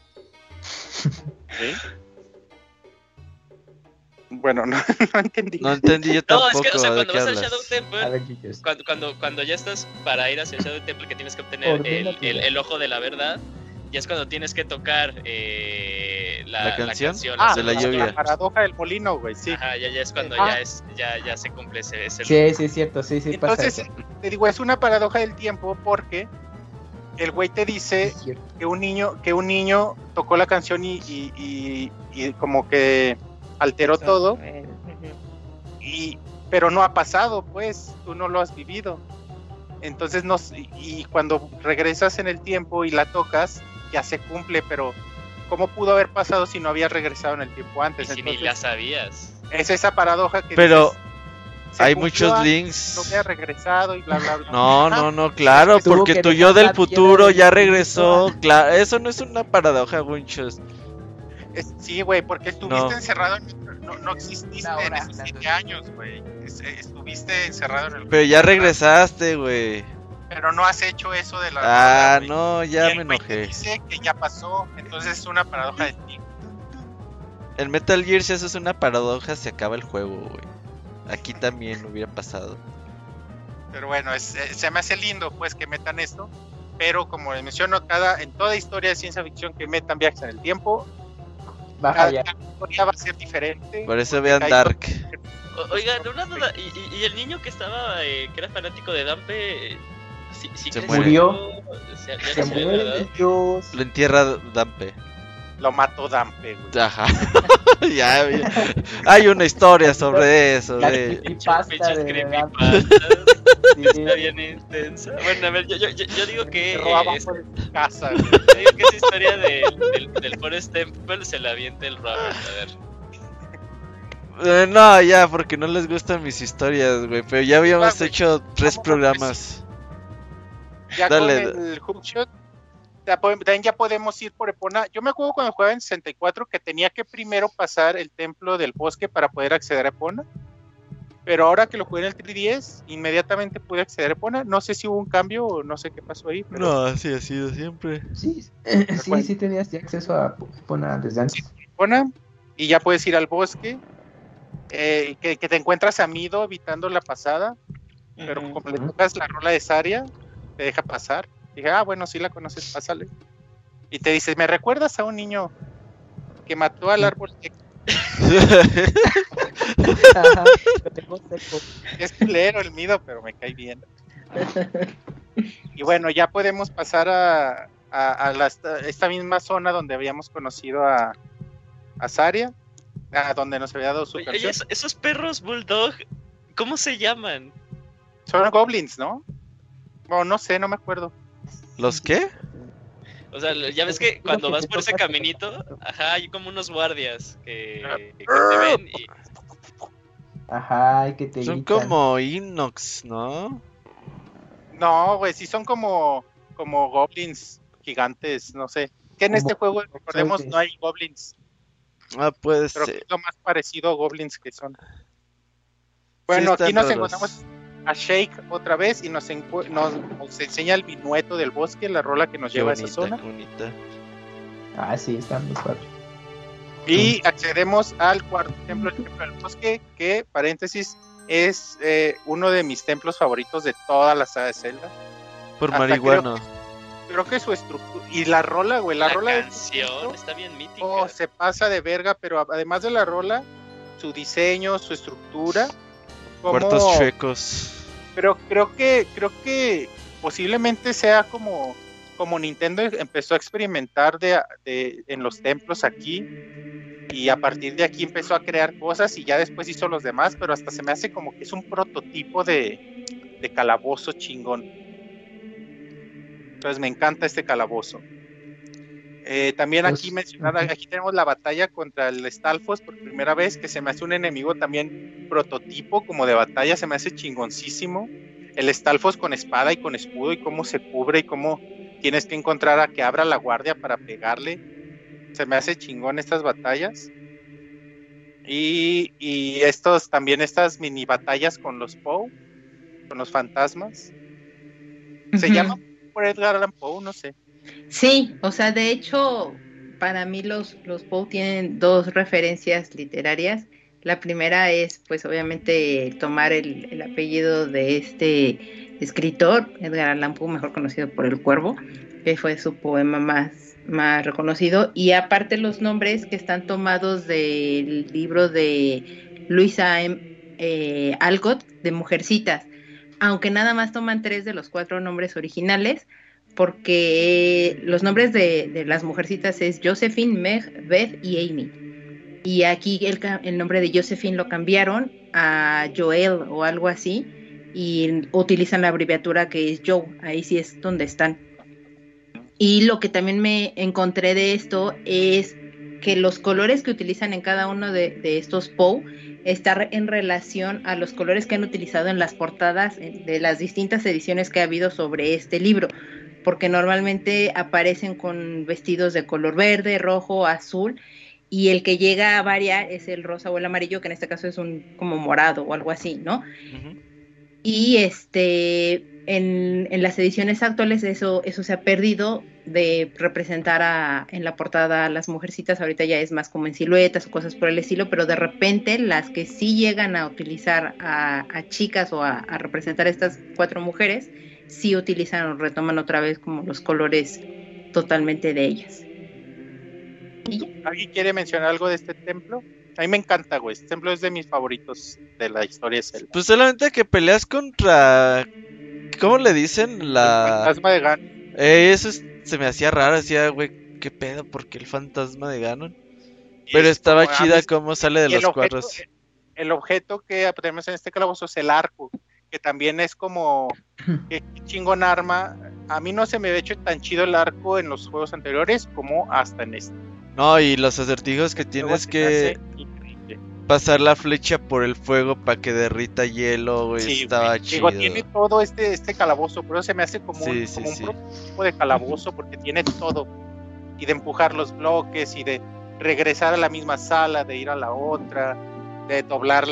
¿sí? Bueno, no entendí. No entendí yo No, tampoco. es que, o sea, ¿de cuando qué vas al hablas? Shadow Temple, Avengers. cuando ya estás para ir hacia el Shadow Temple, que tienes que obtener Ordena tu vida. el ojo de la verdad, ya es cuando tienes que tocar ¿La canción? de la lluvia. La paradoja del molino, güey, sí. Ajá, ya es cuando Ah. ya se cumple ese Sí, sí, es cierto, sí, sí pasa Entonces, eso. te digo, es una paradoja del tiempo porque el güey te dice Es cierto. que un niño tocó la canción y como que alteró todo, pero no ha pasado, pues, tú no lo has vivido. Entonces, y cuando regresas en el tiempo y la tocas, ya se cumple, pero ¿cómo pudo haber pasado si no había regresado en el tiempo Y antes? si ni Entonces, la sabías. es esa paradoja que Pero dices, se hay cumplió muchos antes, links. no había regresado y bla, bla, bla. No, Ajá. no, claro, Tuvo porque que tu yo dejar del la futuro piedra ya del regresó. futuro. Claro, eso no es una paradoja, Winchos. Sí, güey, porque estuviste No. encerrado, no exististe Una hora en esos hablando. 7 años, güey. Estuviste encerrado en el... Pero ya regresaste, güey. Pero no has hecho eso de la... Ah, güey. no, Y ya el me güey te enojé. dice que ya pasó, entonces es una paradoja del tiempo. En Metal Gear, si eso es una paradoja, se acaba el juego, güey. Aquí también hubiera pasado. Pero bueno, se me hace lindo, pues, que metan esto. Pero como les menciono, en toda historia de ciencia ficción que metan viajes en el tiempo, Baja cada ya. historia va a ser diferente. Por eso vean Hay- Dark. Oigan, una duda, ¿y el niño que estaba, que era fanático de Dampe, sí Se creció? murió. Ya Se creció, muere, ¿verdad? Dios. Lo entierra Dampe. Lo mató Dampe, güey. Ajá. ya. Hay una historia sobre eso. La De... creepypasta Pinches de creepypastas. Sí. Está bien intensa. Bueno, a ver, yo digo que... Se robaban por su casa, güey. yo digo que esa historia del Forest Temple se la avienta el Robert, a ver. No, ya, porque no les gustan mis historias, güey. Pero ya habíamos güey. hecho 3 Vamos, programas. Ya Dale. con el hookshot, también ya podemos ir por Epona. Yo me acuerdo cuando jugaba en 64 que tenía que primero pasar el templo del bosque para poder acceder a Epona. Pero ahora que lo jugué en el 3DS, inmediatamente pude acceder a Epona. No sé si hubo un cambio o no sé qué pasó ahí. Pero No, así ha sido siempre. Sí, bueno. sí tenías ya acceso a Epona desde antes. Epona, y ya puedes ir al bosque. Que te encuentras a Mido evitando la pasada. Pero como le tocas la rola de Saria, te deja pasar. Dije, bueno, sí la conoces, pásale. Y te dice, ¿me recuerdas a un niño que mató al árbol? Ajá, lo tengo seco. Es culero el Mido, pero me cae bien. Y bueno, ya podemos pasar a esta misma zona donde habíamos conocido a Saria, donde nos había dado su Oye, canción. esos perros Bulldog, ¿cómo se llaman? Son goblins, ¿no? Bueno, no sé, no me acuerdo. ¿Los qué? O sea, ya ves que cuando vas por ese caminito, ajá, hay como unos guardias que te ven y... Ajá, y que te Son gritan. como Inox, ¿no? No, güey, sí son como goblins gigantes, no sé. Que en Como este juego, recordemos, oxoides. no hay goblins. Ah, puede Pero que ser. es lo más parecido a goblins que son. Sí, Bueno, están aquí nos raros. encontramos a Shake otra vez y nos enseña el minueto del bosque, la rola que nos Qué lleva a bonita, esa zona. qué bonita. Ah, sí, están muy padres. Y accedemos al cuarto templo, el templo del bosque, que, paréntesis, es uno de mis templos favoritos de toda la saga de Zelda. Por Hasta marihuana. creo que su estructura y la rola, güey, la rola de canción está bien mítica. Oh, se pasa de verga, pero además de la rola, su diseño, su estructura, Puertos chuecos. Pero creo que posiblemente sea como Nintendo empezó a experimentar en los templos aquí, y a partir de aquí empezó a crear cosas y ya después hizo los demás, pero hasta se me hace como que es un prototipo de calabozo chingón. Entonces me encanta este calabozo. También aquí aquí tenemos la batalla contra el Stalfos por primera vez, que se me hace un enemigo también prototipo como de batalla, se me hace chingoncísimo. El Stalfos con espada y con escudo y cómo se cubre y cómo tienes que encontrar a que abra la guardia para pegarle. Se me hace chingón estas batallas. Y estas mini batallas con los Poe, con los fantasmas. Se llama por Edgar Allan Poe, no sé. Sí, o sea, de hecho, para mí los Poe tienen dos referencias literarias. La primera es, pues, obviamente, tomar el apellido de este escritor, Edgar Allan Poe, mejor conocido por El Cuervo, que fue su poema más reconocido. Y aparte los nombres que están tomados del libro de Louisa M. Alcott, de Mujercitas, aunque nada más toman 3 de los 4 nombres originales, porque los nombres de las mujercitas es Josephine, Meg, Beth y Amy. Y aquí el nombre de Josephine lo cambiaron a Joel o algo así, y utilizan la abreviatura que es Joe, ahí sí es donde están. Y lo que también me encontré de esto es que los colores que utilizan en cada uno de estos Poe está en relación a los colores que han utilizado en las portadas de las distintas ediciones que ha habido sobre este libro, porque normalmente aparecen con vestidos de color verde, rojo, azul, y el que llega a variar es el rosa o el amarillo, que en este caso es un como morado o algo así, ¿no? Uh-huh. Y en las ediciones actuales eso se ha perdido de representar en la portada a las mujercitas. Ahorita ya es más como en siluetas o cosas por el estilo, pero de repente las que sí llegan a utilizar a chicas o a representar a estas 4 mujeres, sí utilizan o retoman otra vez como los colores totalmente de ellas. ¿Alguien quiere mencionar algo de este templo? A mí me encanta, güey. Este templo es de mis favoritos de la historia de Zelda. Pues solamente que peleas contra... ¿Cómo le dicen? El fantasma de Ganon. Eso se me hacía raro. Decía, güey, ¿qué pedo? ¿Por qué el fantasma de Ganon? Pero estaba chida cómo sale de los cuadros. El objeto que tenemos en este calabozo es el arco, que también es como... Qué chingón arma. A mí no se me había hecho tan chido el arco en los juegos anteriores como hasta en este. No, y los acertijos que tienes que pasar la flecha por el fuego para que derrita hielo, güey, sí, estaba chido. Digo, tiene todo este calabozo, pero se me hace como un tipo de calabozo, porque tiene todo. Y de empujar los bloques, y de regresar a la misma sala, de ir a la otra, de doblar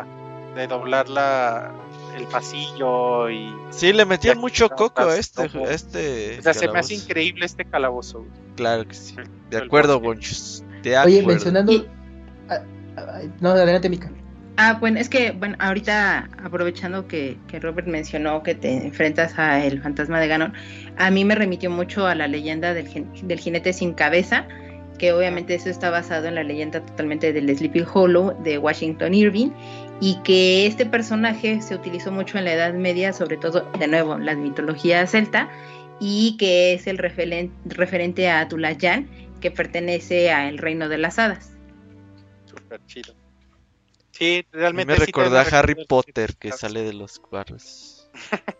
el pasillo y... Sí, le metían mucho coco a este o sea, calabozo. Se me hace increíble este calabozo. Claro que sí. De acuerdo, Gonchos. Oye, mencionando... No, adelante, Mika. Bueno, es que, ahorita aprovechando que Robert mencionó que te enfrentas a el fantasma de Ganon, a mí me remitió mucho a la leyenda del jinete sin cabeza, que obviamente eso está basado en la leyenda totalmente del Sleepy Hollow de Washington Irving, y que este personaje se utilizó mucho en la Edad Media, sobre todo, de nuevo, en la mitología celta, y que es el referente a Tulayan, que pertenece al reino de las hadas. Súper chido. Sí, realmente me recordó a Harry Potter, que sale de los cuadros.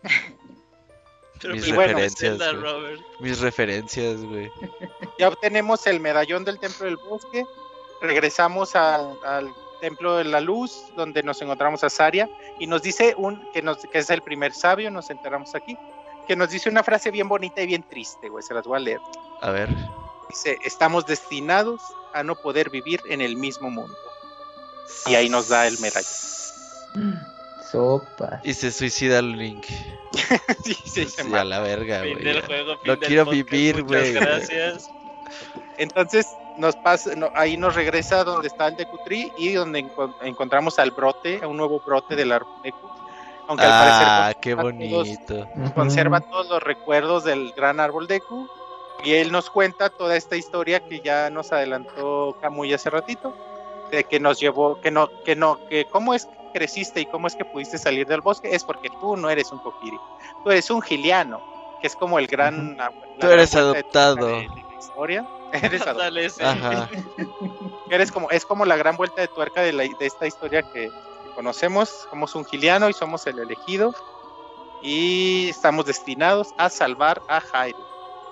Mis referencias, güey. Mis referencias, güey. Ya obtenemos el medallón del Templo del Bosque. Regresamos al Templo de la Luz, donde nos encontramos a Saria, y nos dice que es el primer sabio, nos enteramos aquí, que nos dice una frase bien bonita y bien triste, güey, se las voy a leer. A ver. Dice, estamos destinados a no poder vivir en el mismo mundo. Y ahí nos da el medallón. Sopa. Y se suicida el Link. sí, a la verga, güey. No quiero podcast, vivir, güey. Gracias. Entonces ahí nos regresa donde está el Deku Tree y donde encontramos al brote, a un nuevo brote del árbol Deku. Aunque al parecer qué bonito. conserva todos los recuerdos del gran árbol Deku. Y él nos cuenta toda esta historia que ya nos adelantó Kamui hace ratito, de que nos llevó, que cómo es que creciste y cómo es que pudiste salir del bosque, es porque tú no eres un Kokiri, tú eres un Hyliano, que es como el gran... Tú eres adoptado. De la historia. Eres Dale, sí. Ajá. es como la gran vuelta de tuerca de esta historia que conocemos. Somos un Hyliano y somos el elegido, y estamos destinados a salvar a Hyrule.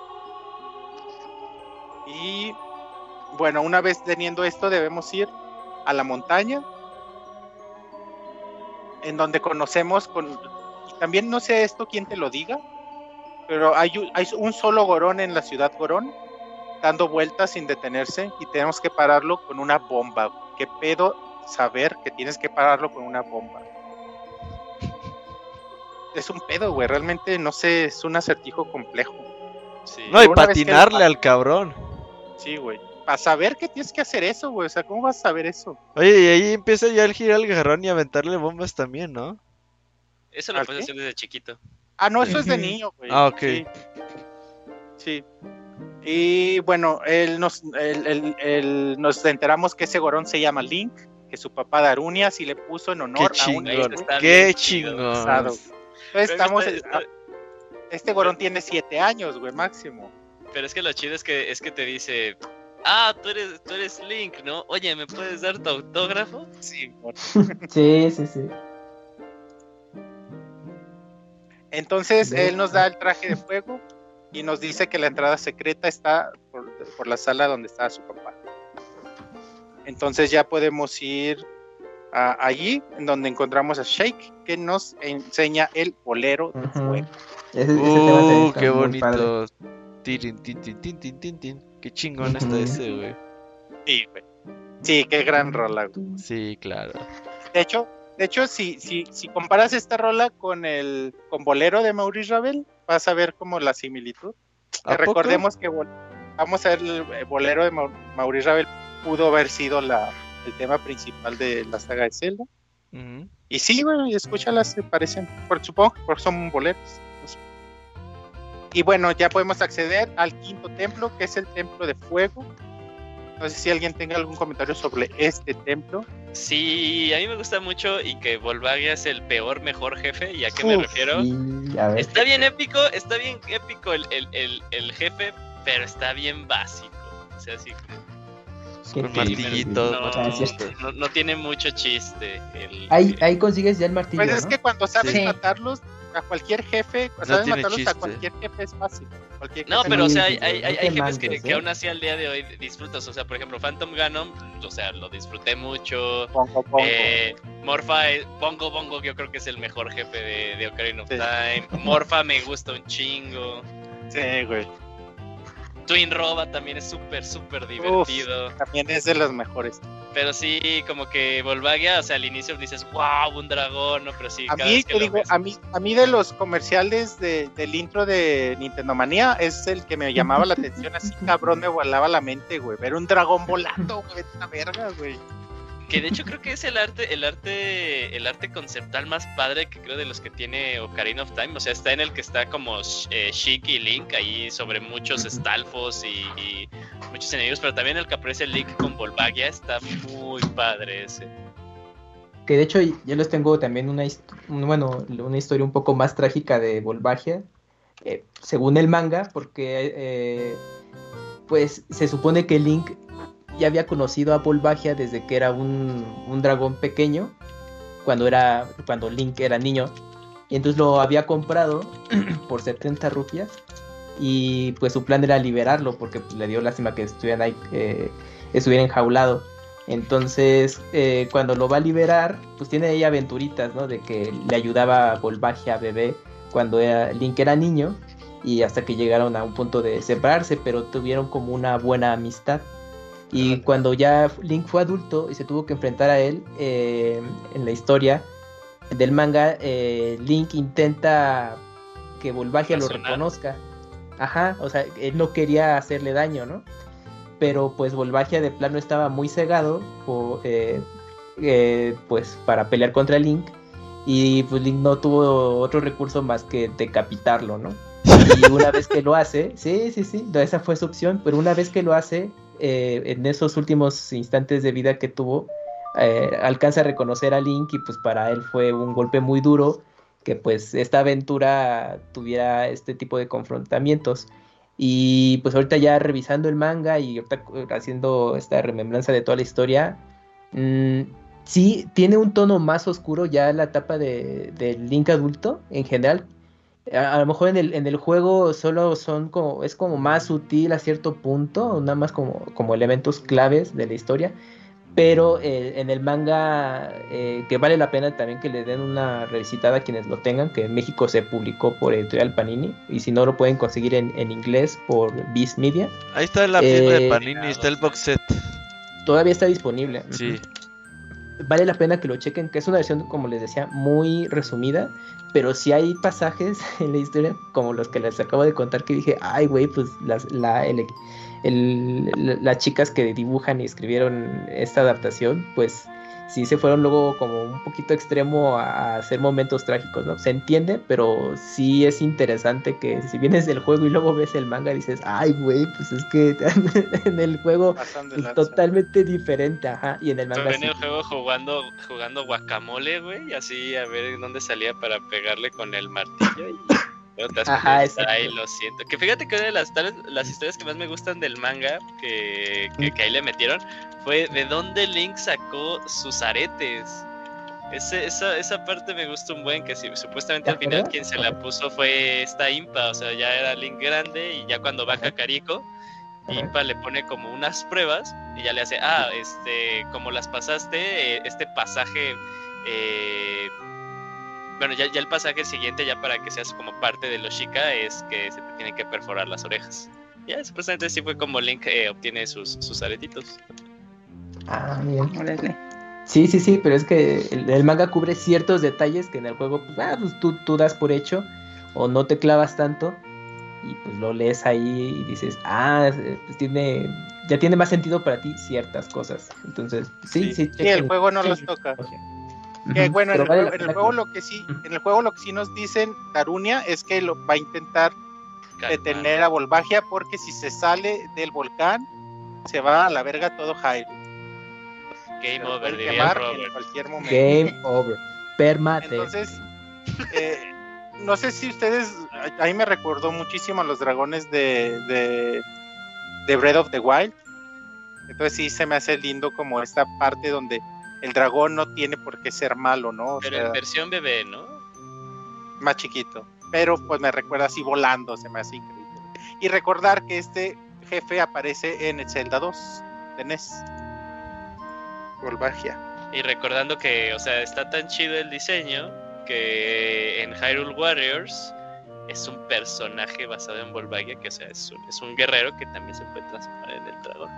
Y bueno, una vez teniendo esto, debemos ir a la montaña, en donde conocemos y también no sé esto quién te lo diga, pero hay un solo Gorón en la ciudad Gorón, dando vueltas sin detenerse, y tenemos que pararlo con una bomba. ¿Qué pedo saber que tienes que pararlo con una bomba? Es un pedo, güey, realmente no sé, es un acertijo complejo. Sí. No, y Una vez que patinarle al cabrón. Sí, güey. Para saber que tienes que hacer eso, güey. O sea, ¿cómo vas a saber eso? Oye, y ahí empieza ya el girar el garrón y aventarle bombas también, ¿no? Eso lo ¿Ah, puedes sí? hacer desde chiquito. Ah, no, eso es de niño, güey. Ah, ok. Sí. Y bueno, nos enteramos que ese Gorón se llama Link, que su papá Darunia sí le puso en honor Qué a un chingón, Está qué bien chingón. pasado. Entonces estamos... Pero Este Gorón tiene 7 años, güey, máximo. Pero es que lo chido es que te dice, tú eres Link, ¿no? Oye, ¿me puedes dar tu autógrafo? Sí, Sí. Entonces él nos da el traje de fuego y nos dice que la entrada secreta está por la sala donde estaba su papá. Entonces ya podemos ir allí, en donde encontramos a Shake, que nos enseña el bolero de fuego. Ese tema también está qué muy padre. bonito. Tirin, tin, tin, tin, tin, tin, tin. Qué chingón está ese, güey. Sí, güey. Sí, qué gran rola, güey. Sí, claro. De hecho, si comparas esta rola con Bolero de Maurice Ravel, vas a ver como la similitud. ¿A poco? Recordemos que vamos a ver el Bolero de Maurice Ravel pudo haber sido el tema principal de la saga de Zelda. Ujú. Y sí, güey, escúchalas, se parecen. Supongo que son boleros. No sé. Y bueno, ya podemos acceder al quinto templo, que es el templo de fuego. No sé si alguien tenga algún comentario sobre este templo. Sí, a mí me gusta mucho y que Volvagia es el mejor jefe. ¿Y a qué me refiero? Sí, a ver. Está bien épico el jefe, pero está bien básico. O sea, así ¿Qué Con te- martillito, no tiene mucho chiste. Ahí consigues ya el martillo, Pues es ¿no? que cuando sabes Sí. matarlos a cualquier jefe, tiene chiste. cualquier jefe es fácil. No, jefe pero o Sí, sea, sí, hay sí, no te jefes mandes, que ¿eh? aún así al día de hoy disfrutas. O sea, por ejemplo, Phantom Ganon, o sea, lo disfruté mucho. Pongo. Morpha, Bongo, yo creo que es el mejor jefe de Ocarina of Sí. Time. Morpha me gusta un chingo. Sí, güey. Twin Roba también es súper divertido. También es de los mejores. Pero sí, como que Volvagia, o sea, al inicio dices, wow, un dragón, ¿no? Pero sí, A cada mí, vez que te lo digo, ves- a mí de los comerciales del intro de Nintendo Manía es el que me llamaba la atención, así cabrón, me volaba la mente, güey. Ver un dragón volando, güey, una verga, güey. Que de hecho creo que es el arte conceptual más padre que creo de los que tiene Ocarina of Time. O sea, está en el que está como Sheik y Link ahí sobre muchos estalfos y muchos enemigos, pero también el que aparece Link con Volvagia está muy padre ese. Que de hecho yo les tengo también una historia un poco más trágica de Volvagia, según el manga, porque pues se supone que Link ya había conocido a Volvagia desde que era un dragón pequeño, cuando Link era niño, y entonces lo había comprado por 70 rupias, y pues su plan era liberarlo, porque pues, le dio lástima que estuviera enjaulado. Entonces, cuando lo va a liberar, pues tiene ahí aventuritas, ¿no? De que le ayudaba a Volvagia bebé cuando Link era niño, y hasta que llegaron a un punto de separarse, pero tuvieron como una buena amistad. Y cuando ya Link fue adulto y se tuvo que enfrentar a él, en la historia del manga, Link intenta que Volvagia lo reconozca. Ajá, o sea, él no quería hacerle daño, ¿no? Pero pues Volvagia de plano estaba muy cegado pues para pelear contra Link, y pues Link no tuvo otro recurso más que decapitarlo, ¿no? Y una vez que lo hace, sí, esa fue su opción, pero una vez que lo hace, en esos últimos instantes de vida que tuvo, alcanza a reconocer a Link y pues para él fue un golpe muy duro que pues esta aventura tuviera este tipo de confrontamientos. Y pues ahorita ya revisando el manga y ahorita haciendo esta remembranza de toda la historia, sí tiene un tono más oscuro ya la etapa de Link adulto en general. A lo mejor en el juego solo es como más sutil a cierto punto, nada más como elementos claves de la historia, pero en el manga, que vale la pena también que le den una revisitada a quienes lo tengan, que en México se publicó por Editorial Panini, y si no lo pueden conseguir en inglés por Viz Media. Ahí está en la tienda de Panini, está el box set. Todavía está disponible. Sí. Vale la pena que lo chequen, que es una versión, como les decía, muy resumida, pero sí hay pasajes en la historia, como los que les acabo de contar, que dije, ay güey, pues las chicas que dibujan y escribieron esta adaptación, pues sí se fueron luego como un poquito extremo a hacer momentos trágicos, ¿no? Se entiende, pero sí es interesante que si vienes del juego y luego ves el manga dices, ay güey, pues es que en el juego es totalmente diferente, ajá, y en el manga en el juego jugando guacamole, güey, así a ver dónde salía para pegarle con el martillo y luego te ay, lo siento. Que fíjate que una de las historias que más me gustan del manga que ahí le metieron fue de dónde Link sacó sus aretes. Esa parte me gustó un buen, que supuestamente al final quien se la puso fue esta Impa, o sea, ya era Link grande y ya cuando va Kakariko, Impa le pone como unas pruebas y ya le hace, como las pasaste, este pasaje, bueno, ya el pasaje siguiente, ya para que seas como parte de los Sheikah, es que se te tienen que perforar las orejas. Ya, supuestamente sí fue como Link obtiene sus aretitos. Ah, bien. Sí, pero es que el manga cubre ciertos detalles que en el juego, pues tú das por hecho, o no te clavas tanto, y pues lo lees ahí y dices, pues ya tiene más sentido para ti ciertas cosas. Entonces, sí, el juego no los toca. Que bueno, en el juego lo que sí nos dicen Darunia es que lo va a intentar detener a Volvagia, porque si se sale del volcán se va a la verga todo Hyrule. Game over, diría Robert. En cualquier momento. Game over. Permate. Entonces, no sé si ustedes, a mí me recordó muchísimo a los dragones de Breath of the Wild. Entonces sí se me hace lindo como esta parte donde el dragón no tiene por qué ser malo, ¿no? Pero en versión bebé, ¿no? Más chiquito. Pero pues me recuerda así volando, se me hace increíble. Y recordar que este jefe aparece en el Zelda 2 de NES. Volvagia. Y recordando que, o sea, está tan chido el diseño que en Hyrule Warriors es un personaje basado en Volvagia, que o sea, es un guerrero que también se puede transformar en el dragón.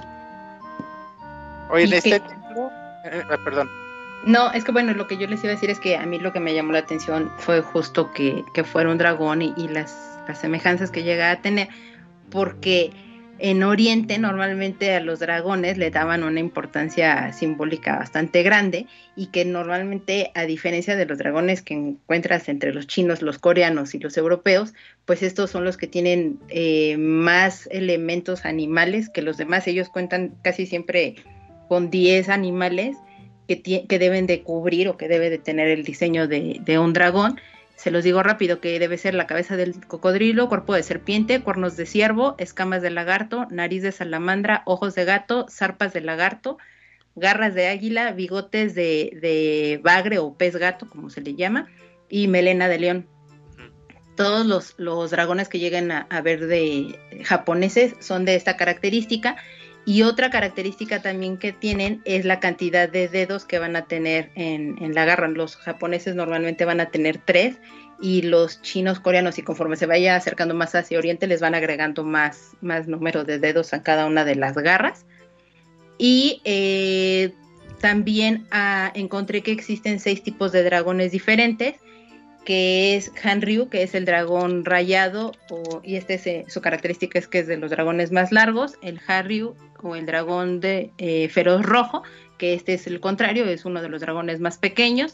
Oye, en este título, perdón. No, es que bueno, lo que yo les iba a decir es que a mí lo que me llamó la atención fue justo que fuera un dragón y las semejanzas que llega a tener, porque en Oriente normalmente a los dragones le daban una importancia simbólica bastante grande, y que normalmente, a diferencia de los dragones que encuentras entre los chinos, los coreanos y los europeos, pues estos son los que tienen más elementos animales que los demás. Ellos cuentan casi siempre con 10 animales que deben de cubrir o que debe de tener el diseño de un dragón. Se los digo rápido, que debe ser la cabeza del cocodrilo, cuerpo de serpiente, cuernos de ciervo, escamas de lagarto, nariz de salamandra, ojos de gato, zarpas de lagarto, garras de águila, bigotes de bagre o pez gato, como se le llama, y melena de león. Todos los dragones que llegan a ver de japoneses son de esta característica. Y otra característica también que tienen es la cantidad de dedos que van a tener en la garra. Los japoneses normalmente van a tener 3, y los chinos, coreanos, y conforme se vaya acercando más hacia Oriente, les van agregando más número de dedos a cada una de las garras. Y también encontré que existen 6 tipos de dragones diferentes, que es Hanryu, que es el dragón rayado, y su característica es que es de los dragones más largos. El Harryu, o el dragón de feroz rojo, que este es el contrario, es uno de los dragones más pequeños.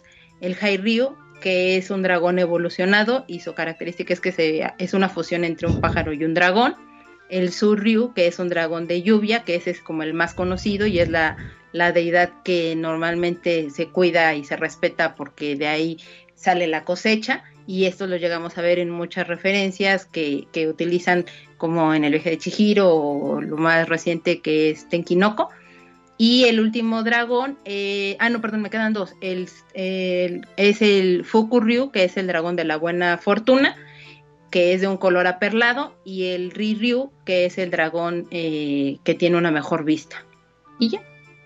el High-Ryu, que es un dragón evolucionado y su característica es que es una fusión entre un pájaro y un dragón. El Surryu, que es un dragón de lluvia, que ese es como el más conocido y es la deidad que normalmente se cuida y se respeta porque de ahí sale la cosecha, y esto lo llegamos a ver en muchas referencias que utilizan, como en el viaje de Chihiro o lo más reciente que es Tenkinoko. Y el último dragón, me quedan dos, es el Fukuryu, que es el dragón de la buena fortuna, que es de un color aperlado, y el Riryu, que es el dragón que tiene una mejor vista. Y ya.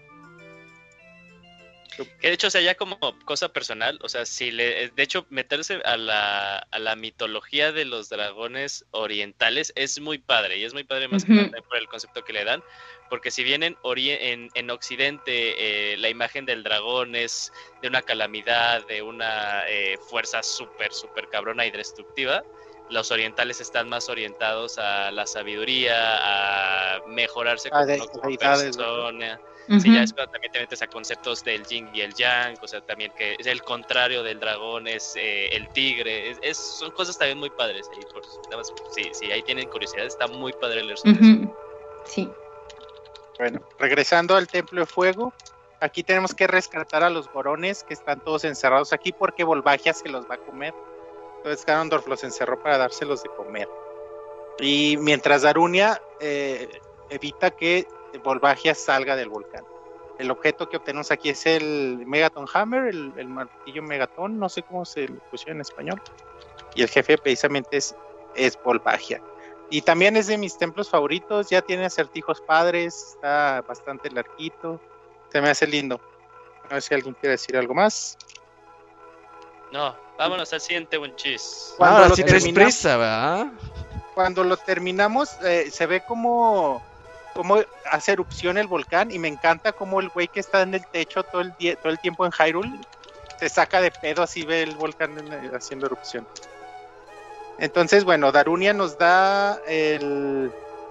Que de hecho, o sea, ya como cosa personal, o sea, de hecho, meterse a la mitología de los dragones orientales es muy padre, y es muy padre más que nada por el concepto que le dan, porque si bien en Occidente la imagen del dragón es de una calamidad, de una fuerza súper, súper cabrona y destructiva, los orientales están más orientados a la sabiduría, a mejorarse como persona. Sí, ya es cuando también te metes a conceptos del yin y el yang, o sea, también que es el contrario del dragón, es el tigre, son cosas también muy padres. Si ahí tienen curiosidad, está muy padre leer sobre eso. Sí. Bueno, regresando al Templo de Fuego, aquí tenemos que rescatar a los Gorones que están todos encerrados aquí porque Volvagia se los va a comer. Entonces Ganondorf los encerró para dárselos de comer. Y mientras Darunia evita que Volvagia salga del volcán. El objeto que obtenemos aquí es el Megaton Hammer, el martillo Megaton, no sé cómo se lo pusieron en español. Y el jefe precisamente es Volvagia. Y también es de mis templos favoritos, ya tiene acertijos padres, está bastante larguito, se me hace lindo. A ver si alguien quiere decir algo más. No, vámonos al siguiente Wunchis. Ahora sí tienes prisa, ¿verdad? Cuando lo terminamos, se ve como hace erupción el volcán, y me encanta como el güey que está en el techo todo el tiempo en Hyrule se saca de pedo, así ve el volcán haciendo erupción. Entonces, bueno, Darunia nos da el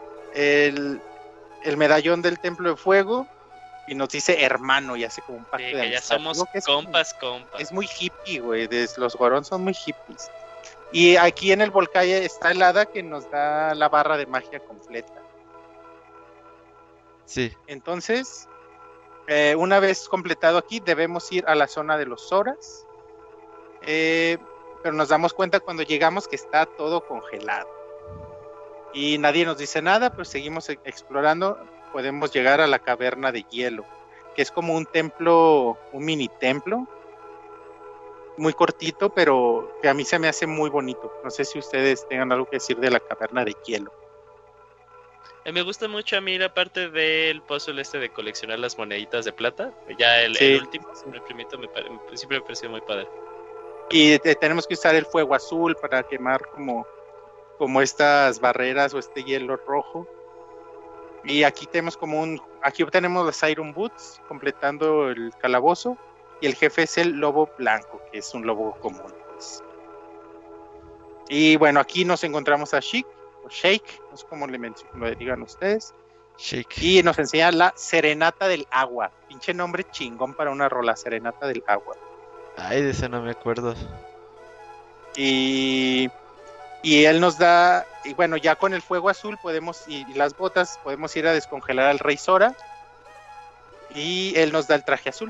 medallón del Templo de Fuego y nos dice hermano, y hace como un pacto de que ya somos compas. Es muy hippie, güey, los Gorón son muy hippies. Y aquí en el volcán está el hada que nos da la barra de magia completa. Sí. Entonces, una vez completado aquí, debemos ir a la zona de los Zoras. Pero nos damos cuenta cuando llegamos que está todo congelado. Y nadie nos dice nada, pero seguimos explorando. Podemos llegar a la caverna de hielo, que es como un templo, un mini templo, muy cortito, pero que a mí se me hace muy bonito. No sé si ustedes tengan algo que decir de la caverna de hielo. Me gusta mucho a mí la parte del puzzle de coleccionar las moneditas de plata. Ya el último, el primito, siempre me pareció muy padre. Y tenemos que usar el fuego azul para quemar como estas barreras o este hielo rojo. Y aquí tenemos aquí obtenemos las Iron Boots completando el calabozo, y el jefe es el lobo blanco, que es un lobo común, pues. Y bueno, aquí nos encontramos a Sheik, o Shake, no sé cómo lo digan ustedes. Shake. Y nos enseña la Serenata del Agua. Pinche nombre chingón para una rola, Serenata del Agua. Ay, de eso no me acuerdo. Y él nos da, y bueno, ya con el fuego azul y las botas podemos ir a descongelar al Rey Zora, y él nos da el traje azul.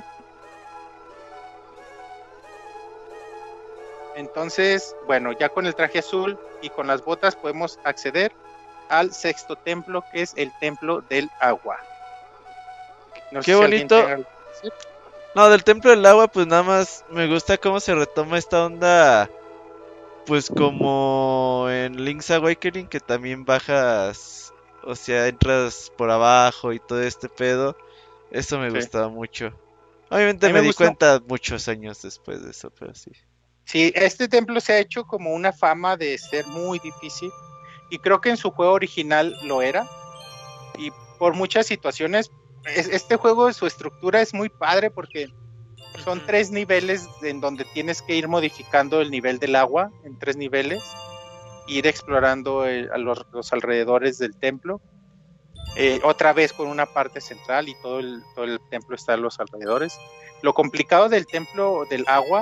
Entonces, bueno, ya con el traje azul y con las botas podemos acceder al sexto templo, que es el Templo del Agua. No Qué bonito. No, del Templo del Agua, pues nada más me gusta cómo se retoma esta onda, pues como en Link's Awakening, que también bajas, o sea, entras por abajo y todo este pedo. Eso me gustaba mucho. Obviamente me di cuenta muchos años después de eso, pero sí. Sí, este templo se ha hecho como una fama de ser muy difícil, y creo que en su juego original lo era, y por muchas situaciones, este juego, su estructura es muy padre porque son 3 niveles en donde tienes que ir modificando el nivel del agua en 3 niveles, ir explorando a los alrededores del templo, otra vez con una parte central, y todo el templo está a los alrededores. Lo complicado del Templo del Agua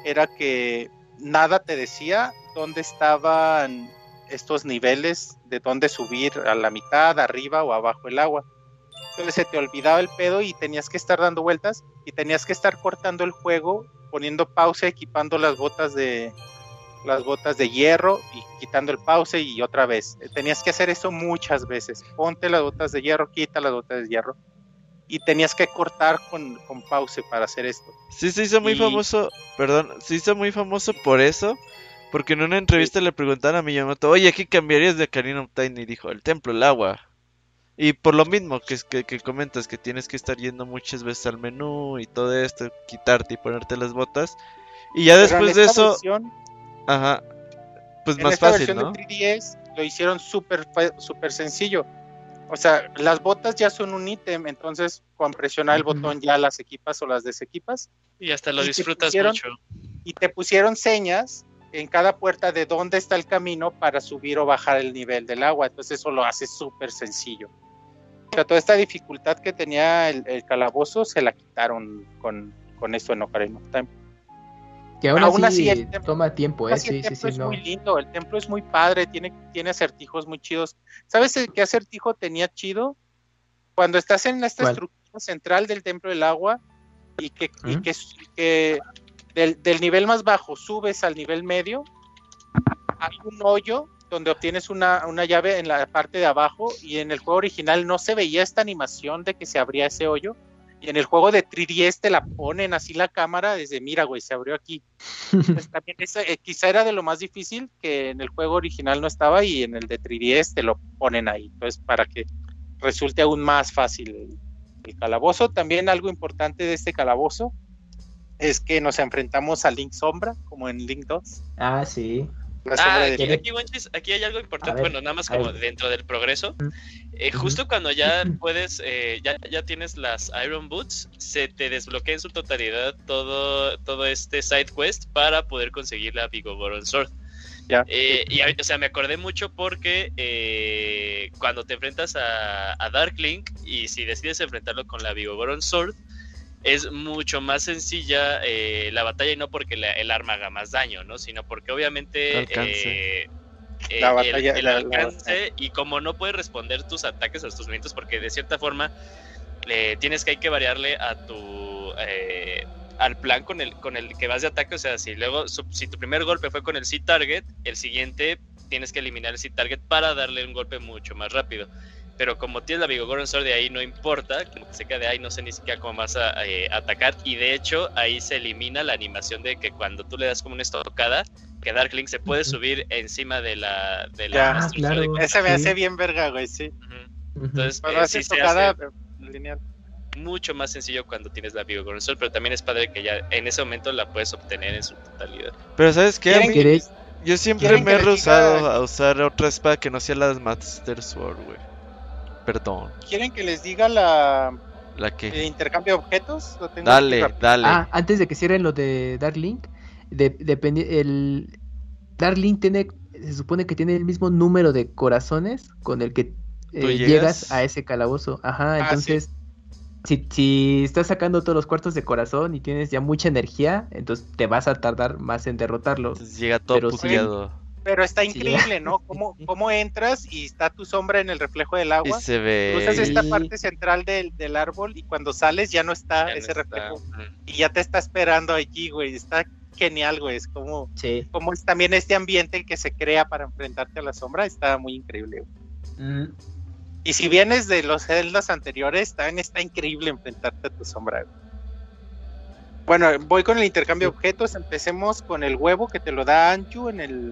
era que nada te decía dónde estaban estos niveles, de dónde subir a la mitad, arriba o abajo el agua. Entonces se te olvidaba el pedo y tenías que estar dando vueltas y tenías que estar cortando el juego, poniendo pausa, equipando las botas de hierro y quitando el pause y otra vez. Tenías que hacer eso muchas veces. Ponte las botas de hierro, quita las botas de hierro. Y tenías que cortar con pause para hacer esto. Sí, se hizo muy famoso, se hizo muy famoso por eso, porque en una entrevista le preguntaron a Miyamoto, oye, ¿qué cambiarías de Ocarina of Time? Y dijo, el templo, el agua. Y por lo mismo que comentas, que tienes que estar yendo muchas veces al menú y todo esto, quitarte y ponerte las botas. Y ya después de eso... Versión, ajá, pues más fácil, ¿no? En esta versión de 3DS lo hicieron súper sencillo. O sea, las botas ya son un ítem, entonces con presionar el botón ya las equipas o las desequipas. Y hasta lo disfrutas mucho. Y te pusieron señas en cada puerta de dónde está el camino para subir o bajar el nivel del agua. Entonces eso lo hace súper sencillo. O sea, toda esta dificultad que tenía el calabozo se la quitaron con esto en Ocarina of Time. Que aún así toma tiempo, el templo es muy lindo, el templo es muy padre, tiene acertijos muy chidos. ¿Sabes qué acertijo tenía chido? Cuando estás en esta estructura central del templo del agua y que del nivel más bajo subes al nivel medio, hay un hoyo donde obtienes una llave en la parte de abajo, y en el juego original no se veía esta animación de que se abría ese hoyo. Y en el juego de 3DS te la ponen así la cámara desde, mira, güey, se abrió aquí. Pues también quizá era de lo más difícil, que en el juego original no estaba, y en el de 3DS te lo ponen ahí. Entonces, para que resulte aún más fácil el calabozo. También algo importante de este calabozo es que nos enfrentamos a Link Sombra, como en Link 2. Ah, sí. Aquí hay algo importante, bueno, nada más como dentro del progreso. Justo cuando ya puedes, ya tienes las Iron Boots, se te desbloquea en su totalidad todo este side quest para poder conseguir la Vigogoron Sword. O sea, me acordé mucho porque cuando te enfrentas a Dark Link, y si decides enfrentarlo con la Vigogoron Sword, es mucho más sencilla la batalla, y no porque el arma haga más daño, ¿no? Sino porque obviamente el alcance, y como no puedes responder tus ataques a tus movimientos, porque de cierta forma tienes que variarle a tu al plan con el que vas de ataque. O sea, si tu primer golpe fue con el C-Target, el siguiente tienes que eliminar el C-Target para darle un golpe mucho más rápido. Pero como tienes la Vigogoron Sword de ahí, no importa, como que se queda de ahí, no sé ni siquiera cómo vas a atacar. Y de hecho, ahí se elimina la animación de que cuando tú le das como una estocada, que Dark Link se puede subir encima de la claro. Ese me hace bien verga, güey, sí. Entonces, sí se hace lineal. Mucho más sencillo cuando tienes la Vigogoron Sword, pero también es padre que ya en ese momento la puedes obtener en su totalidad. Pero ¿sabes qué? Yo siempre me he rehusado a usar otra espada que no sea la Master Sword, güey. Perdón. ¿Quieren que les diga ¿La qué? El intercambio de objetos? Dale. Antes de que cierren lo de Dark Link, el Dark Link se supone que tiene el mismo número de corazones con el que llegas a ese calabozo. Ajá, entonces si estás sacando todos los cuartos de corazón y tienes ya mucha energía, entonces te vas a tardar más en derrotarlo. Entonces llega todo puteado. Pero está increíble, ¿no? Cómo entras y está tu sombra en el reflejo del agua. Y se ve. Cruzas esta parte central del árbol y cuando sales ya no está ese reflejo. Y ya te está esperando allí, güey. Está genial, güey. Es como es también este ambiente que se crea para enfrentarte a la sombra. Está muy increíble, güey. Y si vienes de los celdas anteriores, también está increíble enfrentarte a tu sombra, güey. Bueno, voy con el intercambio de objetos. Empecemos con el huevo que te lo da Anju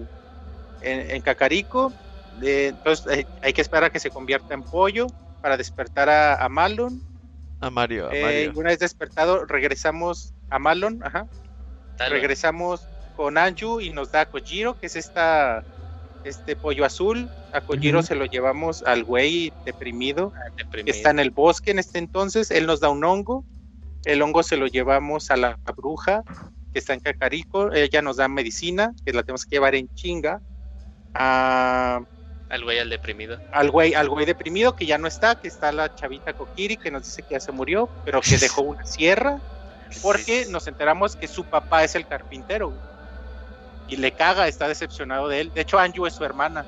en Kakariko. Entonces hay que esperar a que se convierta en pollo para despertar a Malon. A Mario. Una vez despertado, regresamos a Malon. Regresamos con Anju y nos da a Kojiro, que es este pollo azul. A Kojiro se lo llevamos al güey deprimido, que está en el bosque en este entonces. Él nos da un hongo. El hongo se lo llevamos a la bruja, que está en Kakariko. Ella nos da medicina, que la tenemos que llevar en chinga. Al deprimido. Al güey deprimido, que ya no está, que está la chavita Kokiri, que nos dice que ya se murió, pero que dejó una sierra. porque nos enteramos que su papá es el carpintero, güey, y le caga, está decepcionado de él. De hecho, Anju es su hermana.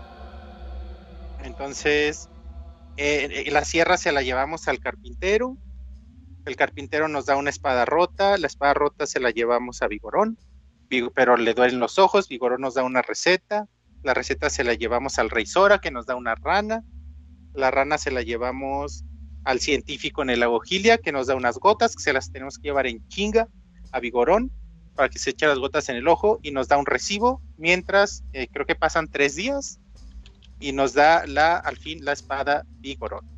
Entonces, la sierra se la llevamos al carpintero. El carpintero nos da una espada rota. La espada rota se la llevamos a Vigorón, pero le duelen los ojos. Vigorón nos da una receta. La receta se la llevamos al Rey Sora, que nos da una rana. La rana se la llevamos al científico en el lago Gilia, que nos da unas gotas, que se las tenemos que llevar en chinga a Vigorón para que se eche las gotas en el ojo, y nos da un recibo, mientras creo que pasan 3 días y nos da al fin la espada Vigorón.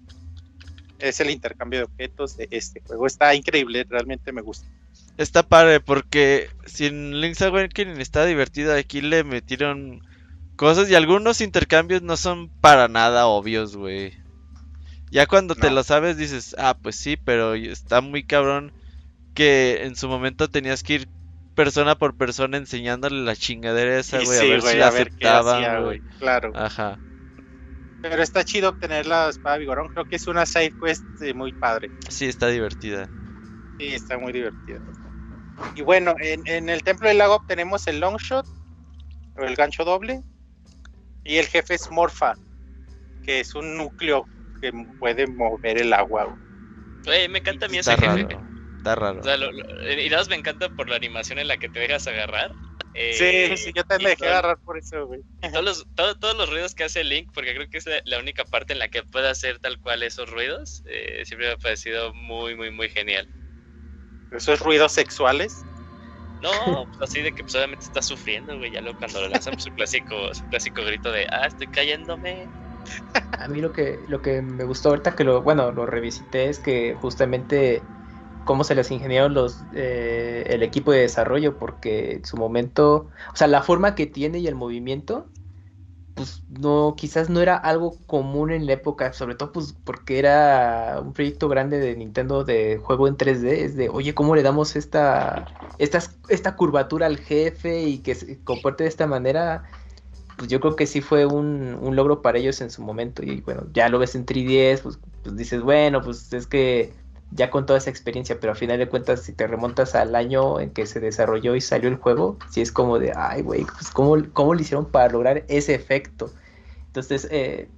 Es el intercambio de objetos de este juego. Está increíble, realmente me gusta. Está padre porque si en Link's Awakening está divertido, aquí le metieron cosas y algunos intercambios no son para nada obvios, güey. Ya cuando te lo sabes dices, pues sí, pero está muy cabrón que en su momento tenías que ir persona por persona enseñándole la chingadera esa, güey, sí, a ver si la aceptaban, güey. Claro. Ajá. Pero está chido obtener la espada Vigorón. Creo que es una side quest muy padre. Sí, está divertida. Sí, está muy divertida. Y bueno, en el Templo del Lago obtenemos el Longshot, o el gancho doble, y el jefe es Morpha, que es un núcleo que puede mover el agua. Güey, me encanta a mí Está ese raro. jefe. Está raro. O sea, y nada más me encanta por la animación en la que te dejas agarrar. Sí, yo también me dejé agarrar por eso, güey. Todos los ruidos que hace Link, porque creo que es la única parte en la que puede hacer tal cual esos ruidos, siempre me ha parecido muy, muy, muy genial. ¿Esos ruidos sexuales? No, pues así de que pues, obviamente está sufriendo, güey. Ya luego cuando lo lanzan pues, su clásico grito de estoy cayéndome. A mí lo que me gustó ahorita que lo revisité es que justamente cómo se les ingeniaron el equipo de desarrollo, porque en su momento, o sea, la forma que tiene y el movimiento, pues quizás no era algo común en la época, sobre todo pues porque era un proyecto grande de Nintendo de juego en 3D, es de, oye, ¿cómo le damos esta curvatura al jefe y que se comporte de esta manera? Pues yo creo que sí fue un logro para ellos en su momento, y bueno, ya lo ves en 3DS, pues dices, bueno, pues es que ya con toda esa experiencia, pero a final de cuentas, si te remontas al año en que se desarrolló y salió el juego, sí es como de, ay, güey, pues ¿cómo lo hicieron para lograr ese efecto? Entonces,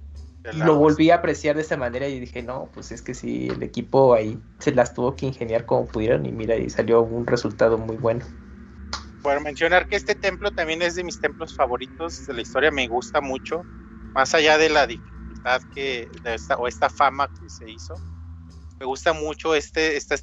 lo volví a apreciar de esa manera y dije, no, pues es que sí, el equipo ahí se las tuvo que ingeniar como pudieron, y mira, y salió un resultado muy bueno. Bueno, mencionar que este templo también es de mis templos favoritos de la historia, me gusta mucho, más allá de la dificultad o esta fama que se hizo. Me gusta mucho esta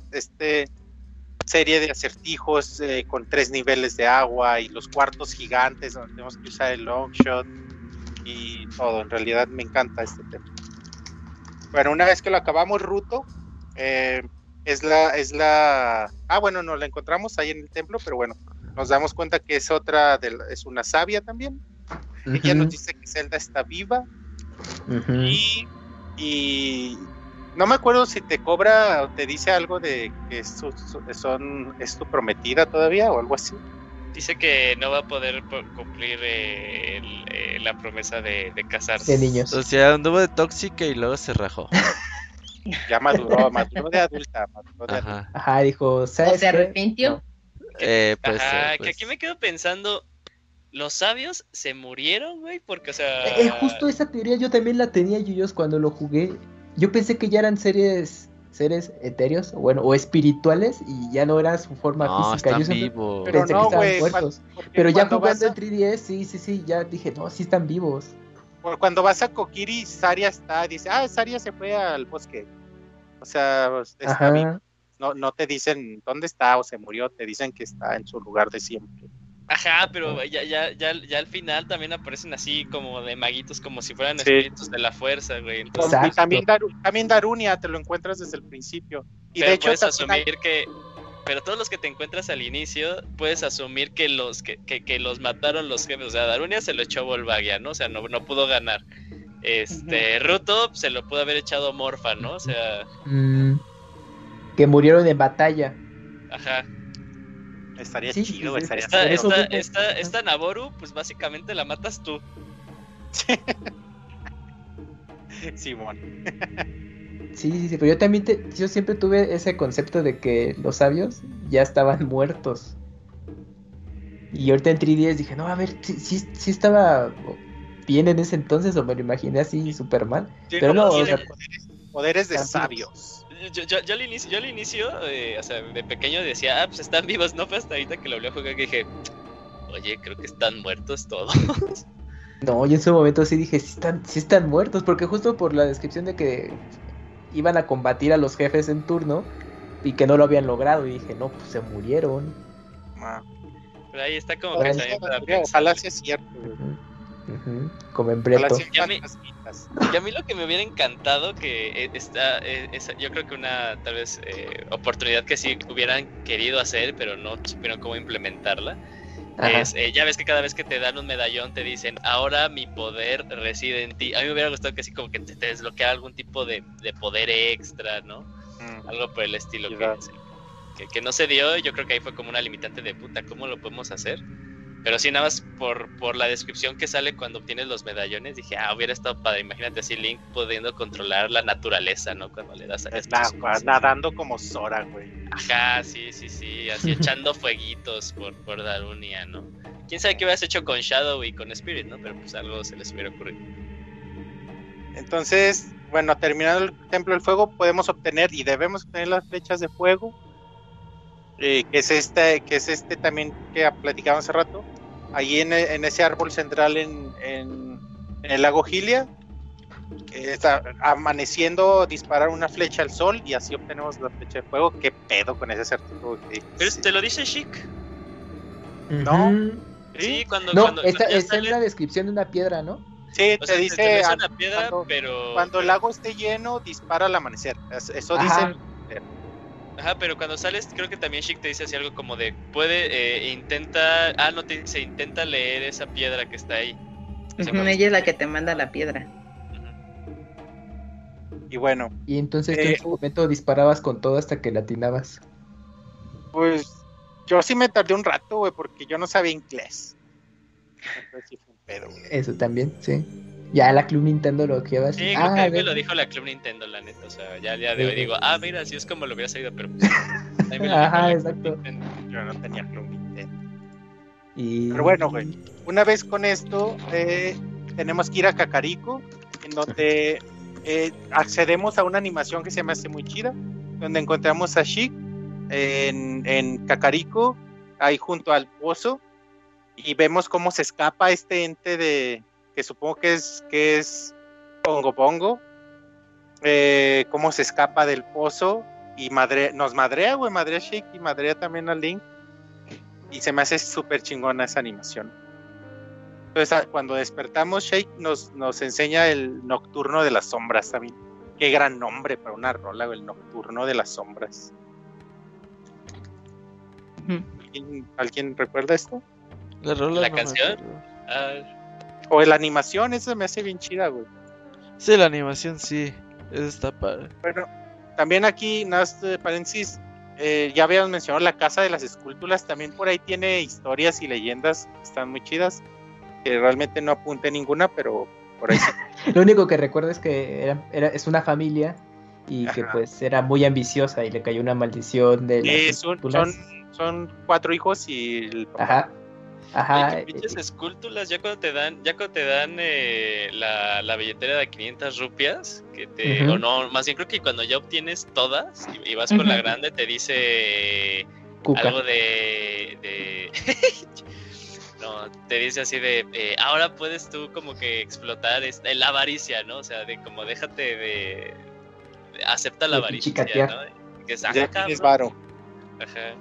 serie de acertijos con 3 niveles de agua y los cuartos gigantes donde tenemos que usar el Longshot y todo. En realidad me encanta este tema. Bueno, una vez que lo acabamos, Ruto es la bueno, no la encontramos ahí en el templo, pero bueno, nos damos cuenta que es es una sabia también. Uh-huh. Ella nos dice que Zelda está viva. Uh-huh. Y no me acuerdo si te cobra o te dice algo de que es tu prometida todavía o algo así. Dice que no va a poder cumplir la promesa de casarse. De niños. O sea, anduvo de tóxica y luego se rajó. Ya maduró de adulta. Ajá, dijo, ¿sabes? ¿Se arrepintió? Pues. Que aquí me quedo pensando, ¿los sabios se murieron, güey? Porque, o sea... justo esa teoría yo también la tenía, Yuyos, cuando lo jugué. Yo pensé que ya eran seres etéreos, o espirituales, y ya no era su forma física. Están vivos. Pero pensé no, que estaban muertos. Pero ya jugando en 3DS, sí, ya dije, no, sí están vivos. Cuando vas a Kokiri, Saria dice, Saria se fue al bosque. O sea, está vivo. No te dicen dónde está o se murió, te dicen que está en su lugar de siempre. Ajá, pero ya al final también aparecen así como de maguitos, como si fueran espíritus de la fuerza, güey. Entonces, también Darunia te lo encuentras desde el principio. Y pero de hecho puedes asumir pero todos los que te encuentras al inicio, puedes asumir que los mataron los jefes. O sea, Darunia se lo echó Volvagia, ¿no? O sea, no pudo ganar. Ruto se lo pudo haber echado Morpha, ¿no? O sea... que murieron en batalla. Ajá. Estaría chido, pues, esta Naboru, pues básicamente la matas tú. Simón. Sí, pero yo siempre tuve ese concepto de que los sabios ya estaban muertos. Y ahorita en 3DS dije, no, a ver, sí estaba bien en ese entonces, o me lo imaginé así súper mal. Sí, Pero no, sí, o sea, poderes de Vampiros. sabios. Yo al inicio, o sea, de pequeño decía, pues están vivos, no fue hasta ahorita que lo volví a jugar que dije, oye, creo que están muertos todos. no, yo en su momento sí dije, sí están muertos, porque justo por la descripción de que iban a combatir a los jefes en turno y que no lo habían logrado, y dije, no, pues se murieron. Ah, Pero ahí está como Ojalá que también para ojalá pensar. sea cierto, güey. Como en Ojalá Breto. sean Y a mí- fantasmitas. Y a mí lo que me hubiera encantado que yo creo que una tal vez oportunidad que sí hubieran querido hacer, pero no supieron cómo implementarla, Ajá. es, ya ves que cada vez que te dan un medallón te dicen, ahora mi poder reside en ti. A mí me hubiera gustado que así como que te desbloqueara algún tipo de poder extra, ¿no? Algo por el estilo que no se dio. Yo creo que ahí fue como una limitante de puta, ¿cómo lo podemos hacer? Pero sí, nada más por la descripción que sale cuando obtienes los medallones, dije, hubiera estado padre. Imagínate así Link pudiendo controlar la naturaleza, ¿no? Cuando le das a las personas. Nadando como Sora, güey. Ajá, sí, así echando fueguitos por Darunia, ¿no? Quién sabe qué hubieras hecho con Shadow y con Spirit, ¿no? Pero pues algo se les hubiera ocurrido. Entonces, bueno, terminado el Templo del Fuego, podemos obtener y debemos obtener las flechas de fuego. Que es este también que platicaba hace rato. Ahí en ese árbol central en el lago Hylia. Está amaneciendo, disparar una flecha al sol y así obtenemos la flecha de fuego. ¿Qué pedo con ese acertijo? Pero te lo dice Chic. ¿No? Sí, cuando está ya en sale- la descripción de una piedra, ¿no? Sí, o te sea, dice te menciona una piedra, pero cuando el lago esté lleno, dispara al amanecer. Eso Ajá. dice. Ajá, pero cuando sales, creo que también Chic te dice así algo como de no te dice, intenta leer esa piedra que está ahí. O sea, cuando- Ella es la que te manda la piedra. Y bueno, Y entonces tú en ese momento disparabas con todo hasta que latinabas. pues yo sí me tardé un rato, güey, porque yo no sabía inglés. Entonces sí fue un pedo, güey. Eso también, sí. Ya la Club Nintendo lo que ibas. Sí, creo que a mí me lo dijo la Club Nintendo, la neta. O sea, ya de hoy digo, mira, así es como lo hubiera sabido, pero pues, a mí me lo dijo Ajá, la exacto. Club Nintendo. Yo no tenía Club Nintendo. Y... Pero bueno, güey, una vez con esto, tenemos que ir a Kakariko, en donde accedemos a una animación que se me hace muy chida, donde encontramos a Chic en Kakariko, ahí junto al pozo, y vemos cómo se escapa este ente que supongo que es Pongo Pongo, cómo se escapa del pozo y nos madrea, güey, madrea a Chic y madrea también a Link, y se me hace súper chingona esa animación. Entonces cuando despertamos, Shake nos enseña el Nocturno de las Sombras también. Qué gran nombre para una rola, el Nocturno de las Sombras. ¿Alguien recuerda esto? La rola ¿La no me canción? acuerdo. O la animación, eso me hace bien chida, güey. Sí, la animación sí. Eso está padre. Bueno, también aquí, nada más de paréntesis, ya habíamos mencionado la Casa de las Esculturas, también por ahí tiene historias y leyendas que están muy chidas, que realmente no apunté ninguna, pero por ahí sí. Lo único que recuerdo es que es una familia y que Ajá. pues era muy ambiciosa y le cayó una maldición de las esculturas. Son 4 hijos y el papá. Ajá. Ay, qué pinches esculturas, ya cuando te dan la billetera de 500 rupias, Ujú. o no, más bien creo que cuando ya obtienes todas y vas por la Ujú. grande te dice Cuca. algo de no, te dice así de ahora puedes tú como que explotar la avaricia, ¿no? O sea, de como déjate de acepta la De avaricia, pichicatear. ¿no? Que es Ya cabrón. tienes varo. Ajá.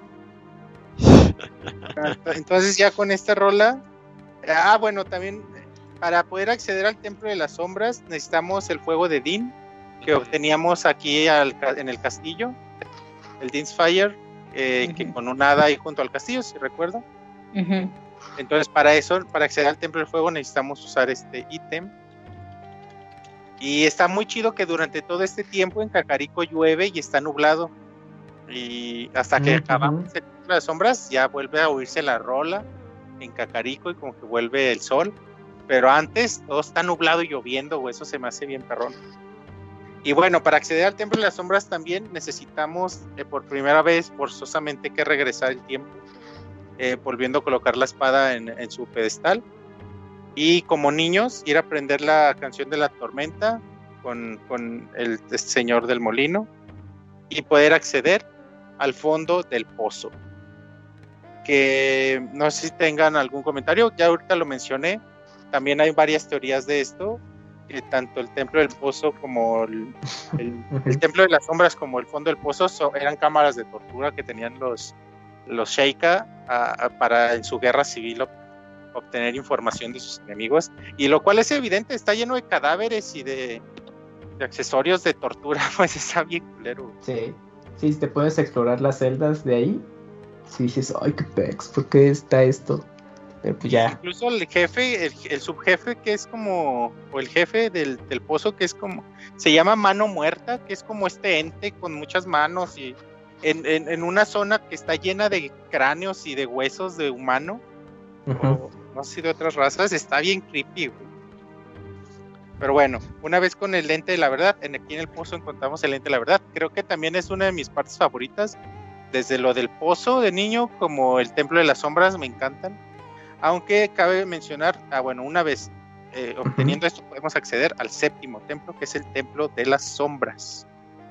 Entonces ya con esta rola, bueno, también para poder acceder al Templo de las Sombras necesitamos el fuego de Din, que obteníamos aquí en el castillo, el Din's Fire, que con un hada ahí junto al castillo, si recuerdo. Ujú. Entonces para acceder al Templo del Fuego necesitamos usar este ítem. Y está muy chido que durante todo este tiempo en Kakariko llueve y está nublado. Y hasta que Ujú. acabamos el Templo de las Sombras ya vuelve a oírse la rola en Kakariko y como que vuelve el sol. Pero antes todo está nublado y lloviendo, güey, eso se me hace bien perrón. Y bueno, para acceder al Templo de las Sombras también necesitamos por primera vez forzosamente que regresar el tiempo, volviendo a colocar la espada en su pedestal. Y como niños, ir a aprender la canción de la tormenta con el señor del molino y poder acceder al fondo del pozo. Que no sé si tengan algún comentario, ya ahorita lo mencioné, también hay varias teorías de esto, que tanto el templo del pozo como el templo de las sombras como el fondo del pozo eran cámaras de tortura que tenían los Sheikah para en su guerra civil obtener información de sus enemigos, y lo cual es evidente, está lleno de cadáveres y de accesorios de tortura, pues está bien culero. Sí, si te puedes explorar las celdas de ahí, si dices, ay, qué pex, ¿por qué está esto? Pero pues ya. Incluso el jefe, el subjefe que es como, o el jefe del pozo que es como, se llama Mano Muerta, que es como este ente con muchas manos y en una zona que está llena de cráneos y de huesos de humano, o no sé si de otras razas, está bien creepy, güey. Pero bueno, una vez con el lente de la verdad, aquí en el pozo encontramos el lente de la verdad, creo que también es una de mis partes favoritas, desde lo del pozo de niño como el templo de las sombras me encantan, aunque cabe mencionar, bueno, una vez obteniendo esto podemos acceder al séptimo templo, que es el templo de las sombras.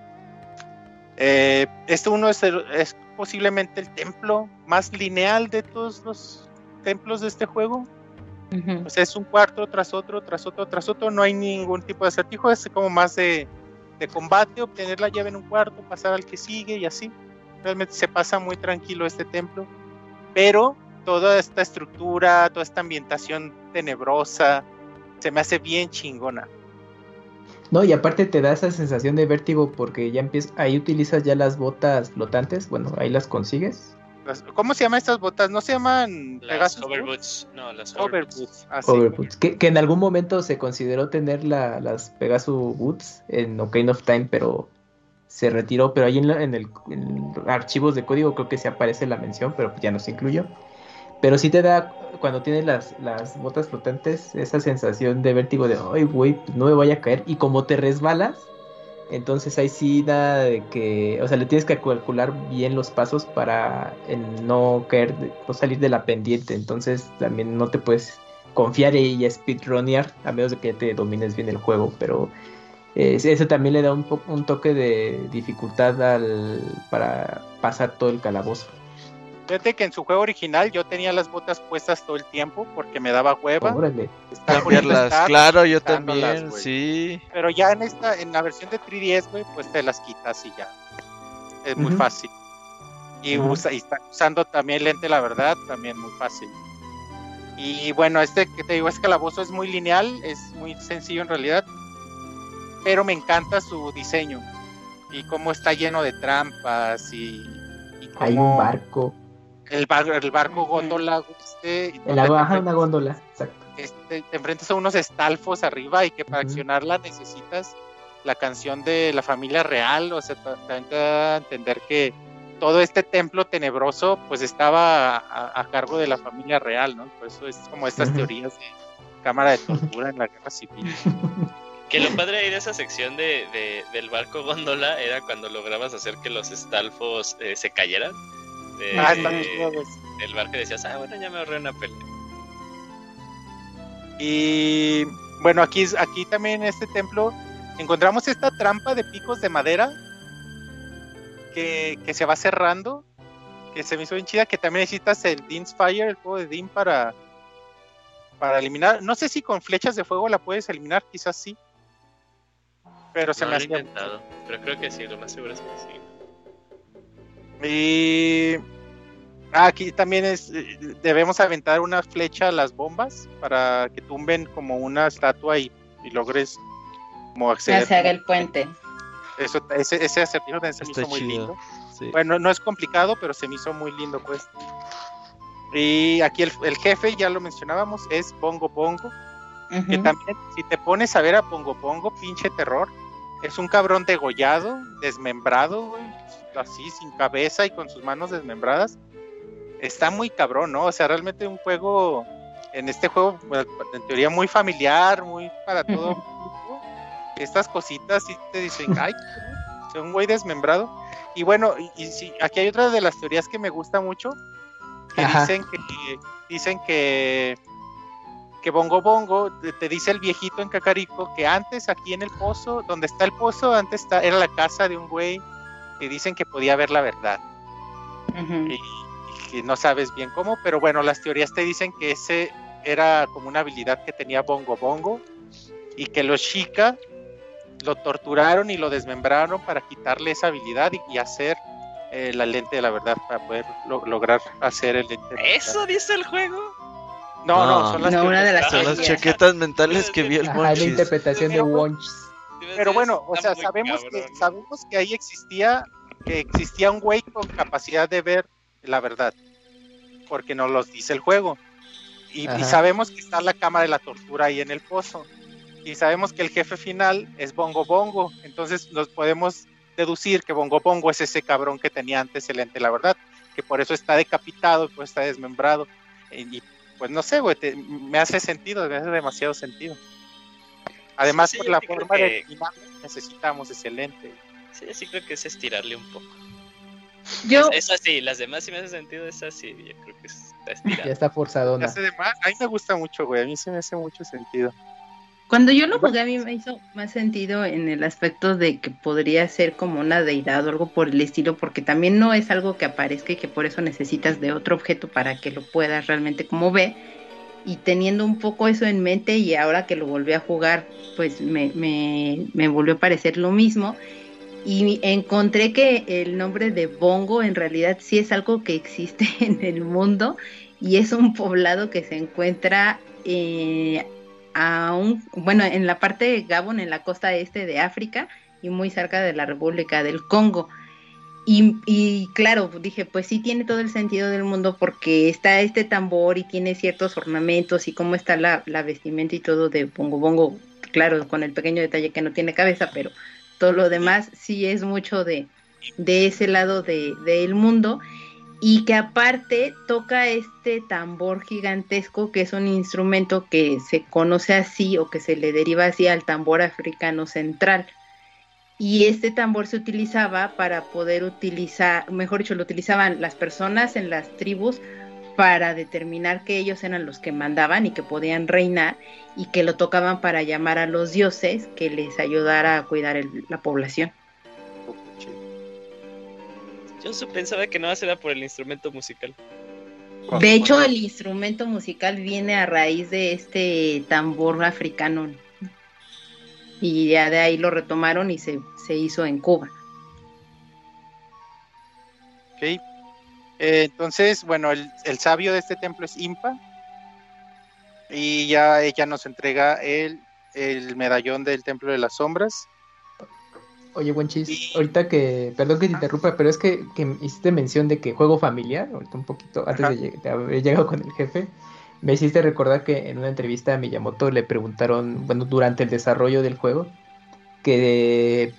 Este uno es posiblemente el templo más lineal de todos los templos de este juego. O sea, es un cuarto tras otro, no hay ningún tipo de acertijo, es como más de combate, obtener la llave en un cuarto, pasar al que sigue y así. Realmente se pasa muy tranquilo este templo, pero toda esta estructura, toda esta ambientación tenebrosa, se me hace bien chingona. No, y aparte te da esa sensación de vértigo porque ya ahí utilizas ya las botas flotantes, bueno, ahí las consigues. ¿Cómo se llaman estas botas? ¿No se llaman las Overboots? No, las Overboots. Overboots. Que en algún momento se consideró tener las Pegasus Boots en Ocarina of Time, pero se retiró. Pero ahí en archivos de código creo que se aparece la mención, pero ya no se incluyó. Pero sí te da, cuando tienes las botas flotantes, esa sensación de vértigo de, ay, güey, pues no me vaya a caer. Y como te resbalas, entonces ahí sí nada de que, o sea, le tienes que calcular bien los pasos para no caer, no salir de la pendiente. Entonces también no te puedes confiar y speedrunear a menos de que te domines bien el juego. Pero eso también le da un toque de dificultad para pasar todo el calabozo. Fíjate que en su juego original yo tenía las botas puestas todo el tiempo porque me daba hueva. Órale. Cambiarlas, claro, yo también, sí. Pero ya en la versión de 3DS, güey, pues te las quitas y ya. Es muy fácil. Y está usando también el lente, la verdad, también muy fácil. Y bueno, que te digo, calabozo es muy lineal, es muy sencillo en realidad, pero me encanta su diseño y cómo está lleno de trampas y cómo... Hay un barco. El barco góndola, una góndola, exacto. Te enfrentas a unos estalfos arriba y que para accionarla necesitas la canción de la familia real, o sea, también te da a entender que todo este templo tenebroso pues estaba a cargo de la familia real, ¿no? Por eso es como estas teorías de cámara de tortura en la guerra civil. Que lo padre ahí de esa sección del barco góndola era cuando lograbas hacer que los estalfos se cayeran. El barco decías, bueno, ya me ahorré una pelea. Y bueno, aquí también en este templo encontramos esta trampa de picos de madera que se va cerrando, que se me hizo bien chida, que también necesitas el Dean's Fire, el juego de Dean para eliminar. No sé si con flechas de fuego la puedes eliminar, quizás sí. Pero se me ha intentado, pero creo que sí, lo más seguro es que sí. Y aquí también debemos aventar una flecha a las bombas para que tumben como una estatua y logres como acceder. Ya se haga el puente. Ese acertijo también se me hizo muy lindo. Sí. Bueno, no es complicado, pero se me hizo muy lindo, pues. Y aquí el jefe, ya lo mencionábamos, es Bongo Bongo. Que también, si te pones a ver a Bongo Bongo, pinche terror. Es un cabrón degollado, desmembrado, güey, así, sin cabeza y con sus manos desmembradas. Está muy cabrón, ¿no? O sea, realmente un juego, en este juego, en teoría muy familiar, muy para todo público, estas cositas y te dicen, ay, un güey desmembrado. Y bueno, y sí, aquí hay otra de las teorías que me gusta mucho, que dicen que Bongo Bongo, te dice el viejito en Cacarico, que antes aquí en el pozo, donde está el pozo, era la casa de un güey que dicen que podía ver la verdad. Ujú. Y que no sabes bien cómo, pero bueno, las teorías te dicen que ese era como una habilidad que tenía Bongo Bongo y que los Sheikah lo torturaron y lo desmembraron para quitarle esa habilidad y hacer la lente de la verdad, para poder lograr hacer el lente de la verdad. ¿Eso dice el juego? No, son las No, una de las Son las teorías. chaquetas mentales que vi el Ajá, la Monchis. interpretación de Wonchis. Pero bueno, o sea, Está muy sabemos que ahí existía un güey con capacidad de ver la verdad, porque nos los dice el juego. Y sabemos que está la cámara de la tortura ahí en el pozo. Y sabemos que el jefe final es Bongo Bongo. Entonces nos podemos deducir que Bongo Bongo es ese cabrón que tenía antes el lente de la verdad, que por eso está decapitado y por eso está desmembrado. Y pues no sé, güey, me hace demasiado sentido. Además, Sí, por la sí, creo forma que- de final, necesitamos ese lente. Sí, creo que es estirarle un poco. Yo, Esa sí, las demás sí me hace sentido, esa sí, yo creo que está Ya estirada. está forzadona. A mí me gusta mucho, güey, a mí se me hace mucho sentido. cuando yo lo jugué, a mí me hizo más sentido en el aspecto de que podría ser como una deidad o algo por el estilo, porque también no es algo que aparezca y que por eso necesitas de otro objeto para que lo puedas realmente como ver. Y teniendo un poco eso en mente y ahora que lo volví a jugar, pues me volvió a parecer lo mismo. Y encontré que el nombre de Bongo en realidad sí es algo que existe en el mundo y es un poblado que se encuentra en la parte de Gabón, en la costa este de África y muy cerca de la República del Congo. Y claro, dije, pues sí tiene todo el sentido del mundo porque está este tambor y tiene ciertos ornamentos y cómo está la vestimenta y todo de Bongo Bongo, claro, con el pequeño detalle que no tiene cabeza, pero todo lo demás sí es mucho de ese lado del mundo y que aparte toca este tambor gigantesco que es un instrumento que se conoce así o que se le deriva así al tambor africano central. Y este tambor se utilizaba para poder utilizar, mejor dicho, lo utilizaban las personas en las tribus para determinar que ellos eran los que mandaban y que podían reinar y que lo tocaban para llamar a los dioses que les ayudara a cuidar la población. Yo pensaba que no era por el instrumento musical. De hecho, el instrumento musical viene a raíz de este tambor africano y ya de ahí lo retomaron y se hizo en Cuba. Ok. Entonces, bueno, el sabio de este templo es Impa y ya ella nos entrega el medallón del templo de las sombras. Oye, Wonchis, ahorita perdón que te interrumpa, pero es que hiciste mención de que juego familiar, ahorita un poquito antes de haber llegado con el jefe, me hiciste recordar que en una entrevista a Miyamoto le preguntaron, bueno, durante el desarrollo del juego, que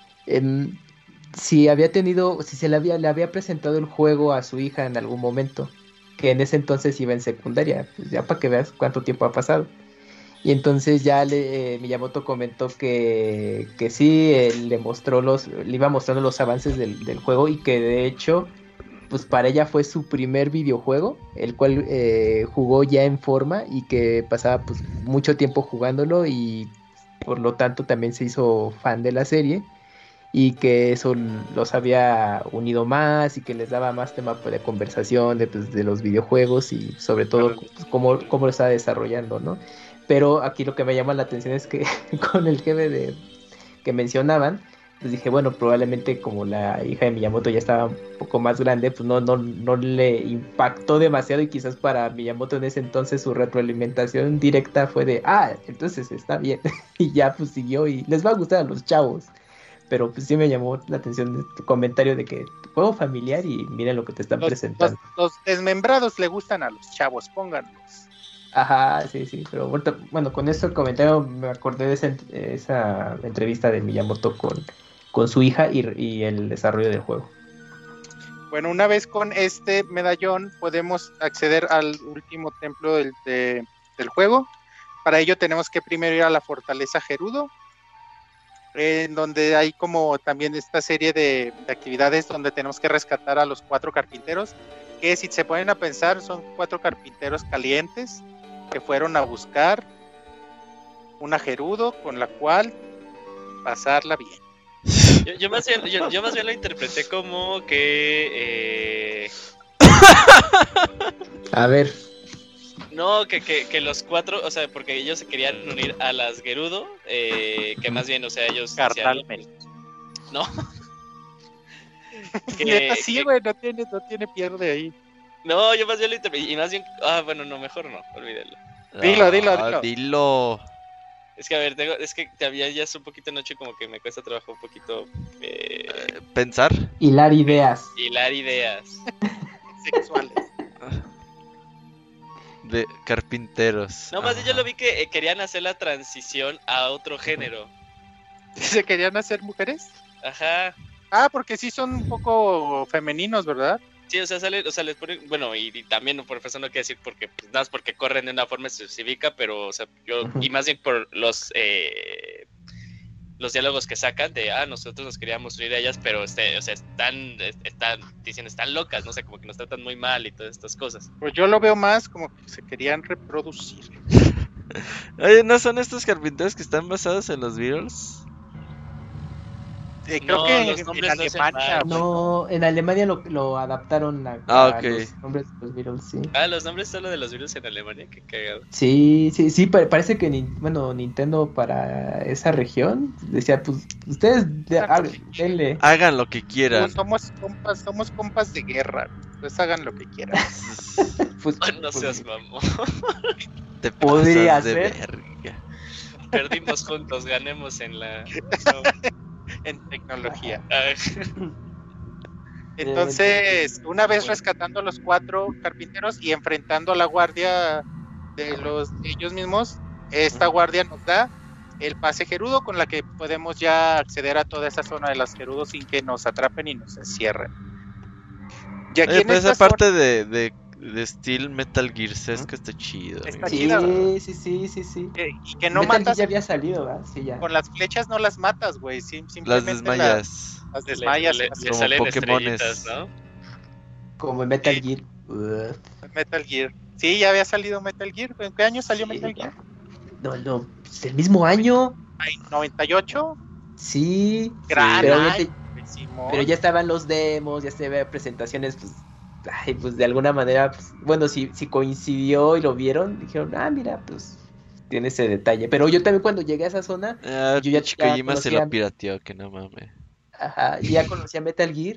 si le había presentado el juego a su hija en algún momento, que en ese entonces iba en secundaria, pues ya para que veas cuánto tiempo ha pasado. Y entonces ya Miyamoto comentó que sí, él le iba mostrando los avances del juego y que de hecho, pues para ella fue su primer videojuego, el cual jugó ya en forma y que pasaba pues mucho tiempo jugándolo y por lo tanto también se hizo fan de la serie y que eso los había unido más y que les daba más tema de conversación de los videojuegos y sobre todo pues, cómo lo está desarrollando, ¿no? Pero aquí lo que me llama la atención es que con el jefe que mencionaban, pues dije, bueno, probablemente como la hija de Miyamoto ya estaba un poco más grande, pues no le impactó demasiado y quizás para Miyamoto en ese entonces su retroalimentación directa fue de, entonces está bien, y ya pues siguió y les va a gustar a los chavos. Pero pues sí me llamó la atención tu comentario de que juego familiar y miren lo que te están presentando. Los desmembrados le gustan a los chavos, pónganlos. Ajá, sí, pero bueno, con este comentario me acordé de esa entrevista de Miyamoto con su hija y el desarrollo del juego. Bueno, una vez con este medallón podemos acceder al último templo del juego. Para ello tenemos que primero ir a la fortaleza Gerudo en donde hay como también esta serie de actividades donde tenemos que rescatar a los 4 carpinteros, que si se ponen a pensar son 4 carpinteros calientes que fueron a buscar una Gerudo con la cual pasarla bien. Yo más bien lo interpreté como que A ver, no, que los 4, o sea, porque ellos se querían unir a las Gerudo, que más bien, o sea, ellos Carnalmente. no. Neta, sí, güey, no tiene pierde ahí. No, yo más bien lo interpreté, y más bien, bueno, no, mejor no, olvídalo. Dilo. Es que, a ver, es que todavía ya es un poquito noche, como que me cuesta trabajo un poquito Pensar. hilar ideas. hilar ideas. Sexuales. De carpinteros. No, más bien yo lo vi que querían hacer la transición a otro género. ¿Se querían hacer mujeres? Ajá. Porque sí son un poco femeninos, ¿verdad? Sí, o sea, les ponen, bueno, y también por eso no quiero decir porque, pues, nada más porque corren de una forma específica, pero, o sea, yo, y más bien por los diálogos que sacan de, nosotros nos queríamos unir a ellas, pero, o sea, están diciendo, están locas, no sé, como que nos tratan muy mal y todas estas cosas. Pues yo lo veo más como que se querían reproducir. Oye, ¿no son estos carpinteros que están basados en los Beatles? Creo No, que los en nombres no se Alemania, llaman. No, en Alemania lo adaptaron a ok. los nombres de los Beatles, sí. Los nombres son los de los virus en Alemania, qué cagado. Sí, parece que Nintendo para esa región decía, pues ustedes denle. Hagan lo que quieran. somos compas de guerra, pues hagan lo que quieran. Pues, No seas mamón. Te Podría pasas de ser. verga. Perdimos juntos, ganemos en la... En tecnología. No. Entonces, una vez rescatando a los 4 carpinteros y enfrentando a la guardia de ellos mismos, esta guardia nos da el pase Gerudo con la que podemos ya acceder a toda esa zona de las Gerudos sin que nos atrapen y nos encierren. Y aquí Oye, en pero esta esa parte de Steel Metal Gear que está chido. Está sí, chida, ¿verdad? sí. Y que no Metal Gear matas ya había salido, ¿verdad? Sí, ya. con las flechas, no las matas, güey, Las simplemente desmayas. las desmayas. Le Como salen Pokémones. estrellitas, ¿no? Como en Metal Sí. Gear. Uf. Metal Gear. Sí, ya había salido Metal Gear. ¿En qué año salió Sí. Metal Gear? No, pues el mismo año. Ay, 98. Sí. Gran pero, año, Simón. pero ya estaban los demos, ya se ve presentaciones, pues de alguna manera, pues, bueno, si coincidió y lo vieron, dijeron, mira, pues tiene ese detalle. Pero yo también cuando llegué a esa zona, yo ya Kojima se conocía- lo pirateó, que no mames. Ajá, ya conocía Metal Gear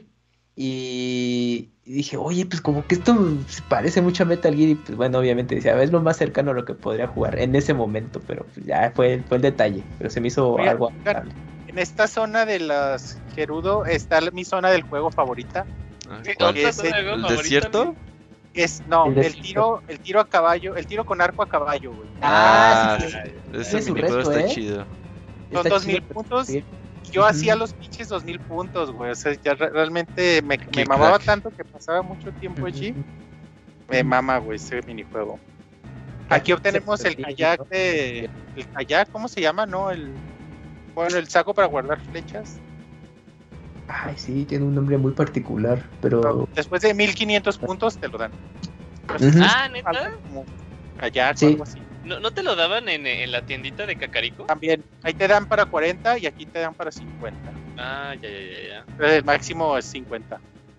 y dije, oye, pues como que esto se parece mucho a Metal Gear y pues bueno, obviamente decía, es lo más cercano a lo que podría jugar en ese momento, pero pues, ya fue el detalle, pero se me hizo Oiga, algo oigan, agradable. En esta zona de las Gerudo está mi zona del juego favorita. ¿Cuál? es ¿El desierto? No, El desierto. el tiro a caballo, el tiro con arco a caballo, güey. Sí. Tiene Ese su minijuego reto, está ¿eh? chido. Son Está 2000 chido, puntos. sí. Yo Ujú. hacía los pinches 2000 puntos, güey. O sea, ya realmente me Qué mamaba crack. tanto que pasaba mucho tiempo allí. Ujú. Me mama, güey, ese minijuego. Aquí obtenemos el kayak el kayak, ¿cómo se llama? ¿No? El saco para guardar flechas. Ay, sí, tiene un nombre muy particular, pero... Después de 1500 puntos te lo dan. Ujú. ¿Neta? Algo como kayak o Sí. algo así. ¿No te lo daban en la tiendita de Cacarico? También, ahí te dan para 40 y aquí te dan para 50. Ya. Pero el máximo es 50.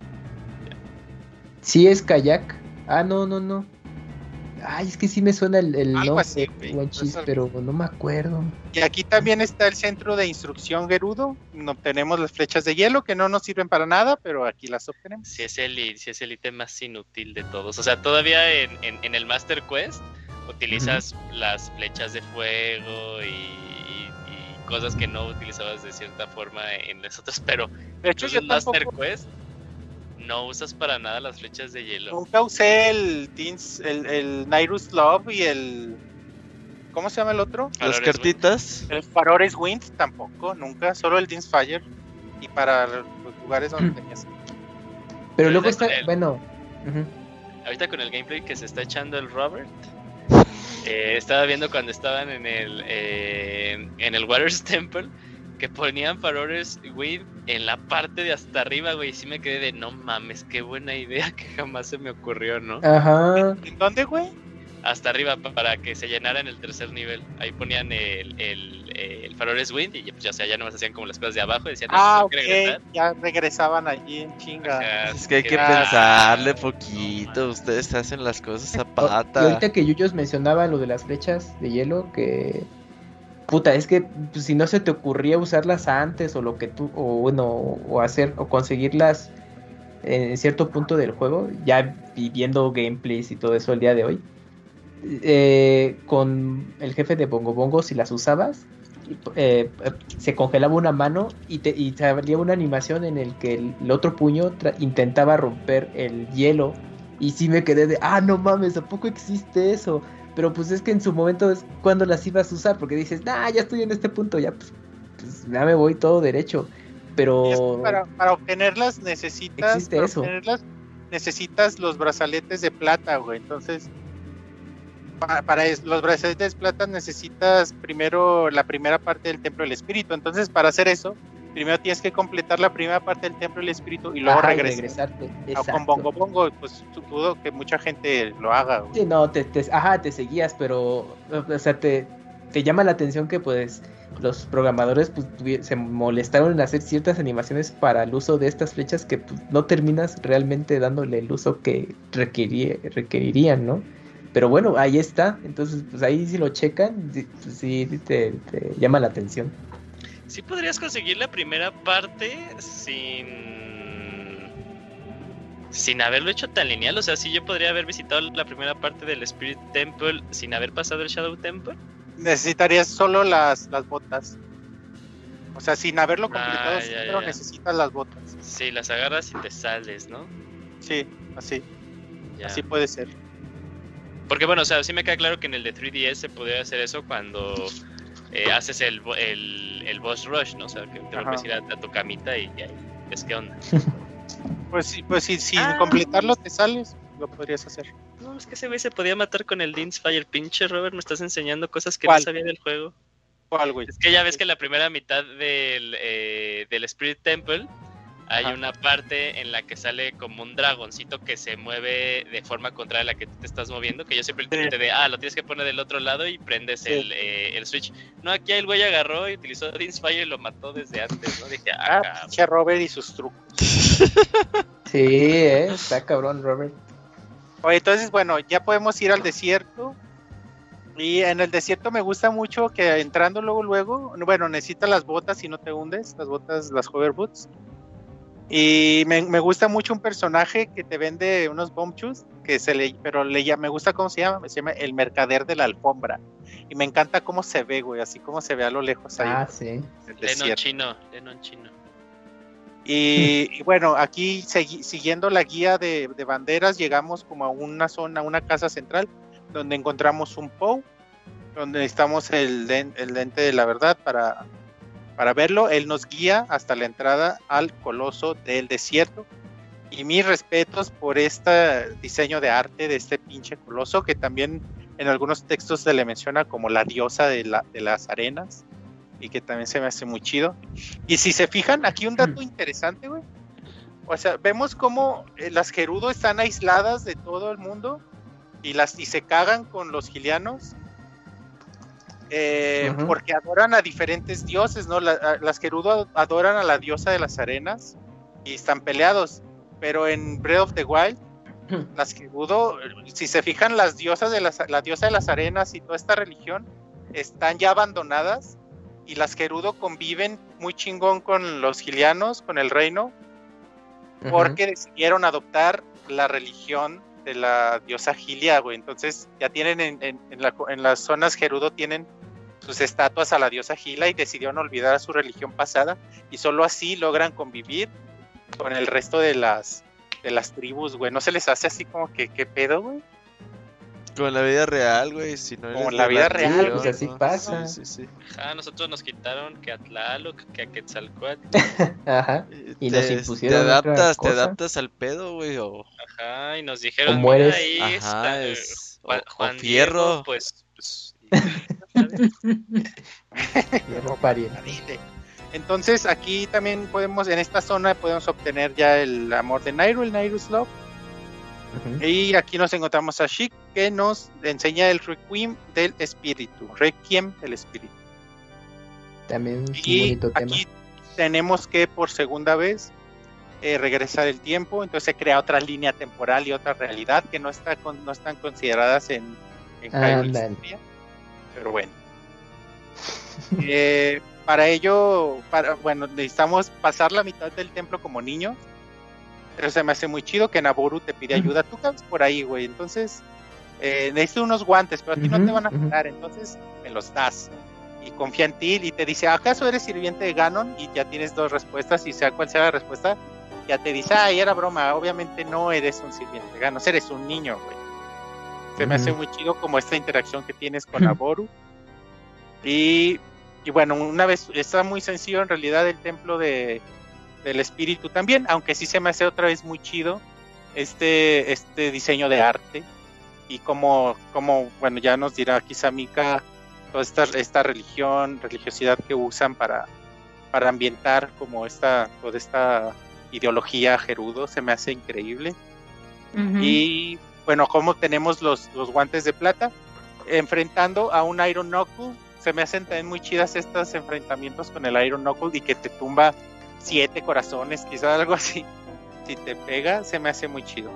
Sí es kayak. No. Ay, es que sí me suena el Algo nombre, así, güey. Guanchis, Eso- pero no me acuerdo. Y aquí también está el centro de instrucción Gerudo. Obtenemos las flechas de hielo que no nos sirven para nada, pero aquí las obtenemos. Si es el ítem más inútil de todos. O sea, todavía en el Master Quest utilizas las flechas de fuego y cosas que no utilizabas de cierta forma en los otros, pero De hecho, incluso yo en Master tampoco Quest no usas para nada las flechas de hielo. nunca usé el Nairus Love y el... ¿Cómo se llama el otro? Las Valores, cartitas. El Farores Wind tampoco, nunca. Solo el Dean's Fire. Y para los lugares donde tenías. Pero luego Ahorita está, con él. bueno, ujú. Ahorita con el gameplay que se está echando el Robert, estaba viendo cuando estaban en el Waters Temple que ponían Farore's Wind en la parte de hasta arriba, güey. Y sí me quedé de, no mames, qué buena idea que jamás se me ocurrió, ¿no? Ajá. ¿En dónde, güey? Hasta arriba para que se llenara en el tercer nivel. Ahí ponían el Farore's Wind y pues ya, o sea, ya nomás hacían como las cosas de abajo y decían, Ah, "No, ok, ¿quiere regresar?". ya regresaban allí en chinga. Ajá, Es que hay que era- pensarle poquito. Ustedes hacen las cosas a Y pata. ahorita que Yuyos mencionaba lo de las flechas de hielo, que puta, es que pues, si no se te ocurría usarlas antes o lo que tú, o bueno, o hacer, o conseguirlas en cierto punto del juego, ya viendo gameplays y todo eso el día de hoy, con el jefe de Bongo Bongo, si las usabas, se congelaba una mano y te abría una animación en el que el otro puño intentaba romper el hielo. Y sí me quedé de, no mames, ¿a poco existe eso? Pero pues es que en su momento es cuando las ibas a usar, porque dices, ya estoy en este punto, ya pues ya me voy todo derecho. Pero Y es que para obtenerlas necesitas, existe para eso. obtenerlas necesitas los brazaletes de plata, güey. Entonces, los brazaletes de plata necesitas primero la primera parte del templo del espíritu. Entonces, para hacer eso, primero tienes que completar la primera parte del templo del espíritu y luego regresarte. Con Exacto. Bongo Bongo, pues dudo que mucha gente lo haga, güey. Sí, no, te seguías, pero, o sea, te llama la atención que, pues, los programadores pues, se molestaron en hacer ciertas animaciones para el uso de estas flechas que pues, no terminas realmente dándole el uso que requerirían, ¿no? Pero bueno, ahí está, entonces, pues ahí si lo checan, pues, sí te llama la atención. Sí podrías conseguir la primera parte sin haberlo hecho tan lineal. O sea, sí yo podría haber visitado la primera parte del Spirit Temple sin haber pasado el Shadow Temple. Necesitarías solo las botas. O sea, sin haberlo completado, ya, pero ya. necesitas las botas. Sí, las agarras y te sales, ¿no? Sí, así. Ya. Así puede ser. Porque bueno, o sea, sí me queda claro que en el de 3DS se podría hacer eso cuando haces el boss rush, ¿no? O sea, que te vuelves a ir a tu camita y ahí ves qué onda. Pues sí, sin completarlo te sales, lo podrías hacer. No, es que ese güey se podía matar con el Din's Fire. Pinche Robert, me estás enseñando cosas que ¿Cuál? no sabía del juego. ¿Cuál, güey? Es que ya ves que en la primera mitad del Spirit Temple hay una parte en la que sale como un dragoncito que se mueve de forma contraria a la que tú te estás moviendo, que yo siempre intenté de, lo tienes que poner del otro lado y prendes el switch. No, aquí el güey agarró y utilizó Din's Fire y lo mató desde antes, ¿no? Dije, pinche Robert y sus trucos. Sí, está cabrón, Robert. Oye, entonces, bueno, ya podemos ir al desierto. Y en el desierto me gusta mucho que entrando luego, bueno, necesitas las botas y no te hundes, las botas, las hover boots. Y me gusta mucho un personaje que te vende unos bombchus, me gusta cómo se llama el mercader de la alfombra. Y me encanta cómo se ve, güey, así como se ve a lo lejos ahí. Sí. Lennon chino. Y bueno, aquí siguiendo la guía de banderas, llegamos como a una zona, una casa central, donde encontramos un POW, donde necesitamos el lente de la verdad para verlo. Él nos guía hasta la entrada al coloso del desierto. Y mis respetos por este diseño de arte de este pinche coloso, que también en algunos textos se le menciona como la diosa de las arenas, y que también se me hace muy chido. Y si se fijan, aquí un dato interesante, güey. O sea, vemos cómo las Gerudo están aisladas de todo el mundo y se cagan con los gilianos. Porque adoran a diferentes dioses, ¿no? Las Gerudo adoran a la diosa de las arenas y están peleados, pero en Breath of the Wild las Gerudo, si se fijan, las diosas la diosa de las arenas y toda esta religión están ya abandonadas, y las Gerudo conviven muy chingón con los gilianos, con el reino, porque decidieron adoptar la religión de la diosa Gilia, güey. Entonces ya tienen en las zonas Gerudo tienen sus estatuas a la diosa Gilia y decidieron olvidar a su religión pasada, y solo así logran convivir con el resto de las tribus, güey. ¿No se les hace así como que qué pedo, güey? Como en la vida real, güey. Si no como en la vida real, pues así pasa. Sí. Nosotros nos quitaron que a Tlaloc, que a Quetzalcóatl. Ajá. Y nos impusieron te adaptas al pedo, güey. Ajá, y nos dijeron, o mueres. Mira, ahí Ajá, está Juan Fierro. Diego, pues Fierro pariente. Entonces aquí también en esta zona podemos obtener ya el amor de Nayru, el Nayru's Love. Y aquí nos encontramos a Sheik, que nos enseña el Requiem del Espíritu. También es y un bonito tema. Aquí tenemos que por segunda vez regresar el tiempo, entonces se crea otra línea temporal y otra realidad que no están consideradas en Hyrule Historia. Pero bueno. Para ello, necesitamos pasar la mitad del templo como niños. Pero se me hace muy chido que Naboru te pide ayuda. Tú cabes por ahí, güey. Entonces, necesito unos guantes, pero a ti no te van a pagar. Entonces, me los das. Y confía en ti y te dice, ¿acaso eres sirviente de Ganon? Y ya tienes 2 respuestas. Y sea cual sea la respuesta, ya te dice, era broma. Obviamente no eres un sirviente de Ganon. Eres un niño, güey. Se me hace muy chido como esta interacción que tienes con Naboru. Y bueno, una vez, está muy sencillo en realidad el templo del espíritu también, aunque sí se me hace otra vez muy chido este diseño de arte y como bueno, ya nos dirá Kisamika toda esta religiosidad que usan para ambientar como toda esta ideología Gerudo, se me hace increíble. Y bueno, como tenemos los guantes de plata enfrentando a un Iron Knuckle, se me hacen también muy chidas estos enfrentamientos con el Iron Knuckle y que te tumba 7 corazones, quizás algo así. Si te pega, se me hace muy chido.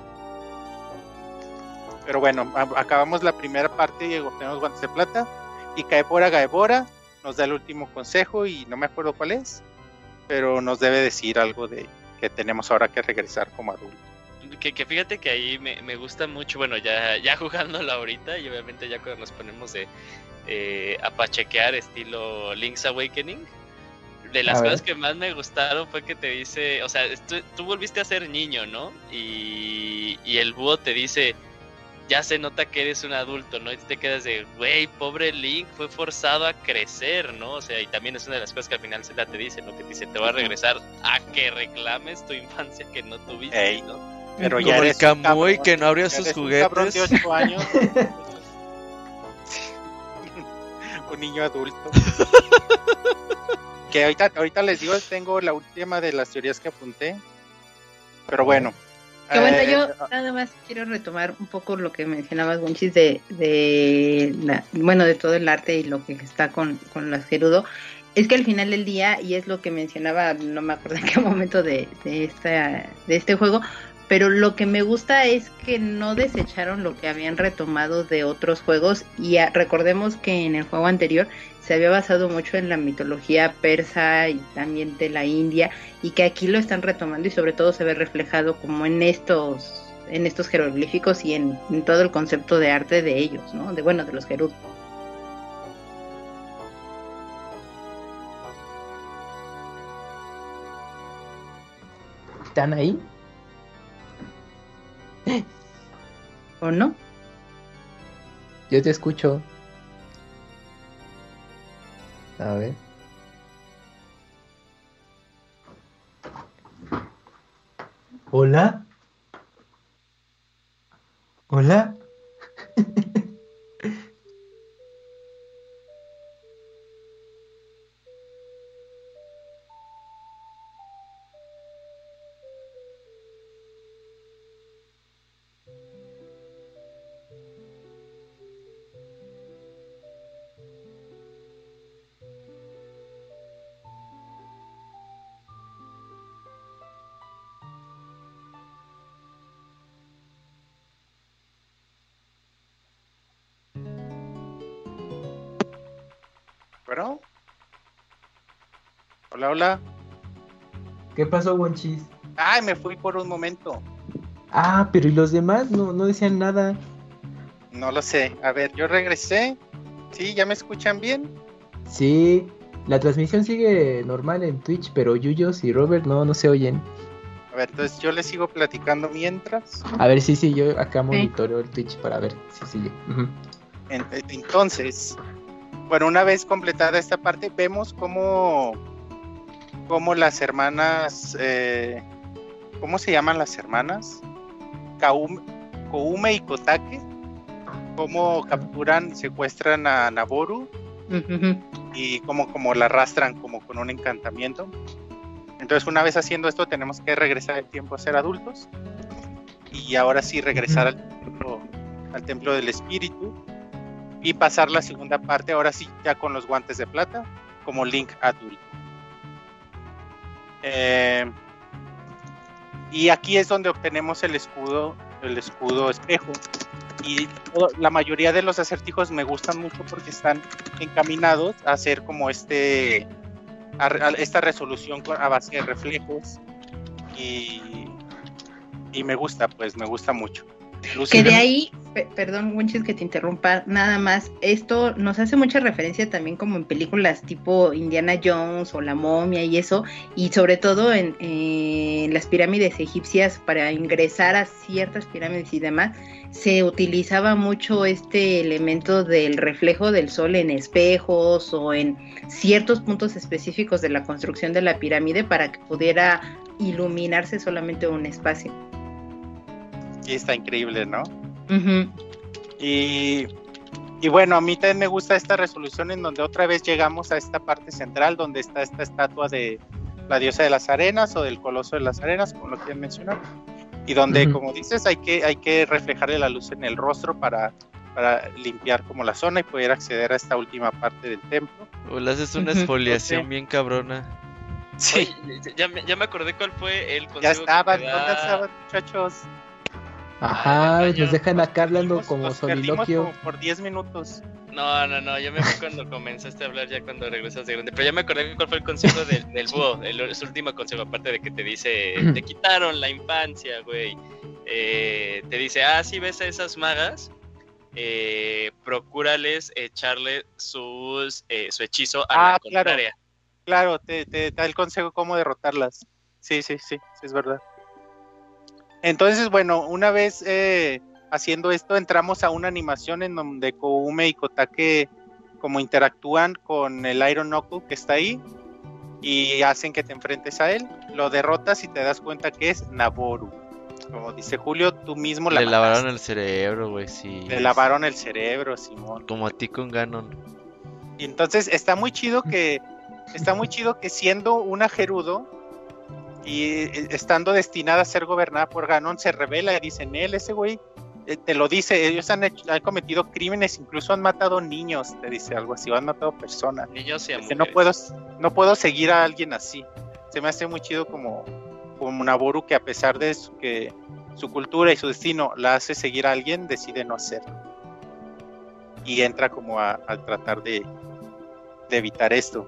Pero bueno, acabamos la primera parte y obtenemos guantes de plata. Y Gaebora nos da el último consejo y no me acuerdo cuál es, pero nos debe decir algo de que tenemos ahora que regresar como adultos. Que fíjate que ahí me gusta mucho, bueno, ya jugándolo ahorita y obviamente ya cuando nos ponemos a pachequear estilo Link's Awakening. De las cosas que más me gustaron fue que te dice, o sea, tú volviste a ser niño, ¿no? Y el búho te dice, ya se nota que eres un adulto, ¿no? Y te quedas de, güey, pobre Link, fue forzado a crecer, ¿no? O sea, y también es una de las cosas que al final Zelda te dice, ¿no? Que te dice, te va a regresar a que reclames tu infancia que no tuviste, ¿no? Pero ya eres el Kamui que no abrió sus juguetes. Un cabrón de 8 años. Un niño adulto. Que ahorita les digo, tengo la última de las teorías que apunté. Pero bueno. Que bueno, yo nada más quiero retomar un poco lo que mencionabas, Wonchis, de todo el arte y lo que está con las Gerudo. Es que al final del día, y es lo que mencionaba, no me acuerdo en qué momento de este juego, pero lo que me gusta es que no desecharon lo que habían retomado de otros juegos y recordemos que en el juego anterior se había basado mucho en la mitología persa y también de la India y que aquí lo están retomando y sobre todo se ve reflejado como en estos jeroglíficos y en todo el concepto de arte de ellos, ¿no? De los Gerudo. ¿Están ahí? ¿O no? Yo te escucho. A ver. ¿Hola? ¿Hola? ¿Bueno? Hola. ¿Qué pasó, Wonchis? Ay, me fui por un momento. Ah, pero ¿y los demás? No decían nada. No lo sé. A ver, yo regresé. ¿Sí? ¿Ya me escuchan bien? Sí, la transmisión sigue normal en Twitch, pero Yuyos y Robert no se oyen. A ver, entonces yo les sigo platicando mientras. A ver, sí, yo acá monitoreo el Twitch para ver si sigue. Entonces, bueno, una vez completada esta parte, vemos cómo las hermanas, ¿cómo se llaman las hermanas? Koume y Kotake, cómo capturan, secuestran a Naboru y como la arrastran como con un encantamiento. Entonces una vez haciendo esto tenemos que regresar el tiempo a ser adultos y ahora sí regresar al templo del espíritu y pasar la segunda parte ahora sí ya con los guantes de plata como Link adulto. Y aquí es donde obtenemos el escudo espejo. Y la mayoría de los acertijos me gustan mucho porque están encaminados a hacer como esta resolución a base de reflejos y me gusta mucho. Que de ahí, perdón, Winchis, que te interrumpa, nada más, esto nos hace mucha referencia también como en películas tipo Indiana Jones o La Momia y eso, y sobre todo en las pirámides egipcias, para ingresar a ciertas pirámides y demás, se utilizaba mucho este elemento del reflejo del sol en espejos o en ciertos puntos específicos de la construcción de la pirámide para que pudiera iluminarse solamente un espacio. Y está increíble, ¿no? Uh-huh. Y bueno, a mí también me gusta esta resolución en donde otra vez llegamos a esta parte central donde está esta estatua de la diosa de las arenas o del coloso de las arenas, como lo quieren mencionar, y donde, como dices, hay que reflejarle la luz en el rostro para limpiar como la zona y poder acceder a esta última parte del templo. O le haces una exfoliación bien cabrona. Sí. Oye, ya me acordé cuál fue el consejo. Ya estaban, ¿dónde estaban, muchachos? Ajá, nos dejan acá hablando como soliloquio. Como por 10 minutos. No, yo me fui cuando comenzaste a hablar, ya cuando regresas de grande. Pero ya me acordé cuál fue el consejo del búho, su último consejo, aparte de que te dice, te quitaron la infancia, güey. Te dice, si ves a esas magas, procúrales echarle su hechizo a la contraria. Claro, te da el consejo cómo derrotarlas. Sí, es verdad. Entonces, bueno, una vez haciendo esto, entramos a una animación en donde Koume y Kotake como interactúan con el Iron Knuckle que está ahí y hacen que te enfrentes a él, lo derrotas y te das cuenta que es Naboru. Como dice Julio, tú mismo le lavaron el cerebro, güey, sí. Le lavaron el cerebro, Simón. Como a ti con Ganon. Y entonces está muy chido que siendo una Gerudo y estando destinada a ser gobernada por Ganon, se revela y dicen, ese güey, te lo dice, ellos han cometido crímenes, incluso han matado niños, te dice algo así, o han matado personas. Niños y no puedo seguir a alguien así. Se me hace muy chido como Naboru, que a pesar de que su cultura y su destino la hace seguir a alguien, decide no hacerlo. Y entra como a tratar de evitar esto.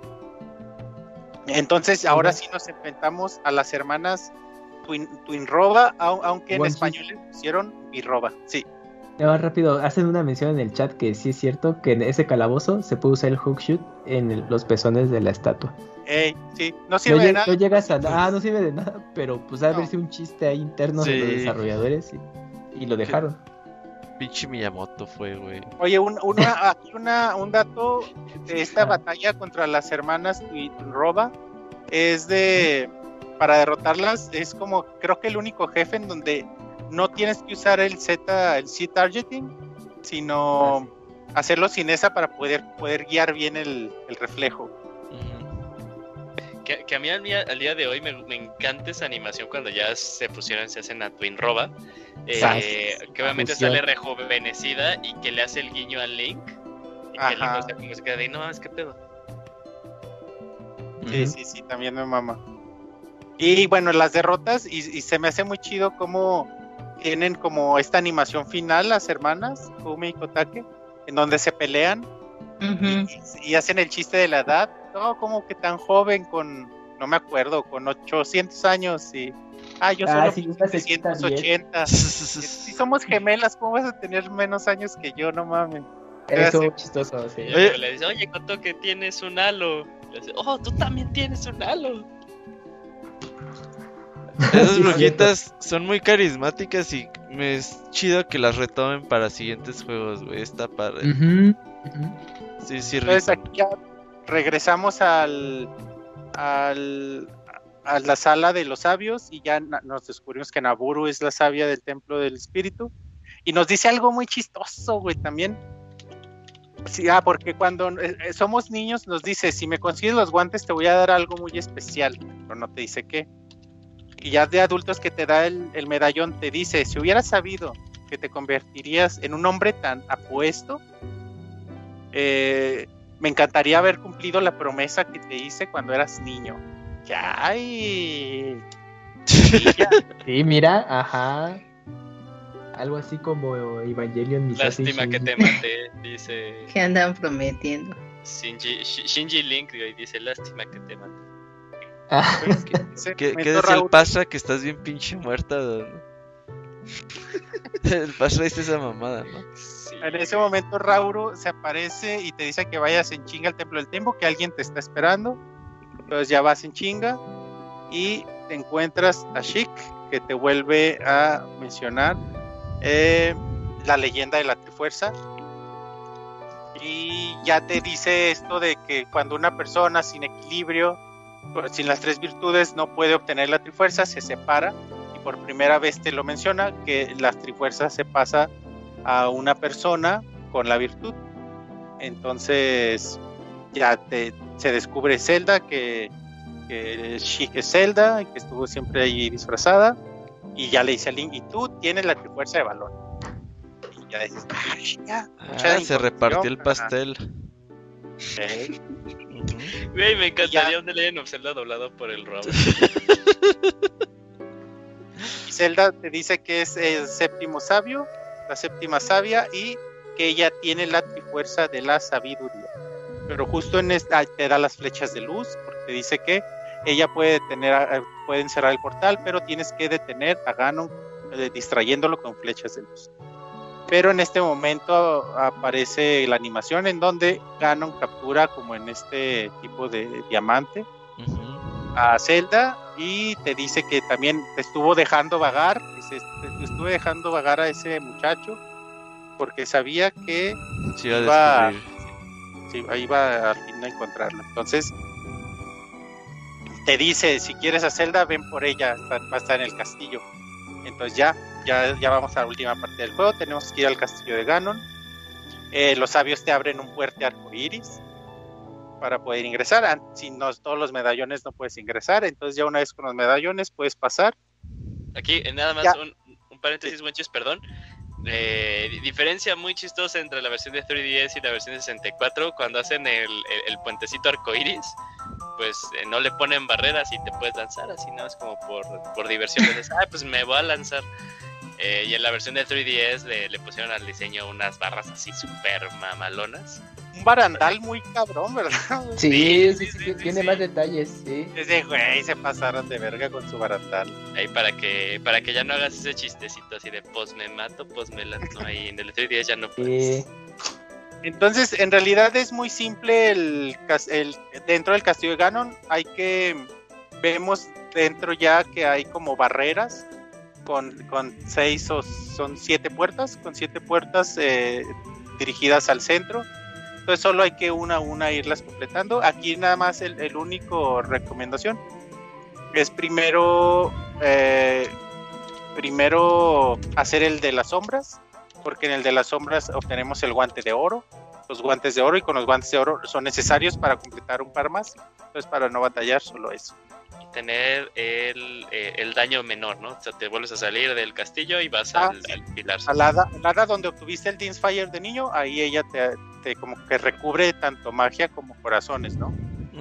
Entonces ahora sí nos enfrentamos a las hermanas Twinrova, aunque en español les pusieron Birrova. Sí. No, rápido, hacen una mención en el chat que sí es cierto que en ese calabozo se puede usar el hookshoot en los pezones de la estatua. Sí, no sirve de nada. No llegas no sirve de nada, pero pues a ver si un chiste ahí interno de los desarrolladores y lo dejaron. Pinche Miyamoto fue, güey. Oye, un dato de esta batalla contra las hermanas Twinrova es para derrotarlas, es como, creo que el único jefe en donde no tienes que usar el Z-targeting, sino hacerlo sin esa para poder guiar bien el reflejo. Que a mí al día de hoy me encanta esa animación cuando ya se fusionan, se hacen a Twinrova. Que obviamente sale rejuvenecida y que le hace el guiño al Link. Y que el Link, como se queda de, no, es que pedo. Sí, también me mama. Y bueno, las derrotas, y se me hace muy chido cómo tienen como esta animación final las hermanas, Koume y Kotake, en donde se pelean y hacen el chiste de la edad. No, como que tan joven no me acuerdo, con 800 años y... yo solo 780. Si somos gemelas, ¿cómo vas a tener menos años que yo? No mames. Eso es chistoso, sí. Le dice, oye, Koto, que tienes un halo. Le dice, tú también tienes un halo. Esas brujitas son muy carismáticas y me es chido que las retomen para siguientes juegos, güey. Está padre. Sí, entonces aquí ya regresamos a la sala de los sabios y ya nos descubrimos que Naboru es la sabia del templo del espíritu y nos dice algo muy chistoso, güey, también, Sí, porque cuando somos niños nos dice, si me consigues los guantes te voy a dar algo muy especial, pero no te dice qué. Y ya de adultos que te da el medallón, te dice, si hubieras sabido que te convertirías en un hombre tan apuesto, me encantaría haber cumplido la promesa que te hice cuando eras niño. ¡Ay! Sí, mira, ajá. Algo así como Evangelion Misato. Lástima que te maté, dice Que andan prometiendo. Shinji Link, y dice, lástima que te maté. ¿Qué decía el Pasha? Que estás bien pinche muerta, ¿no? El Pasha dice esa mamada, ¿no? Sí. En ese momento Rauro se aparece y te dice que vayas en chinga al Templo del Tiempo, que alguien te está esperando. Entonces ya vas en chinga y te encuentras a Sheik, que te vuelve a mencionar la leyenda de la Trifuerza, y ya te dice esto de que cuando una persona sin equilibrio, sin las tres virtudes, no puede obtener la Trifuerza, se separa, y por primera vez te lo menciona, que la Trifuerza se pasa a una persona con la virtud. Entonces ya se descubre Zelda, que Sheik es Zelda, que estuvo siempre ahí disfrazada, y ya le dice a Link, y tú tienes la Trifuerza de Valor. Y ya dices, se repartió el pastel. Güey, me encantaría un The Legend of Zelda doblado por el Rob. Y Zelda te dice que es el séptimo sabio, la séptima sabia, y que ella tiene la Trifuerza de la sabiduría. Pero justo en esta te da las flechas de luz, porque te dice que ella puede encerrar el portal, pero tienes que detener a Ganon distrayéndolo con flechas de luz. Pero en este momento aparece la animación en donde Ganon captura, como en este tipo de diamante, a Zelda, y te dice que también te estuvo dejando vagar. Dice, te estuve dejando vagar a ese muchacho porque sabía que iba al fin a encontrarlo. Entonces te dice, si quieres a Zelda, ven por ella, va a estar en el castillo. Entonces ya vamos a la última parte del juego. Tenemos que ir al castillo de Ganon. Los sabios te abren un fuerte arcoíris para poder ingresar. Si no, todos los medallones no puedes ingresar. Entonces ya una vez con los medallones puedes pasar. Aquí nada más un paréntesis, Wenches, perdón. Diferencia muy chistosa entre la versión de 3DS y la versión de 64. Cuando hacen el puentecito arcoíris, pues no le ponen barreras y te puedes lanzar así, ¿no? Es como por diversión. Pues me voy a lanzar. Y en la versión de 3DS le pusieron al diseño unas barras así súper mamalonas. Un barandal muy cabrón, ¿verdad? Sí, tiene más detalles, sí. Ese güey se pasaron de verga con su barandal. Ahí para que ya no hagas ese chistecito así de pues me mato, pues me lanzo. Ahí en el 3DS ya no puedes. Entonces, en realidad es muy simple dentro del castillo de Ganon. Vemos dentro ya que hay como barreras con 6 o son 7 puertas, dirigidas al centro. Entonces solo hay que una a una irlas completando. Aquí nada más el único recomendación es primero hacer el de las sombras, porque en el de las sombras obtenemos el guante de oro, los guantes de oro, y con los guantes de oro son necesarios para completar un par más. Entonces para no batallar, solo eso. Y tener el daño menor, ¿no? O sea, te vuelves a salir del castillo y vas al pilar. Al hada donde obtuviste el Dean's Fire de niño, ahí ella te como que recubre tanto magia como corazones, ¿no?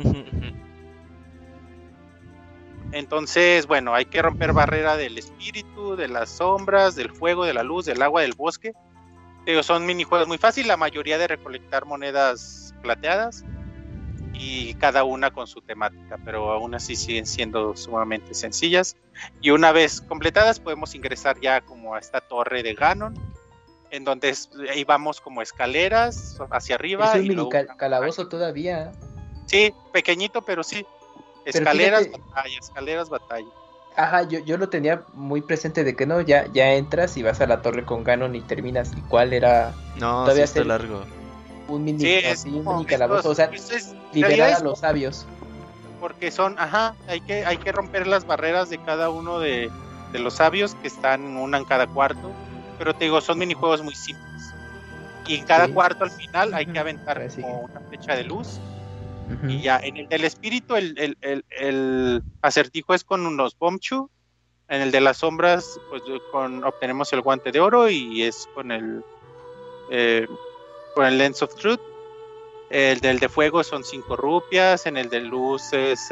Entonces, bueno, hay que romper barrera del espíritu, de las sombras, del fuego, de la luz, del agua, del bosque. Son minijuegos muy fáciles, la mayoría de recolectar monedas plateadas, y cada una con su temática, pero aún así siguen siendo sumamente sencillas. Y una vez completadas podemos ingresar ya como a esta torre de Ganon, en donde ahí vamos como escaleras hacia arriba. Es un mini calabozo todavía. Sí, pequeñito, pero sí. Escaleras, batalla. Ajá, yo lo tenía muy presente de que no, ya entras y vas a la torre con Ganon y terminas. ¿Y cuál era? No, todavía sí está largo. Un mini calabozo, o sea, liberar a los sabios. Porque hay que romper las barreras de cada uno de los sabios, que están una en cada cuarto. Pero te digo, son minijuegos muy simples. Y en cada Sí. cuarto al final hay que Ujú. aventar Ahora sí como una flecha de luz. Ujú. Y ya, en el del espíritu, el acertijo es con unos Bombchu. En el de las sombras, pues obtenemos el guante de oro y es con el Lens of Truth. El del de fuego son 5 rupias. En el de luz es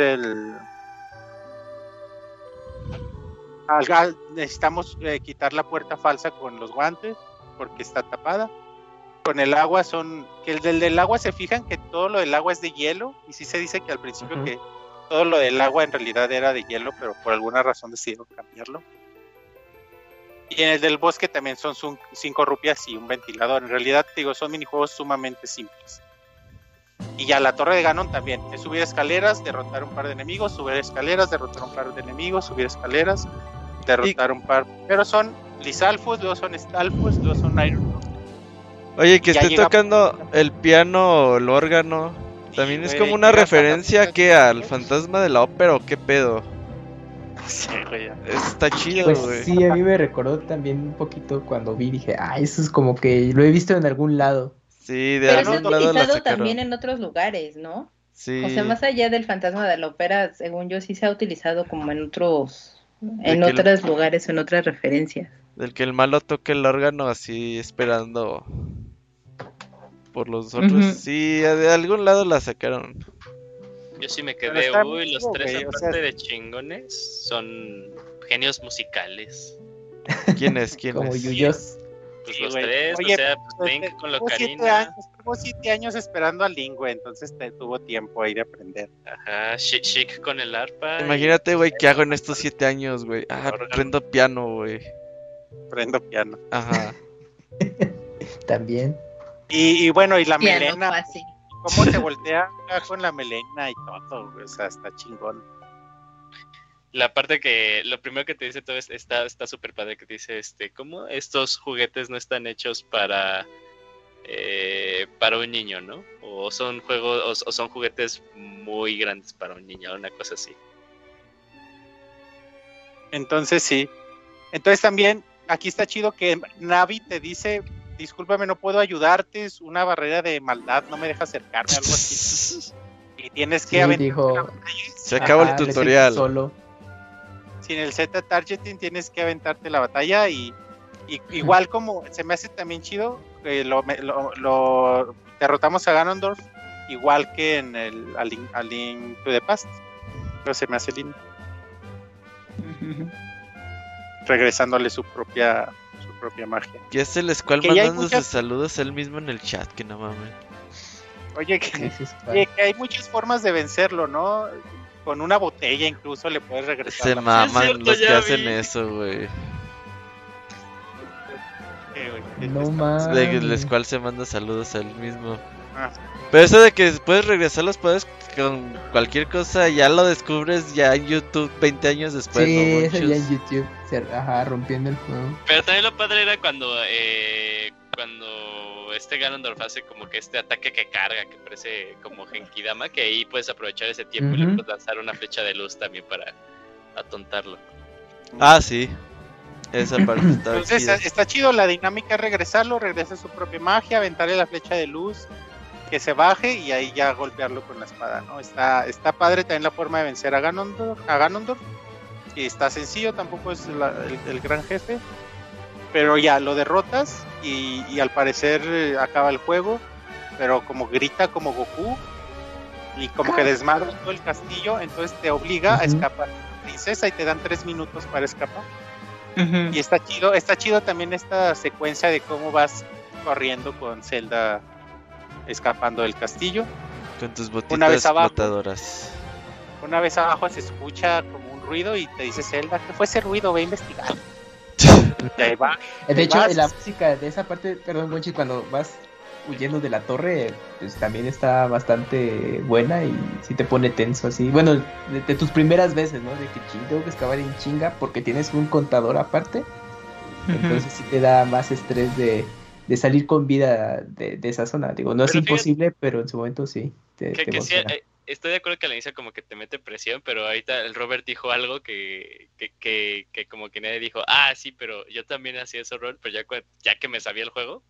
necesitamos quitar la puerta falsa con los guantes porque está tapada. Con el agua que el del agua, se fijan que todo lo del agua es de hielo, y sí se dice que al principio que todo lo del agua en realidad era de hielo, pero por alguna razón decidieron cambiarlo. Y en el del bosque también son 5 rupias y un ventilador. En realidad, digo, son minijuegos sumamente simples. Y ya la torre de Ganon también es subir escaleras, derrotar un par de enemigos, subir escaleras, derrotar un par de enemigos, subir escaleras, derrotar un par. Pero son Lizalfos, luego son Stalfos, luego son Iron. Oye, que Ya esté llega- tocando el piano o el órgano. También es güey, como una llegas a la referencia fiesta que de al Dios. fantasma de la ópera o qué pedo. Sí, güey. Está chido, Pues güey. sí, a mí me recordó también un poquito cuando vi, dije, eso es como que lo he visto en algún lado. Sí, de Pero es algún lado la utilizado sacaron. también en otros lugares, ¿no? Sí. O sea, más allá del fantasma de la ópera, según yo, sí se ha utilizado como en otros, De en que otros lugares, en otras referencias. Del que el malo toque el órgano así esperando por los otros. Ujú. Sí, de algún lado la sacaron. Yo sí me Pero quedé, está muy uy, los chido, tres güey, o aparte sea- de chingones son genios musicales. ¿Quién es? ¿Quién Como es? Yuyos. Pues Sí, los güey. tres, Oye, o sea, pues, Link con tuvo 7 Locarina, años, tuvo 7 años esperando a Link, güey, entonces tuvo tiempo ahí de aprender. ajá, Chic con el arpa. Imagínate, güey, ¿qué hago en estos 7 años, güey? Órgano. Prendo piano, güey. Aprendo piano. Ajá. También. Y bueno, y la Piano melena, fácil. cómo se voltea acá con la melena y todo, güey, o sea, está chingón. La parte que, lo primero que te dice todo está súper padre, que te dice, ¿cómo? Estos juguetes no están hechos para un niño, ¿no? O son juegos, o son juguetes muy grandes para un niño, una cosa así. Entonces sí. Entonces también, aquí está chido que Navi te dice, discúlpame, no puedo ayudarte, es una barrera de maldad, no me deja acercarme, algo así. Y tienes que Sí, aventar dijo. la batalla. Se acabó el "Ajá, le siento tutorial". Solo. Sin el Z targeting tienes que aventarte la batalla y igual como se me hace también chido que lo derrotamos a Ganondorf igual que en a Link to the Past, pero se me hace lindo Ujú. regresándole su propia magia. Ya es el Squall Que ya hay mandando muchas- sus saludos él mismo en el chat, que no mames. Oye, Ese es que hay muchas formas de vencerlo, ¿no? Con una botella incluso le puedes regresar Se la maman cierto, los que ya hacen vi. eso, güey. güey. No De que el mames. Squall se manda saludos a él mismo. Ah, Pero eso de que puedes regresar los poderes con cualquier cosa, ya lo descubres ya en YouTube 20 años después, Sí, ¿no, eso Monchus? ya en YouTube. Ajá, rompiendo el juego. Pero también lo padre era cuando Ganondorf hace como que este ataque que carga, que parece como Genkidama, que ahí puedes aprovechar ese tiempo y le Ujú. puedes lanzar una flecha de luz también para atontarlo. Ah, sí. Esa parte está Entonces chida. está chido la dinámica, es regresarlo, regresa su propia magia, aventarle la flecha de luz, que se baje y ahí ya golpearlo con la espada, ¿no? Está padre también la forma de vencer a Ganondorf, y está sencillo, tampoco es el gran jefe, pero ya lo derrotas y al parecer acaba el juego, pero como grita como Goku y como que desmadra todo el castillo, entonces te obliga a Ujú. escapar princesa y te dan 3 minutos para escapar. Ujú. Y está chido también esta secuencia de cómo vas corriendo con Zelda escapando del castillo. Con tus una vez botitas abajo. flotadoras. Una vez abajo se escucha como un ruido y te dice Zelda, ¿qué fue ese ruido? Ve a investigar. Y ahí va. De hecho, vas. la música de esa parte, perdón, Monchi, cuando vas huyendo de la torre, pues también está bastante buena y sí te pone tenso así. Bueno, de tus primeras veces, ¿no? De que tengo que excavar en chinga porque tienes un contador aparte. Entonces sí te da más estrés de salir con vida de esa zona. Digo, no es Pero fíjate- imposible, pero en su momento sí. Te Que sí, emociona. estoy de acuerdo que al inicio como que te mete presión, pero ahorita el Robert dijo algo que como que nadie dijo, sí, pero yo también hacía eso rol, pero ya que me sabía el juego,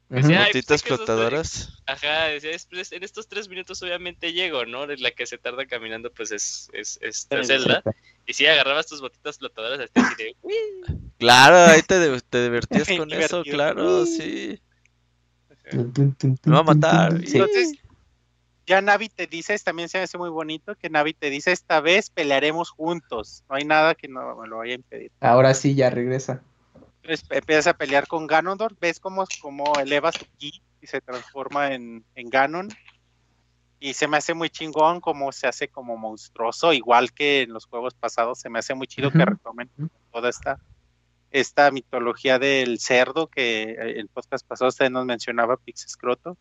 Decía, "Ay, Botitas sé que esos flotadoras. Ajá, decía, "Pues, en estos 3 minutos obviamente llego, ¿no? La que se tarda caminando, pues es Zelda. Y sí, agarrabas tus botitas flotadoras así de, "Uy". Claro, ahí te divertías con Divertido. eso, claro, sí. Me va a matar. Sí. Entonces, ya Navi te dice, también se me hace muy bonito que Navi te dice, esta vez pelearemos juntos. No hay nada que no me lo vaya a impedir. Ahora sí ya regresa. Entonces, empiezas a pelear con Ganondorf, ves cómo eleva su ki y se transforma en Ganon. Y se me hace muy chingón cómo se hace como monstruoso, igual que en los juegos pasados. Se me hace muy chido que retomen toda esta mitología del cerdo que en el podcast pasado usted nos mencionaba, Pixescroto.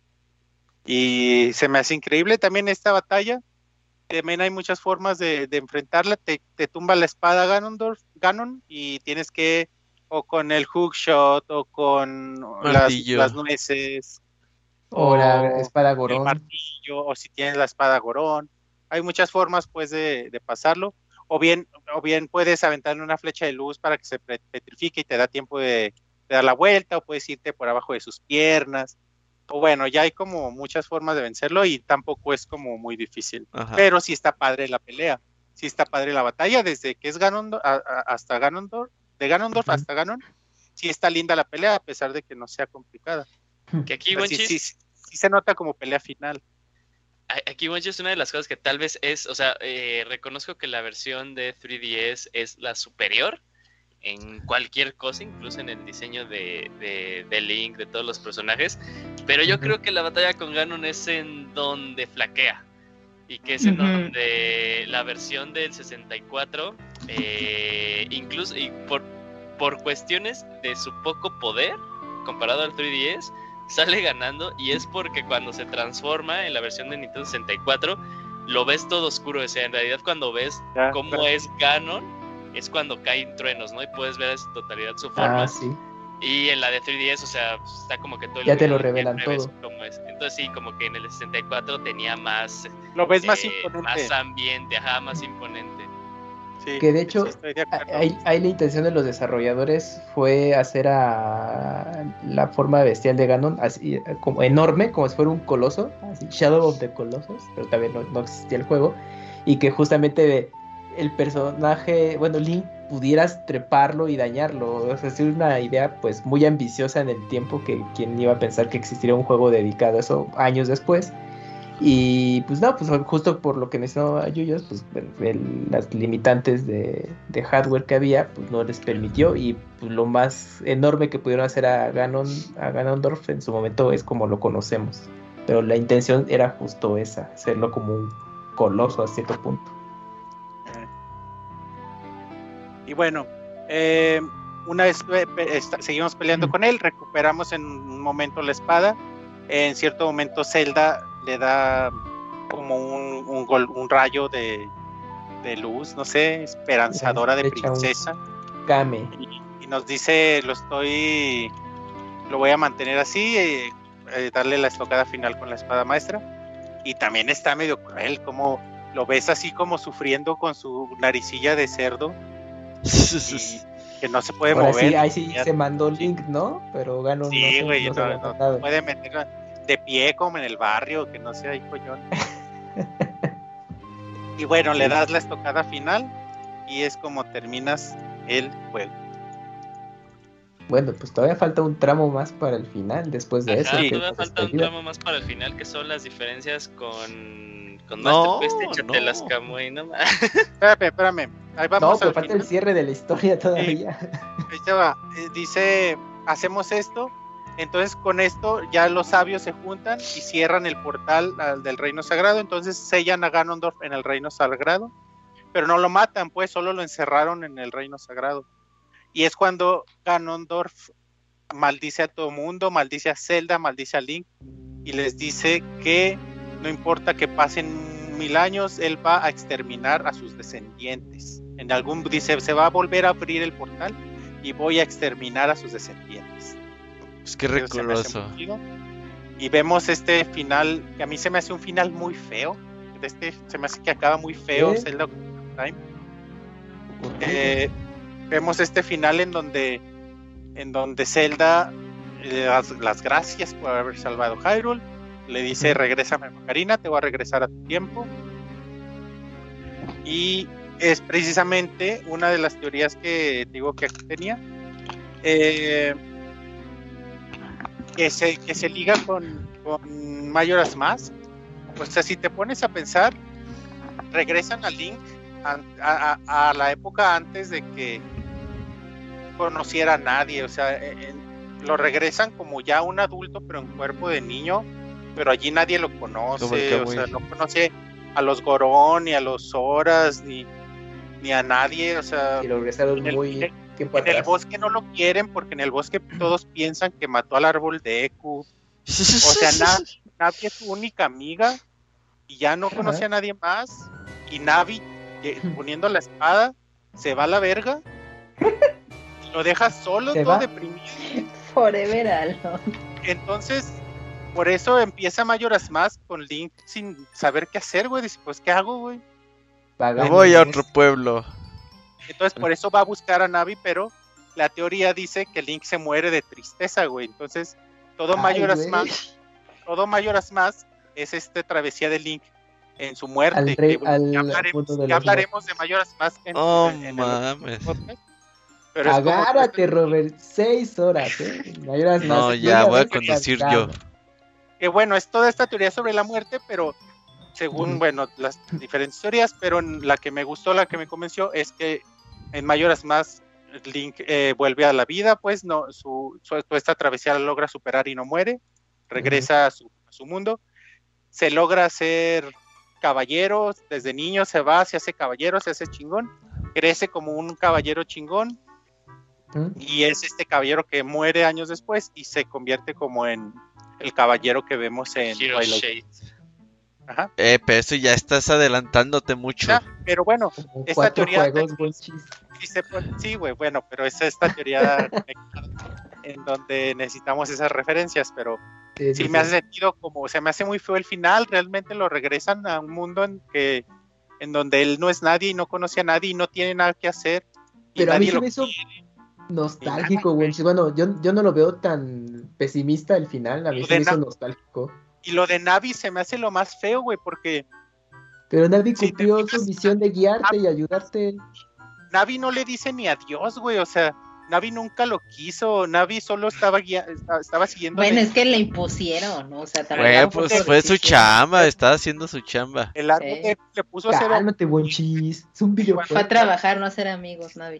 Y se me hace increíble también esta batalla. También hay muchas formas de enfrentarla. Te tumba la espada Ganon y tienes que, o con el hookshot, o con las nueces, o la espada el Gorón. martillo, o si tienes la espada Gorón. Hay muchas formas pues de pasarlo. O bien puedes aventarle una flecha de luz para que se petrifique y te da tiempo de dar la vuelta, o puedes irte por abajo de sus piernas. O bueno, ya hay como muchas formas de vencerlo y tampoco es como muy difícil. Ajá. Pero sí está padre la pelea, sí está padre la batalla, desde que es Ganondorf hasta Ganondorf, de Ganondorf hasta Ganon, sí está linda la pelea a pesar de que no sea complicada. Que aquí, sí se nota como pelea final. Aquí, Monchis, una de las cosas que tal vez es, o sea, reconozco que la versión de 3DS es la superior en cualquier cosa, incluso en el diseño de Link, de todos los personajes, pero yo creo que la batalla con Ganon es en donde flaquea, y que es en donde la versión del 64, incluso y por cuestiones de su poco poder comparado al 3DS, sale ganando, y es porque cuando se transforma en la versión de Nintendo 64 lo ves todo oscuro. O sea, en realidad cuando ves cómo es Ganon es cuando caen truenos, ¿no? Y puedes ver en totalidad su forma. Sí. Y en la de 3DS, o sea, está como que todo el ya te lo revelan todo. Cómo es. Entonces sí, como que en el 64 tenía más... Lo ves más imponente. Más ambiente, más imponente. Sí, que de hecho, de ahí la intención de los desarrolladores fue hacer a la forma bestial de Ganon así como enorme, como si fuera un coloso, así, Shadow of the Colossus, pero también no existía el juego, y que justamente el personaje, bueno, Link, pudieras treparlo y dañarlo. O sea, es una idea pues muy ambiciosa en el tiempo, que quien iba a pensar que existiría un juego dedicado a eso años después. Y pues no, pues justo por lo que mencionó Yuyos, pues las limitantes de hardware que había, pues no les permitió, y pues lo más enorme que pudieron hacer a Ganondorf en su momento es como lo conocemos. Pero la intención era justo esa, hacerlo como un coloso a cierto punto. Y bueno, una vez seguimos peleando con él, recuperamos en un momento la espada. En cierto momento Zelda le da como un rayo de luz, no sé, esperanzadora de princesa. Game. Y nos dice, lo voy a mantener así, darle la estocada final con la espada maestra. Y también está medio cruel, como lo ves así como sufriendo con su naricilla de cerdo. Y que no se puede mover. Sí, ahí sí se mandó Link, ¿no? Pero Ganon no puede meter de pie como en el barrio, que no sea ahí coñón. Y bueno, le das la estocada final y es como terminas el juego. Bueno, pues todavía falta un tramo más para el final después de eso. Todavía falta un tramo más para el final, que son las diferencias con Master Quest. Échate las Kamui, ¿no? Espérame. Ahí vamos. No, pero falta el cierre de la historia todavía. Ahí te va. Dice, hacemos esto. Entonces con esto ya los sabios se juntan y cierran el portal del reino sagrado. Entonces sellan a Ganondorf en el reino sagrado, pero no lo matan, pues solo lo encerraron en el reino sagrado. Y es cuando Ganondorf maldice a todo mundo, maldice a Zelda, maldice a Link, y les dice que no importa que pasen 1000 años, él va a exterminar a sus descendientes. Dice, se va a volver a abrir el portal y voy a exterminar a sus descendientes. Es que recurroso. Y vemos este final, que a mí se me hace un final muy feo. Se me hace que acaba muy feo Zelda Time. Vemos este final en donde Zelda las gracias por haber salvado Hyrule. Le dice, regrésame, Ocarina, te voy a regresar a tu tiempo. Y es precisamente una de las teorías que digo que aquí tenía, que se liga con Majora's Mask. O sea, si te pones a pensar, regresan a Link a la época antes de que conociera a nadie. O sea, lo regresan como ya un adulto, pero en cuerpo de niño, pero allí nadie lo conoce. O sea, no conoce a los Gorón, ni a los Horas, ni a nadie. O sea, y lo regresaron en el bosque no lo quieren porque en el bosque todos piensan que mató al árbol de Eku. O sea, Navi es su única amiga y ya no conoce a nadie más. Y Navi, poniendo la espada, se va a la verga y lo deja solo, todo deprimido. Forever alone. Entonces, por eso empieza Majora's Mask con Link sin saber qué hacer, güey. Dice, pues, ¿qué hago, güey? Me voy a otro pueblo. Entonces, por eso va a buscar a Navi, pero la teoría dice que Link se muere de tristeza, güey. Entonces, todo Majora's Mask es travesía de Link en su muerte. Ya hablaremos de Majora's Mask en el podcast. Pero agárrate, Robert, 6 horas, Majora's Mask. No, ya voy a conducir yo. Que bueno, es toda esta teoría sobre la muerte, pero según, las diferentes teorías, pero la que me gustó, la que me convenció, es que en Majora's Mask Link vuelve a la vida, pues no, toda esta travesía la logra superar y no muere, regresa a su mundo, se logra hacer caballero, desde niño se hace caballero, se hace chingón, crece como un caballero chingón, y es este caballero que muere años después y se convierte como en el caballero que vemos en Twilight. Ajá. Pero eso ya estás adelantándote mucho. Pero bueno, esta teoría sí, güey, bueno, pero es esta teoría en donde necesitamos esas referencias, pero sí me hace sentido, como se me hace muy feo el final. Realmente lo regresan a un mundo en donde él no es nadie y no conoce a nadie y no tiene nada que hacer. Pero a mí se me hizo nostálgico, güey. Bueno, yo no lo veo tan pesimista el final, a mí se me hizo nostálgico. Y lo de Navi se me hace lo más feo, güey, porque... Pero Navi cumplió su misión de guiarte y ayudarte. Navi no le dice ni adiós, güey, o sea, Navi nunca lo quiso, Navi solo estaba siguiendo... Bueno, es que le impusieron, ¿no? O sea, también... pues fue su chamba, estaba haciendo su chamba. El árbol le puso a hacer... Cálmate, buen chis, es un videojuego. Fue a trabajar, no a ser amigos, Navi.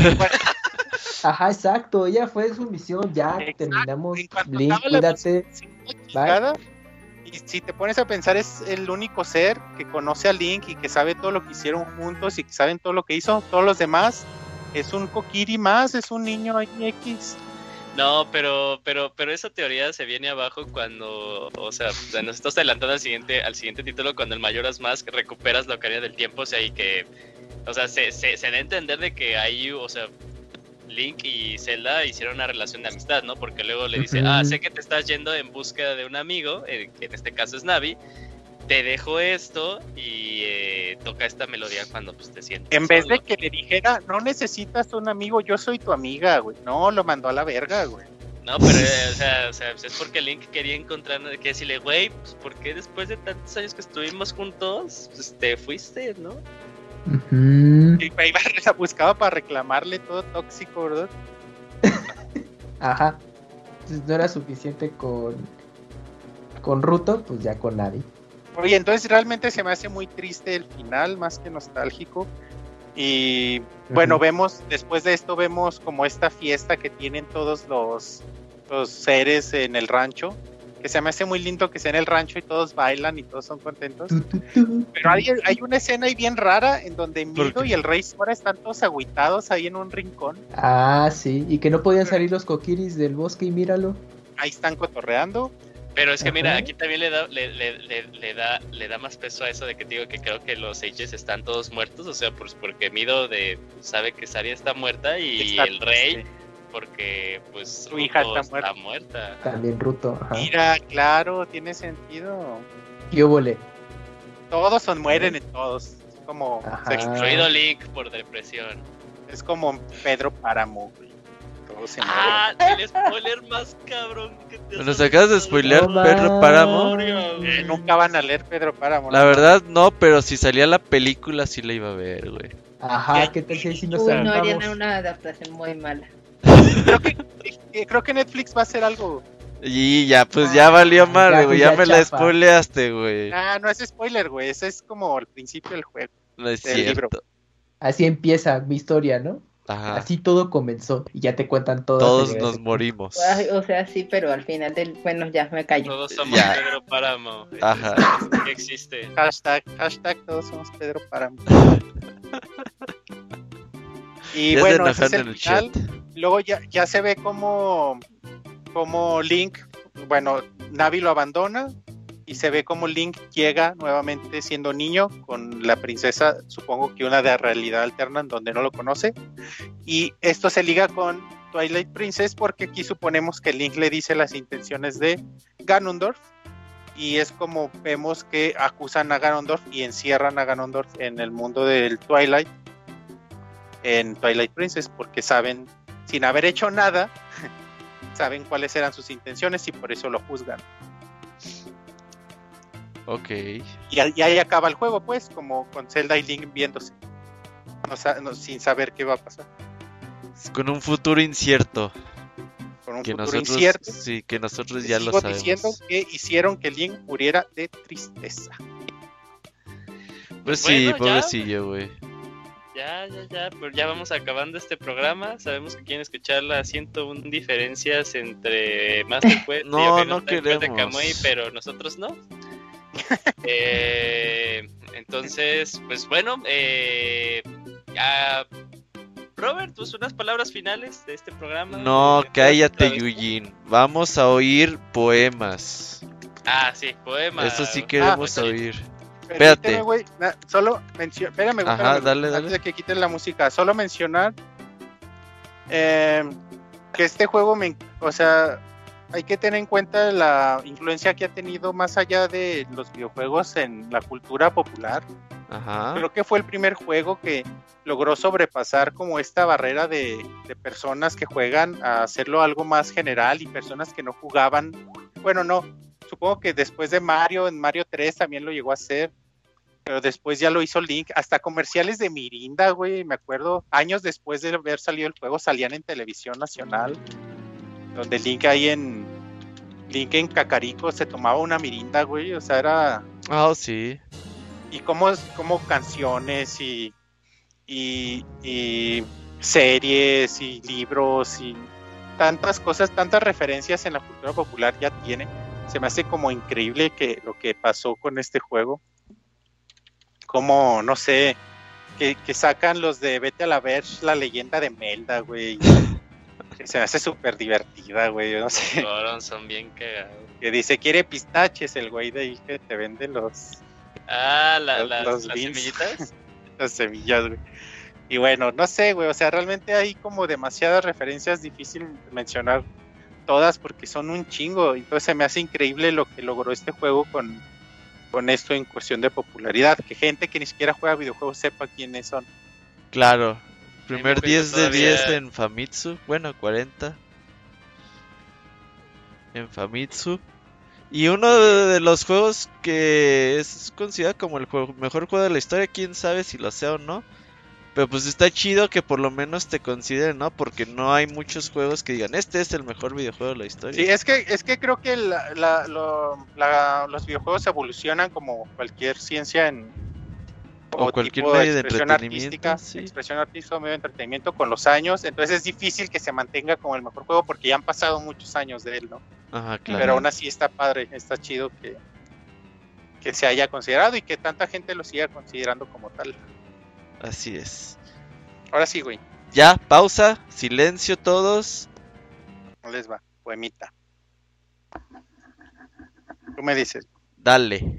Ajá, exacto, ella fue su misión, ya terminamos. Link, cuídate. Y si te pones a pensar, es el único ser que conoce a Link y que sabe todo lo que hicieron juntos y que saben todo lo que hizo. Todos los demás es un Kokiri más, es un niño X. No, pero esa teoría se viene abajo cuando, o sea, nos estás adelantando al siguiente título, cuando el Majora's Mask recuperas la Ocarina del Tiempo, o sea, y que, o sea, se da a entender de que ahí, o sea, Link y Zelda hicieron una relación de amistad, ¿no? Porque luego le dice, sé que te estás yendo en búsqueda de un amigo, que en este caso es Navi, te dejo esto y toca esta melodía cuando pues te sientes en vez de que le dijera, no necesitas un amigo, yo soy tu amiga, güey. No, lo mandó a la verga, güey. No, pero o sea, es porque Link quería encontrar, que decirle, güey, pues ¿por qué después de tantos años que estuvimos juntos, pues te fuiste, ¿no? Y la buscaba para reclamarle todo tóxico, ¿verdad? Ajá. Entonces no era suficiente con Ruto, pues ya con Navi. Oye, entonces realmente se me hace muy triste el final, más que nostálgico. Y bueno, después de esto vemos como esta fiesta que tienen todos los seres en el rancho, que se me hace muy lindo que sea en el rancho y todos bailan y todos son contentos. Pero hay una escena ahí bien rara en donde Mido y el Rey Sora están todos agüitados ahí en un rincón. Ah, sí, y que no podían salir los Kokiris del bosque y míralo. Ahí están cotorreando. Pero es que mira, aquí también le da más peso a eso de que te digo que creo que los Sages están todos muertos, o sea, pues porque Mido sabe que Saria está muerta y el Rey... porque pues su hija está muerta. También Ruto. Ajá. Mira, claro, tiene sentido. ¿Qué óvole? Todos mueren en todos. Como incluido Link por depresión. Es como Pedro Páramo. todos se mueren. El spoiler más cabrón que te has Nos acabas de spoilear No Pedro Páramo. Nunca van a leer Pedro Páramo. La ¿no? verdad no, pero si salía la película sí la iba a ver, güey. Ajá, ¿qué tal si ahí sí nos Uy, no harían salvamos? una adaptación muy mala. Creo que Netflix va a hacer algo. Y ya, pues ya valió madre, ya, güey. pues Ya ya me la chapa. spoileaste, güey. No es spoiler, güey. Ese es como el principio del juego. No es del libro. cierto. Así empieza mi historia, ¿no? Ajá. Así todo comenzó y ya te cuentan todo. Todos nos morimos. Ay, o sea, sí, pero al final del... Bueno, ya me callo. Todos somos Ya. Pedro Páramo. Ajá. Que existe. Hashtag todos somos Pedro Páramo. Y Ya se bueno, ese es enojaron en el el final. chat. Luego ya se ve como Link, bueno, Navi lo abandona y se ve como Link llega nuevamente siendo niño con la princesa, supongo que una de realidad alterna en donde no lo conoce. Y esto se liga con Twilight Princess porque aquí suponemos que Link le dice las intenciones de Ganondorf. Y es como vemos que acusan a Ganondorf y encierran a Ganondorf en el mundo del Twilight, en Twilight Princess, porque saben, sin haber hecho nada, saben cuáles eran sus intenciones y por eso lo juzgan. Ok. Y ahí acaba el juego, pues, como con Zelda y Link viéndose, sin saber qué va a pasar. Con un futuro incierto. Con un Que futuro nosotros, incierto. sí, que nosotros ya lo Sigo sabemos. diciendo que hicieron que Link muriera de tristeza. Pues sí, Bueno, ya. pobrecillo, güey. Ya, pues ya vamos acabando este programa. Sabemos que quieren escuchar las 101 diferencias entre Master Quest No, y Ocarina no of Time de queremos. Kamui, pero nosotros no. Entonces, pues bueno, Robert, pues unas palabras finales de este programa. No, De- cállate, de- Yujin. Vamos a oír poemas. Ah, sí, poema. Eso sí queremos pues, oír. Permíteme, güey, solo espérame, Ajá, dale, antes dale. de que quiten la música, solo mencionar que este juego o sea, hay que tener en cuenta la influencia que ha tenido más allá de los videojuegos en la cultura popular. Ajá. Creo que fue el primer juego que logró sobrepasar como esta barrera de personas que juegan a hacerlo algo más general y personas que no jugaban. Bueno, no, supongo que después de Mario, en Mario 3 también lo llegó a hacer, pero después ya lo hizo Link, hasta comerciales de Mirinda, güey, me acuerdo, años después de haber salido el juego salían en televisión nacional, donde Link en Cacarico se tomaba una Mirinda, güey, o sea, era... Ah, sí. Y como canciones y series y libros y tantas cosas, tantas referencias en la cultura popular ya tiene. Se me hace como increíble que lo que pasó con este juego. Como, no sé, que sacan los de Vete a la Verge, la leyenda de Melda, güey. Que se me hace súper divertida, güey, no sé. Cabrón, son bien cagados. Que dice, quiere pistaches, el güey de ahí que te vende los Las beans. semillitas. Las semillas, güey. Y bueno, no sé, güey, o sea, realmente hay como demasiadas referencias, difícil mencionar todas porque son un chingo. Entonces se me hace increíble lo que logró este juego con esto en cuestión de popularidad. Que gente que ni siquiera juega videojuegos sepa quiénes son. Claro. Primer porque 10 de todavía- 10 en Famitsu. Bueno, 40. En Famitsu. Y uno de los juegos que es considerado como el mejor juego de la historia, quién sabe si lo sea o no. Pero pues está chido que por lo menos te consideren, ¿no? Porque no hay muchos juegos que digan, este es el mejor videojuego de la historia. Sí, es que creo que los videojuegos evolucionan como cualquier ciencia O cualquier tipo medio de expresión entretenimiento, artística, sí. expresión artística o medio de entretenimiento con los años. Entonces es difícil que se mantenga como el mejor juego porque ya han pasado muchos años de él, ¿no? Ajá, claro. Pero aún así está padre, está chido que se haya considerado y que tanta gente lo siga considerando como tal. Así es. Ahora sí, güey, Ya, pausa, silencio todos. no les va, poemita. Tú me dices, Dale.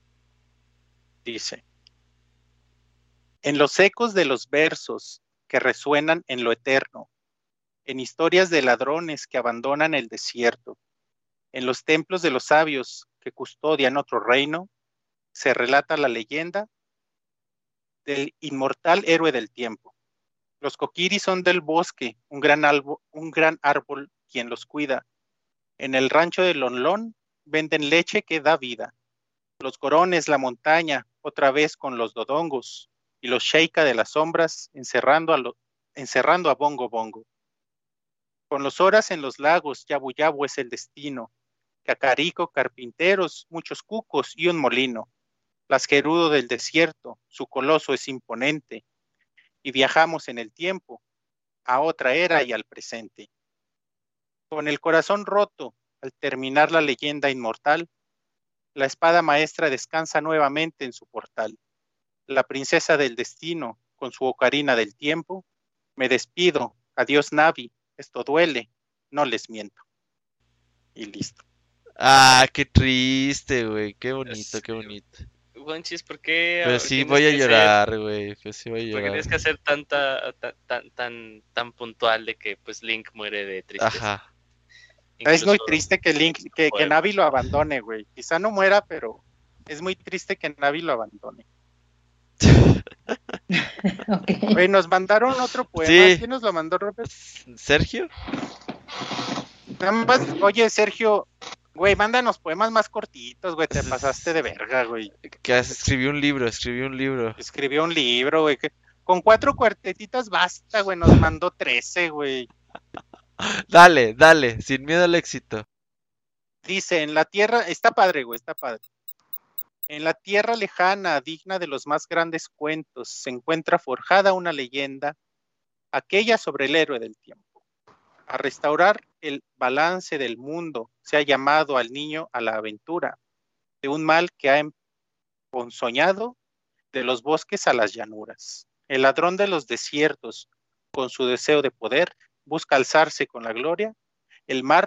dice. En los ecos de los versos que resuenan en lo eterno, en historias de ladrones que abandonan el desierto, en los templos de los sabios que custodian otro reino, se relata la leyenda del inmortal héroe del tiempo, Los Kokiri son del bosque, un gran árbol quien los cuida. En el rancho de Lonlon venden leche que da vida. Los Gorones, la montaña, otra vez con los Dodongos. Y los Sheikah de las sombras encerrando a Bongo Bongo. Con los Horas en los lagos, Yabu Yabu es el destino. Cacarico, carpinteros, muchos cucos y un molino. Las Gerudo del desierto, su coloso es imponente. Y viajamos en el tiempo, a otra era y al presente. Con el corazón roto, al terminar la leyenda inmortal, la espada maestra descansa nuevamente en su portal. La princesa del destino, con su ocarina del tiempo, me despido, adiós Navi, esto duele, no les miento. Y listo. Ah, qué triste, güey. Qué bonito, qué bonito. Juanchis, ¿por qué? Pues sí, tienes voy a que llorar, güey. Pues sí, voy a Porque llorar. tienes que hacer tan puntual de que pues Link muere de tristeza. Ajá. Es muy Incluso triste que Link, que poema. Navi lo abandone, güey. Quizá no muera, pero es muy triste que Navi lo abandone. Ok. Güey, nos mandaron otro poema. Sí. ¿Quién nos lo mandó, Robert? ¿Sergio? Nada más, oye, Sergio, güey, mándanos poemas más cortitos, güey. Te pasaste de verga, güey. Que escribió un libro. Escribió un libro, güey. Con 4 cuartetitas basta, güey. Nos mandó 13, güey. Dale, sin miedo al éxito. Dice, en la tierra, está padre, güey, está padre. En la tierra lejana, digna de los más grandes cuentos, se encuentra forjada una leyenda, aquella sobre el héroe del tiempo. A restaurar el balance del mundo, se ha llamado al niño a la aventura, de un mal que ha emponzoñado de los bosques a las llanuras. El ladrón de los desiertos, con su deseo de poder, busca alzarse con la gloria. El mal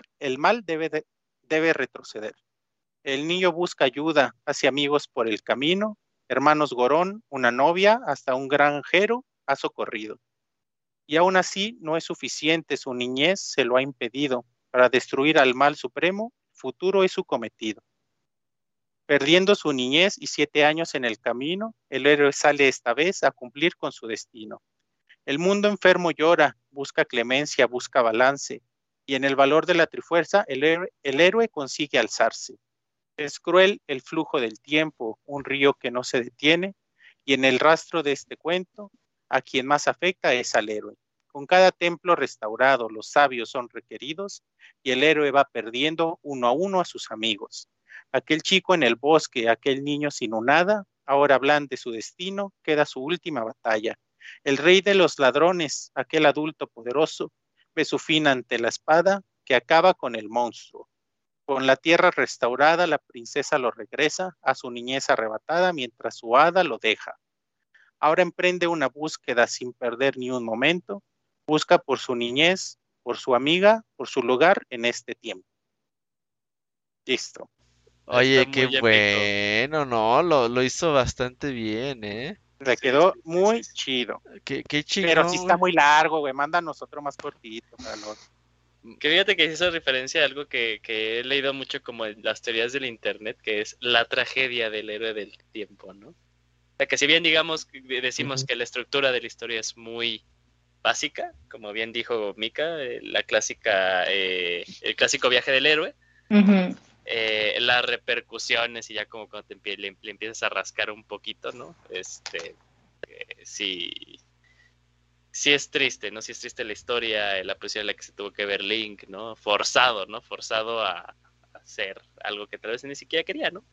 debe retroceder. El niño busca ayuda, hace amigos por el camino, hermanos Gorón, una novia, hasta un granjero ha socorrido. Y aún así no es suficiente, su niñez se lo ha impedido. Para destruir al mal supremo, futuro es su cometido. Perdiendo su niñez y 7 años en el camino, el héroe sale esta vez a cumplir con su destino. El mundo enfermo llora, busca clemencia, busca balance, y en el valor de la trifuerza el héroe consigue alzarse. Es cruel el flujo del tiempo, un río que no se detiene, y en el rastro de este cuento, a quien más afecta es al héroe. Con cada templo restaurado, los sabios son requeridos, y el héroe va perdiendo uno a uno a sus amigos. Aquel chico en el bosque, aquel niño sin un nada, ahora blande su destino, queda su última batalla. El rey de los ladrones, aquel adulto poderoso, ve su fin ante la espada que acaba con el monstruo. Con la tierra restaurada, la princesa lo regresa a su niñez arrebatada mientras su hada lo deja. Ahora emprende una búsqueda sin perder ni un momento. Busca por su niñez, por su amiga, por su lugar en este tiempo. Listo. Oye, Está qué muy épico. bueno, no, lo hizo bastante bien, ¿eh? Le quedó muy chido. Qué chingón, Pero sí está güey. muy largo, güey. Mándanos otro más cortito. Calor. Que fíjate que hizo referencia a algo que he leído mucho como en las teorías del internet, que es la tragedia del héroe del tiempo, ¿no? O sea, que si bien decimos que la estructura de la historia es muy básica, como bien dijo Mika, el clásico viaje del héroe, Ujú. las repercusiones y ya como cuando le empiezas a rascar un poquito, ¿no? Sí es triste, ¿no? Sí es triste la historia, la presión en la que se tuvo que ver Link, ¿no? Forzado, ¿no? Forzado a hacer algo que tal vez ni siquiera quería, ¿no?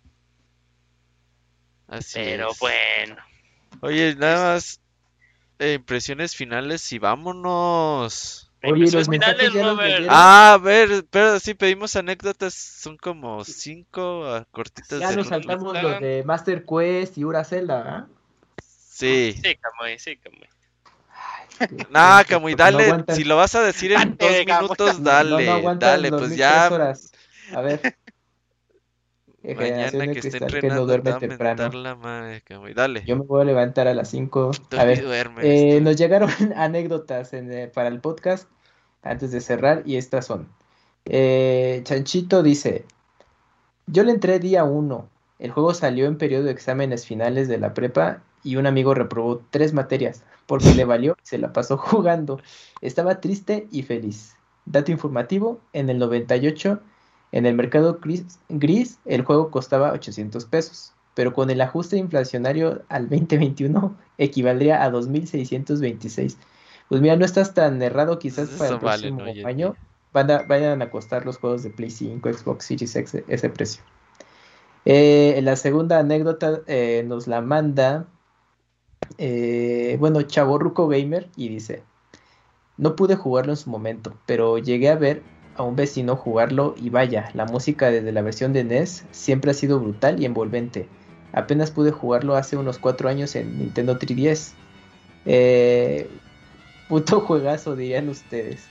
Así Pero es. bueno. Oye, nada más impresiones finales y vámonos. Oye, Impresiones los mensajes finales, ya los Robert. leyeron. Ah, a ver, pero sí pedimos anécdotas, son como 5 cortitas Ya de nos minutos. saltamos los de Master Quest y Ura Zelda, ¿ah? Sí. Sí, Camuy, sí, Camuy. Nah, Camuy, Porque no dale, aguantan. si lo vas a decir en 2 minutos, No dale, aguantan pues dormir ya 3 horas. A ver. Generación mañana de que esté cristal que no entrenando te duerme va a temprano. mentar la madre, Camuy, dale. Yo me voy a levantar a las 5. Tú A ni ver, duermes, tú. nos llegaron anécdotas para el podcast antes de cerrar y estas son. Chanchito dice, yo le entré día 1. El juego salió en periodo de exámenes finales de la prepa y un amigo reprobó 3 materias porque le valió y se la pasó jugando. Estaba triste y feliz. Dato informativo, en el 98, en el mercado gris, el juego costaba 800 pesos, pero con el ajuste inflacionario al 2021 equivaldría a 2.626. Pues mira, no estás tan errado, quizás Pues para el eso vale, próximo ¿no? Hoy en año día. vayan a costar los juegos de Play 5, Xbox Series X ese precio. La segunda anécdota nos la manda, bueno, Chavorruco Gamer, y dice: no pude jugarlo en su momento, pero llegué a ver a un vecino jugarlo y vaya, la música desde la versión de NES siempre ha sido brutal y envolvente. Apenas pude jugarlo hace unos 4 años en Nintendo 3DS. Eh, puto juegazo, dirían ustedes.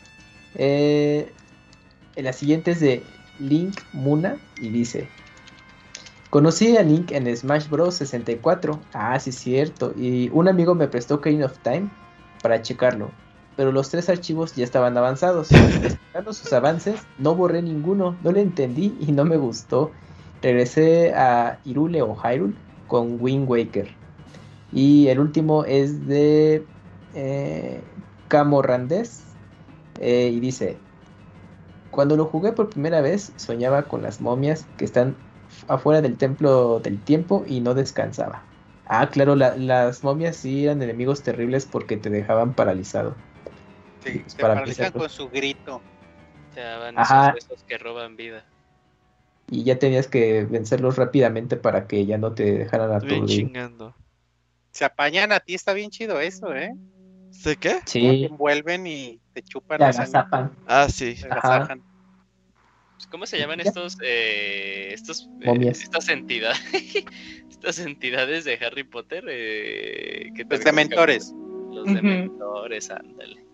La siguiente es de Link Muna y dice: conocí a Link en Smash Bros. 64. Ah, sí, es cierto. Y un amigo me prestó Ocarina of Time para checarlo. Pero los 3 archivos ya estaban avanzados. Investigando sus avances, no borré ninguno. No le entendí y no me gustó. Regresé a Hyrule o Hyrule con Wind Waker. Y el último es de Camorrandés. Y dice: cuando lo jugué por primera vez, soñaba con las momias que están afuera del templo del tiempo y no descansaba. Ah, claro, las momias sí eran enemigos terribles porque te dejaban paralizado. Sí, Pues te para paralizan empezar, con su grito. Ya van ajá, esos huesos que roban vida. y ya tenías que vencerlos rápidamente para que ya no te dejaran Estoy bien aturdido. chingando. Se apañan a ti, está bien chido eso, ¿eh? ¿Sé qué? Cómo te Sí, envuelven y te chupan te la sangre, agazapan. Ah, sí. te Ajá, agasajan. ¿Cómo se llaman ya, momias. estas entidades? Estas entidades de Harry Potter que Los también como que dementores. los Ujú. dementores, ándale.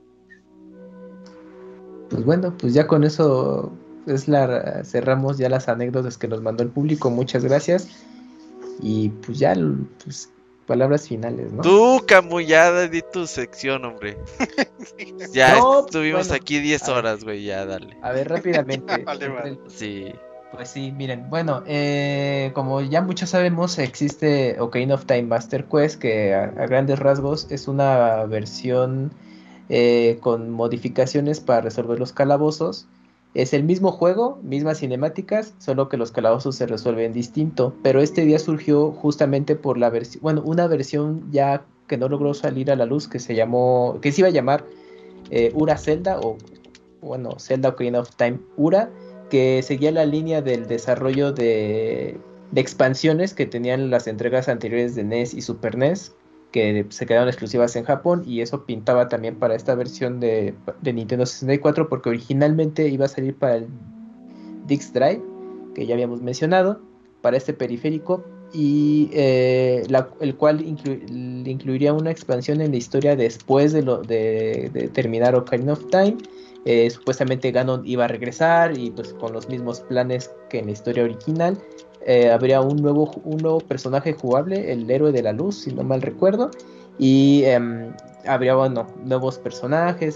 Pues bueno, pues ya con eso cerramos ya las anécdotas que nos mandó el público. Muchas gracias. Y pues ya, pues, palabras finales, ¿no? Tú, Camullada, di tu sección, hombre. Ya No, estuvimos bueno, aquí 10 a ver, horas, güey, ya dale. rápidamente. Vale, madre. Sí. Pues sí, miren, bueno, como ya muchos sabemos, existe Ocarina of Time Master Quest, que a grandes rasgos es una versión con modificaciones para resolver los calabozos. Es el mismo juego, mismas cinemáticas, solo que los calabozos se resuelven distinto. Pero este día surgió justamente por la versión, bueno, una versión ya que no logró salir a la luz, que se iba a llamar Ura Zelda, o bueno, Zelda Ocarina of Time Ura, que seguía la línea del desarrollo de expansiones que tenían las entregas anteriores de NES y Super NES, que se quedaron exclusivas en Japón, y eso pintaba también para esta versión de Nintendo 64, porque originalmente iba a salir para el Disk Drive, que ya habíamos mencionado, para este periférico, y el cual incluiría una expansión en la historia después de terminar Ocarina of Time. Supuestamente Ganon iba a regresar y pues con los mismos planes que en la historia original. Habría un nuevo personaje jugable, el héroe de la luz, si no mal recuerdo, y habría, bueno, nuevos personajes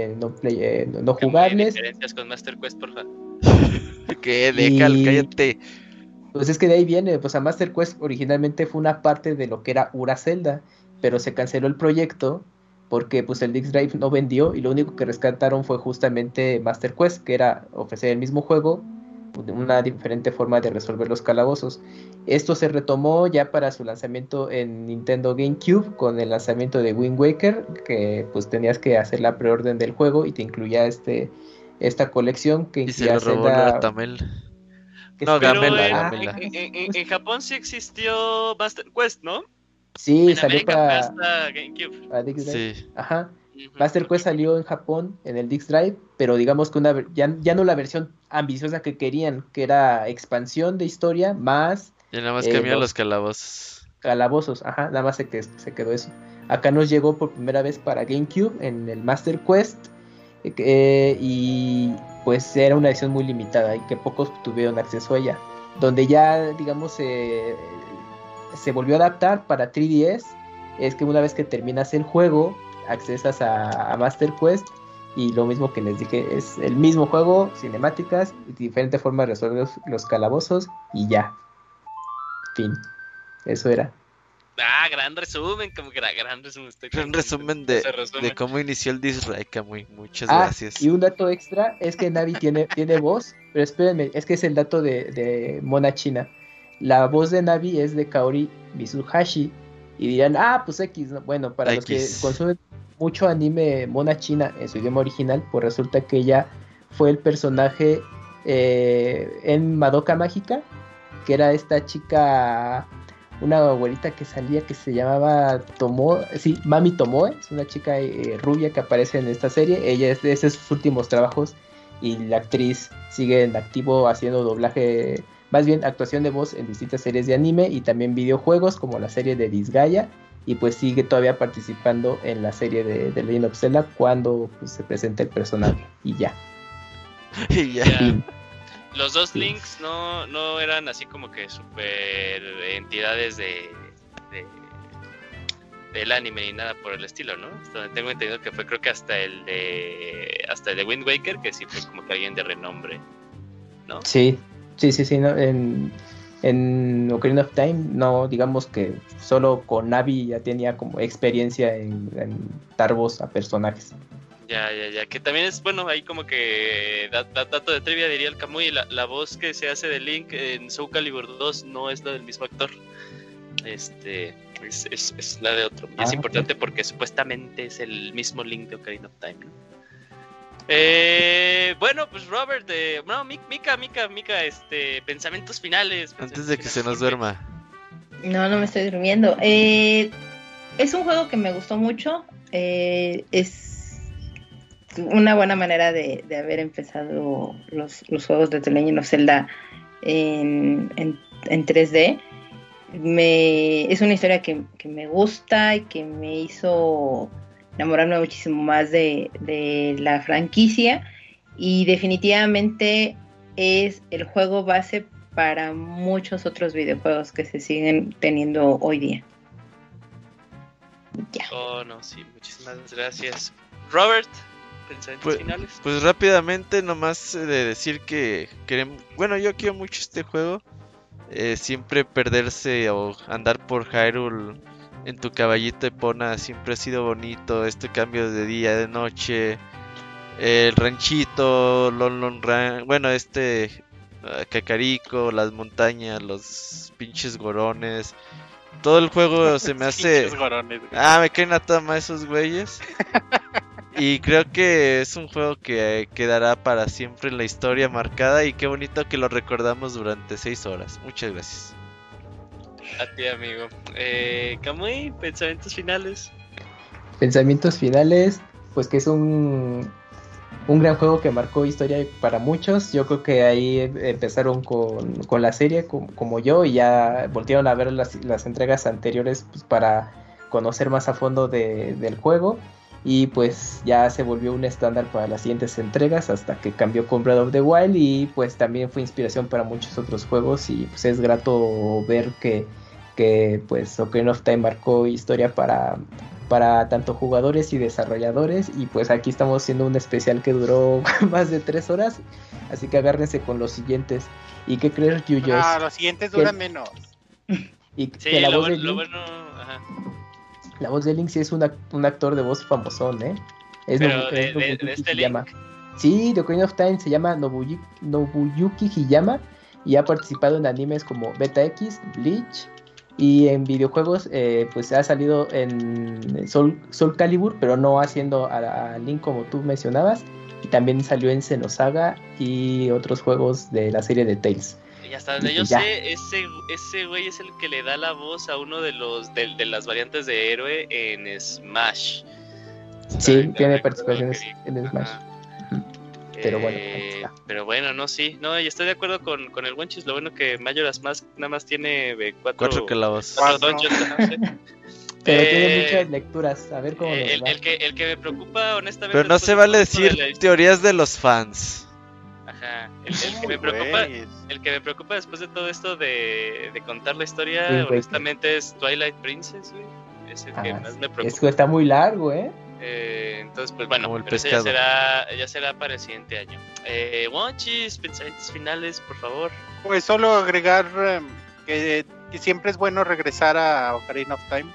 no Como hay jugables. diferencias con Master Quest, porfa. Que déjalo, Y cállate. pues es que de ahí viene, pues a Master Quest originalmente fue una parte de lo que era Ura Zelda, pero se canceló el proyecto porque pues el Disk Drive no vendió y lo único que rescataron fue justamente Master Quest, que era ofrecer el mismo juego, una diferente forma de resolver los calabozos. Esto se retomó ya para su lanzamiento en Nintendo GameCube con el lanzamiento de Wind Waker, que pues tenías que hacer la preorden del juego y te incluía esta colección que Y se lo incluía robó Zelda. Tamel. Que No, se lo- Pero Gamela, en, Ah, Gamela. en Japón sí existió Master Quest, ¿no? sí, En salió América fue para hasta GameCube. Disk Drive. Sí. Ajá. Master Quest Ujú. salió en Japón en el Disk Drive, pero digamos que ya no la versión ambiciosa que querían, que era expansión de historia más Y nada más cambian los los calabozos. calabozos. Ajá, nada más se quedó eso. Acá nos llegó por primera vez para GameCube en el Master Quest, y pues era una edición muy limitada y que pocos tuvieron acceso a ella. Donde ya, digamos, se volvió a adaptar para 3DS, es que una vez que terminas el juego, accesas a Master Quest, y lo mismo que les dije, es el mismo juego, cinemáticas, diferente forma de resolver los calabozos, y ya, fin, eso era. Gran resumen, como que gran resumen. Un resumen de cómo inició el dislike, Kamui. Muchas Ah, gracias. y un dato extra es que Navi tiene voz, pero espérenme, es que es el dato de Mona China. La voz de Navi es de Kaori Mizuhashi. Y dirán, pues X, ¿no? Bueno, para los que X. consumen mucho anime Mona China en su idioma original, pues resulta que ella fue el personaje en Madoka Mágica, que era esta chica, una abuelita que salía que se llamaba Mami Tomoe, es una chica rubia que aparece en esta serie. Ella es de sus últimos trabajos y la actriz sigue en activo haciendo doblaje, más bien actuación de voz en distintas series de anime y también videojuegos como la serie de Disgaea, y pues sigue todavía participando en la serie de Legend of Zelda cuando pues, se presenta el personaje y ya. Y ya. Los dos Links no eran así como que super entidades del anime ni nada por el estilo, ¿no? Tengo entendido que fue, creo que hasta el de Wind Waker, que sí fue como que alguien de renombre, ¿no? Sí, ¿no? En Ocarina of Time, no, digamos que solo con Navi ya tenía como experiencia en dar voz a personajes. Ya, que también es, bueno, ahí como que dato de trivia diría el Kamui, la voz que se hace de Link en Soul Calibur 2 no es la del mismo actor. Es la de otro. Y es importante porque supuestamente es el mismo Link de Ocarina of Time, ¿no? Bueno, pues Robert, Mika, pensamientos finales. Antes de que se nos duerma. No me estoy durmiendo. Es un juego que me gustó mucho. Es una buena manera de haber empezado los juegos de The Legend of Zelda en 3D. Es una historia que me gusta y que me hizo enamorarme muchísimo más de la franquicia, y definitivamente es el juego base para muchos otros videojuegos que se siguen teniendo hoy día. Ya. No, sí, muchísimas gracias. Robert, pensamientos finales. Pues rápidamente nomás de decir que yo quiero mucho este juego. Siempre perderse o andar por Hyrule en tu caballito Epona siempre ha sido bonito. Este cambio de día, de noche, el ranchito, Kakariko, las montañas, los pinches gorones. Todo el juego se me hace... Gorones, me caen a toma esos güeyes. Y creo que es un juego que quedará para siempre en la historia marcada. Y qué bonito que lo recordamos durante 6 horas. Muchas gracias. A ti, amigo. Kamui, pensamientos finales. Pensamientos finales, pues que es un gran juego que marcó historia para muchos. Yo creo que ahí empezaron con la serie como yo, y ya voltearon a ver las entregas anteriores pues, para conocer más a fondo del juego, y pues ya se volvió un estándar para las siguientes entregas hasta que cambió con Breath of the Wild, y pues también fue inspiración para muchos otros juegos, y pues es grato ver que pues Ocarina of Time marcó historia para tanto jugadores y desarrolladores, y pues aquí estamos haciendo un especial que duró más de 3 horas, así que agárrense con los siguientes. ¿Y qué crees, Yuyos? Los siguientes duran menos. Y sí, que la lo voz de Link, bueno, ajá. La voz de Link sí es un actor de voz famosón, Es pero de este Hiyama. Link. Sí, de Ocarina of Time se llama Nobuyuki Hiyama, y ha participado en animes como Beta X, Bleach, y en videojuegos pues ha salido en Soul Calibur, pero no haciendo a Link como tú mencionabas, y también salió en Xenosaga y otros juegos de la serie de Tales. Y hasta donde yo sé, ese güey es el que le da la voz a uno de las variantes de héroe en Smash. Sí, tiene participaciones en Smash. Pero bueno, no, sí, no, y estoy de acuerdo con el Wenchis. Lo bueno que Majora's Mask nada más tiene 4 calabozos. 4 dungeons, no sé. Pero tiene muchas lecturas, a ver cómo nos va. El que me preocupa, honestamente. Pero no se vale decir teorías de los fans. Ajá, el que me preocupa después de todo esto de contar la historia, honestamente, es Twilight Princess, güey. Es el que más me preocupa. Esto está muy largo, Entonces, pues bueno, pero eso ya será para el siguiente año. Wonchis, pensamientos finales, por favor. Pues solo agregar que que siempre es bueno regresar a Ocarina of Time.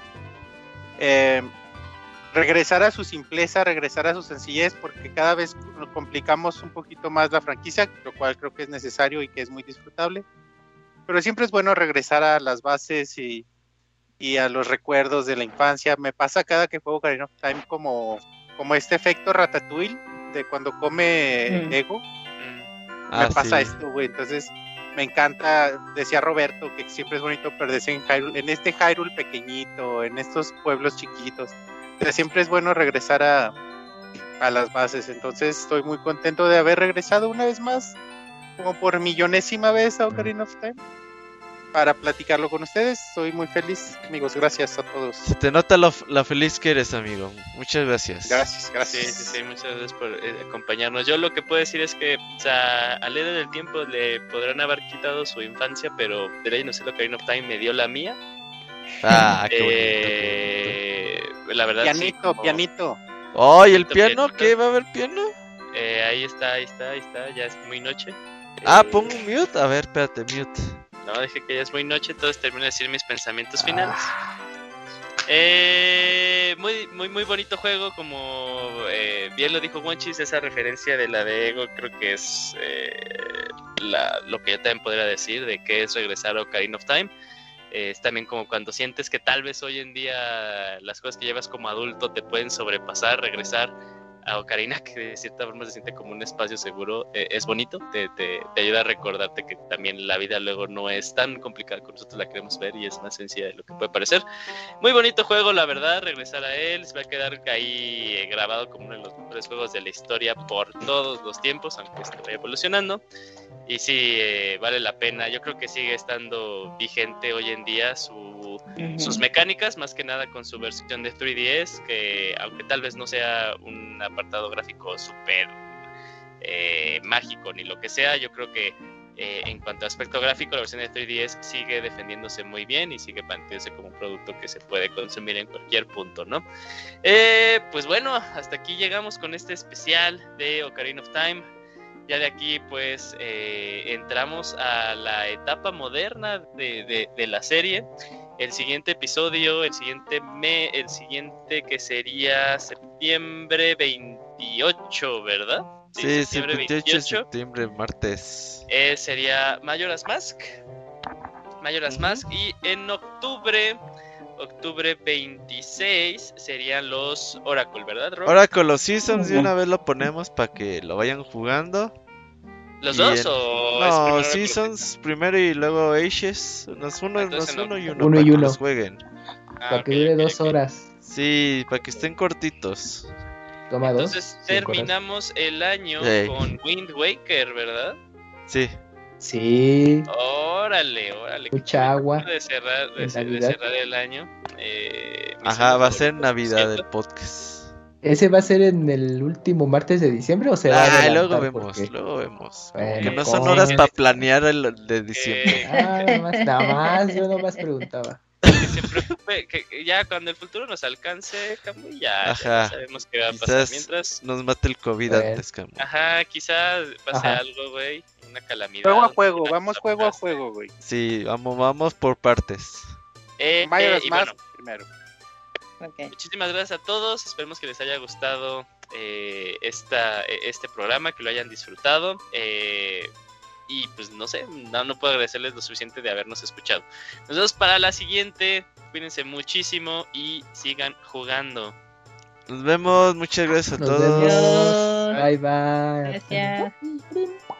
Regresar a su simpleza, regresar a su sencillez, porque cada vez complicamos un poquito más la franquicia, lo cual creo que es necesario y que es muy disfrutable. Pero siempre es bueno regresar a las bases y a los recuerdos de la infancia. Me pasa cada que juego Ocarina of Time como este efecto Ratatouille de cuando come Ego. Me pasa esto, güey. Entonces me encanta, decía Roberto, que siempre es bonito perderse en Hyrule, en este Hyrule pequeñito, en estos pueblos chiquitos. Pero siempre es bueno regresar a las bases. Entonces estoy muy contento de haber regresado una vez más, como por millonésima vez a Ocarina of Time, para platicarlo con ustedes. Soy muy feliz, amigos. Gracias a todos. Se te nota lo feliz que eres, amigo. Muchas gracias. Gracias. Sí, muchas gracias por acompañarnos. Yo lo que puedo decir es que, o sea, al Lede del tiempo le podrán haber quitado su infancia, pero The Legend of Zelda Ocarina of Time me dio la mía. Qué bonito. La verdad, pianito. Oh, ¿y el piano? ¿Qué? ¿Va a haber piano? Ahí está, ya es muy noche. Pongo mute. A ver, espérate, mute. No, dije que ya es muy noche, entonces termino de decir mis pensamientos finales. Muy bonito juego, como bien lo dijo Wonchis, esa referencia de la de Ego creo que es lo que yo también podría decir de que es regresar a Ocarina of Time. Es también como cuando sientes que tal vez hoy en día las cosas que llevas como adulto te pueden sobrepasar, regresar a Ocarina, que de cierta forma se siente como un espacio seguro, es bonito, te ayuda a recordarte que también la vida luego no es tan complicada como nosotros la queremos ver y es más sencilla de lo que puede parecer. Muy bonito juego, la verdad, regresar a él, se va a quedar ahí grabado como uno de los mejores juegos de la historia por todos los tiempos, aunque esto vaya evolucionando. Y sí, vale la pena. Yo creo que sigue estando vigente hoy en día sus mecánicas, más que nada con su versión de 3DS, que aunque tal vez no sea un apartado gráfico súper mágico ni lo que sea, yo creo que en cuanto a aspecto gráfico, la versión de 3DS sigue defendiéndose muy bien y sigue planteándose como un producto que se puede consumir en cualquier punto, ¿no? Pues bueno, hasta aquí llegamos con este especial de Ocarina of Time. Ya de aquí pues entramos a la etapa moderna de la serie. El siguiente episodio, el siguiente que sería septiembre 28, ¿verdad? Sí, septiembre 28 de septiembre, martes. Sería Majora's Mask. Y en octubre 26 serían los Oracle, ¿verdad, Rob? Oracle, los Seasons, de una vez lo ponemos para que lo vayan jugando. ¿Los dos o...? No, Seasons primero y luego Ages. Uno y uno para que los jueguen. Para que dure 2 horas. Sí, para que estén cortitos. Toma Entonces terminamos el año con Wind Waker, ¿verdad? Sí. Órale. Mucha agua. De cerrar el año. Va a ser Navidad el podcast. ¿Ese va a ser en el último martes de diciembre o se va a adelantar? Luego vemos. Bueno, que no son horas para planear el de diciembre. Nada más, yo nomás preguntaba. Que se preocupe, que ya cuando el futuro nos alcance, Camu, ya sabemos qué va a pasar. Mientras nos mate el COVID antes, Camu. Quizás pase algo, güey, una calamidad. Vamos juego a juego, güey. Sí, vamos por partes. Majora's Mask primero. Okay. Muchísimas gracias a todos, esperemos que les haya gustado este programa, que lo hayan disfrutado, y pues no sé, no puedo agradecerles lo suficiente de habernos escuchado. Nos vemos para la siguiente, cuídense muchísimo y sigan jugando. Nos vemos, muchas gracias a todos. Bye. Gracias.